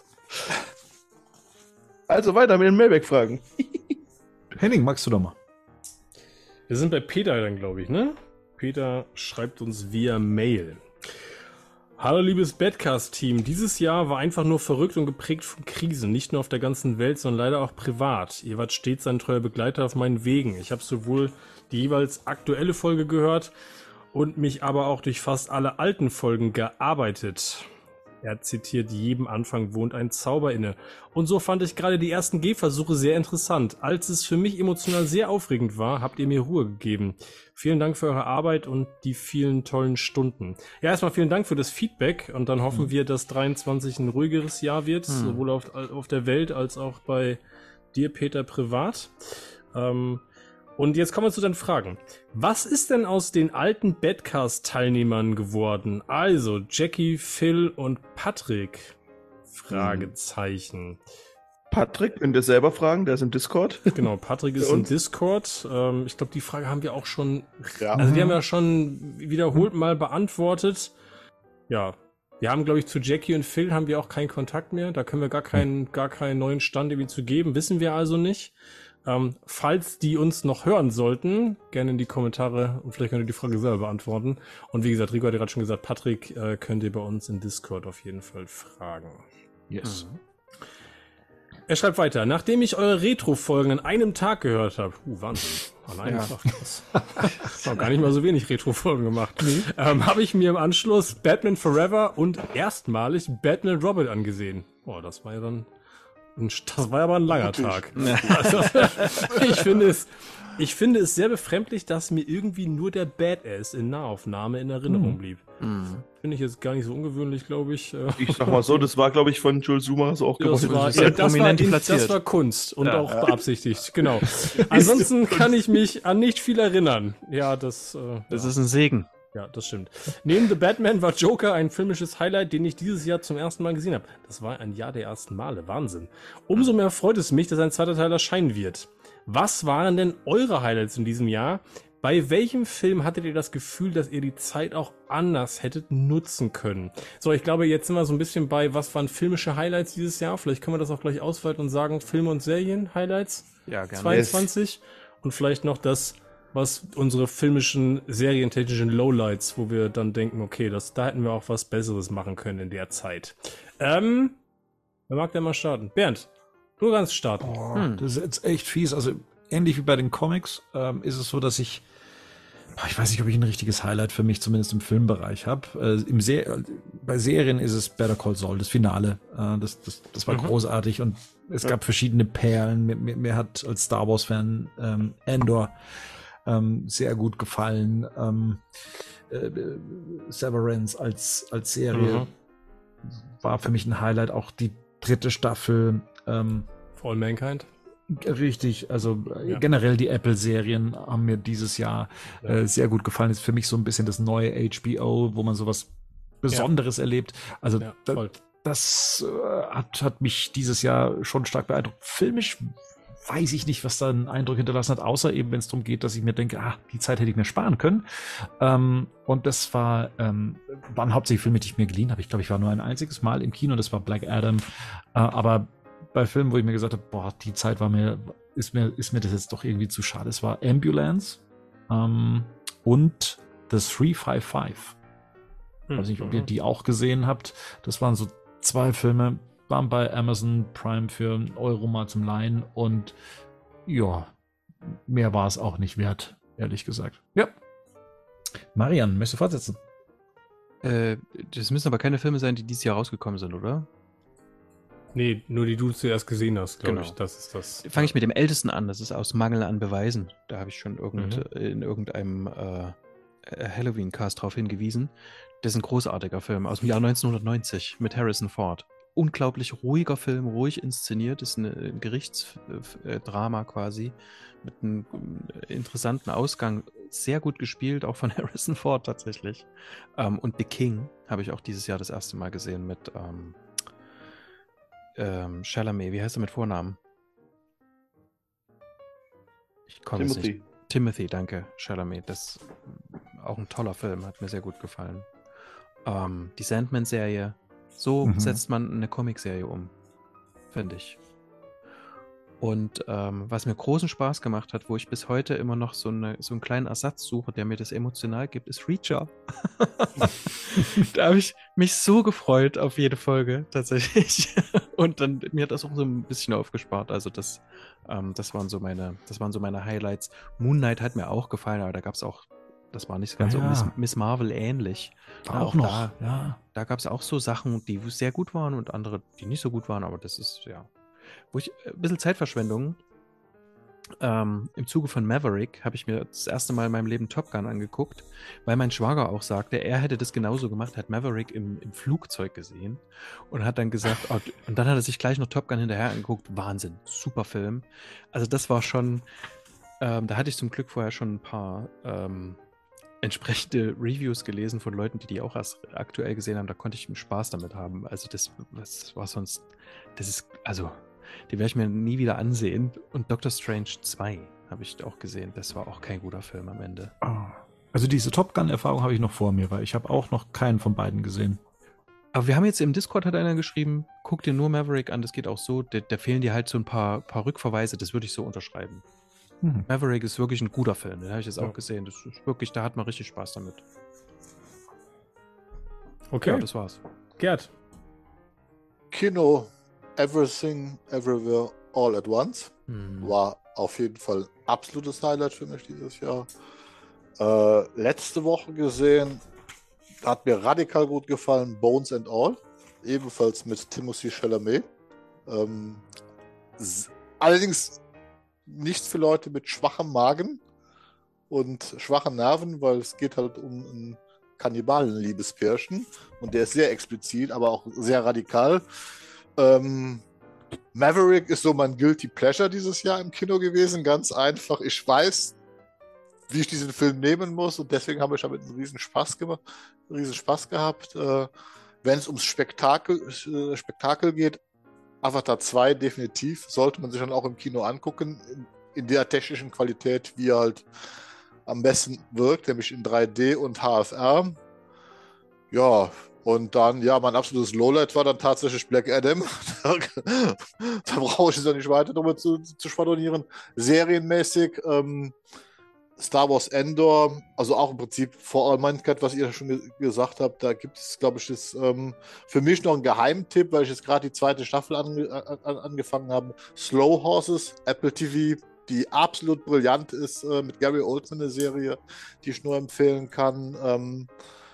Also weiter mit den Mailback-Fragen. Henning, magst du doch mal? Wir sind bei Peter dann, glaube ich, ne? Peter schreibt uns via Mail. Hallo liebes Badcast-Team, dieses Jahr war einfach nur verrückt und geprägt von Krisen, nicht nur auf der ganzen Welt, sondern leider auch privat. Ihr wart stets ein treuer Begleiter auf meinen Wegen. Ich habe sowohl die jeweils aktuelle Folge gehört und mich aber auch durch fast alle alten Folgen gearbeitet. Er zitiert, jedem Anfang wohnt ein Zauber inne. Und so fand ich gerade die ersten Gehversuche sehr interessant. Als es für mich emotional sehr aufregend war, habt ihr mir Ruhe gegeben. Vielen Dank für eure Arbeit und die vielen tollen Stunden. Ja, erstmal vielen Dank für das Feedback und dann hoffen wir, dass dreiundzwanzig ein ruhigeres Jahr wird, Hm. sowohl auf, auf der Welt als auch bei dir, Peter, privat. Ähm, Und jetzt kommen wir zu den Fragen. Was ist denn aus den alten Badcast-Teilnehmern geworden? Also Jackie, Phil und Patrick? Fragezeichen. Patrick, könnt ihr selber fragen, der ist im Discord. Genau, Patrick ist Für im uns. Discord. Ähm, ich glaube, die Frage haben wir auch schon, Ja. also die haben wir schon wiederholt mal beantwortet. Ja, wir haben, glaube ich, zu Jackie und Phil haben wir auch keinen Kontakt mehr. Da können wir gar keinen, gar keinen neuen Stand irgendwie zu geben. Wissen wir also nicht. Ähm, falls die uns noch hören sollten, gerne in die Kommentare und vielleicht könnt ihr die Frage selber beantworten. Und wie gesagt, Rico hat ja gerade schon gesagt, Patrick äh, könnt ihr bei uns in Discord auf jeden Fall fragen. Yes. Mhm. Er schreibt weiter, nachdem ich eure Retro-Folgen an einem Tag gehört habe, uh, Wahnsinn, an einem Ja. Tag, krass. Ich habe gar nicht mal so wenig Retro-Folgen gemacht, ähm, habe ich mir im Anschluss Batman Forever und erstmalig Batman Robin angesehen. Boah, das war ja dann, ein, das war ja aber ein langer Tag. Also, ich finde es, ich finde es sehr befremdlich, dass mir irgendwie nur der Badass in Nahaufnahme in Erinnerung Mhm. blieb. Mhm. Finde ich jetzt gar nicht so ungewöhnlich, glaube ich. Äh, Ich sag mal so, das war, glaube ich, von Jules Zuma so auch Das gewollt. war, sehr ja, das, war prominent in, platziert. das war Kunst und Ja. auch beabsichtigt, genau. Ansonsten kann ich mich an nicht viel erinnern. Ja, das, äh, Das ja. ist ein Segen. ja, das stimmt. Neben The Batman war Joker ein filmisches Highlight, den ich dieses Jahr zum ersten Mal gesehen habe. Das war ein Jahr der ersten Male, Wahnsinn. Umso mehr freut es mich, dass ein zweiter Teil erscheinen wird. Was waren denn eure Highlights in diesem Jahr? Bei welchem Film hattet ihr das Gefühl, dass ihr die Zeit auch anders hättet nutzen können? So, ich glaube, jetzt sind wir so ein bisschen bei, was waren filmische Highlights dieses Jahr? Vielleicht können wir das auch gleich ausweiten und sagen, Filme und Serien-Highlights Ja, gerne. zweiundzwanzig. Und vielleicht noch das, was unsere filmischen, serientechnischen Lowlights, wo wir dann denken, okay, das, da hätten wir auch was Besseres machen können in der Zeit. Ähm, wer mag denn mal starten? Bernd, du kannst starten. Oh, Hm. Das ist jetzt echt fies. Also ähnlich wie bei den Comics ähm, ist es so, dass ich, boah, ich weiß nicht, ob ich ein richtiges Highlight für mich zumindest im Filmbereich habe. Äh, im Se bei Serien ist es Better Call Saul, das Finale. Äh, das, das, das war Mhm. großartig und es gab verschiedene Perlen. Mir, mir, mir hat als Star Wars-Fan ähm, Andor ähm, sehr gut gefallen. Ähm, äh, Severance als, als Serie Mhm. war für mich ein Highlight. Auch die dritte Staffel. Ähm, For All Mankind. Richtig, also äh, Ja. generell die Apple-Serien haben mir dieses Jahr Ja. äh, sehr gut gefallen. Ist für mich so ein bisschen das neue H B O, wo man sowas Besonderes erlebt. Also Ja, da, voll. das äh, hat, hat mich dieses Jahr schon stark beeindruckt. Filmisch weiß ich nicht, was da einen Eindruck hinterlassen hat, außer eben, wenn es darum geht, dass ich mir denke, ah, die Zeit hätte ich mir sparen können. Ähm, und das war, ähm, waren hauptsächlich Filme, die ich mir geliehen habe. Ich glaube, ich war nur ein einziges Mal im Kino, das war Black Adam. Äh, aber bei Filmen, wo ich mir gesagt habe, boah, die Zeit war mir, ist mir, ist mir das jetzt doch irgendwie zu schade. Es war Ambulance ähm, und The three five five. Ich weiß nicht, ob ihr die auch gesehen habt. Das waren so zwei Filme, waren bei Amazon Prime für einen Euro mal zum Leihen und ja, mehr war es auch nicht wert, ehrlich gesagt. Ja. Marian, möchtest du fortsetzen? Äh, das müssen aber keine Filme sein, die dieses Jahr rausgekommen sind, oder? Nee, nur die du zuerst gesehen hast, glaube Genau. ich. Das ist das. Fange ich mit dem Ältesten an. Das ist aus Mangel an Beweisen. Da habe ich schon irgend, Mhm. in irgendeinem äh, Halloween-Cast drauf hingewiesen. Das ist ein großartiger Film aus dem Jahr neunzehnhundertneunzig mit Harrison Ford. unglaublich ruhiger Film, ruhig inszeniert, ist eine, ein Gerichtsdrama quasi mit einem interessanten Ausgang, sehr gut gespielt, auch von Harrison Ford tatsächlich. Ähm, und The King habe ich auch dieses Jahr das erste Mal gesehen mit ähm, ähm, Chalamet, wie heißt er mit Vornamen? Ich komme jetzt Timothy. nicht. Timothy, danke, Chalamet. Das ist auch ein toller Film, hat mir sehr gut gefallen. Ähm, die Sandman-Serie, so Mhm. setzt man eine Comicserie um, finde ich. Und ähm, was mir großen Spaß gemacht hat, wo ich bis heute immer noch so, eine, so einen kleinen Ersatz suche, der mir das emotional gibt, ist Reacher. Da habe ich mich so gefreut auf jede Folge, tatsächlich. Und dann mir hat das auch so ein bisschen aufgespart. Also das, ähm, das waren so meine, das waren so meine Highlights. Moon Knight hat mir auch gefallen, aber da gab es auch, das war nicht ganz Ah, so ja. Miss, Miss Marvel ähnlich. Na, Auch noch, Da, ja. da gab es auch so Sachen, die sehr gut waren und andere, die nicht so gut waren, aber das ist, ja. Wo ich ein bisschen Zeitverschwendung. Ähm, Im Zuge von Maverick habe ich mir das erste Mal in meinem Leben Top Gun angeguckt, weil mein Schwager auch sagte, er hätte das genauso gemacht, hat Maverick im, im Flugzeug gesehen und hat dann gesagt, oh, und dann hat er sich gleich noch Top Gun hinterher angeguckt. Wahnsinn, super Film. Also das war schon, ähm, da hatte ich zum Glück vorher schon ein paar ähm, entsprechende Reviews gelesen von Leuten, die die auch erst aktuell gesehen haben. Da konnte ich einen Spaß damit haben. Also das, das war sonst, das ist, also die werde ich mir nie wieder ansehen. Und Doctor Strange zwei habe ich auch gesehen. Das war auch kein guter Film am Ende. Ah. Also diese Top Gun-Erfahrung habe ich noch vor mir, weil ich habe auch noch keinen von beiden gesehen. Aber wir haben jetzt im Discord, hat einer geschrieben, guck dir nur Maverick an, das geht auch so. Da, da fehlen dir halt so ein paar, paar Rückverweise, das würde ich so unterschreiben. Hm. Maverick ist wirklich ein guter Film, den habe ich jetzt Ja. auch gesehen. Das ist wirklich, da hat man richtig Spaß damit. Okay, Ja, das war's. Gerd. Kino, Everything, Everywhere, All at Once. Hm. War auf jeden Fall ein absolutes Highlight für mich dieses Jahr. Äh, letzte Woche gesehen, hat mir radikal gut gefallen, Bones and All. Ebenfalls mit Timothée Chalamet. Ähm, s- allerdings nichts für Leute mit schwachem Magen und schwachen Nerven, weil es geht halt um ein Kannibalen-Liebespärchen und der ist sehr explizit, aber auch sehr radikal. Ähm, Maverick ist so mein Guilty Pleasure dieses Jahr im Kino gewesen, ganz einfach. Ich weiß, wie ich diesen Film nehmen muss und deswegen habe ich damit einen riesen Spaß gemacht, einen riesen Spaß gehabt. Äh, wenn es ums Spektakel, äh, Spektakel geht, Avatar zwei definitiv, sollte man sich dann auch im Kino angucken, in, in der technischen Qualität, wie er halt am besten wirkt, nämlich in drei D und H F R. Ja, und dann, ja, mein absolutes Lowlight war dann tatsächlich Black Adam. Da brauche ich es ja nicht weiter drüber zu, zu schwadronieren. Serienmäßig, ähm, Star Wars Endor, also auch im Prinzip For All Mankind, was ihr schon ge gesagt habt, da gibt es, glaube ich, das, ähm, für mich noch einen Geheimtipp, weil ich jetzt gerade die zweite Staffel ange an angefangen habe. Slow Horses, Apple T V, die absolut brillant ist, äh, mit Gary Oldman, eine Serie, die ich nur empfehlen kann. Ähm,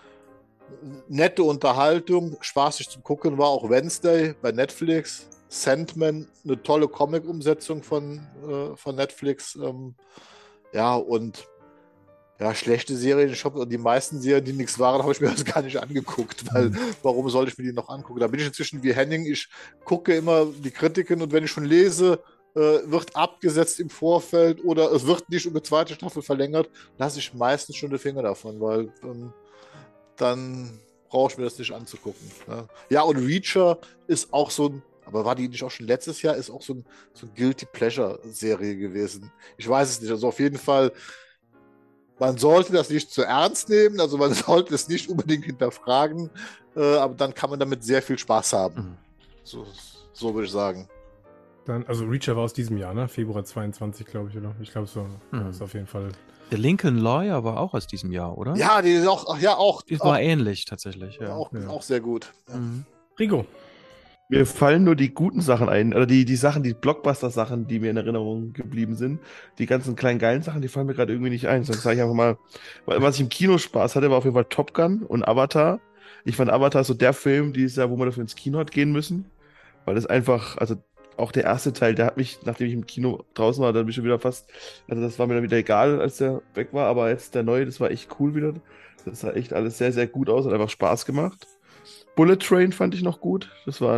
nette Unterhaltung, spaßig zum Gucken war auch Wednesday bei Netflix. Sandman, eine tolle Comic-Umsetzung von, äh, von Netflix. Ähm, ja, und ja, schlechte Serien. Ich habe die meisten Serien, die nichts waren, habe ich mir das gar nicht angeguckt, weil Mhm. warum sollte ich mir die noch angucken? Da bin ich inzwischen wie Henning. Ich gucke immer die Kritiken und wenn ich schon lese, äh, wird abgesetzt im Vorfeld oder es wird nicht um eine zweite Staffel verlängert, lasse ich meistens schon die Finger davon, weil ähm, dann brauche ich mir das nicht anzugucken. Ne? Ja, und Reacher ist auch so ein, aber war die nicht auch schon letztes Jahr, ist auch so ein, so ein Guilty Pleasure-Serie gewesen. Ich weiß es nicht. Also auf jeden Fall, man sollte das nicht zu ernst nehmen, also man sollte es nicht unbedingt hinterfragen, äh, aber dann kann man damit sehr viel Spaß haben. Mhm. So, so würde ich sagen. Dann, also Reacher war aus diesem Jahr, ne? Februar zweiundzwanzig, glaube ich, oder? Ich glaube so. Mhm. Ja, ist auf jeden Fall. Der Lincoln Lawyer war auch aus diesem Jahr, oder? Ja, die ist auch, ach, ja, auch, Die auch, war ähnlich tatsächlich, ja. auch, Ja. auch sehr gut. Ja. Mhm. Rico. Mir fallen nur die guten Sachen ein, oder die, die Sachen, die Blockbuster-Sachen, die mir in Erinnerung geblieben sind. Die ganzen kleinen geilen Sachen, die fallen mir gerade irgendwie nicht ein. Sonst sage ich einfach mal, was ich im Kino Spaß hatte, war auf jeden Fall Top Gun und Avatar. Ich fand Avatar so der Film dieses Jahr, wo man dafür ins Kino hat gehen müssen. Weil das einfach, also auch der erste Teil, der hat mich, nachdem ich im Kino draußen war, dann bin ich schon wieder fast, also das war mir dann wieder egal, als der weg war, aber jetzt der neue, das war echt cool wieder. Das sah echt alles sehr, sehr gut aus, hat einfach Spaß gemacht. Bullet Train fand ich noch gut. Das war ein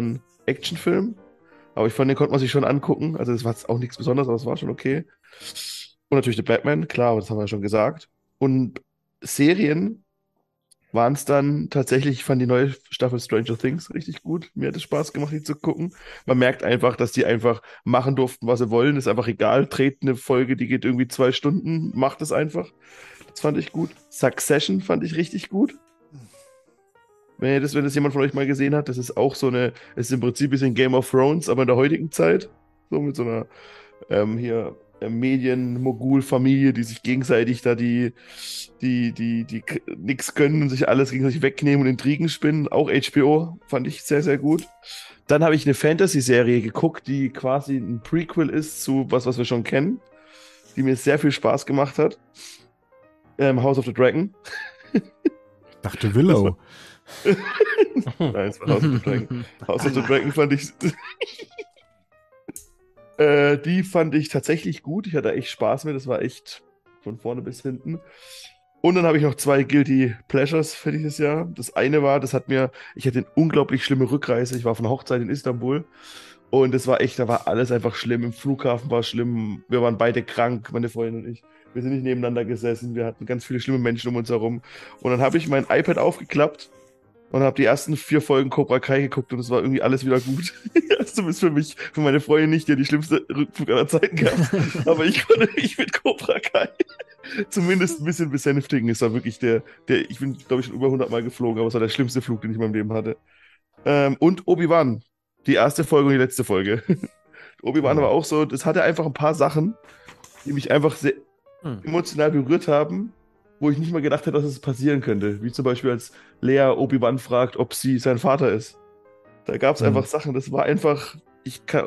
Actionfilm. Aber ich fand, den konnte man sich schon angucken. Also das war jetzt auch nichts Besonderes, aber es war schon okay. Und natürlich The Batman, klar, aber das haben wir ja schon gesagt. Und Serien waren es dann tatsächlich, ich fand die neue Staffel Stranger Things richtig gut. Mir hat es Spaß gemacht, die zu gucken. Man merkt einfach, dass die einfach machen durften, was sie wollen. Ist einfach egal. Dreht eine Folge, die geht irgendwie zwei Stunden, macht es einfach. Das fand ich gut. Succession fand ich richtig gut. Wenn das, wenn das jemand von euch mal gesehen hat, das ist auch so eine, es ist im Prinzip ein bisschen Game of Thrones, aber in der heutigen Zeit. So mit so einer ähm, hier äh, Medien-Mogul-Familie, die sich gegenseitig da die, die, die, die, die nix gönnen und sich alles gegenseitig wegnehmen und Intrigen spinnen. Auch H B O fand ich sehr, sehr gut. Dann habe ich eine Fantasy-Serie geguckt, die quasi ein Prequel ist zu was, was wir schon kennen, die mir sehr viel Spaß gemacht hat. Ähm, House of the Dragon. Dachte Willow. Nein, es war House of the Dragon. House of the Dragon fand ich. äh, die fand ich tatsächlich gut. Ich hatte echt Spaß mit. Das war echt von vorne bis hinten. Und dann habe ich noch zwei Guilty Pleasures für dieses Jahr. Das eine war, das hat mir, ich hatte eine unglaublich schlimme Rückreise. Ich war von einer Hochzeit in Istanbul. Und das war echt, da war alles einfach schlimm. Im Flughafen war es schlimm. Wir waren beide krank, meine Freundin und ich. Wir sind nicht nebeneinander gesessen. Wir hatten ganz viele schlimme Menschen um uns herum. Und dann habe ich mein iPad aufgeklappt und habe die ersten vier Folgen Cobra Kai geguckt und es war irgendwie alles wieder gut. Zumindest für mich, für meine Freundin nicht, die hat die schlimmste Rückflug aller Zeiten gehabt. Aber ich konnte mich mit Cobra Kai zumindest ein bisschen besänftigen. Es war wirklich der, der ich bin, glaube ich, schon über hundert Mal geflogen, aber es war der schlimmste Flug, den ich in meinem Leben hatte. Ähm, und Obi-Wan. Die erste Folge und die letzte Folge. Obi-Wan war auch so, das hatte einfach ein paar Sachen, die mich einfach sehr emotional berührt haben, wo ich nicht mal gedacht hätte, dass es passieren könnte. Wie zum Beispiel, als Lea Obi-Wan fragt, ob sie sein Vater ist. Da gab es mhm. einfach Sachen, das war einfach, ich kann,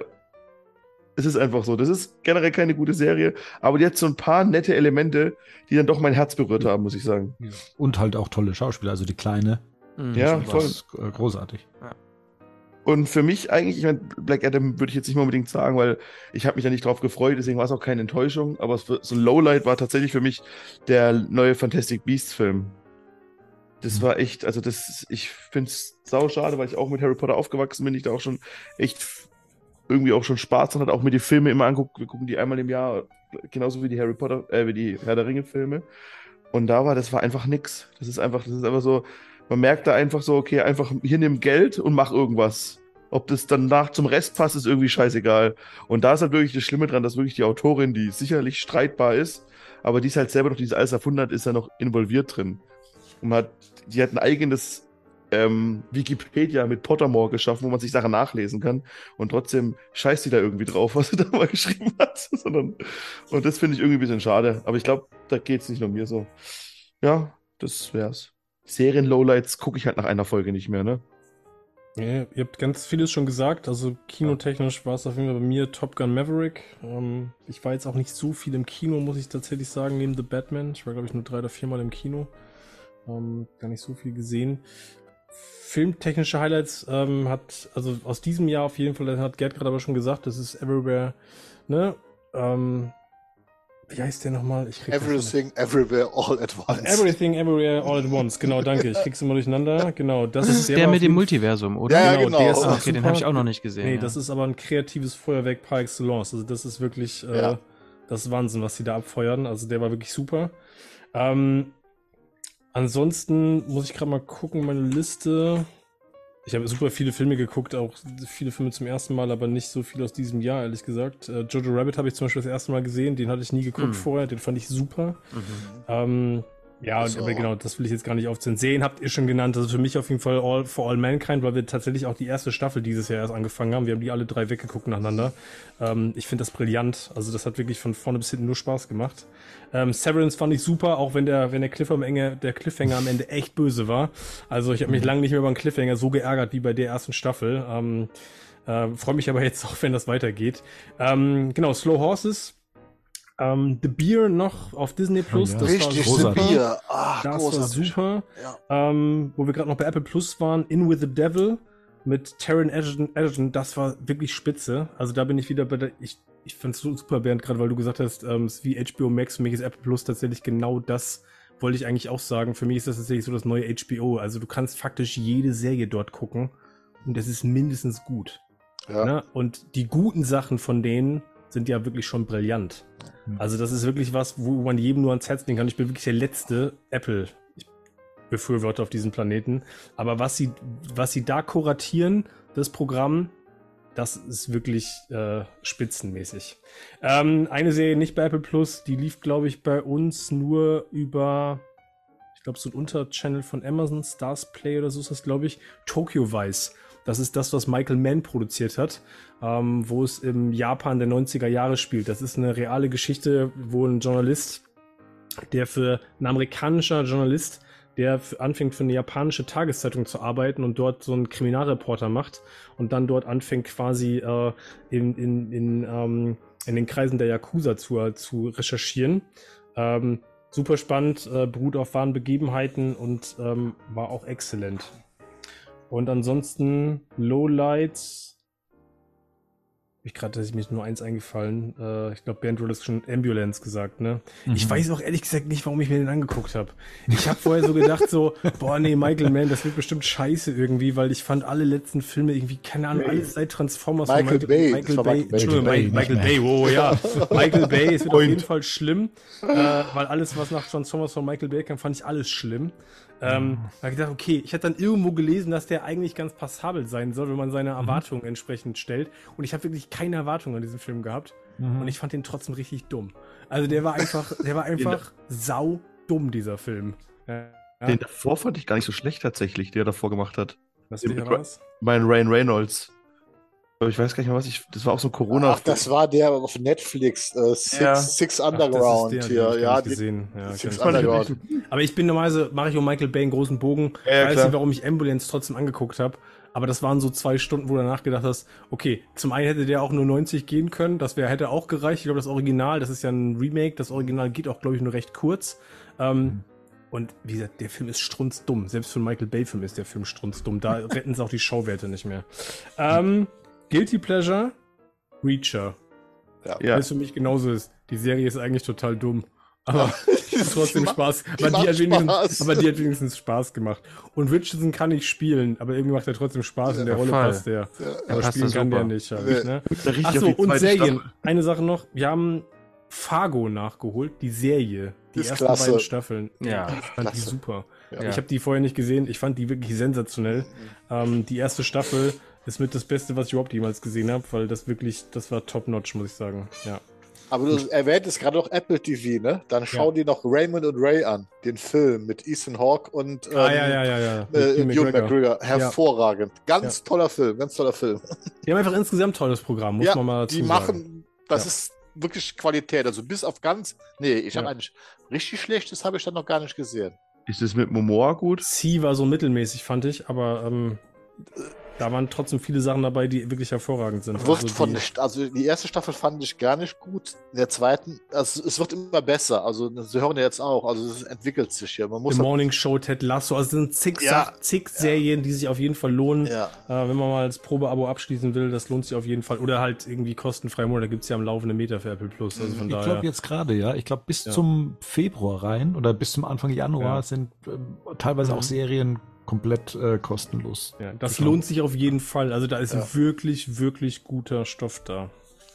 es ist einfach so. Das ist generell keine gute Serie, aber die hat so ein paar nette Elemente, die dann doch mein Herz berührt haben, muss ich sagen. Und halt auch tolle Schauspieler, also die Kleine. Mhm. Ja, voll. Großartig. Ja. Und für mich eigentlich, ich meine, Black Adam würde ich jetzt nicht mal unbedingt sagen, weil ich habe mich da nicht drauf gefreut, deswegen war es auch keine Enttäuschung, aber so ein Lowlight war tatsächlich für mich der neue Fantastic Beasts Film. Das mhm. war echt, also das, ich finde es sau schade, weil ich auch mit Harry Potter aufgewachsen bin, ich da auch schon echt irgendwie auch schon Spaß dran hatte, auch mir die Filme immer angucken, wir gucken die einmal im Jahr, genauso wie die Harry Potter, äh, wie die Herr der Ringe Filme. Und da war, das war einfach nix. Das ist einfach, das ist einfach so, man merkt da einfach so, okay, einfach hier nimm Geld und mach irgendwas. Ob das dann nach zum Rest passt, ist irgendwie scheißegal. Und da ist halt wirklich das Schlimme dran, dass wirklich die Autorin, die sicherlich streitbar ist, aber die ist halt selber noch dieses alles erfunden hat, ist ja noch involviert drin. Und hat, die hat ein eigenes ähm, Wikipedia mit Pottermore geschaffen, wo man sich Sachen nachlesen kann. Und trotzdem scheißt die da irgendwie drauf, was sie da mal geschrieben hat. Sondern, und das finde ich irgendwie ein bisschen schade. Aber ich glaube, da geht es nicht nur mir so. Ja, das wär's. Serien-Lowlights gucke ich halt nach einer Folge nicht mehr, ne? Ja, ihr habt ganz vieles schon gesagt, also kinotechnisch war es auf jeden Fall bei mir Top Gun Maverick. Ähm, ich war jetzt auch nicht so viel im Kino, muss ich tatsächlich sagen, neben The Batman. Ich war, glaube ich, nur drei oder viermal im Kino. Ähm, gar nicht so viel gesehen. Filmtechnische Highlights ähm, hat, also aus diesem Jahr auf jeden Fall, das hat Gerd gerade aber schon gesagt, das ist Everywhere, ne? Ähm, Wie heißt der nochmal? Ich Everything, Everywhere, All at Once. Everything, Everywhere, All at Once. Genau, danke. Ich krieg's immer durcheinander. Genau, das, das ist der, der mit dem Multiversum, oder? Ja, genau. Der ist oh, okay, den habe ich auch noch nicht gesehen. Nee, ja. das ist aber ein kreatives Feuerwerk par excellence. Also das ist wirklich äh, ja. das ist Wahnsinn, was sie da abfeuern. Also der war wirklich super. Ähm, ansonsten muss ich gerade mal gucken, meine Liste. Ich habe super viele Filme geguckt, auch viele Filme zum ersten Mal, aber nicht so viel aus diesem Jahr, ehrlich gesagt. Äh, Jojo Rabbit habe ich zum Beispiel das erste Mal gesehen, den hatte ich nie geguckt mm. vorher, den fand ich super. Mhm. Ähm, ja, so. Aber genau, das will ich jetzt gar nicht aufzählen. Serien habt ihr schon genannt, das ist für mich auf jeden Fall All for All Mankind, weil wir tatsächlich auch die erste Staffel dieses Jahr erst angefangen haben. Wir haben die alle drei weggeguckt nacheinander. Ähm, ich finde das brillant, also das hat wirklich von vorne bis hinten nur Spaß gemacht. Ähm, Severance fand ich super, auch wenn der, wenn der Cliffhanger, der Cliffhanger am Ende echt böse war. Also ich habe mich lange nicht mehr über einen Cliffhanger so geärgert wie bei der ersten Staffel. Ähm, äh, freue mich aber jetzt auch, wenn das weitergeht. Ähm, genau, Slow Horses. Ähm, The Beer noch auf Disney Plus. Ja, das richtig, war The Beer. Ach, das großartig. war super. Ja. Ähm, wo wir gerade noch bei Apple Plus waren, In With the Devil mit Taron Egerton, Egerton, das war wirklich spitze. Also da bin ich wieder bei der, ich, ich fand's so super, Bernd, gerade weil du gesagt hast, ähm, es ist wie H B O Max, für mich ist Apple Plus tatsächlich genau das, wollte ich eigentlich auch sagen. Für mich ist das tatsächlich so das neue H B O. Also du kannst faktisch jede Serie dort gucken und das ist mindestens gut. Ja. Ne? Und die guten Sachen von denen sind ja wirklich schon brillant. Also das ist wirklich was, wo man jedem nur ans Herz legen kann. Ich bin wirklich der letzte Apple-Befürworter auf diesem Planeten. Aber was sie, was sie da kuratieren, das Programm, das ist wirklich äh, spitzenmäßig. Ähm, eine Serie nicht bei Apple Plus, die lief, glaube ich, bei uns nur über, ich glaube, so ein Unterchannel von Amazon, Stars Play oder so ist das, glaube ich, Tokyo Vice. Das ist das, was Michael Mann produziert hat, ähm, wo es im Japan der neunziger Jahre spielt. Das ist eine reale Geschichte, wo ein Journalist, der für ein amerikanischer Journalist, der für, anfängt für eine japanische Tageszeitung zu arbeiten und dort so einen Kriminalreporter macht und dann dort anfängt quasi äh, in, in, in, ähm, in den Kreisen der Yakuza zu, zu recherchieren. Ähm, super spannend, äh, beruht auf wahren Begebenheiten und ähm, war auch exzellent. Und ansonsten Lowlights. Ich gerade, dass ich mir nur eins eingefallen. Äh, ich glaube, Bernd, du hast schon Ambulance gesagt, ne? Mhm. Ich weiß auch ehrlich gesagt nicht, warum ich mir den angeguckt habe. Ich habe vorher so gedacht, so, boah, nee, Michael Mann, das wird bestimmt scheiße irgendwie, weil ich fand alle letzten Filme irgendwie, keine Ahnung, alles seit Transformers. Michael, Michael Bay. Michael Bay. Bay. Entschuldigung, Michael, Michael Bay, wow, ja. Michael Bay, es wird auf jeden Fall schlimm, äh, weil alles, was nach Transformers von Michael Bay kam, fand ich alles schlimm. Ähm, da habe ich gedacht, okay, ich hatte dann irgendwo gelesen, dass der eigentlich ganz passabel sein soll, wenn man seine Erwartungen mhm. entsprechend stellt. Und ich habe wirklich keine Erwartungen an diesen Film gehabt. Mhm. Und ich fand den trotzdem richtig dumm. Also der war einfach, der war einfach sau dumm, dieser Film. Ja. Den davor fand ich gar nicht so schlecht tatsächlich, der davor gemacht hat. Was war das? Mein Ryan Reynolds. Aber ich weiß gar nicht mehr, was ich. Das war auch so ein Corona. Ach, das war der auf Netflix, äh, Six, ja. Six Underground. Ach, hier. Den ja, die, gesehen. Ja, Six Underground. Aber ich bin normalerweise, mache ich um Michael Bay einen großen Bogen. Ich ja, weiß klar. nicht, warum ich Ambulance trotzdem angeguckt habe. Aber das waren so zwei Stunden, wo du danach gedacht hast, okay, zum einen hätte der auch nur neunzig gehen können. Das wär, hätte auch gereicht. Ich glaube, das Original, das ist ja ein Remake. Das Original geht auch, glaube ich, nur recht kurz. Ähm, mhm. Und wie gesagt, der Film ist strunzdumm. Selbst für einen Michael Bay-Film ist der Film strunzdumm. Da retten sie auch die Schauwerte nicht mehr. Ähm, Guilty Pleasure, Reacher. Ja. Weil es für mich genauso ist. Die Serie ist eigentlich total dumm. Aber ja, trotzdem die Spaß. Die aber, die hat Spaß. aber die hat wenigstens Spaß gemacht. Und Richardson kann nicht spielen, aber irgendwie macht er trotzdem Spaß. Ja, in der Rolle Fall. passt der. Ja. Aber passt spielen kann der nicht. Halt, nee. ne? Achso, und Serien. Staffel. Eine Sache noch. Wir haben Fargo nachgeholt, die Serie. Die ist ersten klasse. beiden Staffeln. Ja, ich fand klasse. die super. Ja. Ich habe die vorher nicht gesehen. Ich fand die wirklich sensationell. Ähm, die erste Staffel ist mit das Beste, was ich überhaupt jemals gesehen habe, weil das wirklich, das war top-notch, muss ich sagen. Ja. Aber du erwähntest gerade noch Apple T V, ne? Dann schau ja. dir noch Raymond und Ray an, den Film mit Ethan Hawke und ähm, ah, ja, ja, ja, ja. Äh, Ewan McGregor. Hervorragend. Ja. Ganz ja. toller Film, ganz toller Film. Die haben einfach insgesamt tolles Programm, muss ja, man mal dazu die sagen. machen, das ja. ist wirklich Qualität. Also bis auf ganz, nee, ich Ja. habe eigentlich richtig Schlechtes habe ich dann noch gar nicht gesehen. Ist es mit Momoa gut? Sie war so mittelmäßig, fand ich, aber ähm, da waren trotzdem viele Sachen dabei, die wirklich hervorragend sind. Wird Also von, die, also die erste Staffel fand ich gar nicht gut. In der zweiten, also es wird immer besser. Also Sie hören ja jetzt auch, also es entwickelt sich hier. Man muss The halt, Morning Show, Ted Lasso, also es sind zig, Ja. Sach- zig Serien, die sich auf jeden Fall lohnen. ja. Äh, wenn man mal das Probeabo abschließen will, das lohnt sich auf jeden Fall. Oder halt irgendwie kostenfrei Monat, da gibt es ja am laufenden Meter für Apple Plus. Also von Ich daher. glaube jetzt gerade, ja. Ich glaube bis Ja. zum Februar rein oder bis zum Anfang Januar Ja. sind ähm, teilweise Mhm. auch Serien komplett äh, kostenlos. Ja, das Ich glaub- lohnt sich auf jeden Fall. Also da ist Ja. wirklich, wirklich guter Stoff da.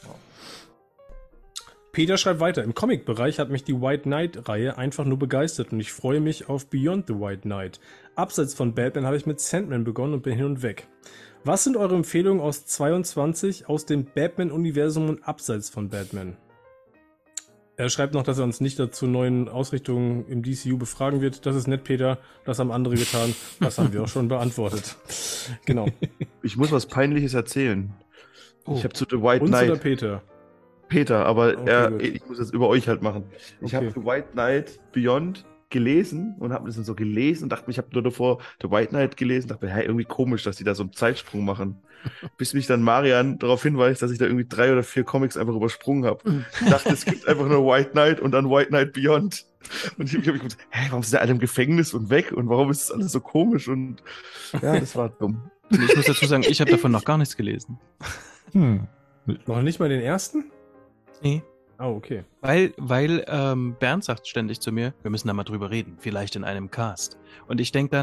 Peter schreibt weiter. Im Comic-Bereich hat mich die White Knight-Reihe einfach nur begeistert und ich freue mich auf Beyond the White Knight. Abseits von Batman habe ich mit Sandman begonnen und bin hin und weg. Was sind eure Empfehlungen aus zweiundzwanzig aus dem Batman-Universum und abseits von Batman? Er schreibt noch, dass er uns nicht dazu neuen Ausrichtungen im D C U befragen wird. Das ist nett, Peter. Das haben andere getan. Das haben wir auch schon beantwortet. Genau. Ich muss was Peinliches erzählen. Oh. Ich habe zu The White Uns oder Knight. Peter? Peter, aber Okay, er, gut. ich muss das über euch halt machen. Ich Okay. habe The White Knight Beyond gelesen und habe das dann so gelesen und dachte mir, ich habe nur davor The White Knight gelesen, dachte mir, hey, irgendwie komisch, dass die da so einen Zeitsprung machen. Bis mich dann Marian darauf hinweist, dass ich da irgendwie drei oder vier Comics einfach übersprungen habe. Ich dachte, es gibt einfach nur White Knight und dann White Knight Beyond. Und ich habe mich gedacht, hä, warum sind die alle im Gefängnis und weg und warum ist das alles so komisch? Und ja, das war dumm. Und ich muss dazu sagen, ich habe davon noch gar nichts gelesen. Hm. Noch nicht mal den ersten? Nee. Oh, okay. Weil, weil ähm, Bernd sagt ständig zu mir, wir müssen da mal drüber reden, vielleicht in einem Cast. Und ich denke dann,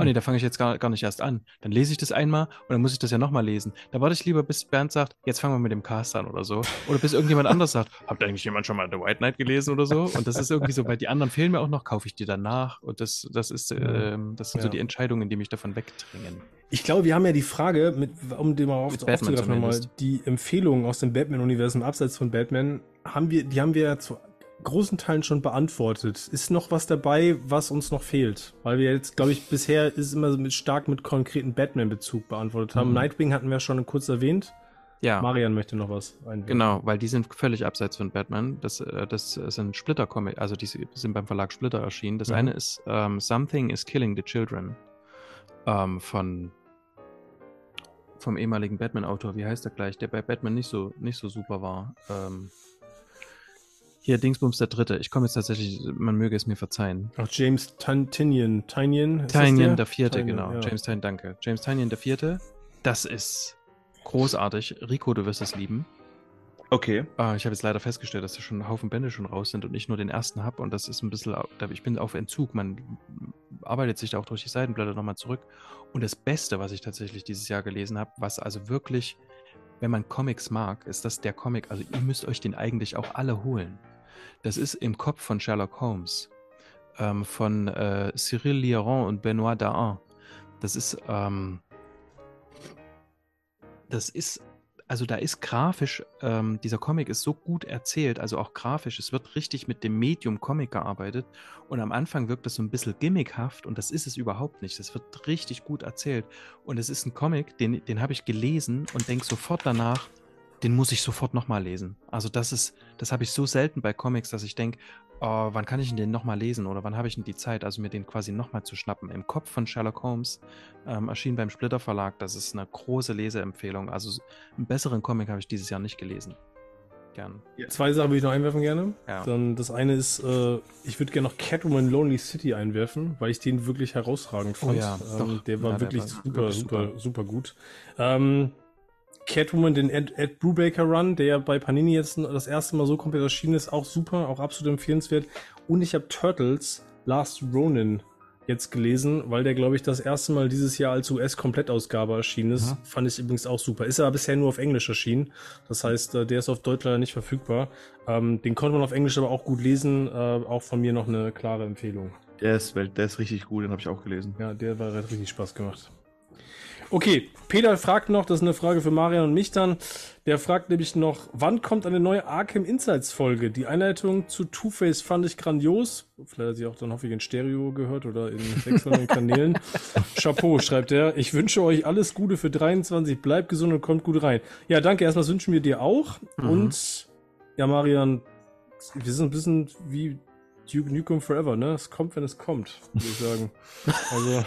oh nee, da fange ich jetzt gar, gar nicht erst an. Dann lese ich das einmal und dann muss ich das ja nochmal lesen. Da warte ich lieber, bis Bernd sagt, jetzt fangen wir mit dem Cast an oder so. Oder bis irgendjemand anders sagt, habt eigentlich jemand schon mal The White Knight gelesen oder so? Und das ist irgendwie so, weil die anderen fehlen mir auch noch, kaufe ich die dann nach. Und das, das ist, ähm, das sind Ja. so die Entscheidungen, die mich davon wegdrängen. Ich glaube, wir haben ja die Frage, mit, um den mal auf, Mit Batman aufzugreifen nochmal, zumindest. die Empfehlungen aus dem Batman-Universum abseits von Batman, haben wir, die haben wir ja zu großen Teilen schon beantwortet. Ist noch was dabei, was uns noch fehlt? Weil wir jetzt, glaube ich, bisher ist immer so mit, stark mit konkreten Batman-Bezug beantwortet haben. Mhm. Nightwing hatten wir schon kurz erwähnt. Ja. Marian möchte noch was einwerfen. Genau, weil die sind völlig abseits von Batman. Das, äh, das sind Splitter-Comic, also die sind beim Verlag Splitter erschienen. Das Mhm. eine ist ähm, Something is Killing the Children ähm, von vom ehemaligen Batman-Autor. Wie heißt er gleich? Der bei Batman nicht so nicht so super war. Ähm, hier Dingsbums der Dritte. Ich komme jetzt tatsächlich, man möge es mir verzeihen. Ach, James Tyn- Tynion. Tynion, ist das Tynion der? der Vierte, Tynion, genau. ja. James Tynion, danke. James Tynion der Vierte. Das ist großartig. Rico, du wirst es lieben. Okay. Äh, ich habe jetzt leider festgestellt, dass da schon ein Haufen Bände schon raus sind und ich nur den ersten habe und das ist ein bisschen, au- da- ich bin auf Entzug, man arbeitet sich da auch durch die Seitenblätter nochmal zurück und das Beste, was ich tatsächlich dieses Jahr gelesen habe, was also wirklich, wenn man Comics mag, ist das der Comic, also ihr müsst euch den eigentlich auch alle holen. Das ist Im Kopf von Sherlock Holmes, ähm, von äh, Cyril Liron und Benoît Dahan. Das ist, ähm, das ist, also da ist grafisch, ähm, dieser Comic ist so gut erzählt, also auch grafisch, es wird richtig mit dem Medium Comic gearbeitet und am Anfang wirkt das so ein bisschen gimmickhaft und das ist es überhaupt nicht. Das wird richtig gut erzählt und es ist ein Comic, den, den habe ich gelesen und denke sofort danach, den muss ich sofort nochmal lesen. Also das ist, das habe ich so selten bei Comics, dass ich denke, oh, wann kann ich denn den nochmal lesen oder wann habe ich denn die Zeit, also mir den quasi nochmal zu schnappen. Im Kopf von Sherlock Holmes, ähm, erschien beim Splitter Verlag, das ist eine große Leseempfehlung. Also einen besseren Comic habe ich dieses Jahr nicht gelesen. Gern. Zwei Sachen würde ich noch einwerfen gerne. Ja. Dann das eine ist, äh, ich würde gerne noch Catwoman Lonely City einwerfen, weil ich den wirklich herausragend fand. Oh ja, ähm, doch. Der war Ja, der wirklich war super, wirklich super, super. super gut. Ähm, Catwoman, den Ed, Ed Brubaker Run, der bei Panini jetzt das erste Mal so komplett erschienen ist, auch super, auch absolut empfehlenswert. Und ich habe Turtles Last Ronin jetzt gelesen, weil der, glaube ich, das erste Mal dieses Jahr als U S-Komplettausgabe erschienen ist. Mhm. Fand ich übrigens auch super. Ist aber bisher nur auf Englisch erschienen. Das heißt, äh, der ist auf Deutsch leider nicht verfügbar. Ähm, den konnte man auf Englisch aber auch gut lesen. Äh, auch von mir noch eine klare Empfehlung. Der ist, Welt- der ist richtig gut, den habe ich auch gelesen. Ja, der war hat richtig Spaß gemacht. Okay, Peter fragt noch, das ist eine Frage für Marian und mich dann. Der fragt nämlich noch, wann kommt eine neue Arkham Insights Folge? Die Einleitung zu Two-Face fand ich grandios. Vielleicht hat sie auch dann hoffentlich in Stereo gehört oder in sechs von den Kanälen. Chapeau, schreibt er. Ich wünsche euch alles Gute für dreiundzwanzig. Bleibt gesund und kommt gut rein. Ja, danke. Erstmal wünschen wir dir auch. Mhm. Und ja, Marian, wir sind ein bisschen wie Duke Nukem Forever, ne? Es kommt, wenn es kommt, würde ich sagen. Also,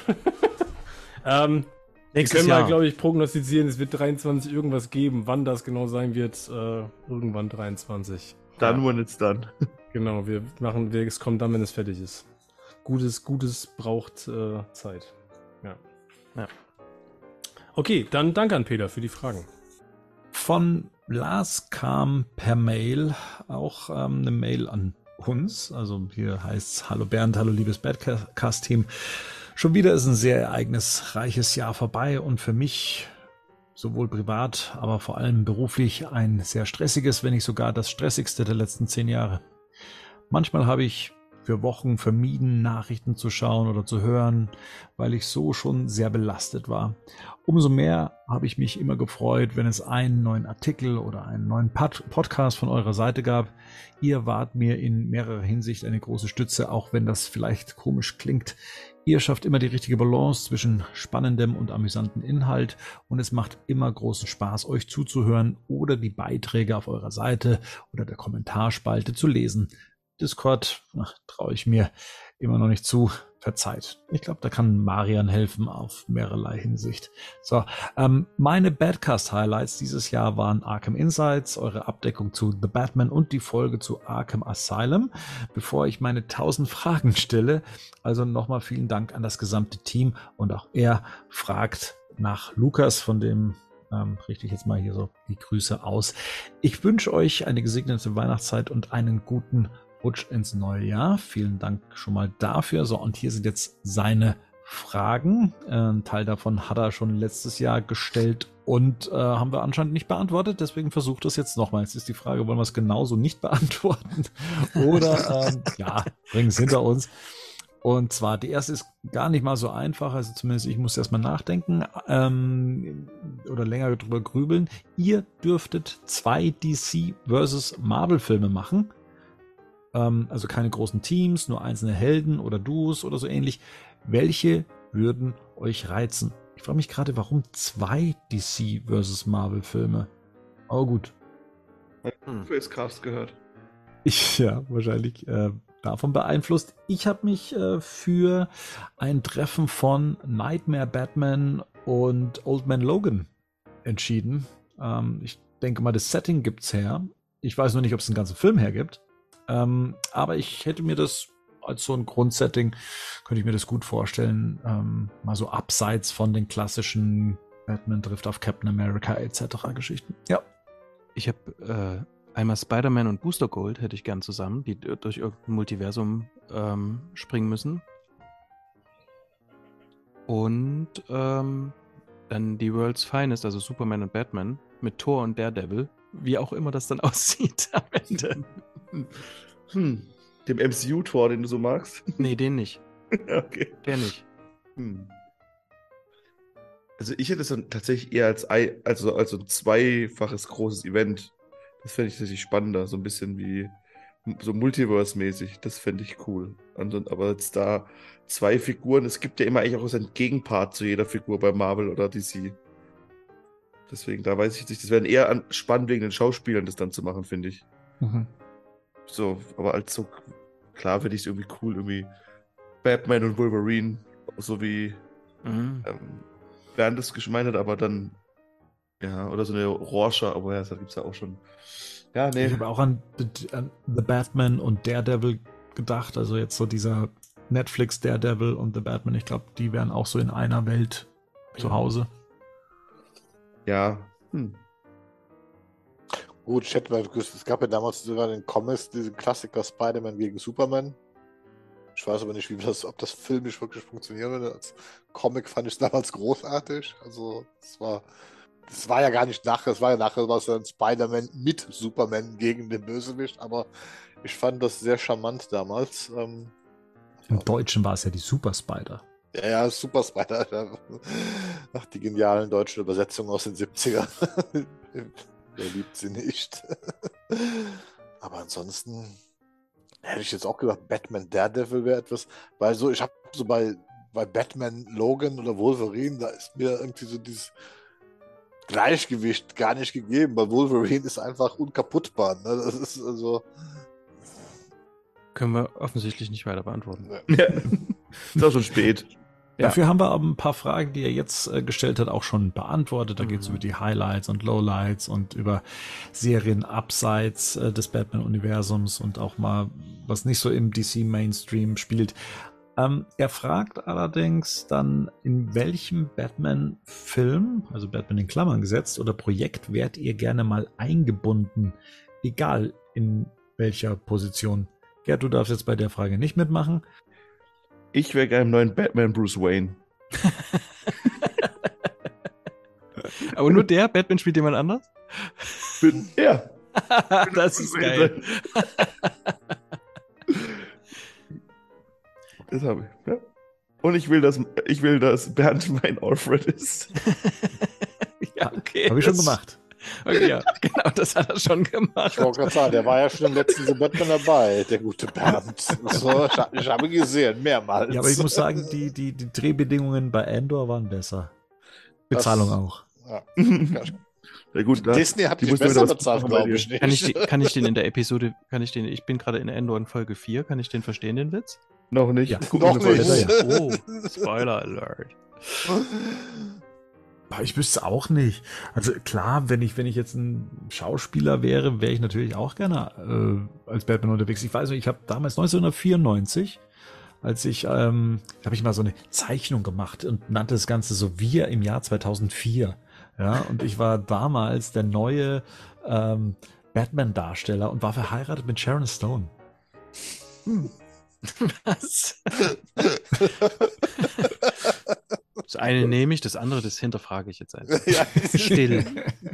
ähm, Nächstes wir können Jahr. mal, glaube ich, prognostizieren, es wird dreiundzwanzig irgendwas geben. Wann das genau sein wird, äh, irgendwann dreiundzwanzig. Dann, when it's done. Genau, wir machen, wir, es kommt dann, wenn es fertig ist. Gutes, Gutes braucht äh, Zeit. Ja. Ja. Okay, dann danke an Peter für die Fragen. Von Lars kam per Mail auch ähm, eine Mail an uns. Also hier heißt es: Hallo Bernd, hallo liebes Badcast-Team. Schon wieder ist ein sehr ereignisreiches Jahr vorbei und für mich sowohl privat, aber vor allem beruflich ein sehr stressiges, wenn nicht sogar das stressigste der letzten zehn Jahre. Manchmal habe ich für Wochen vermieden, Nachrichten zu schauen oder zu hören, weil ich so schon sehr belastet war. Umso mehr habe ich mich immer gefreut, wenn es einen neuen Artikel oder einen neuen Pod- Podcast von eurer Seite gab. Ihr wart mir in mehrerer Hinsicht eine große Stütze, auch wenn das vielleicht komisch klingt. Ihr schafft immer die richtige Balance zwischen spannendem und amüsantem Inhalt und es macht immer großen Spaß, euch zuzuhören oder die Beiträge auf eurer Seite oder der Kommentarspalte zu lesen. Discord traue ich mir immer noch nicht zu. Verzeiht. Ich glaube, da kann Marian helfen auf mehrerlei Hinsicht. So, ähm, meine Badcast-Highlights dieses Jahr waren Arkham Insights, eure Abdeckung zu The Batman und die Folge zu Arkham Asylum. Bevor ich meine tausend Fragen stelle, also nochmal vielen Dank an das gesamte Team und auch er fragt nach Lukas, von dem ähm, richte ich jetzt mal hier so die Grüße aus. Ich wünsche euch eine gesegnete Weihnachtszeit und einen guten Rutsch ins neue Jahr. Vielen Dank schon mal dafür. So, und hier sind jetzt seine Fragen. Äh, ein Teil davon hat er schon letztes Jahr gestellt und äh, haben wir anscheinend nicht beantwortet. Deswegen versucht es jetzt nochmal. Jetzt ist die Frage, wollen wir es genauso nicht beantworten? Oder ähm, ja, bringen es hinter uns. Und zwar, die erste ist gar nicht mal so einfach, also zumindest ich muss erstmal nachdenken ähm, oder länger drüber grübeln. Ihr dürftet zwei D C versus Marvel Filme machen. Ähm, also keine großen Teams, nur einzelne Helden oder Duos oder so ähnlich. Welche würden euch reizen? Ich frage mich gerade, warum zwei D C versus Marvel Filme? Aber gut. Hm. Für das Cast gehört. Ich, ja, wahrscheinlich äh, davon beeinflusst. Ich habe mich äh, für ein Treffen von Nightmare Batman und Old Man Logan entschieden. Ähm, ich denke mal, das Setting gibt's her. Ich weiß nur nicht, ob es einen ganzen Film hergibt. Ähm, aber ich hätte mir das als so ein Grundsetting, könnte ich mir das gut vorstellen, ähm, mal so abseits von den klassischen Batman trifft auf Captain America et cetera Geschichten. Ja. Ich habe äh, einmal Spider-Man und Booster Gold hätte ich gern zusammen, die durch irgendein Multiversum ähm, springen müssen. Und ähm, dann die World's Finest, also Superman und Batman, mit Thor und Daredevil, wie auch immer das dann aussieht am Ende. Hm. Dem M C U-Tor, den du so magst? Nee, den nicht. Okay. Der nicht. Hm. Also ich hätte es dann tatsächlich eher als, ei- also, also ein zweifaches großes Event. Das fände ich tatsächlich spannender, so ein bisschen wie so Multiverse-mäßig. Das fände ich cool. Ansonsten- Aber jetzt da zwei Figuren, es gibt ja immer eigentlich auch so einen Gegenpart zu jeder Figur bei Marvel oder D C. Deswegen, da weiß ich nicht, das wäre eher an, spannend wegen den Schauspielern, das dann zu machen, finde ich. Mhm. So, aber als so, klar finde ich es irgendwie cool, irgendwie Batman und Wolverine, so wie Mhm. ähm, Bernd das gemeint hat, aber dann, ja, oder so eine Rorschach, aber ja, das gibt es ja auch schon. Ja, nee. Ich habe auch an, an The Batman und Daredevil gedacht, also jetzt so dieser Netflix Daredevil und The Batman, ich glaube, die wären auch so in einer Welt zu Hause. Ja. Hm. Gut, ich hätte mal gewusst, es gab ja damals sogar in den Comics diesen Klassiker Spider-Man gegen Superman. Ich weiß aber nicht, wie das, ob das filmisch wirklich funktionieren würde. Als Comic fand ich es damals großartig. Also, es war, das war ja gar nicht nachher, es war ja nachher war es dann Spider-Man mit Superman gegen den Bösewicht, aber ich fand das sehr charmant damals. Ähm, Im Deutschen war es ja die Super Spider. Ja, ja, Super Spider. Ach, die genialen deutschen Übersetzungen aus den siebziger. Wer liebt sie nicht? Aber ansonsten hätte ich jetzt auch gedacht, Batman Daredevil wäre etwas, weil so, ich habe so bei, bei Batman Logan oder Wolverine, da ist mir irgendwie so dieses Gleichgewicht gar nicht gegeben, weil Wolverine ist einfach unkaputtbar. Ne? Das ist also. Können wir offensichtlich nicht weiter beantworten. Ja. Ist auch schon spät. Ja. Dafür haben wir aber ein paar Fragen, die er jetzt äh, gestellt hat, auch schon beantwortet. Da Mhm. geht es über die Highlights und Lowlights und über Serien abseits äh, des Batman-Universums und auch mal, was nicht so im D C-Mainstream spielt. Ähm, er fragt allerdings dann, in welchem Batman-Film, also Batman in Klammern gesetzt, oder Projekt wärt ihr gerne mal eingebunden? Egal in welcher Position. Gerd, du darfst jetzt bei der Frage nicht mitmachen. Ich wäre gerne im neuen Batman Bruce Wayne. Aber nur der? Batman spielt jemand anders? Bin, ja. Das ist geil. Das habe ich. Ja. Und ich will, dass, ich will, dass Bernd mein Alfred ist. Ja, okay. Habe ich schon das- gemacht. Okay, ja, genau, das hat er schon gemacht. Ich wollte gerade sagen, der war ja schon im letzten The Batman dabei, der gute Bernd. So, ich, hab- ich habe ihn gesehen, mehrmals. Ja, aber ich muss sagen, die, die, die Drehbedingungen bei Andor waren besser. Bezahlung Das- auch. Ja. Ja, gut, da, Disney hat die dich mussten wieder besser was bezahlt, machen bei glaube dir. ich nicht. Kann ich, den, kann ich den in der Episode, kann ich den, ich bin gerade in Endor in Folge vier, kann ich den verstehen, den Witz? Noch nicht. Ja, Guck noch mal, eine nicht. Folge. Oh, Spoiler Alert. Aber ich wüsste auch nicht. Also klar, wenn ich, wenn ich jetzt ein Schauspieler wäre, wäre ich natürlich auch gerne äh, als Batman unterwegs. Ich weiß nicht, ich habe damals neunzehnhundertvierundneunzig, als ich, ähm, habe ich mal so eine Zeichnung gemacht und nannte das Ganze so Wir im Jahr zweitausendvier. Ja, und ich war damals der neue ähm, Batman-Darsteller und war verheiratet mit Sharon Stone. Was? Das eine nehme ich, das andere, das hinterfrage ich jetzt einfach. Ja. Still.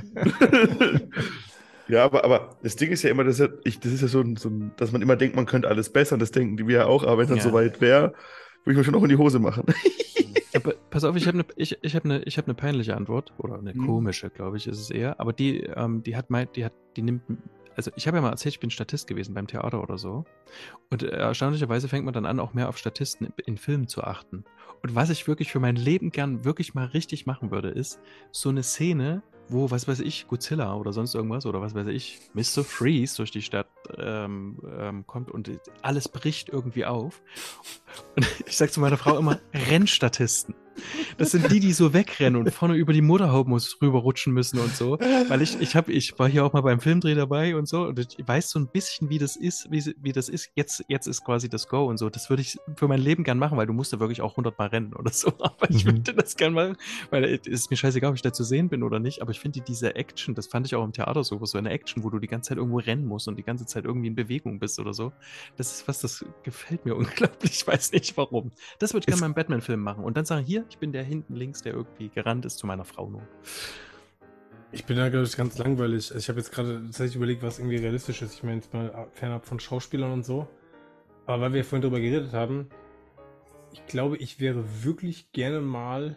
Ja, aber, aber das Ding ist ja immer, dass ja, ich, das ist ja so ein, so ein, dass man immer denkt, man könnte alles besser, und das denken die wir ja auch, aber wenn es dann Ja. soweit wäre, würde ich mir schon auch in die Hose machen. Aber pass auf, ich habe eine ich, ich hab ne, ich hab ne peinliche Antwort. Oder eine Hm. komische, glaube ich, ist es eher. Aber die, ähm, die hat mein, die hat, die nimmt. Also ich habe ja mal erzählt, ich bin Statist gewesen beim Theater oder so. Und äh, erstaunlicherweise fängt man dann an, auch mehr auf Statisten in, in Filmen zu achten. Und was ich wirklich für mein Leben gern wirklich mal richtig machen würde, ist so eine Szene, wo, was weiß ich, Godzilla oder sonst irgendwas oder was weiß ich, Mister Freeze durch die Stadt ähm, ähm, kommt und alles bricht irgendwie auf. Und ich sag zu meiner Frau immer, Rennstatisten. Das sind die, die so wegrennen und vorne über die Motorhaube muss rüberrutschen müssen und so. Weil ich, ich hab, ich war hier auch mal beim Filmdreh dabei und so und ich weiß so ein bisschen, wie das ist, wie, wie das ist. Jetzt, jetzt ist quasi das Go und so. Das würde ich für mein Leben gern machen, weil du musst da wirklich auch hundertmal rennen oder so. Aber ich Mhm. würde das gern machen, weil es ist mir scheißegal, ob ich da zu sehen bin oder nicht. Aber ich finde diese Action, das fand ich auch im Theater so, so eine Action, wo du die ganze Zeit irgendwo rennen musst und die ganze Zeit irgendwie in Bewegung bist oder so. Das ist was, das gefällt mir unglaublich. Ich weiß nicht warum. Das würde ich gerne Ist- mal im Batman-Film machen und dann sagen, hier, ich bin der hinten links, der irgendwie gerannt ist zu meiner Frau nur. Ich bin da, glaube ich, ganz langweilig. Ich habe jetzt gerade tatsächlich überlegt, was irgendwie realistisch ist. Ich meine jetzt mal fernab von Schauspielern und so. Aber weil wir vorhin drüber geredet haben, ich glaube, ich wäre wirklich gerne mal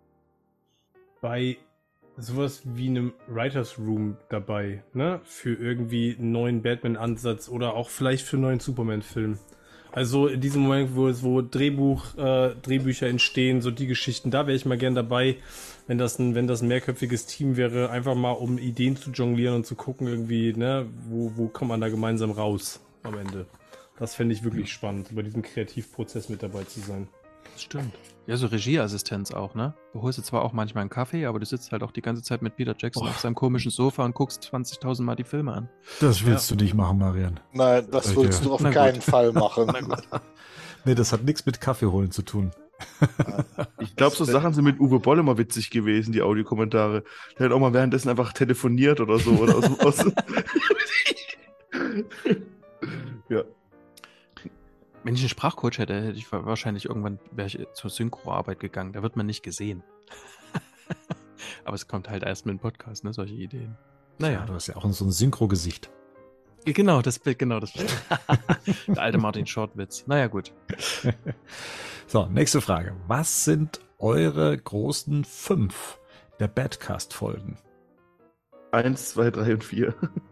bei sowas wie einem Writers Room dabei, ne? Für irgendwie einen neuen Batman-Ansatz oder auch vielleicht für einen neuen Superman-Film. Also in diesem Moment, wo es wo Drehbuch, äh, Drehbücher entstehen, so die Geschichten, da wäre ich mal gern dabei, wenn das ein, wenn das ein mehrköpfiges Team wäre, einfach mal um Ideen zu jonglieren und zu gucken irgendwie, ne, wo, wo kommt man da gemeinsam raus am Ende. Das fände ich wirklich spannend, bei diesem Kreativprozess mit dabei zu sein. Das stimmt. Ja, so Regieassistenz auch, ne? Du holst dir zwar auch manchmal einen Kaffee, aber du sitzt halt auch die ganze Zeit mit Peter Jackson auf seinem komischen Sofa und guckst zwanzigtausend Mal die Filme an. Das willst du nicht machen, Marian. Nein, das Okay. würdest du auf Na gut. keinen Fall machen. Nee, das hat nichts mit Kaffee holen zu tun. Ich glaube, so Sachen sind mit Uwe Boll immer witzig gewesen, die Audiokommentare. Der hat auch mal währenddessen einfach telefoniert oder so. Oder aus, aus ja. Wenn ich einen Sprachcoach hätte, hätte ich wahrscheinlich irgendwann wäre ich zur Synchroarbeit gegangen. Da wird man nicht gesehen. Aber es kommt halt erst mit dem Podcast, ne? Solche Ideen. Ja, Naja, du hast ja auch so ein Synchro-Gesicht. genau, das Bild, genau das. Der alte Martin Short-Witz. Naja, gut. So, nächste Frage. Was sind eure großen fünf der Badcast-Folgen? Eins, zwei, drei und vier.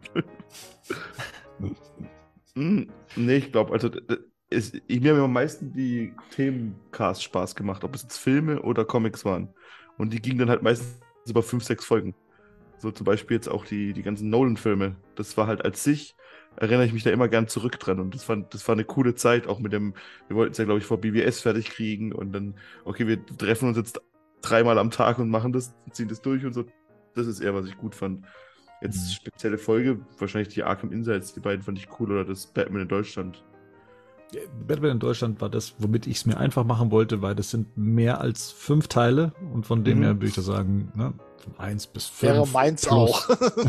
Hm, nee, ich glaube, also d- es, ich, mir haben am meisten die Themencasts Spaß gemacht, ob es jetzt Filme oder Comics waren. Und die gingen dann halt meistens über fünf, sechs Folgen. So zum Beispiel jetzt auch die, die ganzen Nolan-Filme. Das war halt als sich, erinnere ich mich da immer gern zurück dran. Und das, fand, das war eine coole Zeit, auch mit dem, wir wollten es ja, glaube ich, vor B W S fertig kriegen. Und dann, okay, wir treffen uns jetzt dreimal am Tag und machen das, ziehen das durch und so. Das ist eher, was ich gut fand. Jetzt Mhm. spezielle Folge, wahrscheinlich die Arkham Insights, die beiden fand ich cool, oder das Batman in Deutschland. Batman in Deutschland war das, womit ich es mir einfach machen wollte, weil das sind mehr als fünf Teile und von dem Mhm. her würde ich da sagen, ne, von eins bis fünf. Wäre meins plus. auch.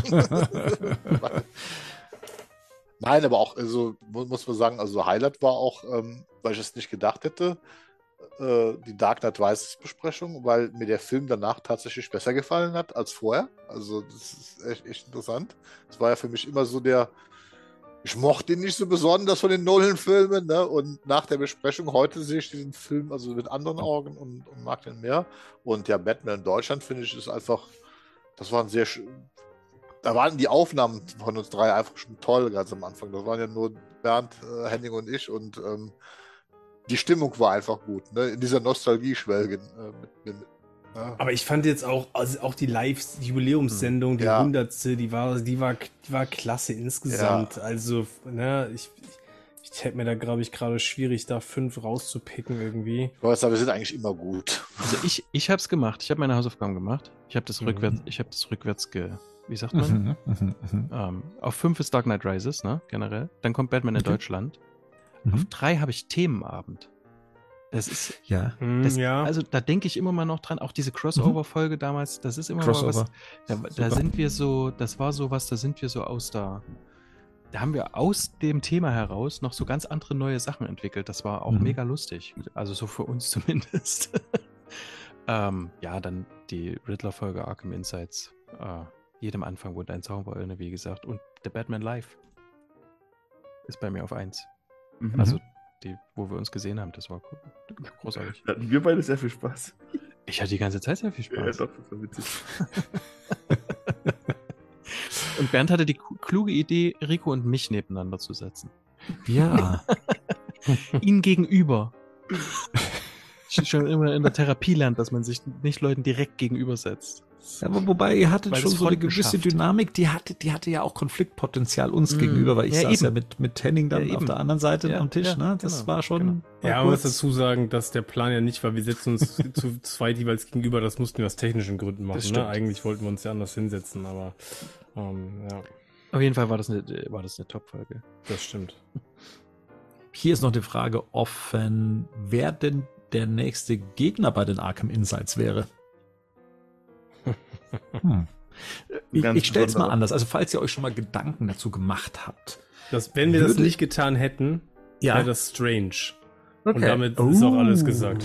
Nein, aber auch, also mu- muss man sagen, also Highlight war auch, ähm, weil ich es nicht gedacht hätte, äh, die Dark Knight Rises Besprechung, weil mir der Film danach tatsächlich besser gefallen hat als vorher. Also das ist echt, echt interessant. Das war ja für mich immer so der, ich mochte ihn nicht so besonders von den Nolan-Filmen, ne? Und nach der Besprechung heute sehe ich diesen Film also mit anderen Augen und, und mag den mehr. Und ja, Batman in Deutschland finde ich ist einfach, das war ein sehr sch- da waren die Aufnahmen von uns drei einfach schon toll ganz am Anfang. Das waren ja nur Bernd, äh, Henning und ich und ähm, die Stimmung war einfach gut, ne? In dieser Nostalgie schwelgen. Äh, mit, mit, ja. Aber ich fand jetzt auch, also auch die Live-Jubiläumssendung, die Ja. hundertste, die war, die war, die war klasse insgesamt. Also, ne, ich, ich, ich hätte mir da, glaube ich, gerade schwierig, da fünf rauszupicken irgendwie. Ich weiß, aber wir sind eigentlich immer gut. Also ich, ich habe es gemacht. Ich habe meine Hausaufgaben gemacht. Ich habe das Mhm. rückwärts, ich habe das rückwärts ge, wie sagt man? Mhm, mhm, mhm. ähm, auf fünf ist Dark Knight Rises, ne, generell. Dann kommt Batman in Okay. Deutschland. Auf Mhm. drei habe ich Themenabend. Das ist, Ja, Hm, das, ja. also da denke ich immer mal noch dran. Auch diese Crossover-Folge damals, das ist immer mal Crossover. was. Da, da Super. sind wir so, das war so was, da sind wir so aus da. Da haben wir aus dem Thema heraus noch so ganz andere neue Sachen entwickelt. Das war auch Mhm. mega lustig. Also so für uns zumindest. Ähm, ja, dann die Riddler-Folge Arkham Insights. Äh, jedem Anfang wurde ein Zauberer, wie gesagt. Und The Batman Live ist bei mir auf eins. Mhm. Also die, wo wir uns gesehen haben, das war großartig. Da hatten wir beide sehr viel Spaß. Ich hatte die ganze Zeit sehr viel Spaß. Ja, doch, das war witzig. Und Bernd hatte die kluge Idee, Rico und mich nebeneinander zu setzen. Ja. Ihnen gegenüber. Schon immer in der Therapie lernt, dass man sich nicht Leuten direkt gegenübersetzt. Ja, aber wobei ihr hattet Weil schon das so eine Fronten gewisse schafft. Dynamik, die hatte, die hatte ja auch Konfliktpotenzial uns Mm. gegenüber, weil ich Ja, saß eben. ja mit, mit Henning dann Ja, auf eben. der anderen Seite Ja, am Tisch, ja, ne? Das genau, war schon. genau. war Ja, man muss kurz. dazu sagen, dass der Plan ja nicht war, wir setzen uns zu zweit jeweils gegenüber, das mussten wir aus technischen Gründen machen. Das Ne? stimmt. Eigentlich wollten wir uns ja anders hinsetzen, aber ähm, ja, Auf jeden Fall war das eine, war das eine Top-Folge. das stimmt. Hier ist noch die Frage offen, wer denn der nächste Gegner bei den Arkham Insights wäre. Hm. Ich, Ganz ich stelle es mal besonderer. anders. Also falls ihr euch schon mal Gedanken dazu gemacht habt. Das, wenn wir das Würde- nicht getan hätten, Ja. wäre das strange. Und Okay. damit ist auch alles Oh. gesagt.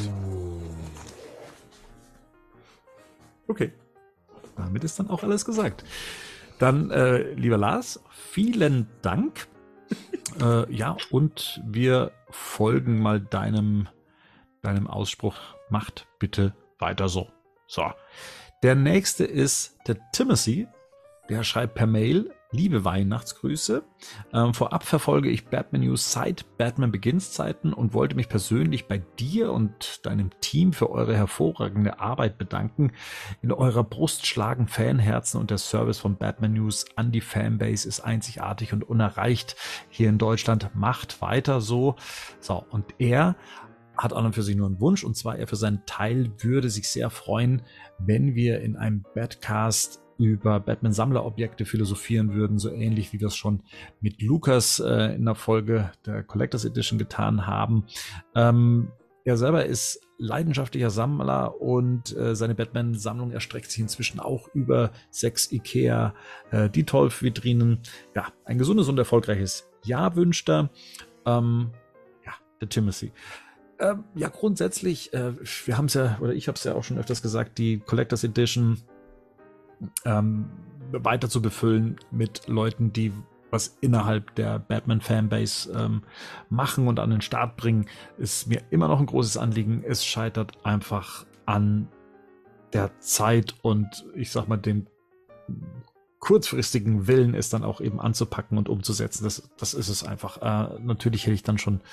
Okay. Damit ist dann auch alles gesagt. Dann, äh, lieber Lars, vielen Dank. äh, ja, und wir folgen mal deinem, deinem Ausspruch. Macht bitte weiter so. So. Der nächste ist der Timothy. Der schreibt per Mail: Liebe Weihnachtsgrüße. Ähm, vorab verfolge ich Batman News seit Batman Begins Zeiten und wollte mich persönlich bei dir und deinem Team für eure hervorragende Arbeit bedanken. In eurer Brust schlagen Fanherzen und der Service von Batman News an die Fanbase ist einzigartig und unerreicht hier in Deutschland. Macht weiter so. So, und er hat an und für sich nur einen Wunsch, und zwar er für seinen Teil würde sich sehr freuen, wenn wir in einem Batcast über Batman-Sammlerobjekte philosophieren würden, so ähnlich wie wir es schon mit Lukas äh, in der Folge der Collectors Edition getan haben. Ähm, er selber ist leidenschaftlicher Sammler und äh, seine Batman-Sammlung erstreckt sich inzwischen auch über sechs Ikea äh, Detolf-Vitrinen. Ja, ein gesundes und erfolgreiches Jahr wünscht er. Ähm, ja, der Timothy. Ähm, ja, grundsätzlich, äh, wir haben es ja, oder ich habe es ja auch schon öfters gesagt, die Collectors Edition ähm, weiter zu befüllen mit Leuten, die was innerhalb der Batman-Fanbase ähm, machen und an den Start bringen, ist mir immer noch ein großes Anliegen. Es scheitert einfach an der Zeit und ich sag mal dem kurzfristigen Willen, es dann auch eben anzupacken und umzusetzen. Das, das ist es einfach. Äh, natürlich hätte ich dann schon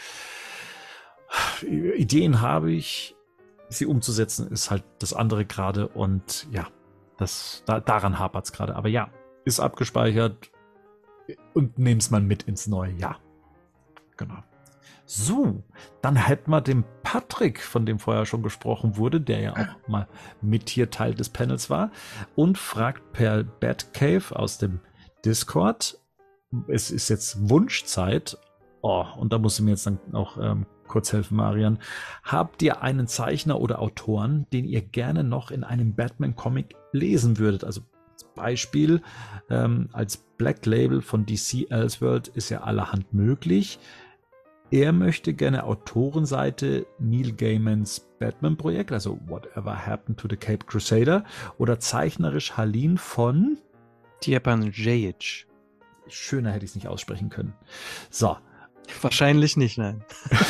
Ideen habe ich, sie umzusetzen ist halt das andere gerade, und ja, das, da, daran hapert es gerade. Aber ja, ist abgespeichert und nehm's mal mit ins neue Jahr. Genau. So, dann hätten wir den Patrick, von dem vorher schon gesprochen wurde, der ja auch mal mit hier Teil des Panels war, und fragt per Batcave aus dem Discord, es ist jetzt Wunschzeit, oh, und da musst du mir jetzt dann auch ähm, kurz helfen, Marian. Habt ihr einen Zeichner oder Autoren, den ihr gerne noch in einem Batman-Comic lesen würdet? Also als Beispiel, ähm, als Black Label von D C Elseworld ist ja allerhand möglich. Er möchte gerne Autorenseite Neil Gaimans Batman-Projekt, also Whatever Happened to the Cape Crusader, oder zeichnerisch Halin von Stjepan Djejic. Schöner hätte ich es nicht aussprechen können. So. Wahrscheinlich nicht, nein.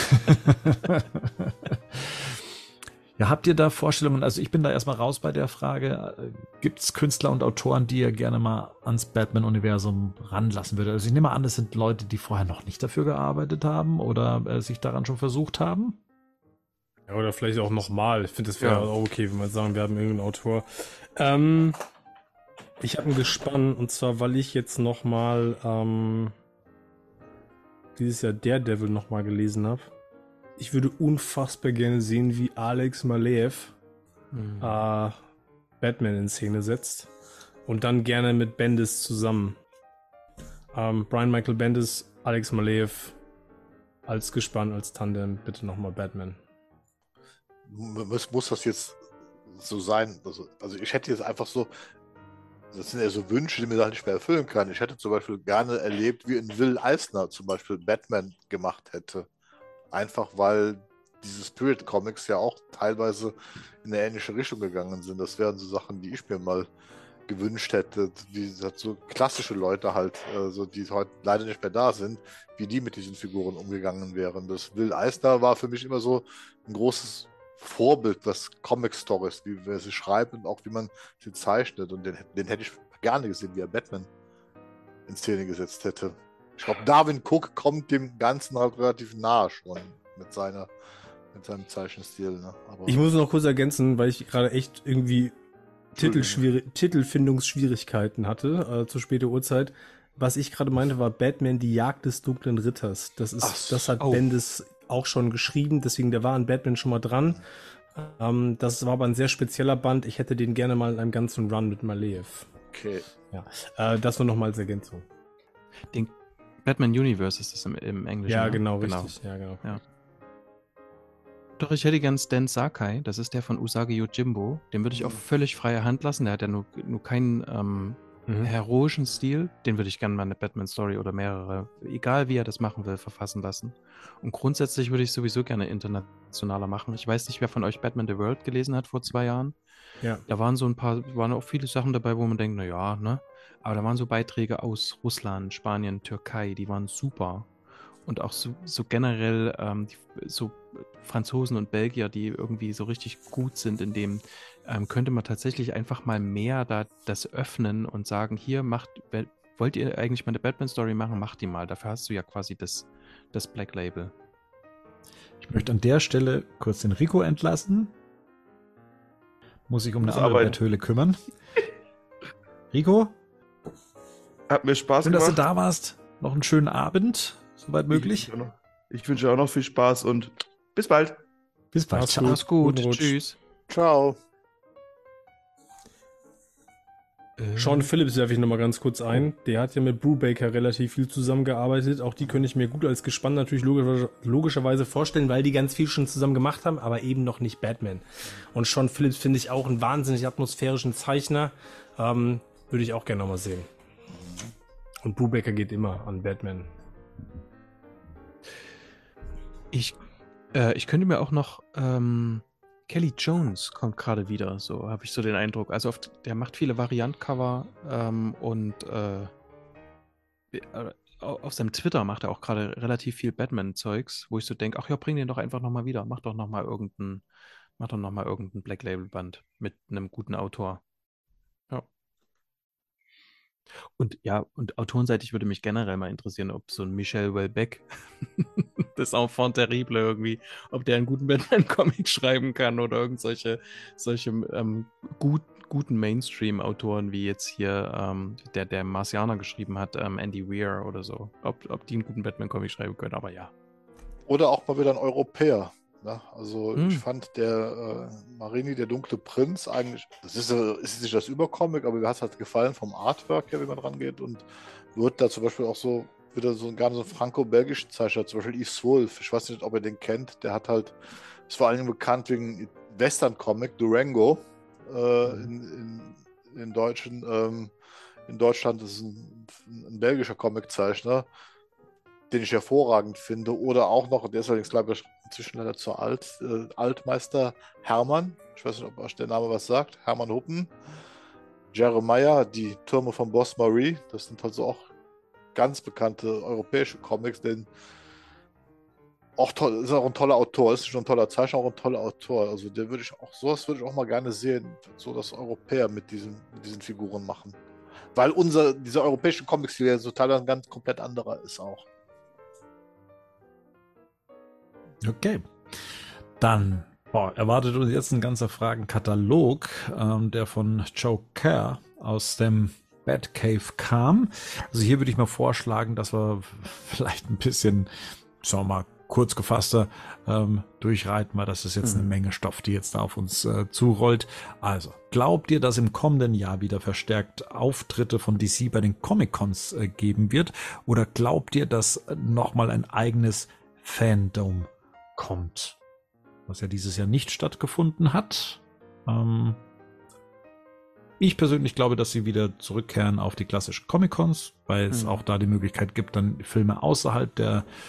Ja, habt ihr da Vorstellungen? Also ich bin da erstmal raus bei der Frage. Gibt es Künstler und Autoren, die ihr gerne mal ans Batman-Universum ranlassen würdet? Also ich nehme an, das sind Leute, die vorher noch nicht dafür gearbeitet haben oder äh, sich daran schon versucht haben. Ja, oder vielleicht auch nochmal. Ich finde, das wäre Ja. auch okay, wenn wir sagen, wir haben irgendeinen Autor. Ähm, ich habe ein Gespann, und zwar, weil ich jetzt nochmal ähm, dieses Jahr Daredevil nochmal gelesen habe. Ich würde unfassbar gerne sehen, wie Alex Maleev Hm. äh, Batman in Szene setzt. Und dann gerne mit Bendis zusammen. Ähm, Brian Michael Bendis, Alex Maleev als Gespann, als Tandem, bitte nochmal Batman. Muss, muss das jetzt so sein? Also, also ich hätte jetzt einfach so, das sind ja so Wünsche, die mir da nicht mehr erfüllen kann. Ich hätte zum Beispiel gerne erlebt, wie ein Will Eisner zum Beispiel Batman gemacht hätte. Einfach weil diese Spirit Comics ja auch teilweise in eine ähnliche Richtung gegangen sind. Das wären so Sachen, die ich mir mal gewünscht hätte, wie gesagt, so klassische Leute halt, äh, so die heute leider nicht mehr da sind, wie die mit diesen Figuren umgegangen wären. Das Will Eisner war für mich immer so ein großes Vorbild, was Comic-Stories, wie wer sie schreibt und auch wie man sie zeichnet. Und den, den hätte ich gerne gesehen, wie er Batman in Szene gesetzt hätte. Ich glaube, Darwin Cook kommt dem Ganzen halt relativ nahe schon mit seiner, mit seinem Zeichenstil. Ne? Aber Ich muss noch kurz ergänzen, weil ich gerade echt irgendwie Titelschwier- Titelfindungsschwierigkeiten hatte, äh, zu später Uhrzeit. Was ich gerade meinte, war Batman, die Jagd des dunklen Ritters. Das ist, Ach, das hat oh. Bendis auch schon geschrieben, deswegen der war an Batman schon mal dran. Ähm, das war aber ein sehr spezieller Band. Ich hätte den gerne mal in einem ganzen Run mit Maleev. okay. Ja, äh, das nur noch mal als Ergänzung. Den Batman Universe ist das im, im Englischen. Ja, ne? genau, richtig. Ja, genau. Ja. Doch, ich hätte gern Stan Sakai, das ist der von Usagi Yojimbo. Den würde ich auf völlig freie Hand lassen. Der hat ja nur, nur keinen ähm, Mhm. heroischen Stil. Den würde ich gerne mal eine Batman-Story oder mehrere, egal wie er das machen will, verfassen lassen. Und grundsätzlich würde ich sowieso gerne internationaler machen. Ich weiß nicht, wer von euch Batman the World gelesen hat vor zwei Jahren. Ja. Da waren so ein paar, waren auch viele Sachen dabei, wo man denkt, na ja, ne? Aber da waren so Beiträge aus Russland, Spanien, Türkei, die waren super. Und auch so, so generell ähm, die, so Franzosen und Belgier, die irgendwie so richtig gut sind in dem, ähm, könnte man tatsächlich einfach mal mehr da das öffnen und sagen, hier macht, wollt ihr eigentlich mal eine Batman-Story machen, macht die mal. Dafür hast du ja quasi das, das Black Label. Ich möchte an der Stelle kurz den Rico entlassen. Muss sich um eine Muss andere arbeiten. Betthöhle kümmern. Rico, Hat mir Spaß schön, dass du gemacht. da warst. Noch einen schönen Abend, soweit möglich. Ich, wünsche auch noch- ich wünsche auch noch viel Spaß und bis bald. Bis bald. Mach's Ciao. gut. Mach's gut. Guten Rutsch. Tschüss. Ciao. Sean Phillips werfe ich nochmal ganz kurz ein. Der hat ja mit Brubaker relativ viel zusammengearbeitet. Auch die könnte ich mir gut als Gespann natürlich logischer, logischerweise vorstellen, weil die ganz viel schon zusammen gemacht haben, aber eben noch nicht Batman. Und Sean Phillips finde ich auch einen wahnsinnig atmosphärischen Zeichner. Ähm, würde ich auch gerne nochmal sehen. Und Brubaker geht immer an Batman. Ich, äh, ich könnte mir auch noch ähm, Kelly Jones kommt gerade wieder, so habe ich so den Eindruck. Also oft, der macht viele Variant-Cover ähm, und äh, äh, auf seinem Twitter macht er auch gerade relativ viel Batman-Zeugs, wo ich so denke, ach ja, bring den doch einfach nochmal wieder. Mach doch nochmal irgendein, mach doch noch mal irgendein Black Label-Band mit einem guten Autor. Ja. Und ja, und autorenseitig würde mich generell mal interessieren, ob so ein Michel Houellebecq, das Enfant terrible irgendwie, ob der einen guten Batman-Comic schreiben kann oder irgend solche, solche ähm, gut, guten Mainstream-Autoren wie jetzt hier, ähm, der, der Marcianer geschrieben hat, ähm, Andy Weir oder so, ob, ob die einen guten Batman-Comic schreiben können, aber ja. Oder auch mal wieder ein Europäer. Ne? Also Hm. ich fand der äh, Marini, der dunkle Prinz, eigentlich, das ist, äh, ist nicht das Übercomic, aber mir hat es halt gefallen vom Artwork her, wie man rangeht, und wird da zum Beispiel auch so wieder so gar so ein franco-belgischen Zeichner, zum Beispiel Yves Wolf, ich weiß nicht, ob ihr den kennt, der hat halt, ist vor allem bekannt wegen Western-Comic, Durango, äh, in, in, in, Deutschen, ähm, in Deutschland ist ein, ein belgischer Comiczeichner, den ich hervorragend finde. Oder auch noch, der ist allerdings, glaube ich, inzwischen leider zu alt, äh, Altmeister Hermann. Ich weiß nicht, ob euch der Name was sagt. Hermann Huppen. Jeremiah, die Türme von Boss Marie. Das sind also auch ganz bekannte europäische Comics, denn auch toll, ist auch ein toller Autor, ist nicht nur ein toller Zeichner, auch ein toller Autor. Also der würde ich auch, sowas würde ich auch mal gerne sehen, so dass Europäer mit diesen, mit diesen Figuren machen. Weil unser, dieser europäische Comic-Stil ja total ein ganz komplett anderer ist auch. Okay. Dann boah, erwartet uns jetzt ein ganzer Fragenkatalog, ähm, der von Joe Kerr aus dem Batcave kam. Also hier würde ich mal vorschlagen, dass wir vielleicht ein bisschen, sagen wir mal, kurz gefasster ähm, durchreiten, weil das ist jetzt eine Menge Stoff, die jetzt da auf uns äh, zurollt. Also, glaubt ihr, dass im kommenden Jahr wieder verstärkt Auftritte von D C bei den Comic-Cons äh, geben wird? Oder glaubt ihr, dass nochmal ein eigenes Fandom kommt? Was ja dieses Jahr nicht stattgefunden hat. Ähm, ich persönlich glaube, dass sie wieder zurückkehren auf die klassischen Comic-Cons, weil es Mhm. auch da die Möglichkeit gibt, dann Filme außerhalb der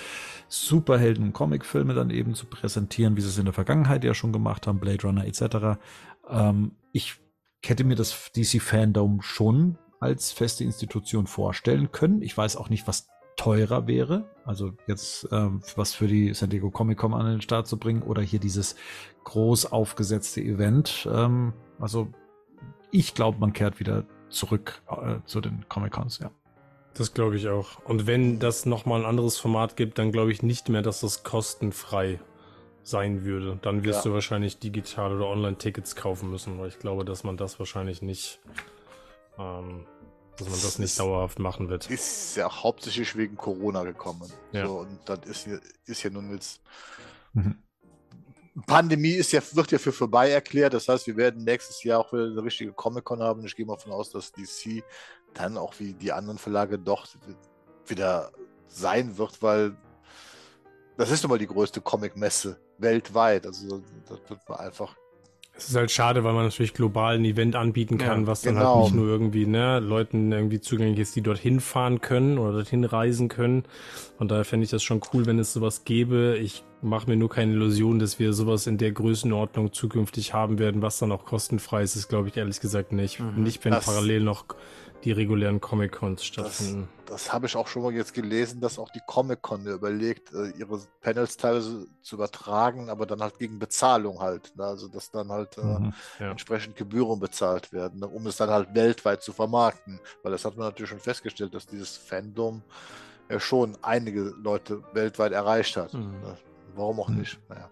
Superhelden- und Comicfilme dann eben zu präsentieren, wie sie es in der Vergangenheit ja schon gemacht haben, Blade Runner et cetera. Ähm, ich hätte mir das D C-Fandom schon als feste Institution vorstellen können. Ich weiß auch nicht, was teurer wäre, also jetzt ähm, was für die San Diego Comic-Con an den Start zu bringen oder hier dieses groß aufgesetzte Event. Ähm, also ich glaube, man kehrt wieder zurück äh, zu den Comic-Cons, ja. Das glaube ich auch. Und wenn das nochmal ein anderes Format gibt, dann glaube ich nicht mehr, dass das kostenfrei sein würde. Dann wirst Ja. du wahrscheinlich digital oder Online-Tickets kaufen müssen, weil ich glaube, dass man das wahrscheinlich nicht, ähm, dass man das nicht dauerhaft machen wird. Ist ja hauptsächlich wegen Corona gekommen. Ja. So, und das ist ja, ist ja nun jetzt. Mhm. Pandemie ist ja, wird ja für vorbei erklärt. Das heißt, wir werden nächstes Jahr auch wieder eine richtige Comic-Con haben. Ich gehe mal davon aus, dass D C dann auch wie die anderen Verlage doch wieder sein wird, weil das ist nun mal die größte Comic-Messe weltweit. Also das wird man einfach. Es ist halt schade, weil man natürlich global ein Event anbieten kann, Ja, was dann genau. halt nicht nur irgendwie, ne, Leuten irgendwie zugänglich ist, die dorthin fahren können oder dorthin reisen können. Von daher fände ich das schon cool, wenn es sowas gäbe. Ich mache mir nur keine Illusion, dass wir sowas in der Größenordnung zukünftig haben werden, was dann auch kostenfrei ist, ist, glaube ich, ehrlich gesagt nicht. Mhm. Nicht, wenn Das- parallel noch die regulären Comic-Cons Das, stattfinden. das habe ich auch schon mal jetzt gelesen, dass auch die Comic-Con überlegt, äh, ihre Panels teilweise zu übertragen, aber dann halt gegen Bezahlung halt. Ne? Also dass dann halt äh, Mhm. Ja. entsprechend Gebühren bezahlt werden, ne? Um es dann halt weltweit zu vermarkten. Weil das hat man natürlich schon festgestellt, dass dieses Fandom ja schon einige Leute weltweit erreicht hat. Mhm. Ne? Warum auch Mhm. nicht? Naja.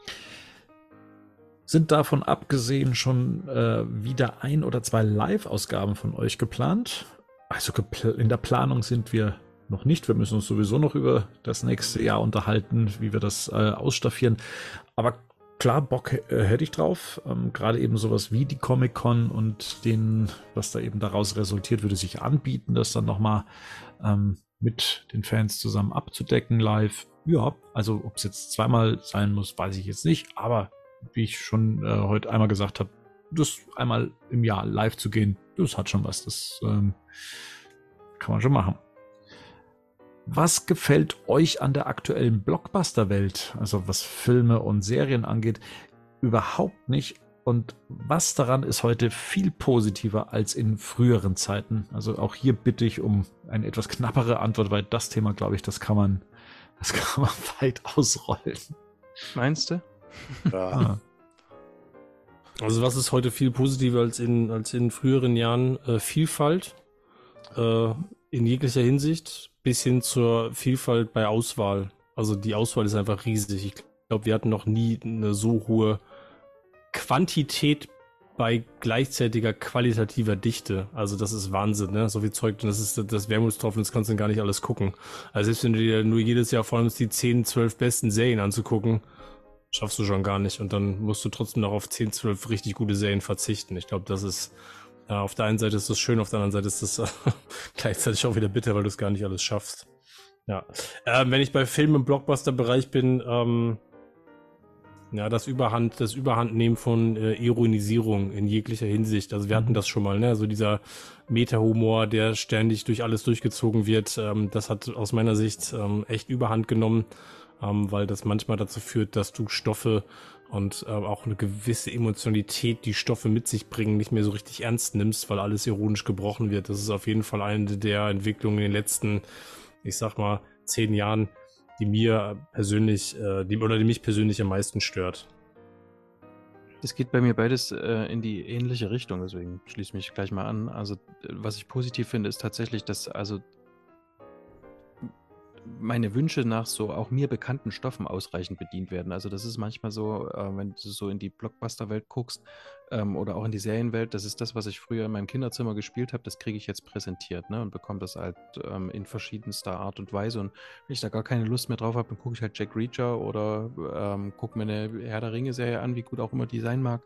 Sind davon abgesehen schon äh, wieder ein oder zwei Live-Ausgaben von euch geplant? Also gepl- in der Planung sind wir noch nicht. Wir müssen uns sowieso noch über das nächste Jahr unterhalten, wie wir das äh, ausstaffieren. Aber klar, Bock äh, hätte ich drauf. Ähm, Gerade eben sowas wie die Comic-Con und den, was da eben daraus resultiert, würde sich anbieten, das dann nochmal ähm, mit den Fans zusammen abzudecken live. Ja, also ob es jetzt zweimal sein muss, weiß ich jetzt nicht. Aber wie ich schon äh, heute einmal gesagt habe, das einmal im Jahr live zu gehen, das hat schon was. Das ähm, kann man schon machen. Was gefällt euch an der aktuellen Blockbuster-Welt, also was Filme und Serien angeht, überhaupt nicht? Und was daran ist heute viel positiver als in früheren Zeiten? Also auch hier bitte ich um eine etwas knappere Antwort, weil das Thema, glaube ich, das kann man, das kann man weit ausrollen. Meinst du? Ja. Ah. Also was ist heute viel positiver als in, als in früheren Jahren? Äh, Vielfalt äh, in jeglicher Hinsicht bis hin zur Vielfalt bei Auswahl. Also die Auswahl ist einfach riesig. Ich glaube, wir hatten noch nie eine so hohe Quantität bei gleichzeitiger qualitativer Dichte. Also das ist Wahnsinn, ne? So viel Zeug, das ist das Wermutstropfen, das kannst du gar nicht alles gucken. Also selbst wenn du dir nur jedes Jahr vor allem die zehn, zwölf besten Serien anzugucken, schaffst du schon gar nicht. Und dann musst du trotzdem noch auf zehn, zwölf richtig gute Serien verzichten. Ich glaube, das ist, ja, auf der einen Seite ist das schön, auf der anderen Seite ist das äh, gleichzeitig auch wieder bitter, weil du es gar nicht alles schaffst. Ja. Ähm, wenn ich bei Film- im Blockbuster-Bereich bin, ähm, ja, das Überhand, das Überhandnehmen von äh, Ironisierung in jeglicher Hinsicht. Also wir hatten das schon mal, ne? So dieser Meta-Humor, der ständig durch alles durchgezogen wird, ähm, das hat aus meiner Sicht ähm, echt Überhand genommen. Ähm, weil das manchmal dazu führt, dass du Stoffe und äh, auch eine gewisse Emotionalität, die Stoffe mit sich bringen, nicht mehr so richtig ernst nimmst, weil alles ironisch gebrochen wird. Das ist auf jeden Fall eine der Entwicklungen in den letzten, ich sag mal, zehn Jahren, die mir persönlich, äh, die, oder die mich persönlich am meisten stört. Das geht bei mir beides äh, in die ähnliche Richtung, deswegen schließe ich mich gleich mal an. Also, äh, was ich positiv finde, ist tatsächlich, dass also meine Wünsche nach so auch mir bekannten Stoffen ausreichend bedient werden. Also das ist manchmal so, äh, wenn du so in die Blockbuster-Welt guckst ähm, oder auch in die Serienwelt, das ist das, was ich früher in meinem Kinderzimmer gespielt habe, das kriege ich jetzt präsentiert, ne, und bekomme das halt ähm, in verschiedenster Art und Weise. Und wenn ich da gar keine Lust mehr drauf habe, dann gucke ich halt Jack Reacher oder ähm, gucke mir eine Herr der Ringe-Serie an, wie gut auch immer die sein mag.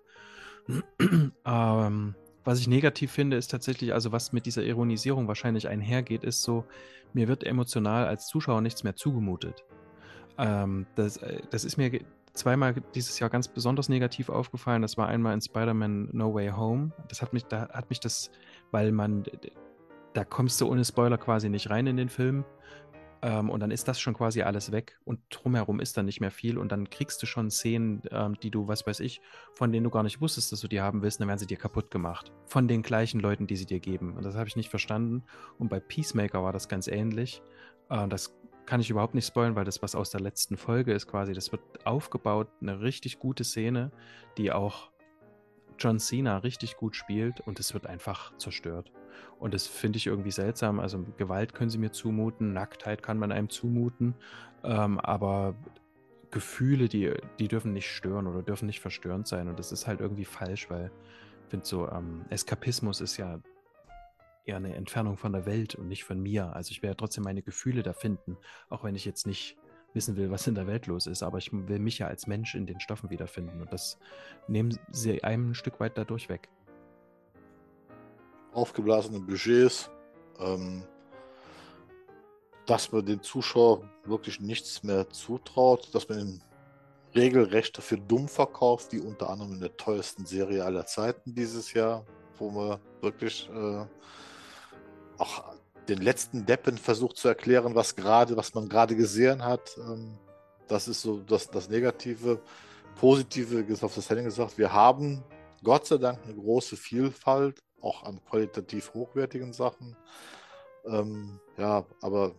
ähm, Was ich negativ finde, ist tatsächlich, also was mit dieser Ironisierung wahrscheinlich einhergeht, ist so, mir wird emotional als Zuschauer nichts mehr zugemutet. Ähm, das, äh, das ist mir ge- zweimal dieses Jahr ganz besonders negativ aufgefallen. Das war einmal in Spider-Man No Way Home. Das hat mich, da hat mich das, weil man, da kommst du ohne Spoiler quasi nicht rein in den Film. Ähm, und dann ist das schon quasi alles weg und drumherum ist dann nicht mehr viel und dann kriegst du schon Szenen, ähm, die du, was weiß ich, von denen du gar nicht wusstest, dass du die haben willst, dann werden sie dir kaputt gemacht. Von den gleichen Leuten, die sie dir geben. Und das habe ich nicht verstanden. Und bei Peacemaker war das ganz ähnlich. Äh, das kann ich überhaupt nicht spoilern, weil das, was aus der letzten Folge ist quasi, das wird aufgebaut, eine richtig gute Szene, die auch John Cena richtig gut spielt und es wird einfach zerstört. Und das finde ich irgendwie seltsam. Also Gewalt können sie mir zumuten, Nacktheit kann man einem zumuten, ähm, aber Gefühle, die, die dürfen nicht stören oder dürfen nicht verstörend sein. Und das ist halt irgendwie falsch, weil ich finde so, ähm, Eskapismus ist ja eher eine Entfernung von der Welt und nicht von mir. Also ich werde trotzdem meine Gefühle da finden, auch wenn ich jetzt nicht wissen will, was in der Welt los ist, aber ich will mich ja als Mensch in den Stoffen wiederfinden und das nehmen sie einem ein Stück weit dadurch weg. Aufgeblasene Budgets, ähm, dass man den Zuschauer wirklich nichts mehr zutraut, dass man ihn regelrecht für dumm verkauft, wie unter anderem in der teuersten Serie aller Zeiten dieses Jahr, wo man wirklich äh, auch den letzten Deppen versucht zu erklären, was gerade, was man gerade gesehen hat. Ähm, das ist so das, das Negative. Positive ist auf das Henning gesagt, wir haben Gott sei Dank eine große Vielfalt, auch an qualitativ hochwertigen Sachen. Ähm, ja, aber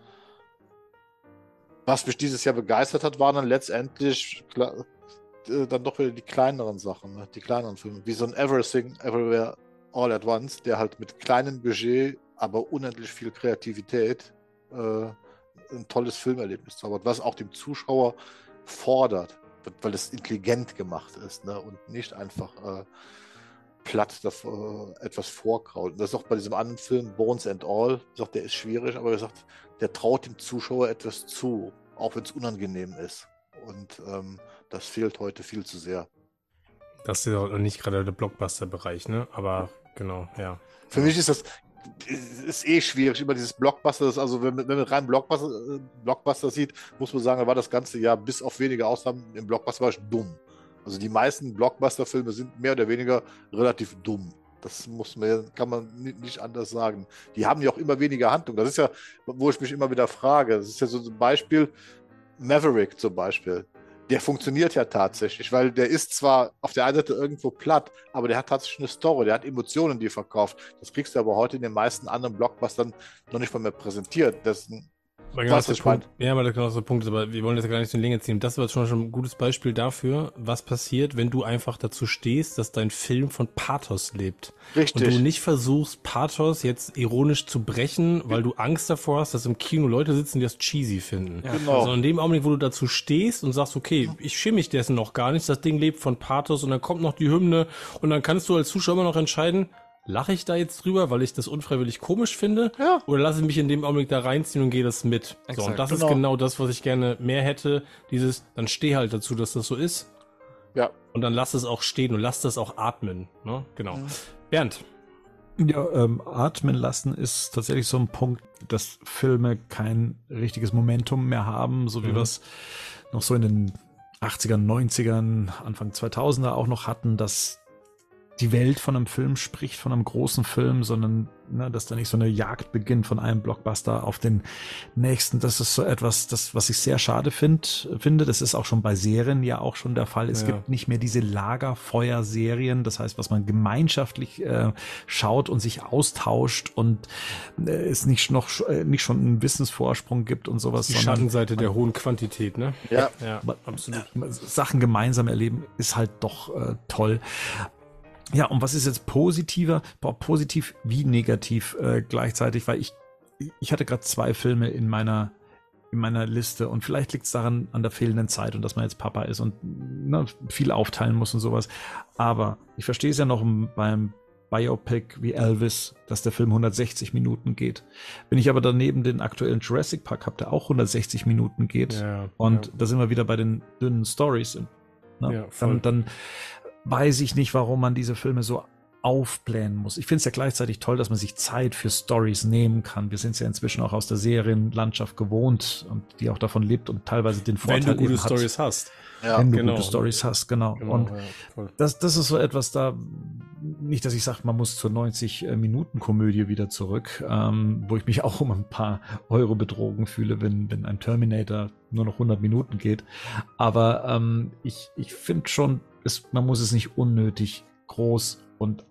was mich dieses Jahr begeistert hat, waren dann letztendlich klar, äh, dann doch wieder die kleineren Sachen, ne? Die kleineren Filme, wie so ein Everything, Everywhere, All at Once, der halt mit kleinem Budget, aber unendlich viel Kreativität äh, ein tolles Filmerlebnis zaubert, was auch dem Zuschauer fordert, weil es intelligent gemacht ist, ne? Und nicht einfach äh, platt davor, äh, etwas vorkraut. Und das ist auch bei diesem anderen Film, Bones and All, sagt, der ist schwierig, aber er sagt, der traut dem Zuschauer etwas zu, auch wenn es unangenehm ist. Und ähm, das fehlt heute viel zu sehr. Das ist ja auch nicht gerade der Blockbuster-Bereich, ne? Aber genau, ja. Für mich ist das ist eh schwierig, über dieses Blockbuster, das also wenn man, wenn man rein Blockbuster, äh, Blockbuster sieht, muss man sagen, da war das ganze Jahr bis auf wenige Ausnahmen im Blockbuster dumm. Also die meisten Blockbuster-Filme sind mehr oder weniger relativ dumm. Das muss man, kann man nicht anders sagen. Die haben ja auch immer weniger Handlung. Das ist ja, wo ich mich immer wieder frage. Das ist ja so ein Beispiel, Maverick zum Beispiel. Der funktioniert ja tatsächlich, weil der ist zwar auf der einen Seite irgendwo platt, aber der hat tatsächlich eine Story, der hat Emotionen, die er verkauft. Das kriegst du aber heute in den meisten anderen Blockbustern noch nicht mal mehr präsentiert. Das ist ein Genau das Punkt, ja, aber das genau der Punkt ist, aber wir wollen das ja gar nicht so in die Länge ziehen. Das war schon, schon ein gutes Beispiel dafür, was passiert, wenn du einfach dazu stehst, dass dein Film von Pathos lebt. Richtig. Und du nicht versuchst, Pathos jetzt ironisch zu brechen, weil du Angst davor hast, dass im Kino Leute sitzen, die das cheesy finden. Ja, genau. Also in dem Augenblick, wo du dazu stehst und sagst, okay, ich schäme mich dessen noch gar nicht, das Ding lebt von Pathos und dann kommt noch die Hymne und dann kannst du als Zuschauer immer noch entscheiden, lache ich da jetzt drüber, weil ich das unfreiwillig komisch finde? Ja. Oder lasse ich mich in dem Augenblick da reinziehen und gehe das mit? Exakt. So, und das Genau. ist genau das, was ich gerne mehr hätte. Dieses, dann steh halt dazu, dass das so ist. Ja. Und dann lass es auch stehen und lass das auch atmen. Ne? Genau. Mhm. Bernd. Ja, ähm, atmen lassen ist tatsächlich so ein Punkt, dass Filme kein richtiges Momentum mehr haben, so wie Mhm. wir es noch so in den achtzigern, neunzigern, Anfang zweitausender auch noch hatten, dass die Welt von einem Film spricht, von einem großen Film, sondern ne, dass da nicht so eine Jagd beginnt von einem Blockbuster auf den nächsten. Das ist so etwas, das, was ich sehr schade find, finde. Das ist auch schon bei Serien ja auch schon der Fall. Es Ja. gibt nicht mehr diese Lagerfeuer-Serien, das heißt, was man gemeinschaftlich äh, schaut und sich austauscht und äh, es nicht noch äh, nicht schon einen Wissensvorsprung gibt und sowas. Die sondern Schattenseite der hohen Quantität, ne? Ja. Ja, absolut. Sachen gemeinsam erleben ist halt doch äh, toll. Ja, und was ist jetzt positiver, boah, positiv wie negativ äh, gleichzeitig, weil ich ich hatte gerade zwei Filme in meiner in meiner Liste und vielleicht liegt es daran an der fehlenden Zeit und dass man jetzt Papa ist und ne, viel aufteilen muss und sowas. Aber ich verstehe es ja noch beim Biopic wie Elvis, dass der Film hundertsechzig Minuten geht. Wenn ich aber daneben den aktuellen Jurassic Park habe, der auch hundertsechzig Minuten geht Ja, und ja. da sind wir wieder bei den dünnen Stories. Ne? Ja, voll. dann, dann weiß ich nicht, warum man diese Filme so aufblähen muss. Ich finde es ja gleichzeitig toll, dass man sich Zeit für Stories nehmen kann. Wir sind es ja inzwischen auch aus der Serienlandschaft gewohnt und die auch davon lebt und teilweise den Vorteil Wenn du gute eben hat, Stories hast. Ja, wenn du genau. gute Stories hast, genau. Genau, Und ja, voll. das, das ist so etwas, da nicht, dass ich sage, man muss zur neunzig-Minuten-Komödie wieder zurück, ähm, wo ich mich auch um ein paar Euro betrogen fühle, wenn, wenn ein Terminator nur noch hundert Minuten geht. Aber ähm, ich, ich finde schon, es, man muss es nicht unnötig groß und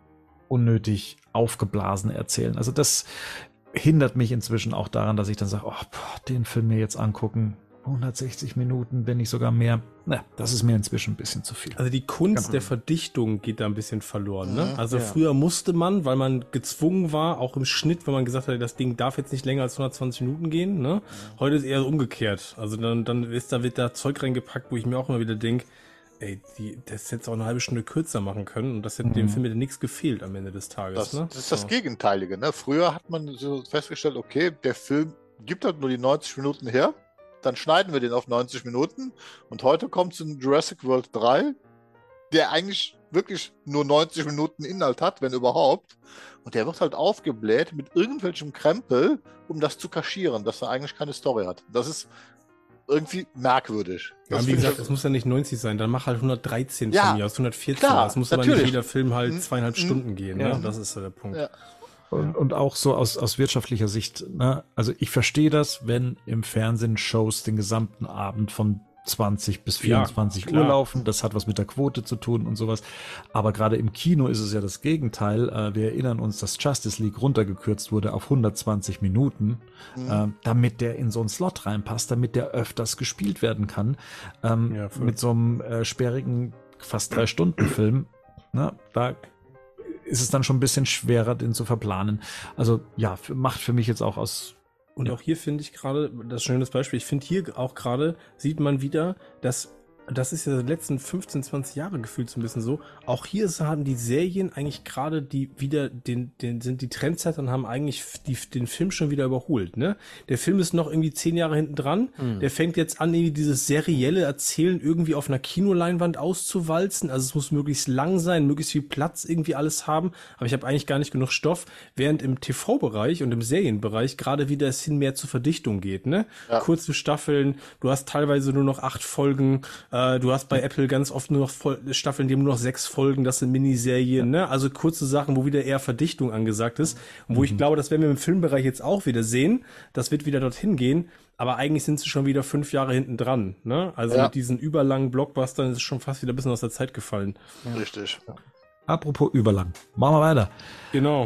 unnötig aufgeblasen erzählen. Also das hindert mich inzwischen auch daran, dass ich dann sage, oh, boah, den Film mir jetzt angucken, hundertsechzig Minuten, wenn nicht sogar mehr. Na, das ist mir inzwischen ein bisschen zu viel. Also die Kunst der Verdichtung geht da ein bisschen verloren. Ne? Also Ja. früher musste man, weil man gezwungen war, auch im Schnitt, wenn man gesagt hat, das Ding darf jetzt nicht länger als hundertzwanzig Minuten gehen. Ne? Heute ist eher umgekehrt. Also dann, dann ist da, wird da Zeug reingepackt, wo ich mir auch immer wieder denke, ey, die, das hätte auch eine halbe Stunde kürzer machen können und das hätte Mhm. dem Film wieder nichts gefehlt am Ende des Tages. Das, ne? das ist das So. Gegenteilige. Ne? Früher hat man so festgestellt, okay, der Film gibt halt nur die neunzig Minuten her, dann schneiden wir den auf neunzig Minuten und heute kommt zu Jurassic World drei, der eigentlich wirklich nur neunzig Minuten Inhalt hat, wenn überhaupt. Und der wird halt aufgebläht mit irgendwelchem Krempel, um das zu kaschieren, dass er eigentlich keine Story hat. Das ist irgendwie merkwürdig. Ja, Das wie finde gesagt, ich- es muss ja nicht neunzig sein, dann mach halt hundertdreizehn Ja, von mir aus, hundertvierzehn. klar, Es muss aber nicht natürlich. jeder Film halt Mhm. zweieinhalb Mhm. Stunden gehen. Ja. Ne? Das ist ja der Punkt. Ja. Und, und auch so aus, aus wirtschaftlicher Sicht, ne? Also ich verstehe das, wenn im Fernsehen Shows den gesamten Abend von zwanzig bis vierundzwanzig klar. Uhr laufen. Das hat was mit der Quote zu tun und sowas. Aber gerade im Kino ist es ja das Gegenteil. Äh, wir erinnern uns, dass Justice League runtergekürzt wurde auf hundertzwanzig Minuten, Mhm. äh, damit der in so einen Slot reinpasst, damit der öfters gespielt werden kann. Ähm, Ja, voll. mit so einem äh, sperrigen, fast drei Stunden Film, ne? Da ist es dann schon ein bisschen schwerer, den zu verplanen. Also ja, für, macht für mich jetzt auch aus. Und Ja. auch hier finde ich gerade, das ist ein schönes Beispiel, ich finde hier auch gerade, sieht man wieder, dass, das ist ja die letzten fünfzehn, zwanzig Jahre gefühlt so ein bisschen so, auch hier ist- haben die Serien eigentlich gerade die wieder, den, den, sind die Trendsetter und haben eigentlich die, den Film schon wieder überholt, ne? Der Film ist noch irgendwie zehn Jahre hinten dran, der fängt jetzt an, irgendwie dieses serielle Erzählen irgendwie auf einer Kinoleinwand auszuwalzen, also es muss möglichst lang sein, möglichst viel Platz irgendwie alles haben, aber ich habe eigentlich gar nicht genug Stoff, während im T V-Bereich und im Serienbereich gerade wieder es hin mehr zur Verdichtung geht, ne? Ja. Kurze Staffeln, du hast teilweise nur noch acht Folgen, äh, du hast bei Apple ganz oft nur noch Fol Staffeln, die haben nur noch sechs Folgen, das sind Miniserien, ne? Also kurze Sachen, wo wieder eher Verdichtung angesagt ist und wo ich glaube, das werden wir im Filmbereich jetzt auch wieder sehen, das wird wieder dorthin gehen, aber eigentlich sind sie schon wieder fünf Jahre hinten dran, ne? Also Ja. mit diesen überlangen Blockbustern ist es schon fast wieder ein bisschen aus der Zeit gefallen. Richtig. Apropos überlang. Machen wir weiter. Genau.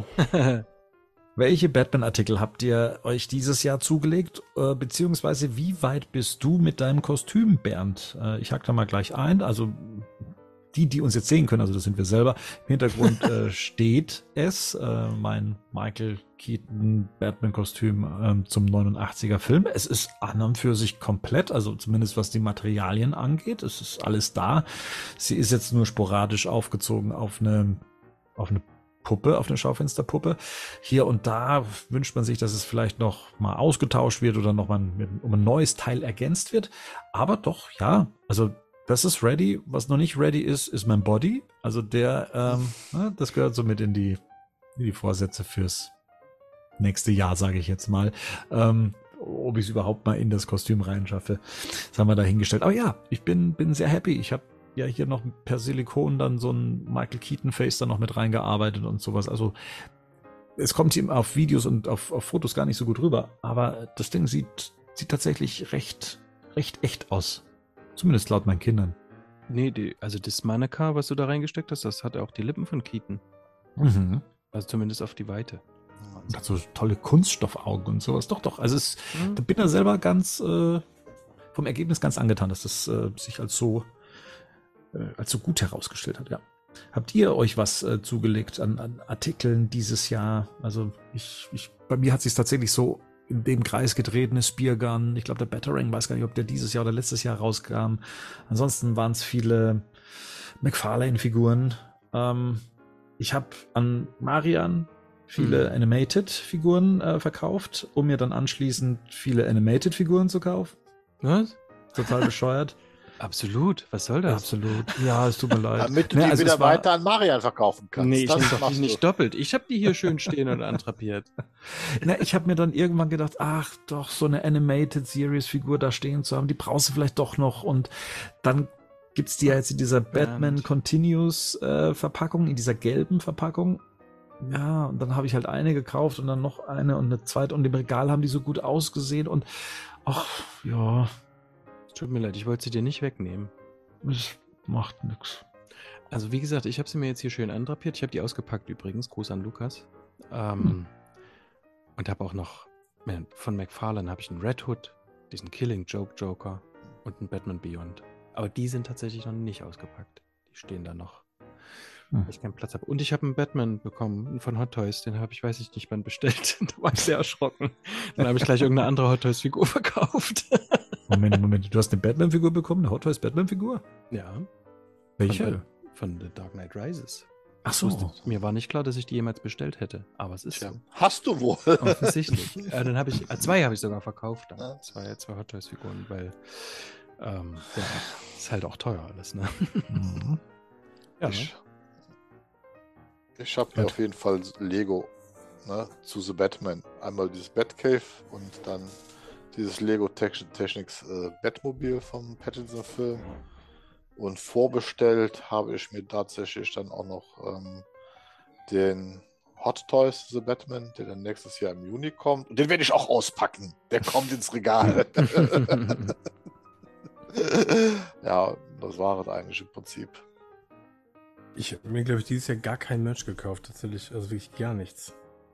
Welche Batman-Artikel habt ihr euch dieses Jahr zugelegt? Äh, beziehungsweise wie weit bist du mit deinem Kostüm, Bernd? Äh, ich hack da mal gleich ein. Also die, die uns jetzt sehen können, also das sind wir selber. Im Hintergrund äh, steht es, äh, mein Michael Keaton Batman-Kostüm ähm, zum neunundachtziger Film. Es ist an und für sich komplett, also zumindest was die Materialien angeht. Es ist alles da. Sie ist jetzt nur sporadisch aufgezogen auf eine, auf eine Puppe, auf eine Schaufensterpuppe. Hier und da wünscht man sich, dass es vielleicht noch mal ausgetauscht wird oder noch mal mit, um ein neues Teil ergänzt wird. Aber doch, ja, also das ist ready. Was noch nicht ready ist, ist mein Body. Also der, ähm, na, das gehört so mit in die, in die Vorsätze fürs nächste Jahr, sage ich jetzt mal. Ähm, ob ich es überhaupt mal in das Kostüm reinschaffe, das haben wir dahingestellt. Aber ja, ich bin, bin sehr happy. Ich habe ja hier noch per Silikon dann so ein Michael Keaton Face da noch mit reingearbeitet und sowas. Also es kommt ihm auf Videos und auf, auf Fotos gar nicht so gut rüber, aber das Ding sieht, sieht tatsächlich recht, recht echt aus. Zumindest laut meinen Kindern. Nee, die, also das Mannequin, was du da reingesteckt hast, das hat auch die Lippen von Keaton. Mhm. Also zumindest auf die Weite. Und hat so tolle Kunststoffaugen und sowas. Doch, doch. Also es, Mhm. da bin er selber ganz äh, vom Ergebnis ganz angetan, dass das äh, sich als so äh, als so gut herausgestellt hat, ja. Habt ihr euch was äh, zugelegt an, an Artikeln dieses Jahr? Also ich, ich bei mir hat sich tatsächlich so in dem Kreis gedreht, eine Speargun. Ich glaube, der Batarang, weiß gar nicht, ob der dieses Jahr oder letztes Jahr rauskam. Ansonsten waren es viele McFarlane-Figuren. Ähm, ich habe an Marian viele Animated-Figuren äh, verkauft, um mir dann anschließend viele Animated-Figuren zu kaufen. Was? Total bescheuert. Absolut. Was soll das? Absolut. Ja, es tut mir leid. Damit du Nee, die also wieder es war- weiter an Marian verkaufen kannst. Nee, ich Das nehme doch machst die du. nicht doppelt. Ich habe die hier schön stehen und antrapiert. Na, ich habe mir dann irgendwann gedacht, ach doch, so eine Animated Series Figur da stehen zu haben, die brauchst du vielleicht doch noch. Und dann gibt's die ja jetzt in dieser Verdammt. Batman Continuous äh, Verpackung, in dieser gelben Verpackung. Ja, und dann habe ich halt eine gekauft und dann noch eine und eine zweite und im Regal haben die so gut ausgesehen und ach, ja, Tut mir leid, ich wollte sie dir nicht wegnehmen. es macht nix. Also wie gesagt, ich habe sie mir jetzt hier schön andrapiert. Ich habe die ausgepackt übrigens. Gruß an Lukas. Ähm, Hm. Und habe auch noch man, von McFarlane habe ich einen Red Hood, diesen Killing Joke Joker und einen Batman Beyond. Aber die sind tatsächlich noch nicht ausgepackt. Die stehen da noch. Hm. Weil ich keinen Platz habe. Und ich habe einen Batman bekommen von Hot Toys. Den habe ich, weiß ich nicht, wann bestellt. Da war ich sehr erschrocken. Dann habe ich gleich irgendeine andere Hot Toys Figur verkauft. Moment, Moment, du hast eine Batman-Figur bekommen, eine Hot Toys Batman-Figur? Ja. Welche? Von, von The Dark Knight Rises. Ach so. Wusste- Mir war nicht klar, dass ich die jemals bestellt hätte. Aber es ist Tja, so. hast du wohl. Offensichtlich. äh, dann habe ich, äh, zwei habe ich sogar verkauft. Dann. Ja. Zwei, zwei Hot Toys Figuren, weil ähm, ja, ist halt auch teuer alles, ne? Mhm. Ja, Ich, ich habe mir Gut. auf jeden Fall Lego, ne, zu The Batman. Einmal dieses Batcave und dann dieses Lego Tech- Technics äh, Batmobil vom Pattinson-Film. Und vorbestellt habe ich mir tatsächlich dann auch noch ähm, den Hot Toys The Batman, der dann nächstes Jahr im Juni kommt. Und den werde ich auch auspacken. Der kommt ins Regal. Ja, das war es eigentlich im Prinzip. Ich habe mir, glaube ich, dieses Jahr gar kein Merch gekauft, tatsächlich. Also wirklich gar nichts.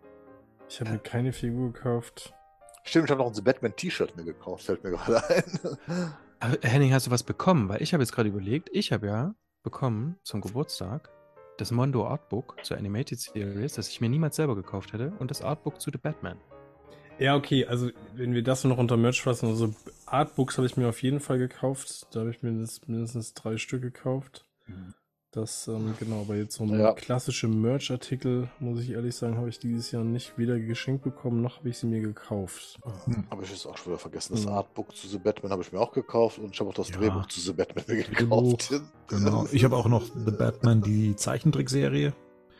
Ich habe mir keine Figur gekauft. Stimmt, ich habe noch ein The Batman T-Shirt mir gekauft, fällt mir gerade ein. Aber, Henning, hast du was bekommen? Weil ich habe jetzt gerade überlegt, ich habe ja bekommen zum Geburtstag das Mondo Artbook zur Animated Series, das ich mir niemals selber gekauft hätte, und das Artbook zu The Batman. Ja, okay, also wenn wir das noch unter Merch fassen, also Artbooks habe ich mir auf jeden Fall gekauft. Da habe ich mir mindestens, mindestens drei Stück gekauft. Das, ähm, genau, aber jetzt so Ja. klassische Merch-Artikel, muss ich ehrlich sagen, habe ich dieses Jahr nicht weder geschenkt bekommen, noch habe ich sie mir gekauft. Habe ich jetzt auch schon wieder vergessen. Das Mhm. Artbook zu The Batman habe ich mir auch gekauft und ich habe auch das Ja. Drehbuch zu The Batman mir Drehbuch. gekauft. Genau. Ich habe auch noch The Batman, die Zeichentrickserie.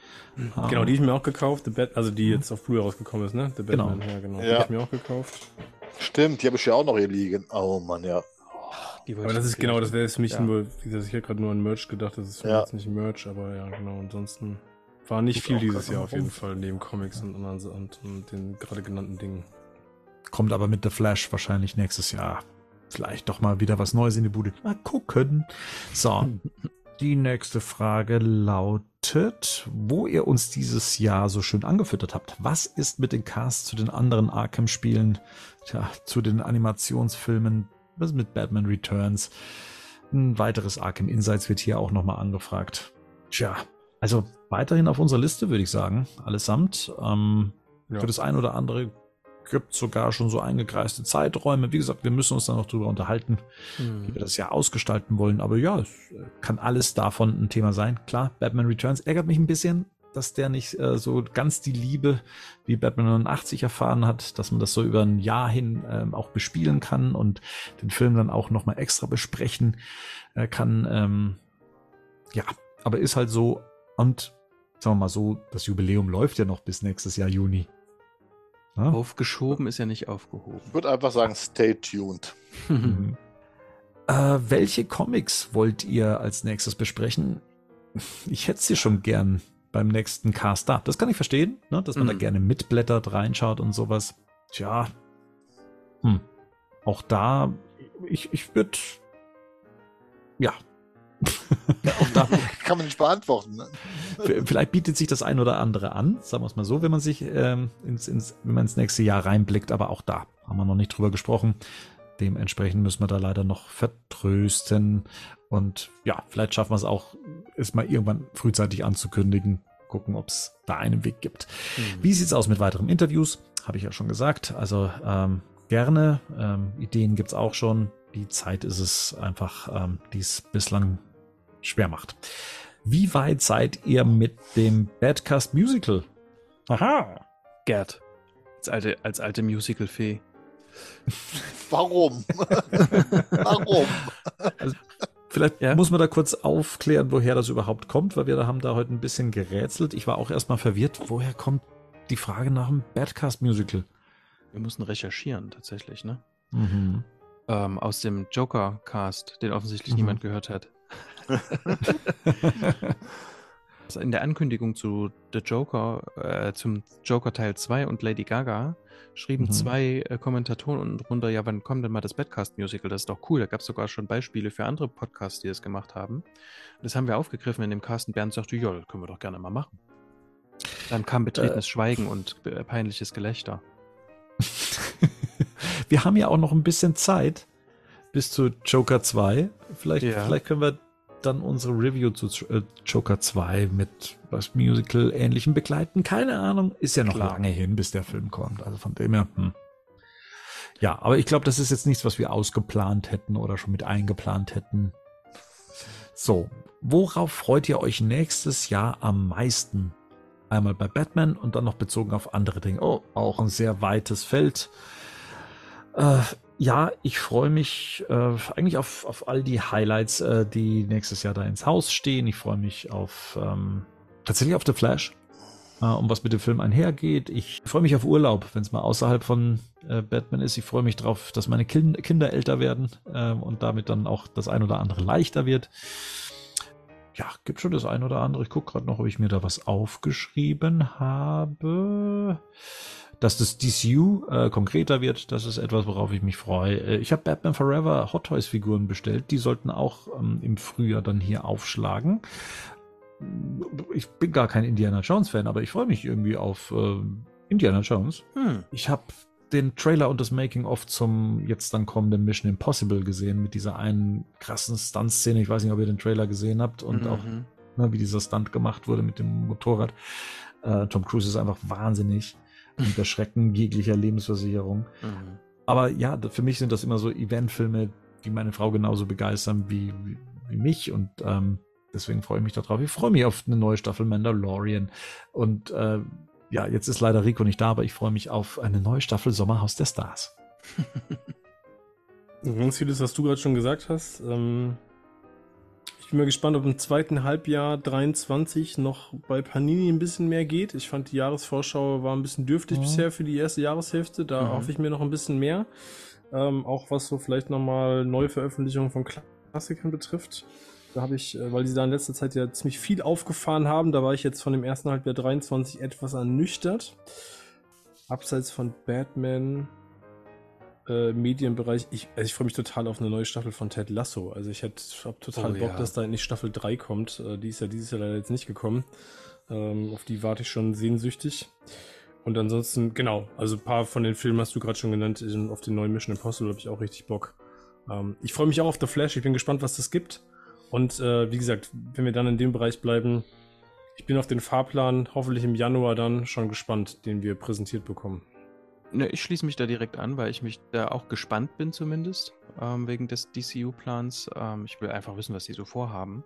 Ah. Genau, die ich mir auch gekauft, The Bat also die jetzt auf Blu-ray rausgekommen ist, ne? The Genau. Batman, ja, genau. Die Ja. habe ich mir auch gekauft. Stimmt, die habe ich ja auch noch hier liegen. Oh Mann, ja. Die wollte Aber ich das ist wirklich genau, auch- das wäre jetzt für mich Ja. nur, wie gesagt, ich hätte gerade nur an Merch gedacht, das ist für mich Ja. jetzt nicht Merch, aber ja, genau, ansonsten war nicht Guck viel auch dieses grad Jahr mal auf jeden rum. Fall, neben Comics und, und, und, und den gerade genannten Dingen. Kommt aber mit The Flash wahrscheinlich nächstes Jahr. Vielleicht doch mal wieder was Neues in die Bude. Mal gucken. So, die nächste Frage lautet, wo ihr uns dieses Jahr so schön angefüttert habt. Was ist mit den Casts zu den anderen Arkham-Spielen, tja, zu den Animationsfilmen, was ist mit Batman Returns? Ein weiteres Arkham Insights wird hier auch nochmal angefragt. Tja, also weiterhin auf unserer Liste, würde ich sagen, allesamt. Ähm, Ja. Für das ein oder andere gibt sogar schon so eingekreiste Zeiträume. Wie gesagt, wir müssen uns da noch drüber unterhalten, wie Mhm. wir das ja ausgestalten wollen. Aber ja, es äh, kann alles davon ein Thema sein. Klar, Batman Returns ärgert mich ein bisschen, dass der nicht äh, so ganz die Liebe wie Batman neunundachtzig erfahren hat, dass man das so über ein Jahr hin ähm, auch bespielen kann und den Film dann auch nochmal extra besprechen äh, kann. Ähm, ja, aber ist halt so. Und sagen wir mal so, das Jubiläum läuft ja noch bis nächstes Jahr Juni. Ja? Aufgeschoben ist ja nicht aufgehoben. Ich würde einfach sagen, stay tuned. Mhm. Äh, welche Comics wollt ihr als nächstes besprechen? Ich hätte sie schon gern beim nächsten Cast da. Das kann ich verstehen, ne? Dass man da Mhm. gerne mitblättert, reinschaut und sowas. Tja, hm. Auch da, ich, ich würde, ja. Auch da, Kann man nicht beantworten. Ne? v- vielleicht bietet sich das ein oder andere an, sagen wir es mal so, wenn man sich ähm, ins, ins, wenn man ins nächste Jahr reinblickt, aber auch da haben wir noch nicht drüber gesprochen. Dementsprechend müssen wir da leider noch vertrösten. Und ja, vielleicht schaffen wir es auch, es mal irgendwann frühzeitig anzukündigen. Gucken, ob es da einen Weg gibt. Mhm. Wie sieht's aus mit weiteren Interviews? Habe ich ja schon gesagt. Also ähm, gerne. Ähm, Ideen gibt's auch schon. Die Zeit ist es einfach, ähm, die es bislang schwer macht. Wie weit seid ihr mit dem Badcast Musical? Aha. Gerd, als alte, als alte Musical-Fee. Warum? Warum? Vielleicht Ja. muss man da kurz aufklären, woher das überhaupt kommt, weil wir da haben da heute ein bisschen gerätselt. Ich war auch erstmal verwirrt, woher kommt die Frage nach dem Badcast Musical? Wir müssen recherchieren, tatsächlich, ne? Mhm. Ähm, aus dem Joker-Cast, den offensichtlich Mhm. niemand gehört hat. Also in der Ankündigung zu The Joker, äh, zum Joker Teil zwei und Lady Gaga, schrieben Mhm. zwei äh, Kommentatoren unten drunter, ja, wann kommt denn mal das Badcast-Musical? Das ist doch cool. Da gab es sogar schon Beispiele für andere Podcasts, die das gemacht haben. Das haben wir aufgegriffen in dem Cast und Bernd sagte, ja, das können wir doch gerne mal machen. Dann kam betretenes Schweigen und äh, peinliches Gelächter. Wir haben ja auch noch ein bisschen Zeit bis zu Joker zwei. Vielleicht, Ja. vielleicht können wir dann unsere Review zu äh, Joker zwei mit was Musical-ähnlichem begleiten. Keine Ahnung. Ist ja noch Klar. lange hin, bis der Film kommt. Also von dem her, hm. Ja, aber ich glaube, das ist jetzt nichts, was wir ausgeplant hätten oder schon mit eingeplant hätten. So, worauf freut ihr euch nächstes Jahr am meisten? Einmal bei Batman und dann noch bezogen auf andere Dinge. Oh, auch ein sehr weites Feld. Äh, ja, ich freue mich äh, eigentlich auf, auf all die Highlights, äh, die nächstes Jahr da ins Haus stehen. Ich freue mich auf ähm, tatsächlich auf The Flash, äh, um was mit dem Film einhergeht. Ich freue mich auf Urlaub, wenn es mal außerhalb von äh, Batman ist. Ich freue mich drauf, dass meine kind Kinder älter werden äh, und damit dann auch das ein oder andere leichter wird. Ja, gibt schon das ein oder andere. Ich gucke gerade noch, ob ich mir da was aufgeschrieben habe. Dass das D C U äh, konkreter wird, das ist etwas, worauf ich mich freue. Äh, ich habe Batman Forever Hot Toys Figuren bestellt. Die sollten auch ähm, im Frühjahr dann hier aufschlagen. Ich bin gar kein Indiana Jones Fan, aber ich freue mich irgendwie auf äh, Indiana Jones. Hm. Ich habe den Trailer und das Making-of zum jetzt dann kommenden Mission Impossible gesehen mit dieser einen krassen Stunt-Szene. Ich weiß nicht, ob ihr den Trailer gesehen habt und Mhm. auch ne, wie dieser Stunt gemacht wurde mit dem Motorrad. Äh, Tom Cruise ist einfach wahnsinnig und der Schrecken jeglicher Lebensversicherung. Mhm. Aber ja, da- für mich sind das immer so Eventfilme, die meine Frau genauso begeistern wie, wie, wie mich und ähm, deswegen freue ich mich darauf. Ich freue mich auf eine neue Staffel Mandalorian und äh, ja, jetzt ist leider Rico nicht da, aber ich freue mich auf eine neue Staffel Sommerhaus der Stars. Ganz vieles, was du gerade schon gesagt hast. Ähm, ich bin mal gespannt, ob im zweiten Halbjahr dreiundzwanzig noch bei Panini ein bisschen mehr geht. Ich fand, die Jahresvorschau war ein bisschen dürftig Mhm. bisher für die erste Jahreshälfte. Da Mhm. hoffe ich mir noch ein bisschen mehr. Ähm, auch was so vielleicht nochmal Neuveröffentlichungen von Klassikern betrifft. Da habe ich, äh, weil sie da in letzter Zeit ja ziemlich viel aufgefahren haben, da war ich jetzt von dem ersten Halbjahr dreiundzwanzig etwas ernüchtert. Abseits von Batman, äh, Medienbereich, ich, also ich freue mich total auf eine neue Staffel von Ted Lasso. Also ich hätte hab total Oh, Bock, ja. dass da endlich Staffel drei kommt. Äh, die ist ja dieses Jahr leider jetzt nicht gekommen. Ähm, auf die warte ich schon sehnsüchtig. Und ansonsten, genau, also ein paar von den Filmen hast du gerade schon genannt. Auf den neuen Mission Impossible habe ich auch richtig Bock. Ähm, ich freue mich auch auf The Flash. Ich bin gespannt, was das gibt. Und äh, wie gesagt, wenn wir dann in dem Bereich bleiben, ich bin auf den Fahrplan, hoffentlich im Januar dann schon gespannt, den wir präsentiert bekommen. Ne, ich schließe mich da direkt an, weil ich mich da auch gespannt bin zumindest, ähm, wegen des D C U-Plans. Ähm, ich will einfach wissen, was die so vorhaben.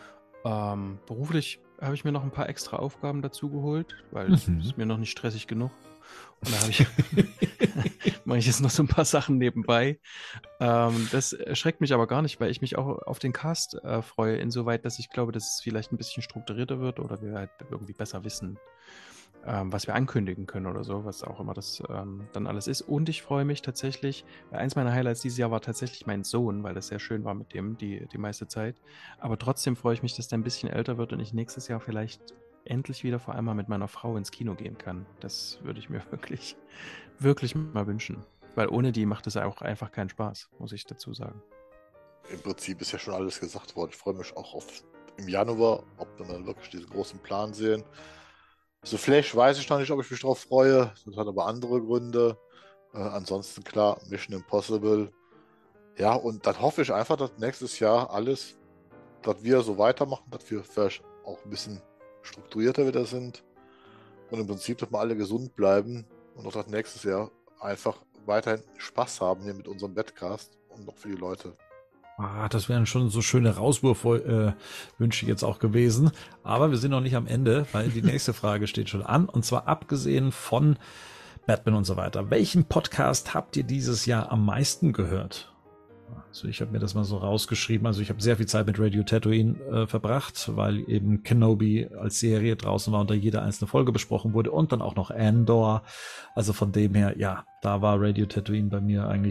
Ähm, beruflich habe ich mir noch ein paar extra Aufgaben dazu geholt, weil es Mhm. ist mir noch nicht stressig genug. Und da habe ich mache ich jetzt noch so ein paar Sachen nebenbei. Ähm, das erschreckt mich aber gar nicht, weil ich mich auch auf den Cast äh, freue, insoweit, dass ich glaube, dass es vielleicht ein bisschen strukturierter wird oder wir halt irgendwie besser wissen, ähm, was wir ankündigen können oder so, was auch immer das ähm, dann alles ist. Und ich freue mich tatsächlich, weil eins meiner Highlights dieses Jahr war tatsächlich mein Sohn, weil das sehr schön war mit dem die, die meiste Zeit. Aber trotzdem freue ich mich, dass der ein bisschen älter wird und ich nächstes Jahr vielleicht endlich wieder vor allem mal mit meiner Frau ins Kino gehen kann. Das würde ich mir wirklich, wirklich mal wünschen. Weil ohne die macht es auch einfach keinen Spaß, muss ich dazu sagen. Im Prinzip ist ja schon alles gesagt worden. Ich freue mich auch auf im Januar, ob wir dann wirklich diesen großen Plan sehen. So Flash weiß ich noch nicht, ob ich mich drauf freue. Das hat aber andere Gründe. Äh, ansonsten klar, Mission Impossible. Ja, und dann hoffe ich einfach, dass nächstes Jahr alles, dass wir so weitermachen, dass wir vielleicht auch ein bisschen strukturierter wieder sind. Und im Prinzip, dass wir alle gesund bleiben und auch das nächstes Jahr einfach weiterhin Spaß haben hier mit unserem Badcast und noch für die Leute. Ah, das wären schon so schöne Rauswurfwünsche äh, jetzt auch gewesen. Aber wir sind noch nicht am Ende, weil die nächste Frage steht schon an. Und zwar abgesehen von Batman und so weiter. Welchen Podcast habt ihr dieses Jahr am meisten gehört? Also ich habe mir das mal so rausgeschrieben. Also ich habe sehr viel Zeit mit Radio Tatooine äh, verbracht, weil eben Kenobi als Serie draußen war und da jede einzelne Folge besprochen wurde und dann auch noch Andor. Also von dem her, ja, da war Radio Tatooine bei mir eigentlich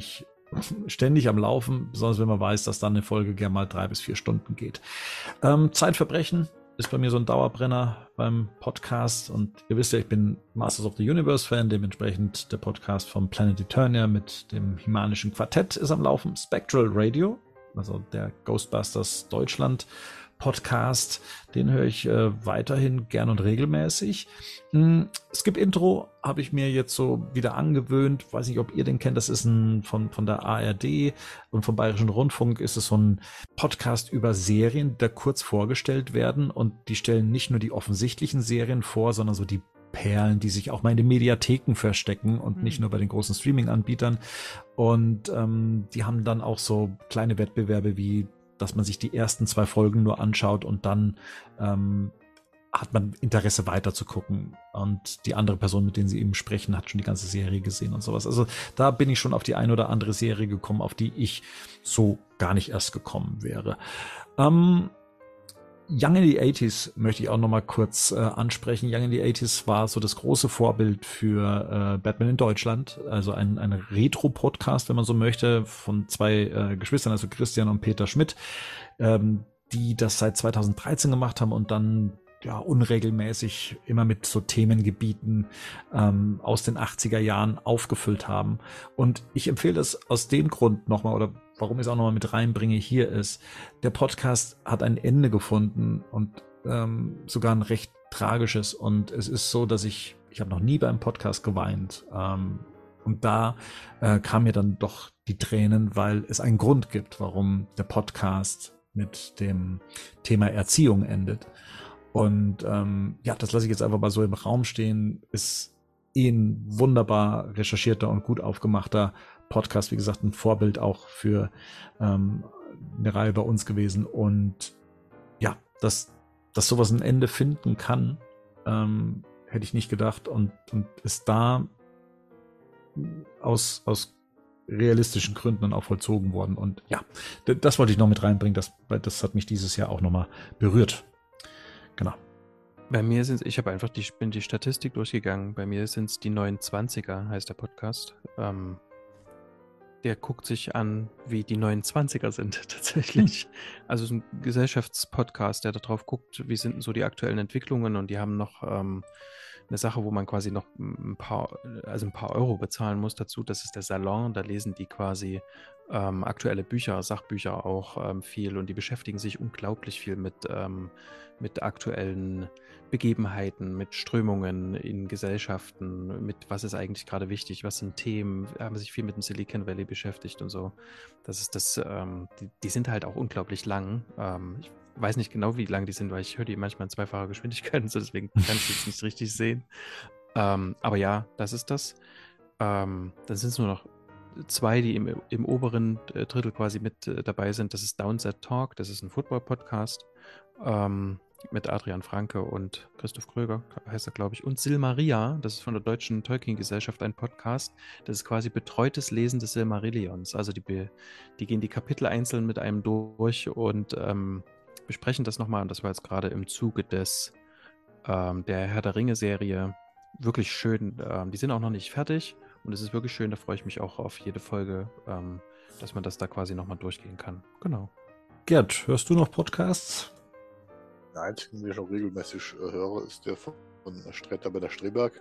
ständig am Laufen, besonders wenn man weiß, dass dann eine Folge gerne mal drei bis vier Stunden geht. Ähm, Zeitverbrechen ist bei mir so ein Dauerbrenner beim Podcast und ihr wisst ja, ich bin Masters of the Universe Fan, dementsprechend der Podcast vom Planet Eternia mit dem Himanischen Quartett ist am Laufen. Spectral Radio, also der Ghostbusters Deutschland Podcast, den höre ich äh, weiterhin gern und regelmäßig. Hm, Skip Intro habe ich mir jetzt so wieder angewöhnt. Weiß nicht, ob ihr den kennt. Das ist ein von, von der A R D und vom Bayerischen Rundfunk ist es so ein Podcast über Serien, die da kurz vorgestellt werden. Und die stellen nicht nur die offensichtlichen Serien vor, sondern so die Perlen, die sich auch mal in den Mediatheken verstecken und mhm. nicht nur bei den großen Streaming-Anbietern. Und ähm, die haben dann auch so kleine Wettbewerbe wie dass man sich die ersten zwei Folgen nur anschaut und dann ähm, hat man Interesse weiter zu gucken. Und die andere Person, mit denen sie eben sprechen, hat schon die ganze Serie gesehen und sowas. Also da bin ich schon auf die eine oder andere Serie gekommen, auf die ich so gar nicht erst gekommen wäre. Ähm, Young in the eighties möchte ich auch noch mal kurz äh, ansprechen. Young in the eighties war so das große Vorbild für äh, Batman in Deutschland. Also ein, ein Retro-Podcast, wenn man so möchte, von zwei äh, Geschwistern, also Christian und Peter Schmidt, ähm, die das seit zweitausenddreizehn gemacht haben und dann ja unregelmäßig immer mit so Themengebieten ähm, aus den achtziger Jahren aufgefüllt haben. Und ich empfehle das aus dem Grund nochmal, oder warum ich es auch nochmal mit reinbringe, hier ist, der Podcast hat ein Ende gefunden und ähm, sogar ein recht tragisches. Und es ist so, dass ich, ich habe noch nie beim Podcast geweint. Ähm, und da äh, kamen mir dann doch die Tränen, weil es einen Grund gibt, warum der Podcast mit dem Thema Erziehung endet. Und ähm, ja, das lasse ich jetzt einfach mal so im Raum stehen. Ist eh ein wunderbar recherchierter und gut aufgemachter Podcast. Wie gesagt, ein Vorbild auch für ähm, eine Reihe bei uns gewesen. Und ja, dass, dass sowas ein Ende finden kann, ähm, hätte ich nicht gedacht. Und, und ist da aus, aus realistischen Gründen dann auch vollzogen worden. Und ja, das wollte ich noch mit reinbringen. Das, das hat mich dieses Jahr auch nochmal berührt. Genau. Bei mir sind ich habe einfach die, bin die Statistik durchgegangen. Bei mir sind es die neunundzwanziger, heißt der Podcast. Ähm, der guckt sich an, wie die neunundzwanziger sind tatsächlich. Hm. Also es ist ein Gesellschaftspodcast, der darauf guckt, wie sind denn so die aktuellen Entwicklungen und die haben noch ähm, eine Sache, wo man quasi noch ein paar, also ein paar Euro bezahlen muss dazu. Das ist der Salon, da lesen die quasi ähm, aktuelle Bücher, Sachbücher auch ähm, viel und die beschäftigen sich unglaublich viel mit, ähm, mit aktuellen Begebenheiten, mit Strömungen in Gesellschaften, mit was ist eigentlich gerade wichtig, was sind Themen, haben sich viel mit dem Silicon Valley beschäftigt und so. Das ist das, ähm, die, die sind halt auch unglaublich lang. Ähm, ich weiß nicht genau, wie lang die sind, weil ich höre die manchmal in zweifacher Geschwindigkeit und so, deswegen kann ich jetzt nicht richtig sehen. Ähm, aber ja, das ist das. Ähm, dann sind es nur noch zwei, die im, im oberen Drittel quasi mit äh, dabei sind. Das ist Downset Talk, das ist ein Football-Podcast ähm, mit Adrian Franke und Christoph Kröger, heißt er, glaube ich. Und Silmaria, das ist von der Deutschen Tolkien-Gesellschaft ein Podcast. Das ist quasi betreutes Lesen des Silmarillions. Also die, die gehen die Kapitel einzeln mit einem durch und ähm, besprechen das nochmal. Und das war jetzt gerade im Zuge des ähm, der Herr der Ringe-Serie wirklich schön. Ähm, die sind auch noch nicht fertig. Und es ist wirklich schön, da freue ich mich auch auf jede Folge, ähm, dass man das da quasi nochmal durchgehen kann. Genau. Gerd, hörst du noch Podcasts? Der einzige, den ich noch regelmäßig äh, höre, ist der von Streter bei der Streberg.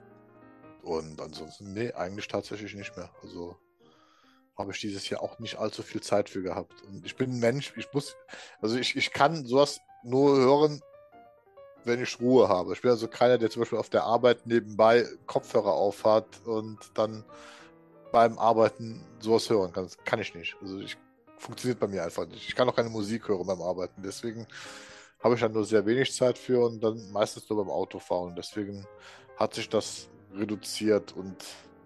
Und ansonsten, nee, eigentlich tatsächlich nicht mehr. Also habe ich dieses Jahr auch nicht allzu viel Zeit für gehabt. Und ich bin ein Mensch, ich muss, also ich, ich kann sowas nur hören, wenn ich Ruhe habe. Ich bin also keiner, der zum Beispiel auf der Arbeit nebenbei Kopfhörer aufhat und dann beim Arbeiten sowas hören kann. Das kann ich nicht. Also ich funktioniert bei mir einfach nicht. Ich kann auch keine Musik hören beim Arbeiten. Deswegen habe ich dann nur sehr wenig Zeit für und dann meistens nur beim Autofahren. Deswegen hat sich das reduziert und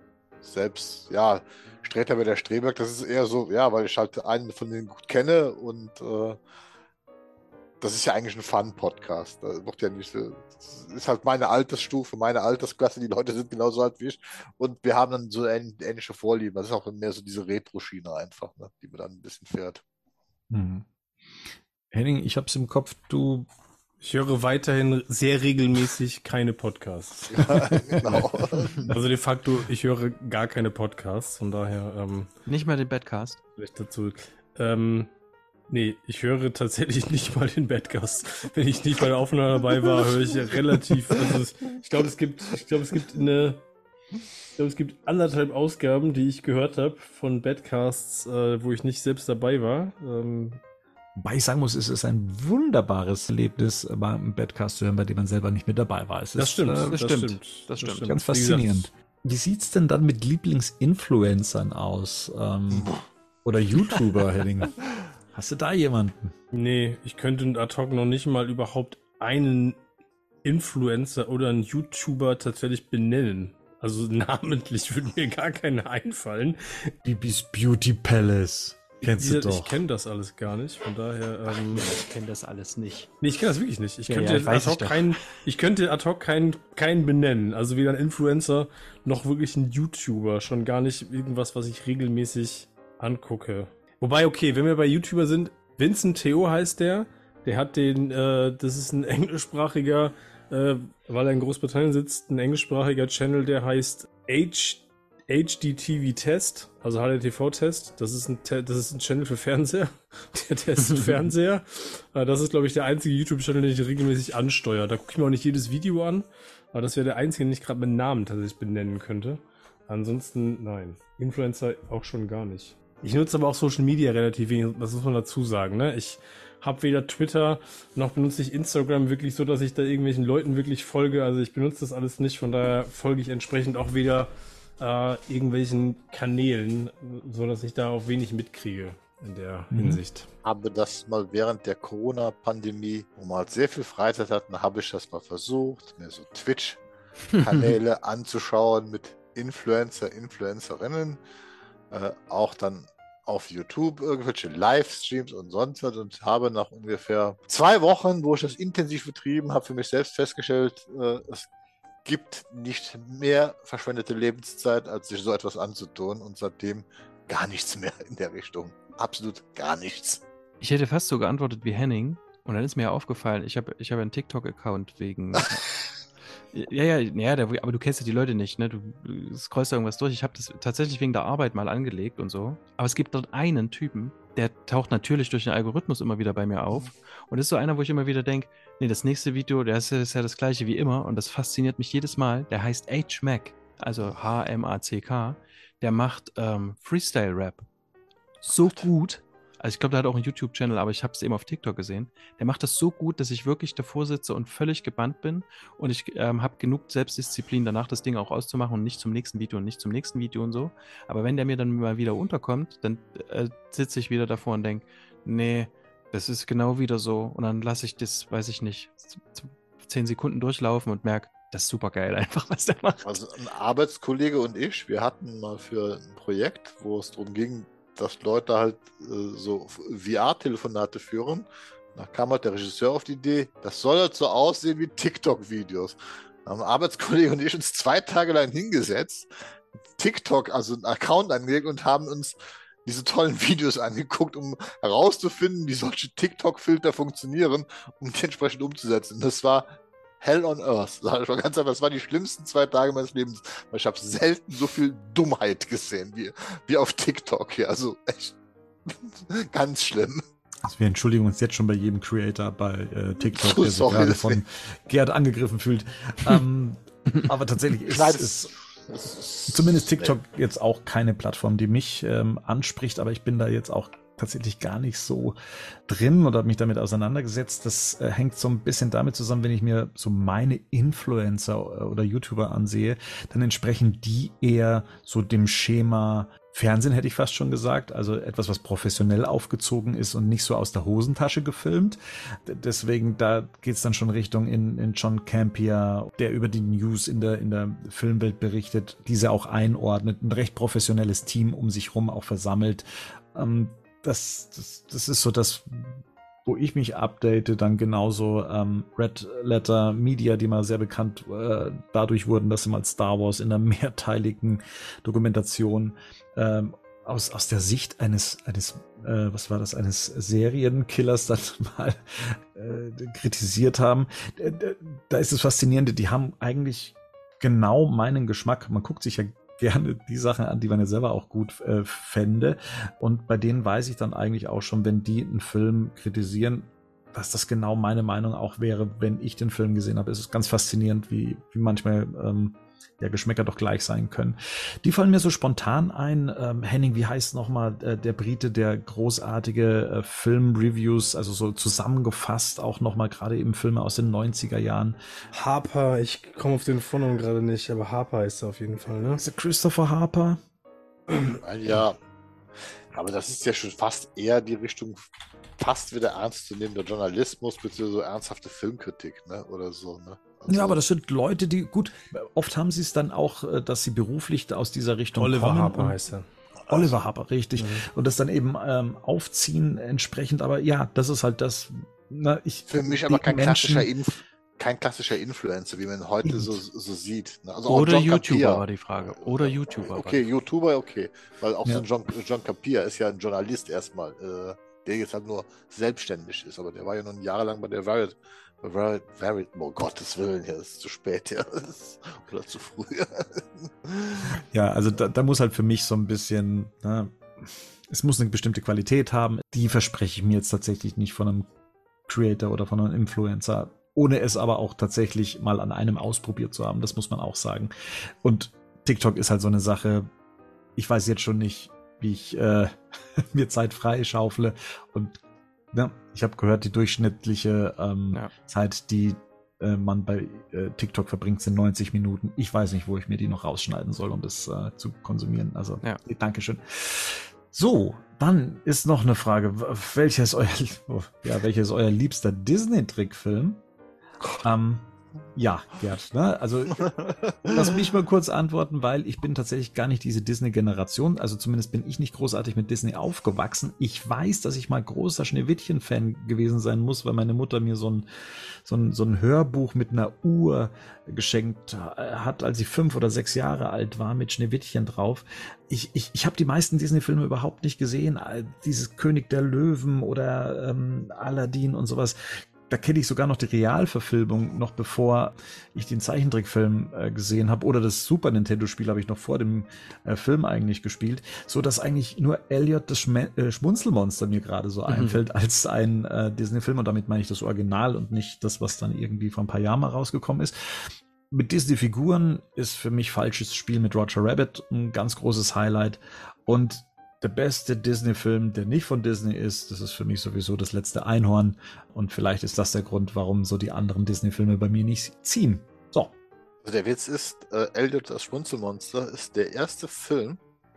selbst, ja, Streter bei der Streberg, das ist eher so, ja, weil ich halt einen von denen gut kenne und äh, das ist ja eigentlich ein Fun-Podcast. Da wird ja nicht, das ist halt meine Altersstufe, meine Altersklasse, die Leute sind genauso alt wie ich und wir haben dann so ähnliche Vorlieben. Das ist auch mehr so diese Retro-Schiene einfach, ne, die man dann ein bisschen fährt. Mhm. Henning, ich habe es im Kopf, du Ich höre weiterhin sehr regelmäßig keine Podcasts. Ja, genau. Also de facto, ich höre gar keine Podcasts, von daher ähm, Nicht mal den Badcast. vielleicht dazu. Ähm, nee, ich höre tatsächlich nicht mal den Badcast. Wenn ich nicht bei der Aufnahme dabei war, höre ich relativ. Also es, ich glaube, es gibt, ich glaube, es gibt eine, ich glaube, es gibt anderthalb Ausgaben, die ich gehört habe von Badcasts, äh, wo ich nicht selbst dabei war. Ähm, Wobei ich sagen muss, es ist ein wunderbares Erlebnis, mal einen Badcast zu hören, bei dem man selber nicht mit dabei war. Es das ist, stimmt, äh, das stimmt, das stimmt. ganz Wie gesagt, faszinierend. Wie sieht's denn dann mit Lieblingsinfluencern aus? Ähm, oder YouTuber, Henning? Hast du da jemanden? Nee, ich könnte ad hoc noch nicht mal überhaupt einen Influencer oder einen YouTuber tatsächlich benennen. Also namentlich würde mir gar keiner einfallen. Bibis Beauty Palace. Kennst Wie du gesagt, doch. Ich kenne das alles gar nicht, von daher. Ähm, Ich kenne das alles nicht. nee, ich kenne das wirklich nicht. Ich Ja, könnte ja, weiß ad ich hoc doch. keinen, ich könnte ad hoc keinen, keinen benennen. Also weder ein Influencer noch wirklich ein YouTuber. Schon gar nicht irgendwas, was ich regelmäßig angucke. Wobei, okay, wenn wir bei YouTuber sind, Vincent Theo heißt der. Der hat den, äh, das ist ein englischsprachiger, äh, weil er in Großbritannien sitzt, ein englischsprachiger Channel, der heißt H, H D T V Test, also H D T V-Test. Das ist ein, Te- das ist ein Channel für Fernseher. Der testet Fernseher. Äh, das ist, glaube ich, der einzige YouTube-Channel, den ich regelmäßig ansteuere. Da gucke ich mir auch nicht jedes Video an, aber das wäre der einzige, den ich gerade mit Namen tatsächlich benennen könnte. Ansonsten, nein. Influencer auch schon gar nicht. Ich nutze aber auch Social Media relativ wenig, das muss man dazu sagen, ne? Ich habe weder Twitter noch benutze ich Instagram wirklich so, dass ich da irgendwelchen Leuten wirklich folge. Also ich benutze das alles nicht, von daher folge ich entsprechend auch weder äh, irgendwelchen Kanälen, so dass ich da auch wenig mitkriege in der Mhm. Hinsicht. Habe das mal während der Corona-Pandemie, wo man halt sehr viel Freizeit hatten, habe ich das mal versucht, mir so Twitch-Kanäle anzuschauen mit Influencer, Influencerinnen, äh, auch dann auf YouTube irgendwelche Livestreams und sonst was und habe nach ungefähr zwei Wochen, wo ich das intensiv betrieben habe, für mich selbst festgestellt, äh, es gibt nicht mehr verschwendete Lebenszeit, als sich so etwas anzutun und seitdem gar nichts mehr in der Richtung. Absolut gar nichts. Ich hätte fast so geantwortet wie Henning. Und dann ist mir aufgefallen, ich habe ich hab einen TikTok-Account wegen. ja, ja, ja, der, aber du kennst ja die Leute nicht, ne? Du, du scrollst da irgendwas durch. Ich habe das tatsächlich wegen der Arbeit mal angelegt und so. Aber es gibt dort einen Typen, der taucht natürlich durch den Algorithmus immer wieder bei mir auf. Und das ist so einer, wo ich immer wieder denke, nee, das nächste Video, der ist, ja- ist ja das gleiche wie immer. Und das fasziniert mich jedes Mal. Der heißt H-Mac, also H M A C K. Der macht ähm, Freestyle-Rap. So gut. Also ich glaube, der hat auch einen YouTube-Channel, aber ich habe es eben auf TikTok gesehen. Der macht das so gut, dass ich wirklich davor sitze und völlig gebannt bin. Und ich ähm, habe genug Selbstdisziplin, danach das Ding auch auszumachen und nicht zum nächsten Video und nicht zum nächsten Video und so. Aber wenn der mir dann mal wieder unterkommt, dann äh, sitze ich wieder davor und denke, nee, das ist genau wieder so. Und dann lasse ich das, weiß ich nicht, z- z- zehn Sekunden durchlaufen und merke, das ist super geil einfach, was der macht. Also ein Arbeitskollege und ich, wir hatten mal für ein Projekt, wo es darum ging, dass Leute halt äh, so V R-Telefonate führen. Da kam halt der Regisseur auf die Idee, das soll halt so aussehen wie TikTok-Videos. Da haben ein Arbeitskollege und ich uns zwei Tage lang hingesetzt, TikTok, also einen Account angelegt und haben uns diese tollen Videos angeguckt, um herauszufinden, wie solche TikTok-Filter funktionieren, um die entsprechend umzusetzen. Das war Hell on Earth. Sag ich mal ganz einfach, das waren die schlimmsten zwei Tage meines Lebens, weil ich habe selten so viel Dummheit gesehen wie, wie auf TikTok hier. Also echt ganz schlimm. Also wir entschuldigen uns jetzt schon bei jedem Creator bei äh, TikTok, So, der sich sorry, gerade deswegen. von Gerd angegriffen fühlt. ähm, aber tatsächlich ist, Nein, ist das ist zumindest TikTok jetzt auch keine Plattform, die mich ähm, anspricht, aber ich bin da jetzt auch tatsächlich gar nicht so drin oder habe mich damit auseinandergesetzt. Das äh, hängt so ein bisschen damit zusammen, wenn ich mir so meine Influencer äh, oder YouTuber ansehe, dann entsprechen die eher so dem Schema Fernsehen, hätte ich fast schon gesagt, also etwas, was professionell aufgezogen ist und nicht so aus der Hosentasche gefilmt. D- Deswegen, da geht es dann schon Richtung in, in John Campea, der über die News in der, in der Filmwelt berichtet, diese auch einordnet, ein recht professionelles Team um sich rum auch versammelt. Ähm, das, das, das ist so das, wo ich mich update, dann genauso ähm, Red Letter Media, die mal sehr bekannt äh, dadurch wurden, dass sie mal Star Wars in einer mehrteiligen Dokumentation ähm, aus, aus der Sicht eines, eines äh, was war das, eines Serienkillers dann mal äh, kritisiert haben. Da ist es Faszinierende, die haben eigentlich genau meinen Geschmack. Man guckt sich ja gerne die Sachen an, die man ja selber auch gut äh, fände. Und bei denen weiß ich dann eigentlich auch schon, wenn die einen Film kritisieren, dass das genau meine Meinung auch wäre, wenn ich den Film gesehen habe. Es ist ganz faszinierend, wie, wie manchmal ähm, ja, Geschmäcker doch gleich sein können. Die fallen mir so spontan ein. Ähm, Henning, wie heißt nochmal äh, der Brite, der großartige äh, Film-Reviews, also so zusammengefasst, auch nochmal gerade eben Filme aus den neunziger Jahren. Harper, ich komme auf den Vornamen gerade nicht, aber Harper ist er auf jeden Fall, ne? Ist der Christopher Harper? Ja, aber das ist ja schon fast eher die Richtung, fast wieder ernstzunehmender Journalismus bzw. ernsthafte Filmkritik, ne? Oder so, ne? Also, Ja, aber das sind Leute, die, gut, oft haben sie es dann auch, äh, dass sie beruflich aus dieser Richtung Oliver kommen. Harper und- heißt er. Oliver Harper, richtig. Mhm. Und das dann eben ähm, aufziehen entsprechend. Aber ja, das ist halt das. Na, ich, für mich die aber kein Menschen- klassischer, Inf kein klassischer Influencer, wie man heute Eben. so, so sieht. Ne? Also auch Oder John YouTuber Capier. war die Frage. Oder YouTuber. war Okay, die YouTuber, okay. Weil auch Ja. so ein John, John Capier ist ja ein Journalist erstmal, äh, der jetzt halt nur selbstständig ist. Aber der war ja nun jahrelang bei der Variety. Variety, Variety oh Gottes Willen, ja, das ist zu spät, ja. Das ist, oder zu früh. Ja, also da, da muss halt für mich so ein bisschen, na, es muss eine bestimmte Qualität haben. Die verspreche ich mir jetzt tatsächlich nicht von einem Creator oder von einem Influencer, ohne es aber auch tatsächlich mal an einem ausprobiert zu haben. Das muss man auch sagen. Und TikTok ist halt so eine Sache, ich weiß jetzt schon nicht, wie ich äh, mir Zeit frei schaufle. Und ne, ich habe gehört, die durchschnittliche ähm, Ja. Zeit, die äh, man bei äh, TikTok verbringt, sind neunzig Minuten. Ich weiß nicht, wo ich mir die noch rausschneiden soll, um das äh, zu konsumieren. Also, Ja. nee, Dankeschön. So, dann ist noch eine Frage. W- Welcher ist euer, ja, welcher ist euer liebster Disney-Trickfilm? Ähm, ja, Gerd, ne? Also lass mich mal kurz antworten, weil ich bin tatsächlich gar nicht diese Disney-Generation, also zumindest bin ich nicht großartig mit Disney aufgewachsen. Ich weiß, dass ich mal großer Schneewittchen-Fan gewesen sein muss, weil meine Mutter mir so ein, so ein, so ein Hörbuch mit einer Uhr geschenkt hat, als ich fünf oder sechs Jahre alt war, mit Schneewittchen drauf. Ich, ich, ich habe die meisten Disney-Filme überhaupt nicht gesehen. Dieses König der Löwen oder ähm, Aladdin und sowas. Da kenne ich sogar noch die Realverfilmung, noch bevor ich den Zeichentrickfilm äh, gesehen habe. Oder das Super Nintendo-Spiel habe ich noch vor dem äh, Film eigentlich gespielt. So dass eigentlich nur Elliot das Schme äh, Schmunzelmonster mir gerade so Mhm. einfällt als ein äh, Disney-Film. Und damit meine ich das Original und nicht das, was dann irgendwie vor ein paar Jahren mal rausgekommen ist. Mit Disney-Figuren ist für mich Falsches Spiel mit Roger Rabbit ein ganz großes Highlight. Und der beste Disney-Film, der nicht von Disney ist, das ist für mich sowieso das letzte Einhorn. Und vielleicht ist das der Grund, warum so die anderen Disney-Filme bei mir nicht ziehen. So. Also der Witz ist, äh, Elliot das Schmunzelmonster ist der erste Film,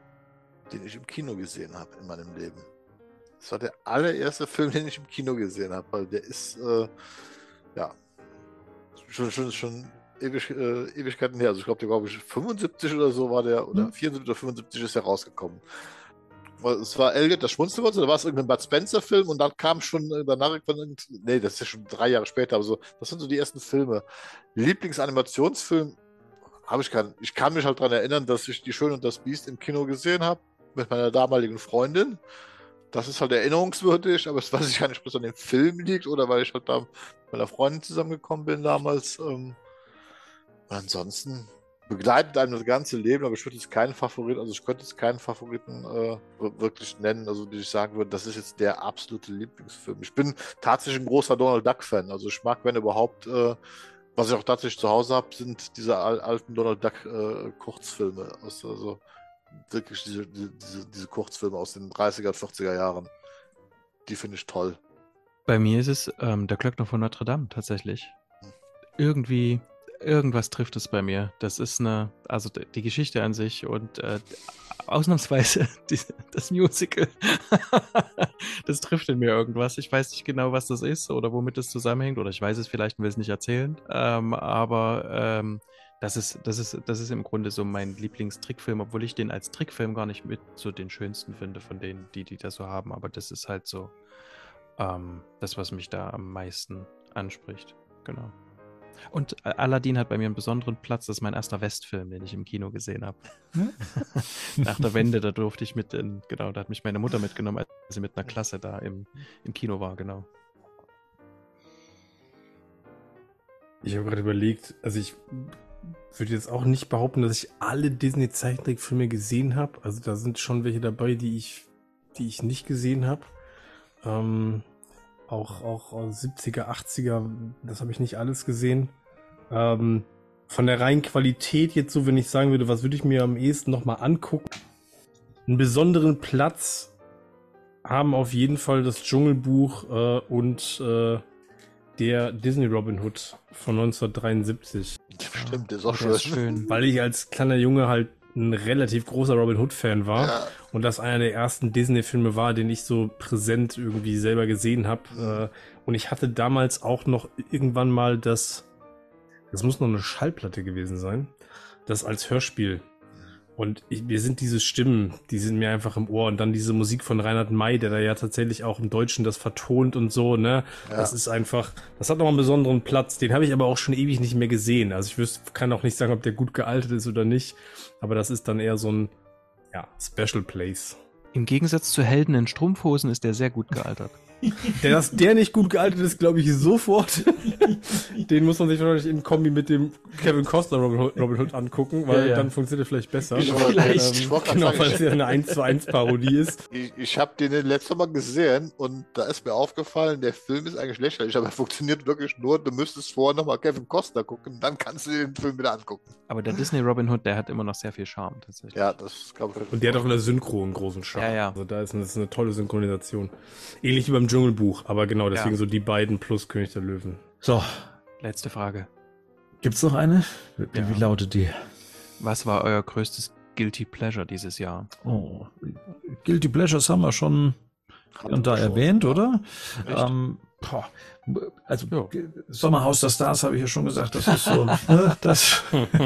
den ich im Kino gesehen habe in meinem Leben. Das war der allererste Film, den ich im Kino gesehen habe, weil der ist, äh, ja, schon, schon, schon ewig, äh, Ewigkeiten her. Also ich glaube, der glaube ich fünfundsiebzig oder so war der, oder Hm. vierundsiebzig oder fünfundsiebzig ist er rausgekommen. Weil Es war Elliot, das Schmunzelmonster, da war es irgendein Bud Spencer-Film und dann kam schon äh, danach irgendwann, irgend- nee, das ist ja schon drei Jahre später, aber so, das sind so die ersten Filme. Lieblingsanimationsfilm habe ich keinen. Ich kann mich halt daran erinnern, dass ich Die Schöne und das Biest im Kino gesehen habe mit meiner damaligen Freundin. Das ist halt erinnerungswürdig, aber das weiß ich gar nicht, ob es an dem Film liegt oder weil ich halt da mit meiner Freundin zusammengekommen bin damals. Ähm, und ansonsten begleitet einem das ganze Leben, aber ich würde jetzt keinen Favoriten, also ich könnte jetzt keinen Favoriten äh, wir- wirklich nennen, also die ich sagen würde, das ist jetzt der absolute Lieblingsfilm. Ich bin tatsächlich ein großer Donald Duck-Fan, also ich mag, wenn überhaupt, äh, was ich auch tatsächlich zu Hause habe, sind diese al alten Donald Duck-Kurzfilme, aus also wirklich diese, die- diese, diese Kurzfilme aus den dreißiger, vierziger Jahren. Die finde ich toll. Bei mir ist es ähm, der Glöckner von Notre Dame tatsächlich. Irgendwie, irgendwas trifft es bei mir. Das ist eine, also d- die Geschichte an sich und äh, ausnahmsweise die, das Musical. Das trifft in mir irgendwas. Ich weiß nicht genau, was das ist oder womit es zusammenhängt. Oder ich weiß es vielleicht und will es nicht erzählen. Ähm, aber ähm, das ist, das ist, das ist im Grunde so mein Lieblingstrickfilm, obwohl ich den als Trickfilm gar nicht mit so den schönsten finde von denen, die, die da so haben. Aber das ist halt so ähm, das, was mich da am meisten anspricht. Genau. Und Aladdin hat bei mir einen besonderen Platz. Das ist mein erster Westfilm, den ich im Kino gesehen habe. Nach der Wende, da durfte ich mit in, genau, da hat mich meine Mutter mitgenommen, als sie mit einer Klasse da im, im Kino war, genau. Ich habe gerade überlegt, also ich würde jetzt auch nicht behaupten, dass ich alle Disney-Zeichentrickfilme gesehen habe. Also da sind schon welche dabei, die ich, die ich nicht gesehen habe. Ähm, auch, auch siebziger, achtziger, das habe ich nicht alles gesehen. Ähm, von der reinen Qualität jetzt so, wenn ich sagen würde, was würde ich mir am ehesten nochmal angucken? Einen besonderen Platz haben auf jeden Fall das Dschungelbuch äh, und äh, der Disney Robin Hood von neunzehnhundertdreiundsiebzig. Stimmt, der ist auch Der ist schön. schön. Weil ich als kleiner Junge halt ein relativ großer Robin Hood-Fan war Ja. und das einer der ersten Disney-Filme war, den ich so präsent irgendwie selber gesehen habe. Äh, und ich hatte damals auch noch irgendwann mal das, das muss noch eine Schallplatte gewesen sein, das als Hörspiel. Und ich, mir sind diese Stimmen, die sind mir einfach im Ohr. Und dann diese Musik von Reinhard May, der da ja tatsächlich auch im Deutschen das vertont und so, ne? Ja. Das ist einfach, das hat noch einen besonderen Platz. Den habe ich aber auch schon ewig nicht mehr gesehen. Also ich wüsste, kann auch nicht sagen, ob der gut gealtert ist oder nicht. Aber das ist dann eher so ein, ja, Special Place. Im Gegensatz zu Helden in Strumpfhosen ist der sehr gut gealtert. Der, dass der nicht gut gealtert ist, glaube ich sofort. Den muss man sich wahrscheinlich in Kombi mit dem Kevin Costner Robin Hood, Robin Hood angucken, weil Ja, ja. dann funktioniert er vielleicht besser. Ich wollte- Ähm, ich wollte gerade genau, sagen, weil ich- es ja eine eins zu eins Parodie ist. Ich, ich habe den das letzte Mal gesehen und da ist mir aufgefallen, der Film ist eigentlich lächerlich, aber er funktioniert wirklich nur, du müsstest vorher nochmal Kevin Costner gucken, dann kannst du dir den Film wieder angucken. Aber der Disney Robin Hood, der hat immer noch sehr viel Charme tatsächlich. Ja, das glaube ich. Und der hat auch in der Synchro einen großen Charme. Ja, ja. Also da ist eine, das ist eine tolle Synchronisation. Ähnlich wie beim Dschungelbuch, aber genau, deswegen Ja. so die beiden plus König der Löwen. So, Letzte Frage. gibt's noch eine? Wie, Ja. wie lautet die? Was war euer größtes Guilty Pleasure dieses Jahr? Oh, Guilty Pleasures haben wir schon hier und da erwähnt, oder? Ähm, boah, also Ja. Sommerhaus der Stars habe ich ja schon gesagt, das ist so, ne, das,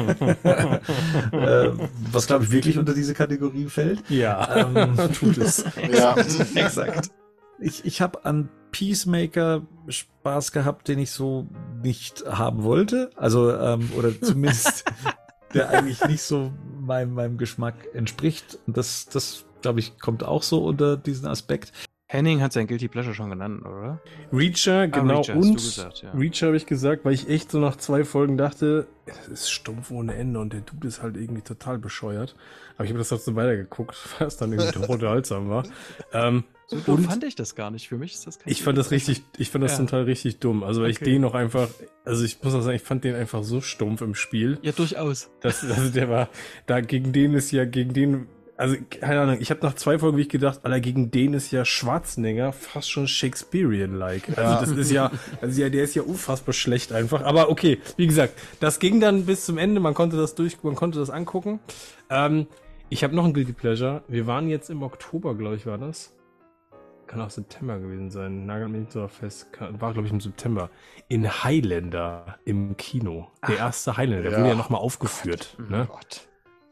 äh, was glaube ich wirklich unter diese Kategorie fällt. Ja, Ähm, tut es. Ja, Exakt. Ich, ich habe an Peacemaker Spaß gehabt, den ich so nicht haben wollte. Also, ähm, oder zumindest der eigentlich nicht so meinem, meinem Geschmack entspricht. Und das, das glaube ich, kommt auch so unter diesen Aspekt. Henning hat sein Guilty Pleasure schon genannt, oder? Reacher, genau, Reacher hast du und gesagt, ja. Reacher habe ich gesagt, weil ich echt so nach zwei Folgen dachte, es ist stumpf ohne Ende und der Dude ist halt irgendwie total bescheuert. Aber ich habe das trotzdem weitergeguckt, weil es dann irgendwie doch unterhaltsam war. Ähm, So dumm und fand ich das gar nicht. Für mich ist das kein ich fand das Guilty richtig, ich fand das Ja. zum Teil richtig dumm. Also weil ich Okay. den noch einfach, also ich muss auch sagen, ich fand den einfach so stumpf im Spiel. Pleasure. Ja, durchaus. Das, also der war, da gegen den ist ja, gegen den, also keine Ahnung, ich habe nach zwei Folgen wie ich gedacht, Alter, gegen den ist ja Schwarzenegger fast schon Shakespearean-like. Also das ist ja, also ja, der ist ja unfassbar schlecht einfach. Aber okay, wie gesagt, das ging dann bis zum Ende, man konnte das durch, man konnte das angucken. Ähm, ich habe noch ein Guilty Pleasure. Wir waren jetzt im Oktober, glaube ich, war das. Kann auch September gewesen sein. Nagelt mich nicht so fest. Kann- War, glaube ich, im September. In Highlander im Kino. Der erste Highlander. Der Ja. wurde ja nochmal aufgeführt. Ne? Gott.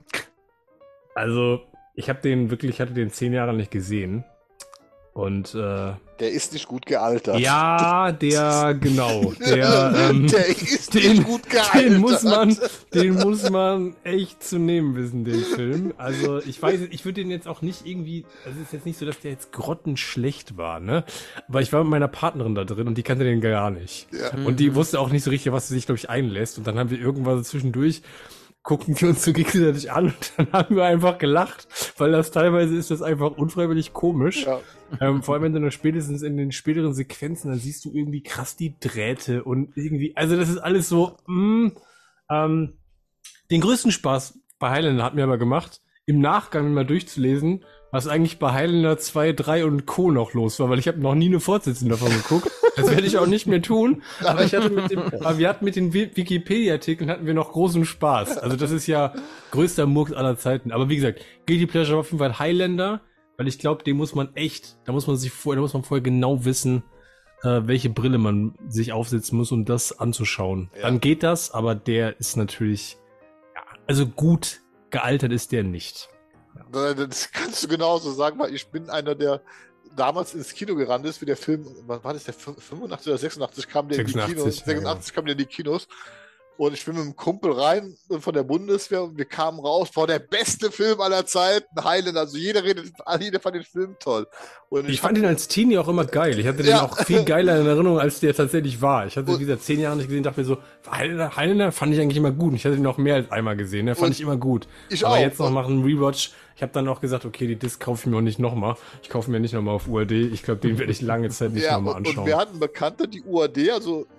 Also, ich habe den wirklich, ich hatte den zehn Jahre nicht gesehen. Und äh, Der ist nicht gut gealtert. ja, der, genau. Der, ähm, der ist den- nicht gut gealtert. den muss man, den muss man echt zu nehmen wissen, den Film. Also ich weiß, ich würde den jetzt auch nicht irgendwie, also es ist jetzt nicht so, dass der jetzt grottenschlecht war, ne? Aber ich war mit meiner Partnerin da drin und die kannte den gar nicht. Ja. Und die wusste auch nicht so richtig, was sie sich, glaube ich, einlässt. Und dann haben wir irgendwann so zwischendurch, guckten wir uns so gegenseitig an und dann haben wir einfach gelacht, weil das teilweise ist das einfach unfreiwillig komisch. Ja. Ähm, vor allem, wenn du dann spätestens in den späteren Sequenzen, dann siehst du irgendwie krass die Drähte und irgendwie, also das ist alles so, mh, ähm, den größten Spaß bei Highlander hat mir aber gemacht, im Nachgang mal durchzulesen, was eigentlich bei Highlander zwei, drei und Co. noch los war, weil ich habe noch nie eine Fortsetzung davon geguckt. Das werde ich auch nicht mehr tun. Aber ich hatte mit dem, aber wir hatten mit den Wi- Wikipedia-Artikeln hatten wir noch großen Spaß. Also das ist ja größter Murks aller Zeiten. Aber wie gesagt, Guilty Pleasure war auf jeden Fall Highlander, weil ich glaube, den muss man echt, da muss man sich vorher, da muss man vorher genau wissen, äh, welche Brille man sich aufsetzen muss, um das anzuschauen. Ja. Dann geht das, aber der ist natürlich, ja, also gut gealtert ist der nicht. Das kannst du genauso sagen, weil ich bin einer, der damals ins Kino gerannt ist, wie der Film, wann war das, der fünfundachtzig oder sechsundachtzig kam der in die sechsundachtzig, Kinos, ja, sechsundachtzig kam der in die Kinos. Und ich bin mit einem Kumpel rein von der Bundeswehr und wir kamen raus, war der beste Film aller Zeiten, Highlander. Also jeder redet, jeder fand den Film toll. Und Ich ich fand hab- ihn als Teenie auch immer geil. Ich hatte den Ja. auch viel geiler in Erinnerung, als der tatsächlich war. Ich hatte Und- dieser zehn Jahre nicht gesehen, dachte mir so, Highlander, Highlander fand ich eigentlich immer gut. Und ich hatte ihn auch mehr als einmal gesehen. Der fand Und ich immer gut. ich Aber auch. jetzt noch Und- machen Rewatch. Ich habe dann auch gesagt, okay, die Disc kaufe ich mir auch nicht nochmal. Ich kaufe mir nicht nochmal auf U A D. Ich glaube, den werde ich lange Zeit nicht ja, nochmal und, anschauen. und wir hatten Bekannte, die U A D, also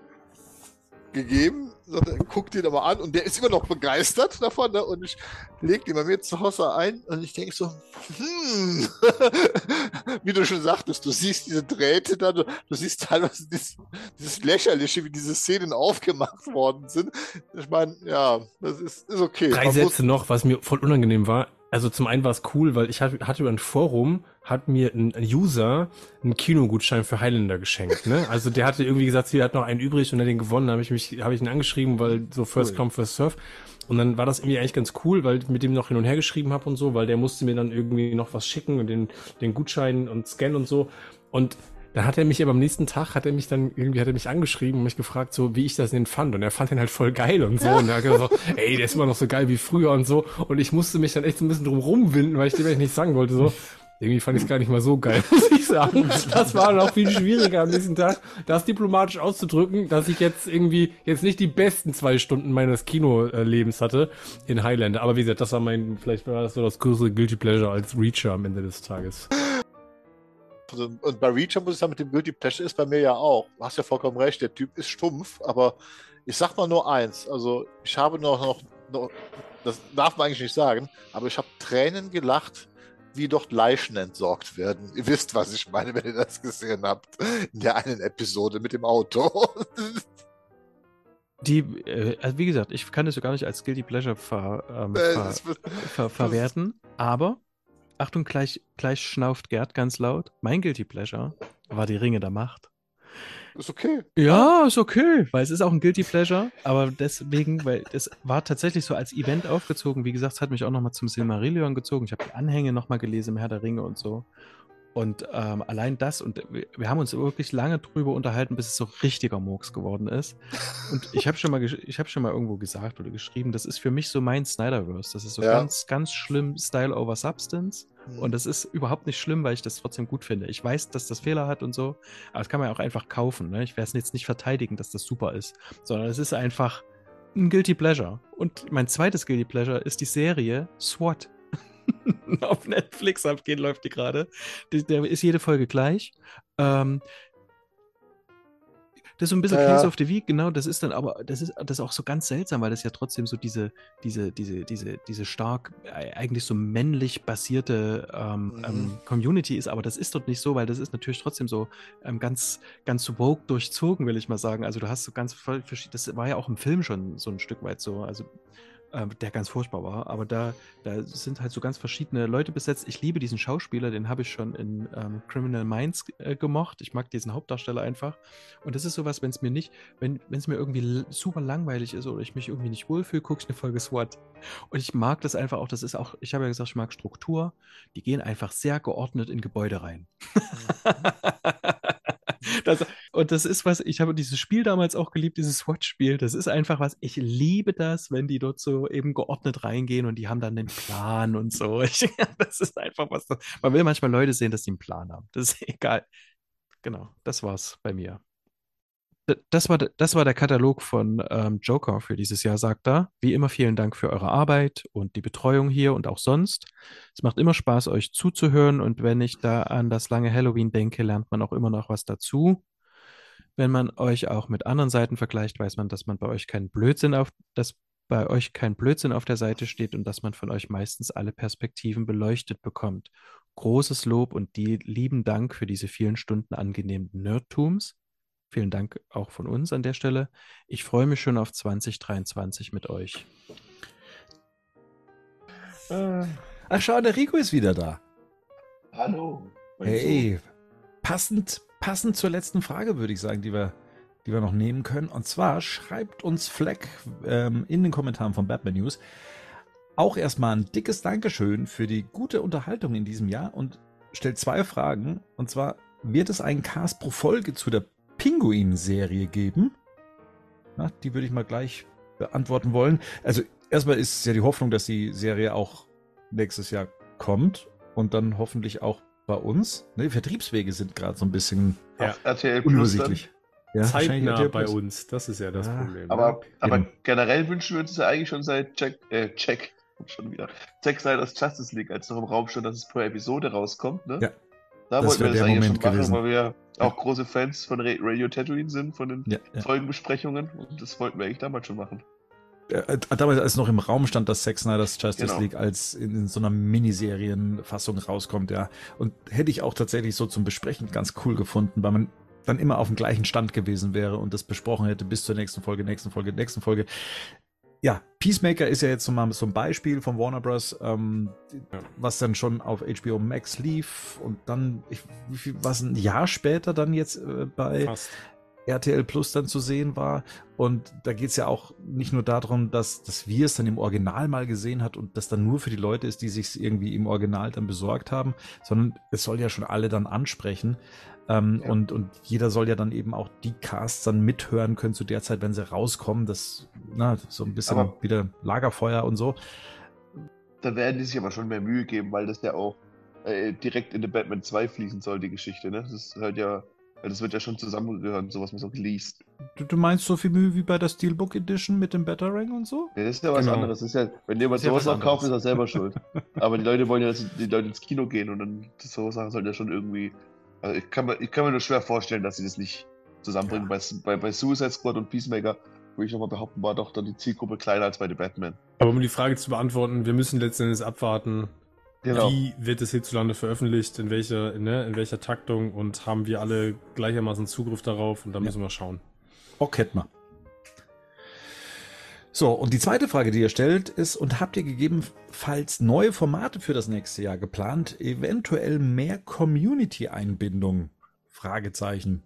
gegeben, sagte, guck dir da mal an und der ist immer noch begeistert davon, ne? Und ich leg den bei mir zu Hause ein und ich denke so, hm, wie du schon sagtest, du siehst diese Drähte da, du, du siehst teilweise dieses, dieses Lächerliche, wie diese Szenen aufgemacht worden sind. Ich meine, ja, das ist, ist okay. Drei Man Sätze noch, was mir voll unangenehm war. Also zum einen war es cool, weil ich hatte, hatte über ein Forum, hat mir ein User einen Kinogutschein für Highlander geschenkt, ne? Also der hatte irgendwie gesagt, sie hat noch einen übrig und er hat den gewonnen, habe ich mich, habe ich ihn angeschrieben, weil so First Cool. Come, First Serve. Und dann war das irgendwie eigentlich ganz cool, weil ich mit dem noch hin und her geschrieben habe und so, weil der musste mir dann irgendwie noch was schicken und den, den Gutschein und Scan und so. Und dann hat er mich aber am nächsten Tag, hat er mich dann, irgendwie hat er mich angeschrieben und mich gefragt, so, wie ich das denn fand. Und er fand den halt voll geil und so. Und er hat gesagt, ey, der ist immer noch so geil wie früher und so. Und ich musste mich dann echt so ein bisschen drum rumwinden, weil ich dem echt nicht sagen wollte, so. Irgendwie fand ich es gar nicht mal so geil, muss ich sagen. Das war noch viel schwieriger am nächsten Tag, das diplomatisch auszudrücken, dass ich jetzt irgendwie, jetzt nicht die besten zwei Stunden meines Kinolebens hatte in Highlander. Aber wie gesagt, das war mein, vielleicht war das so das größere Guilty Pleasure als Reacher am Ende des Tages. Also, und bei Reacher muss ich sagen, mit dem Guilty Pleasure ist bei mir ja auch. Du hast ja vollkommen recht, der Typ ist stumpf, aber ich sag mal nur eins. Also, ich habe noch, noch, noch das darf man eigentlich nicht sagen, aber ich habe Tränen gelacht, wie dort Leichen entsorgt werden. Ihr wisst, was ich meine, wenn ihr das gesehen habt. In der einen Episode mit dem Auto. Die, äh, also wie gesagt, ich kann das so gar nicht als Guilty Pleasure ver, ähm, Äh, ver, das wird- ver, verwerten, aber Achtung, gleich, gleich schnauft Gerd ganz laut. Mein Guilty Pleasure war die Ringe der Macht. Ist okay. Ja, ist okay, weil es ist auch ein Guilty Pleasure, aber deswegen, weil es war tatsächlich so als Event aufgezogen. Wie gesagt, es hat mich auch nochmal zum Silmarillion gezogen. Ich habe die Anhänge nochmal gelesen im Herr der Ringe und so. Und ähm, allein das, und wir, wir haben uns wirklich lange drüber unterhalten, bis es so richtiger Murks geworden ist. Und ich habe schon mal, gesch- ich habe schon mal irgendwo gesagt oder geschrieben, das ist für mich so mein Snyderverse. Das ist so Ja. ganz, ganz schlimm Style over Substance. Mhm. Und das ist überhaupt nicht schlimm, weil ich das trotzdem gut finde. Ich weiß, dass das Fehler hat und so, aber das kann man ja auch einfach kaufen. Ne? Ich werde es jetzt nicht verteidigen, dass das super ist, sondern es ist einfach ein Guilty Pleasure. Und mein zweites Guilty Pleasure ist die Serie SWAT. Auf Netflix abgehen läuft die gerade. Die- Da ist jede Folge gleich. Ähm, das ist so ein bisschen Ja. Kings of the Week, genau. Das ist dann aber, das ist, das ist auch so ganz seltsam, weil das ja trotzdem so diese, diese, diese, diese, diese stark, äh, eigentlich so männlich basierte ähm, Mhm. ähm, Community ist, aber das ist dort nicht so, weil das ist natürlich trotzdem so ähm, ganz, ganz woke durchzogen, will ich mal sagen. Also du hast so ganz voll verschiedene, das war ja auch im Film schon so ein Stück weit so, also ähm, der ganz furchtbar war, aber da, da sind halt so ganz verschiedene Leute besetzt. Ich liebe diesen Schauspieler, den habe ich schon in ähm, Criminal Minds äh, gemocht. Ich mag diesen Hauptdarsteller einfach. Und das ist sowas, wenn es mir nicht, wenn es mir irgendwie l- super langweilig ist oder ich mich irgendwie nicht wohlfühle, gucke ich eine Folge SWAT. Und ich mag das einfach auch, das ist auch, ich habe ja gesagt, ich mag Struktur. Die gehen einfach sehr geordnet in Gebäude rein. Das, und das ist was, ich habe dieses Spiel damals auch geliebt, dieses SWAT-Spiel. Das ist einfach was, ich liebe das, wenn die dort so eben geordnet reingehen und die haben dann einen Plan und so. Ich, das ist einfach was, man will manchmal Leute sehen, dass die einen Plan haben. Das ist egal. Genau, das war's bei mir. D- Das war, d- das war der Katalog von ähm, Joker für dieses Jahr, sagt er. Wie immer vielen Dank für eure Arbeit und die Betreuung hier und auch sonst. Es macht immer Spaß, euch zuzuhören und wenn ich da an das lange Halloween denke, lernt man auch immer noch was dazu. Wenn man euch auch mit anderen Seiten vergleicht, weiß man, dass man bei euch keinen Blödsinn auf, dass bei euch kein Blödsinn auf der Seite steht und dass man von euch meistens alle Perspektiven beleuchtet bekommt. Großes Lob und die lieben Dank für diese vielen Stunden angenehmen Nerdtums. Vielen Dank auch von uns an der Stelle. Ich freue mich schon auf zwanzig dreiundzwanzig mit euch. Äh, ach, schau, der Rico ist wieder da. Hallo. mein Hey, passend, passend zur letzten Frage, würde ich sagen, die wir, die wir noch nehmen können. Und zwar schreibt uns Fleck ähm, in den Kommentaren von Batman News auch erstmal ein dickes Dankeschön für die gute Unterhaltung in diesem Jahr und stellt zwei Fragen. Und zwar, wird es einen Cast pro Folge zu der Pinguin-Serie geben? Na, die würde ich mal gleich beantworten wollen. Also erstmal ist ja die Hoffnung, dass die Serie auch nächstes Jahr kommt und dann hoffentlich auch bei uns. Ne, die Vertriebswege sind gerade so ein bisschen Ja. Auf R T L Plus unübersichtlich. Ja, wahrscheinlich Zeitnah R T L bei Plus. uns, das ist ja das Ah, Problem. Aber, ne? aber Eben. generell wünschen wir uns das ja eigentlich schon seit Jack, äh, Jack, schon wieder, Zack Snyder's Justice League, als noch im Raum stand, dass es pro Episode rauskommt, ne? Ja, Da das wollten wir wär das der eigentlich Moment schon machen, gewesen. weil wir auch große Fans von Ra- Radio Tatooine sind, von den Ja, ja. Folgenbesprechungen. Und das wollten wir eigentlich damals schon machen. Äh, damals, als noch im Raum stand, dass Zack Snyder's Justice Genau. League als in, in so einer Miniserienfassung rauskommt, ja. Und hätte ich auch tatsächlich so zum Besprechen ganz cool gefunden, weil man dann immer auf dem gleichen Stand gewesen wäre und das besprochen hätte bis zur nächsten Folge, nächsten Folge, nächsten Folge. Ja, Peacemaker ist ja jetzt so mal so ein Beispiel von Warner Bros., ähm, was dann schon auf H B O Max lief und dann, ich, wie viel, was ein Jahr später dann jetzt äh, bei Fast. R T L Plus dann zu sehen war. Und da geht es ja auch nicht nur darum, dass, dass wir es dann im Original mal gesehen hat und das dann nur für die Leute ist, die sich irgendwie im Original dann besorgt haben, sondern es soll ja schon alle dann ansprechen. Ähm, Ja. und, und jeder soll ja dann eben auch die Casts dann mithören können zu der Zeit, wenn sie rauskommen. Das, na, so ein bisschen Aber- wieder Lagerfeuer und so. Da werden die sich aber schon mehr Mühe geben, weil das ja auch äh, direkt in The Batman zwei fließen soll, die Geschichte, ne? Das ist halt ja, weil das wird ja schon zusammengehören, sowas man so liest. Du, du meinst so viel Mühe wie bei der Steelbook Edition mit dem Batarang und so? Ja, das ist ja was Genau. anderes. Das ist ja, wenn jemand Das ist ja sowas was noch kauft, ist anderes. er selber schuld. Aber die Leute wollen ja, dass die Leute ins Kino gehen und dann so Sachen sollten ja schon irgendwie. Also ich kann mir, ich kann mir nur schwer vorstellen, dass sie das nicht zusammenbringen. Bei, bei, bei Suicide Squad und Peacemaker, würde ich nochmal behaupten, war doch dann die Zielgruppe kleiner als bei The Batman. Aber um die Frage zu beantworten, wir müssen letztendlich abwarten, Genau. wie wird es hierzulande veröffentlicht, in welcher, ne, in welcher Taktung und haben wir alle gleichermaßen Zugriff darauf und da Ja. müssen wir schauen. Bock hätten wir. So, und die zweite Frage, die ihr stellt, ist, und habt ihr gegebenenfalls neue Formate für das nächste Jahr geplant? Eventuell mehr Community-Einbindung? Fragezeichen.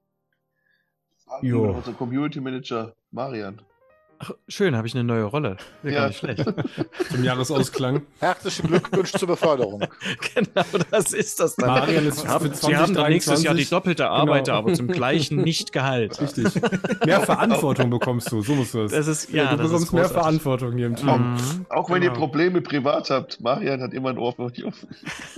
Jo. Unser Community Manager Marian. Ach, schön, habe ich eine neue Rolle. Ist ja Ja. gar nicht schlecht. Zum Jahresausklang. Herzlichen Glückwunsch zur Beförderung. Genau, das ist das dann. Marian ist Haben- für Sie haben dann nächstes Jahr die zwanzig dreiundzwanzig doppelte Arbeit, Genau. aber zum gleichen Nicht-Gehalt. Richtig. Mehr Verantwortung bekommst du, so musst du es. Das ist, ja, ja, du das bekommst ist mehr großartig. Verantwortung hier im Team. Mhm. Auch wenn ihr Genau. Probleme privat habt, Marian hat immer ein Ohr für euch offen.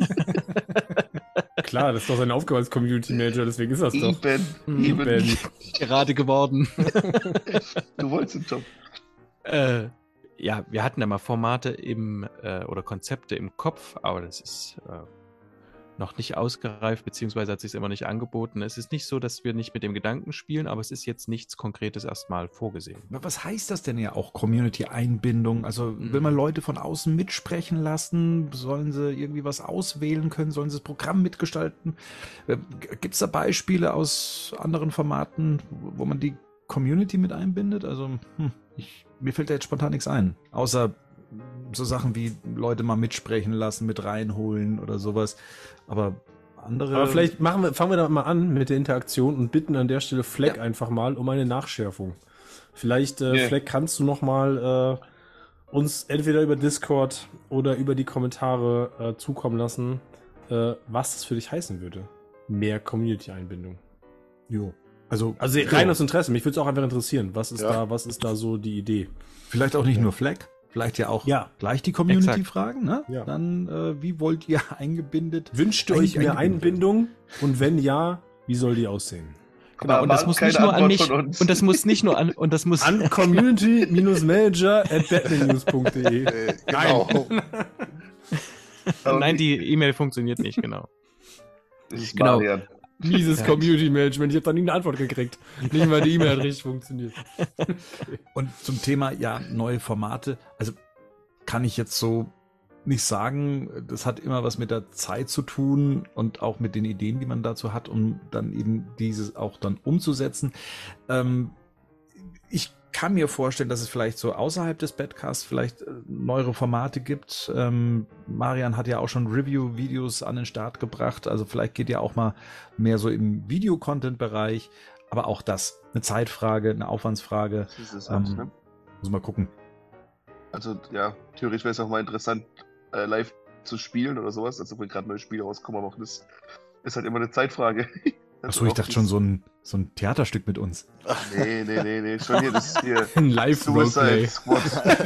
Klar, das ist doch seine Aufgabe als Community Manager, deswegen ist das doch. Eben, Mhm. eben. Ben. Gerade geworden. Du wolltest den Job. Äh, ja, wir hatten ja mal Formate im äh, oder Konzepte im Kopf, aber das ist äh, noch nicht ausgereift, beziehungsweise hat sich immer nicht angeboten. Es ist nicht so, dass wir nicht mit dem Gedanken spielen, aber es ist jetzt nichts Konkretes erstmal vorgesehen. Was heißt das denn ja auch, Community-Einbindung? Also Mhm. will man Leute von außen mitsprechen lassen? Sollen sie irgendwie was auswählen können? Sollen sie das Programm mitgestalten? Gibt es da Beispiele aus anderen Formaten, wo man die Community mit einbindet? Also hm, ich, mir fällt da jetzt spontan nichts ein. Außer so Sachen wie Leute mal mitsprechen lassen, mit reinholen oder sowas. Aber andere... Aber vielleicht machen wir, fangen wir da mal an mit der Interaktion und bitten an der Stelle Fleck Ja. einfach mal um eine Nachschärfung. Vielleicht, äh, Yeah. Fleck, kannst du noch mal äh, uns entweder über Discord oder über die Kommentare äh, zukommen lassen, äh, was das für dich heißen würde. Mehr Community-Einbindung. Jo. Also, Also jo. rein aus Interesse, mich würde es auch einfach interessieren. Was ist Ja. da, was ist da so die Idee? Vielleicht auch nicht nur Fleck, vielleicht ja auch Ja. gleich die Community Exakt. fragen, ne? Ja. Dann, äh, wie wollt ihr eingebindet? Wünscht ihr Eigentlich euch mehr eingebindet Einbindung? Und wenn ja, wie soll die aussehen? Genau, Aber und das war muss keine nicht nur an Antwort mich, von uns. und das muss nicht nur an, und das muss, An community-manager at batmannews punkt de. Äh, genau. Aber nein, wie- die E-Mail funktioniert nicht, genau. Das ist genau. Marian. Mieses Ja. Community-Management. Ich habe da nie eine Antwort gekriegt. Nicht mal die E-Mail hat richtig funktioniert. Und zum Thema, ja, neue Formate, also kann ich jetzt so nicht sagen, das hat immer was mit der Zeit zu tun und auch mit den Ideen, die man dazu hat, um dann eben dieses auch dann umzusetzen. Ähm, ich kann mir vorstellen, dass es vielleicht so außerhalb des Badcasts vielleicht äh, neuere Formate gibt. Ähm, Marian hat ja auch schon Review-Videos an den Start gebracht, also vielleicht geht ja auch mal mehr so im Video-Content-Bereich, aber auch das, eine Zeitfrage, eine Aufwandsfrage, Das ist es ähm, halt, ne? muss mal gucken. Also ja, theoretisch wäre es auch mal interessant, äh, live zu spielen oder sowas, also wenn gerade neue Spiele rauskommen, aber auch das ist halt immer eine Zeitfrage. Achso, ich dachte schon so ein, so ein Theaterstück mit uns. Nee, nee, nee, nee, schon hier, das ist hier Ein Live-Roleplay. Squad.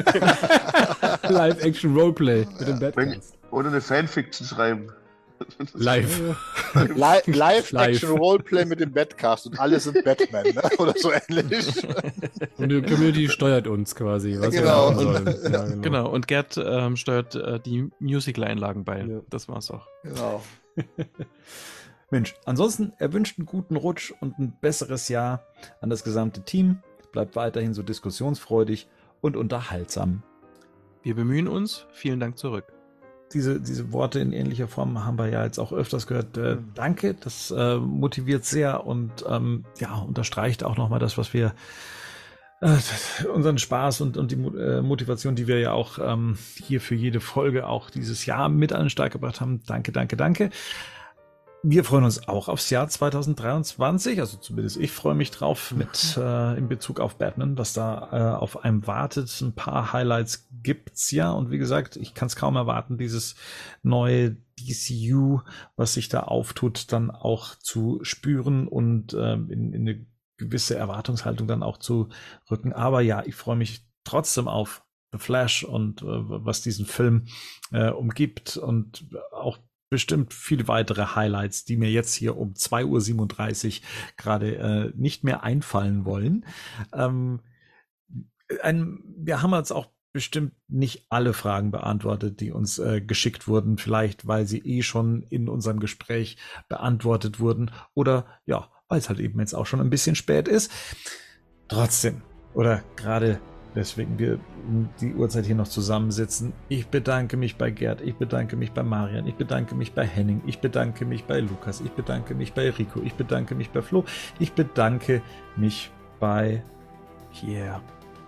Live-Action-Roleplay mit dem Wenn, Badcast. oder eine Fanfiction schreiben. Live. Li Live-Action-Roleplay mit dem Badcast und alle sind Batman, ne? Oder so ähnlich. Und die Community steuert uns quasi, was Genau. wir machen sollen. Ja, genau. Genau, und Gerd ähm, steuert äh, die Musical-Einlagen bei. Ja. Das war's auch. Genau. Mensch, ansonsten, er wünscht einen guten Rutsch und ein besseres Jahr an das gesamte Team. Bleibt weiterhin so diskussionsfreudig und unterhaltsam. Wir bemühen uns. Vielen Dank zurück. Diese, diese Worte in ähnlicher Form haben wir ja jetzt auch öfters gehört. Äh, danke, das äh, motiviert sehr und ähm, ja, unterstreicht auch nochmal das, was wir äh, unseren Spaß und, und die äh, Motivation, die wir ja auch ähm, hier für jede Folge auch dieses Jahr mit an den Start gebracht haben. Danke, danke, danke. Wir freuen uns auch aufs Jahr zwanzig dreiundzwanzig, also zumindest ich freue mich drauf mit äh, in Bezug auf Batman, was da äh, auf einem wartet. Ein paar Highlights gibt's ja und wie gesagt, ich kann es kaum erwarten, dieses neue D C U, was sich da auftut, dann auch zu spüren und äh, in, in eine gewisse Erwartungshaltung dann auch zu rücken. Aber ja, ich freue mich trotzdem auf The Flash und äh, was diesen Film äh, umgibt und auch bestimmt viele weitere Highlights, die mir jetzt hier um zwei Uhr siebenunddreißig gerade äh, nicht mehr einfallen wollen. Ähm, ein, wir haben jetzt auch bestimmt nicht alle Fragen beantwortet, die uns äh, geschickt wurden, vielleicht weil sie eh schon in unserem Gespräch beantwortet wurden oder ja, weil es halt eben jetzt auch schon ein bisschen spät ist. Trotzdem, oder gerade weswegen wir die Uhrzeit hier noch zusammensitzen. Ich bedanke mich bei Gerd, ich bedanke mich bei Marian, ich bedanke mich bei Henning, ich bedanke mich bei Lukas, ich bedanke mich bei Rico, ich bedanke mich bei Flo, ich bedanke mich bei Pierre.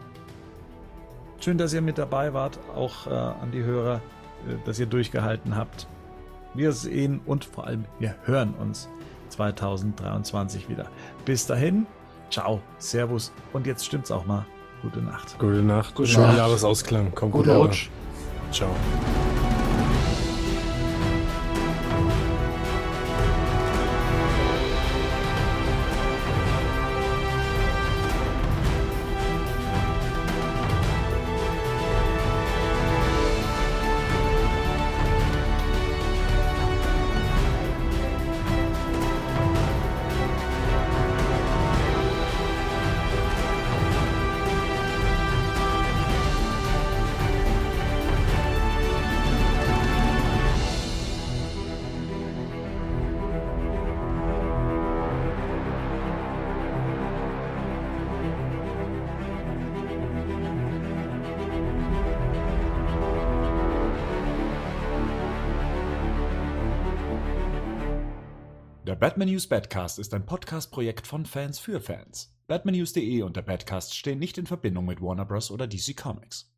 Schön, dass ihr mit dabei wart, auch äh, an die Hörer, äh, dass ihr durchgehalten habt. Wir sehen und vor allem wir hören uns zwanzig dreiundzwanzig wieder. Bis dahin, ciao, servus und jetzt stimmt's auch mal. Gute Nacht. Gute Nacht. Gute Schönen Nacht. Jahresausklang. Kommt gut Guter rüber. Rutsch. Ciao. Der Batman News Badcast ist ein Podcast-Projekt von Fans für Fans. Batman News punkt de und der Badcast stehen nicht in Verbindung mit Warner Bros. Oder D C Comics.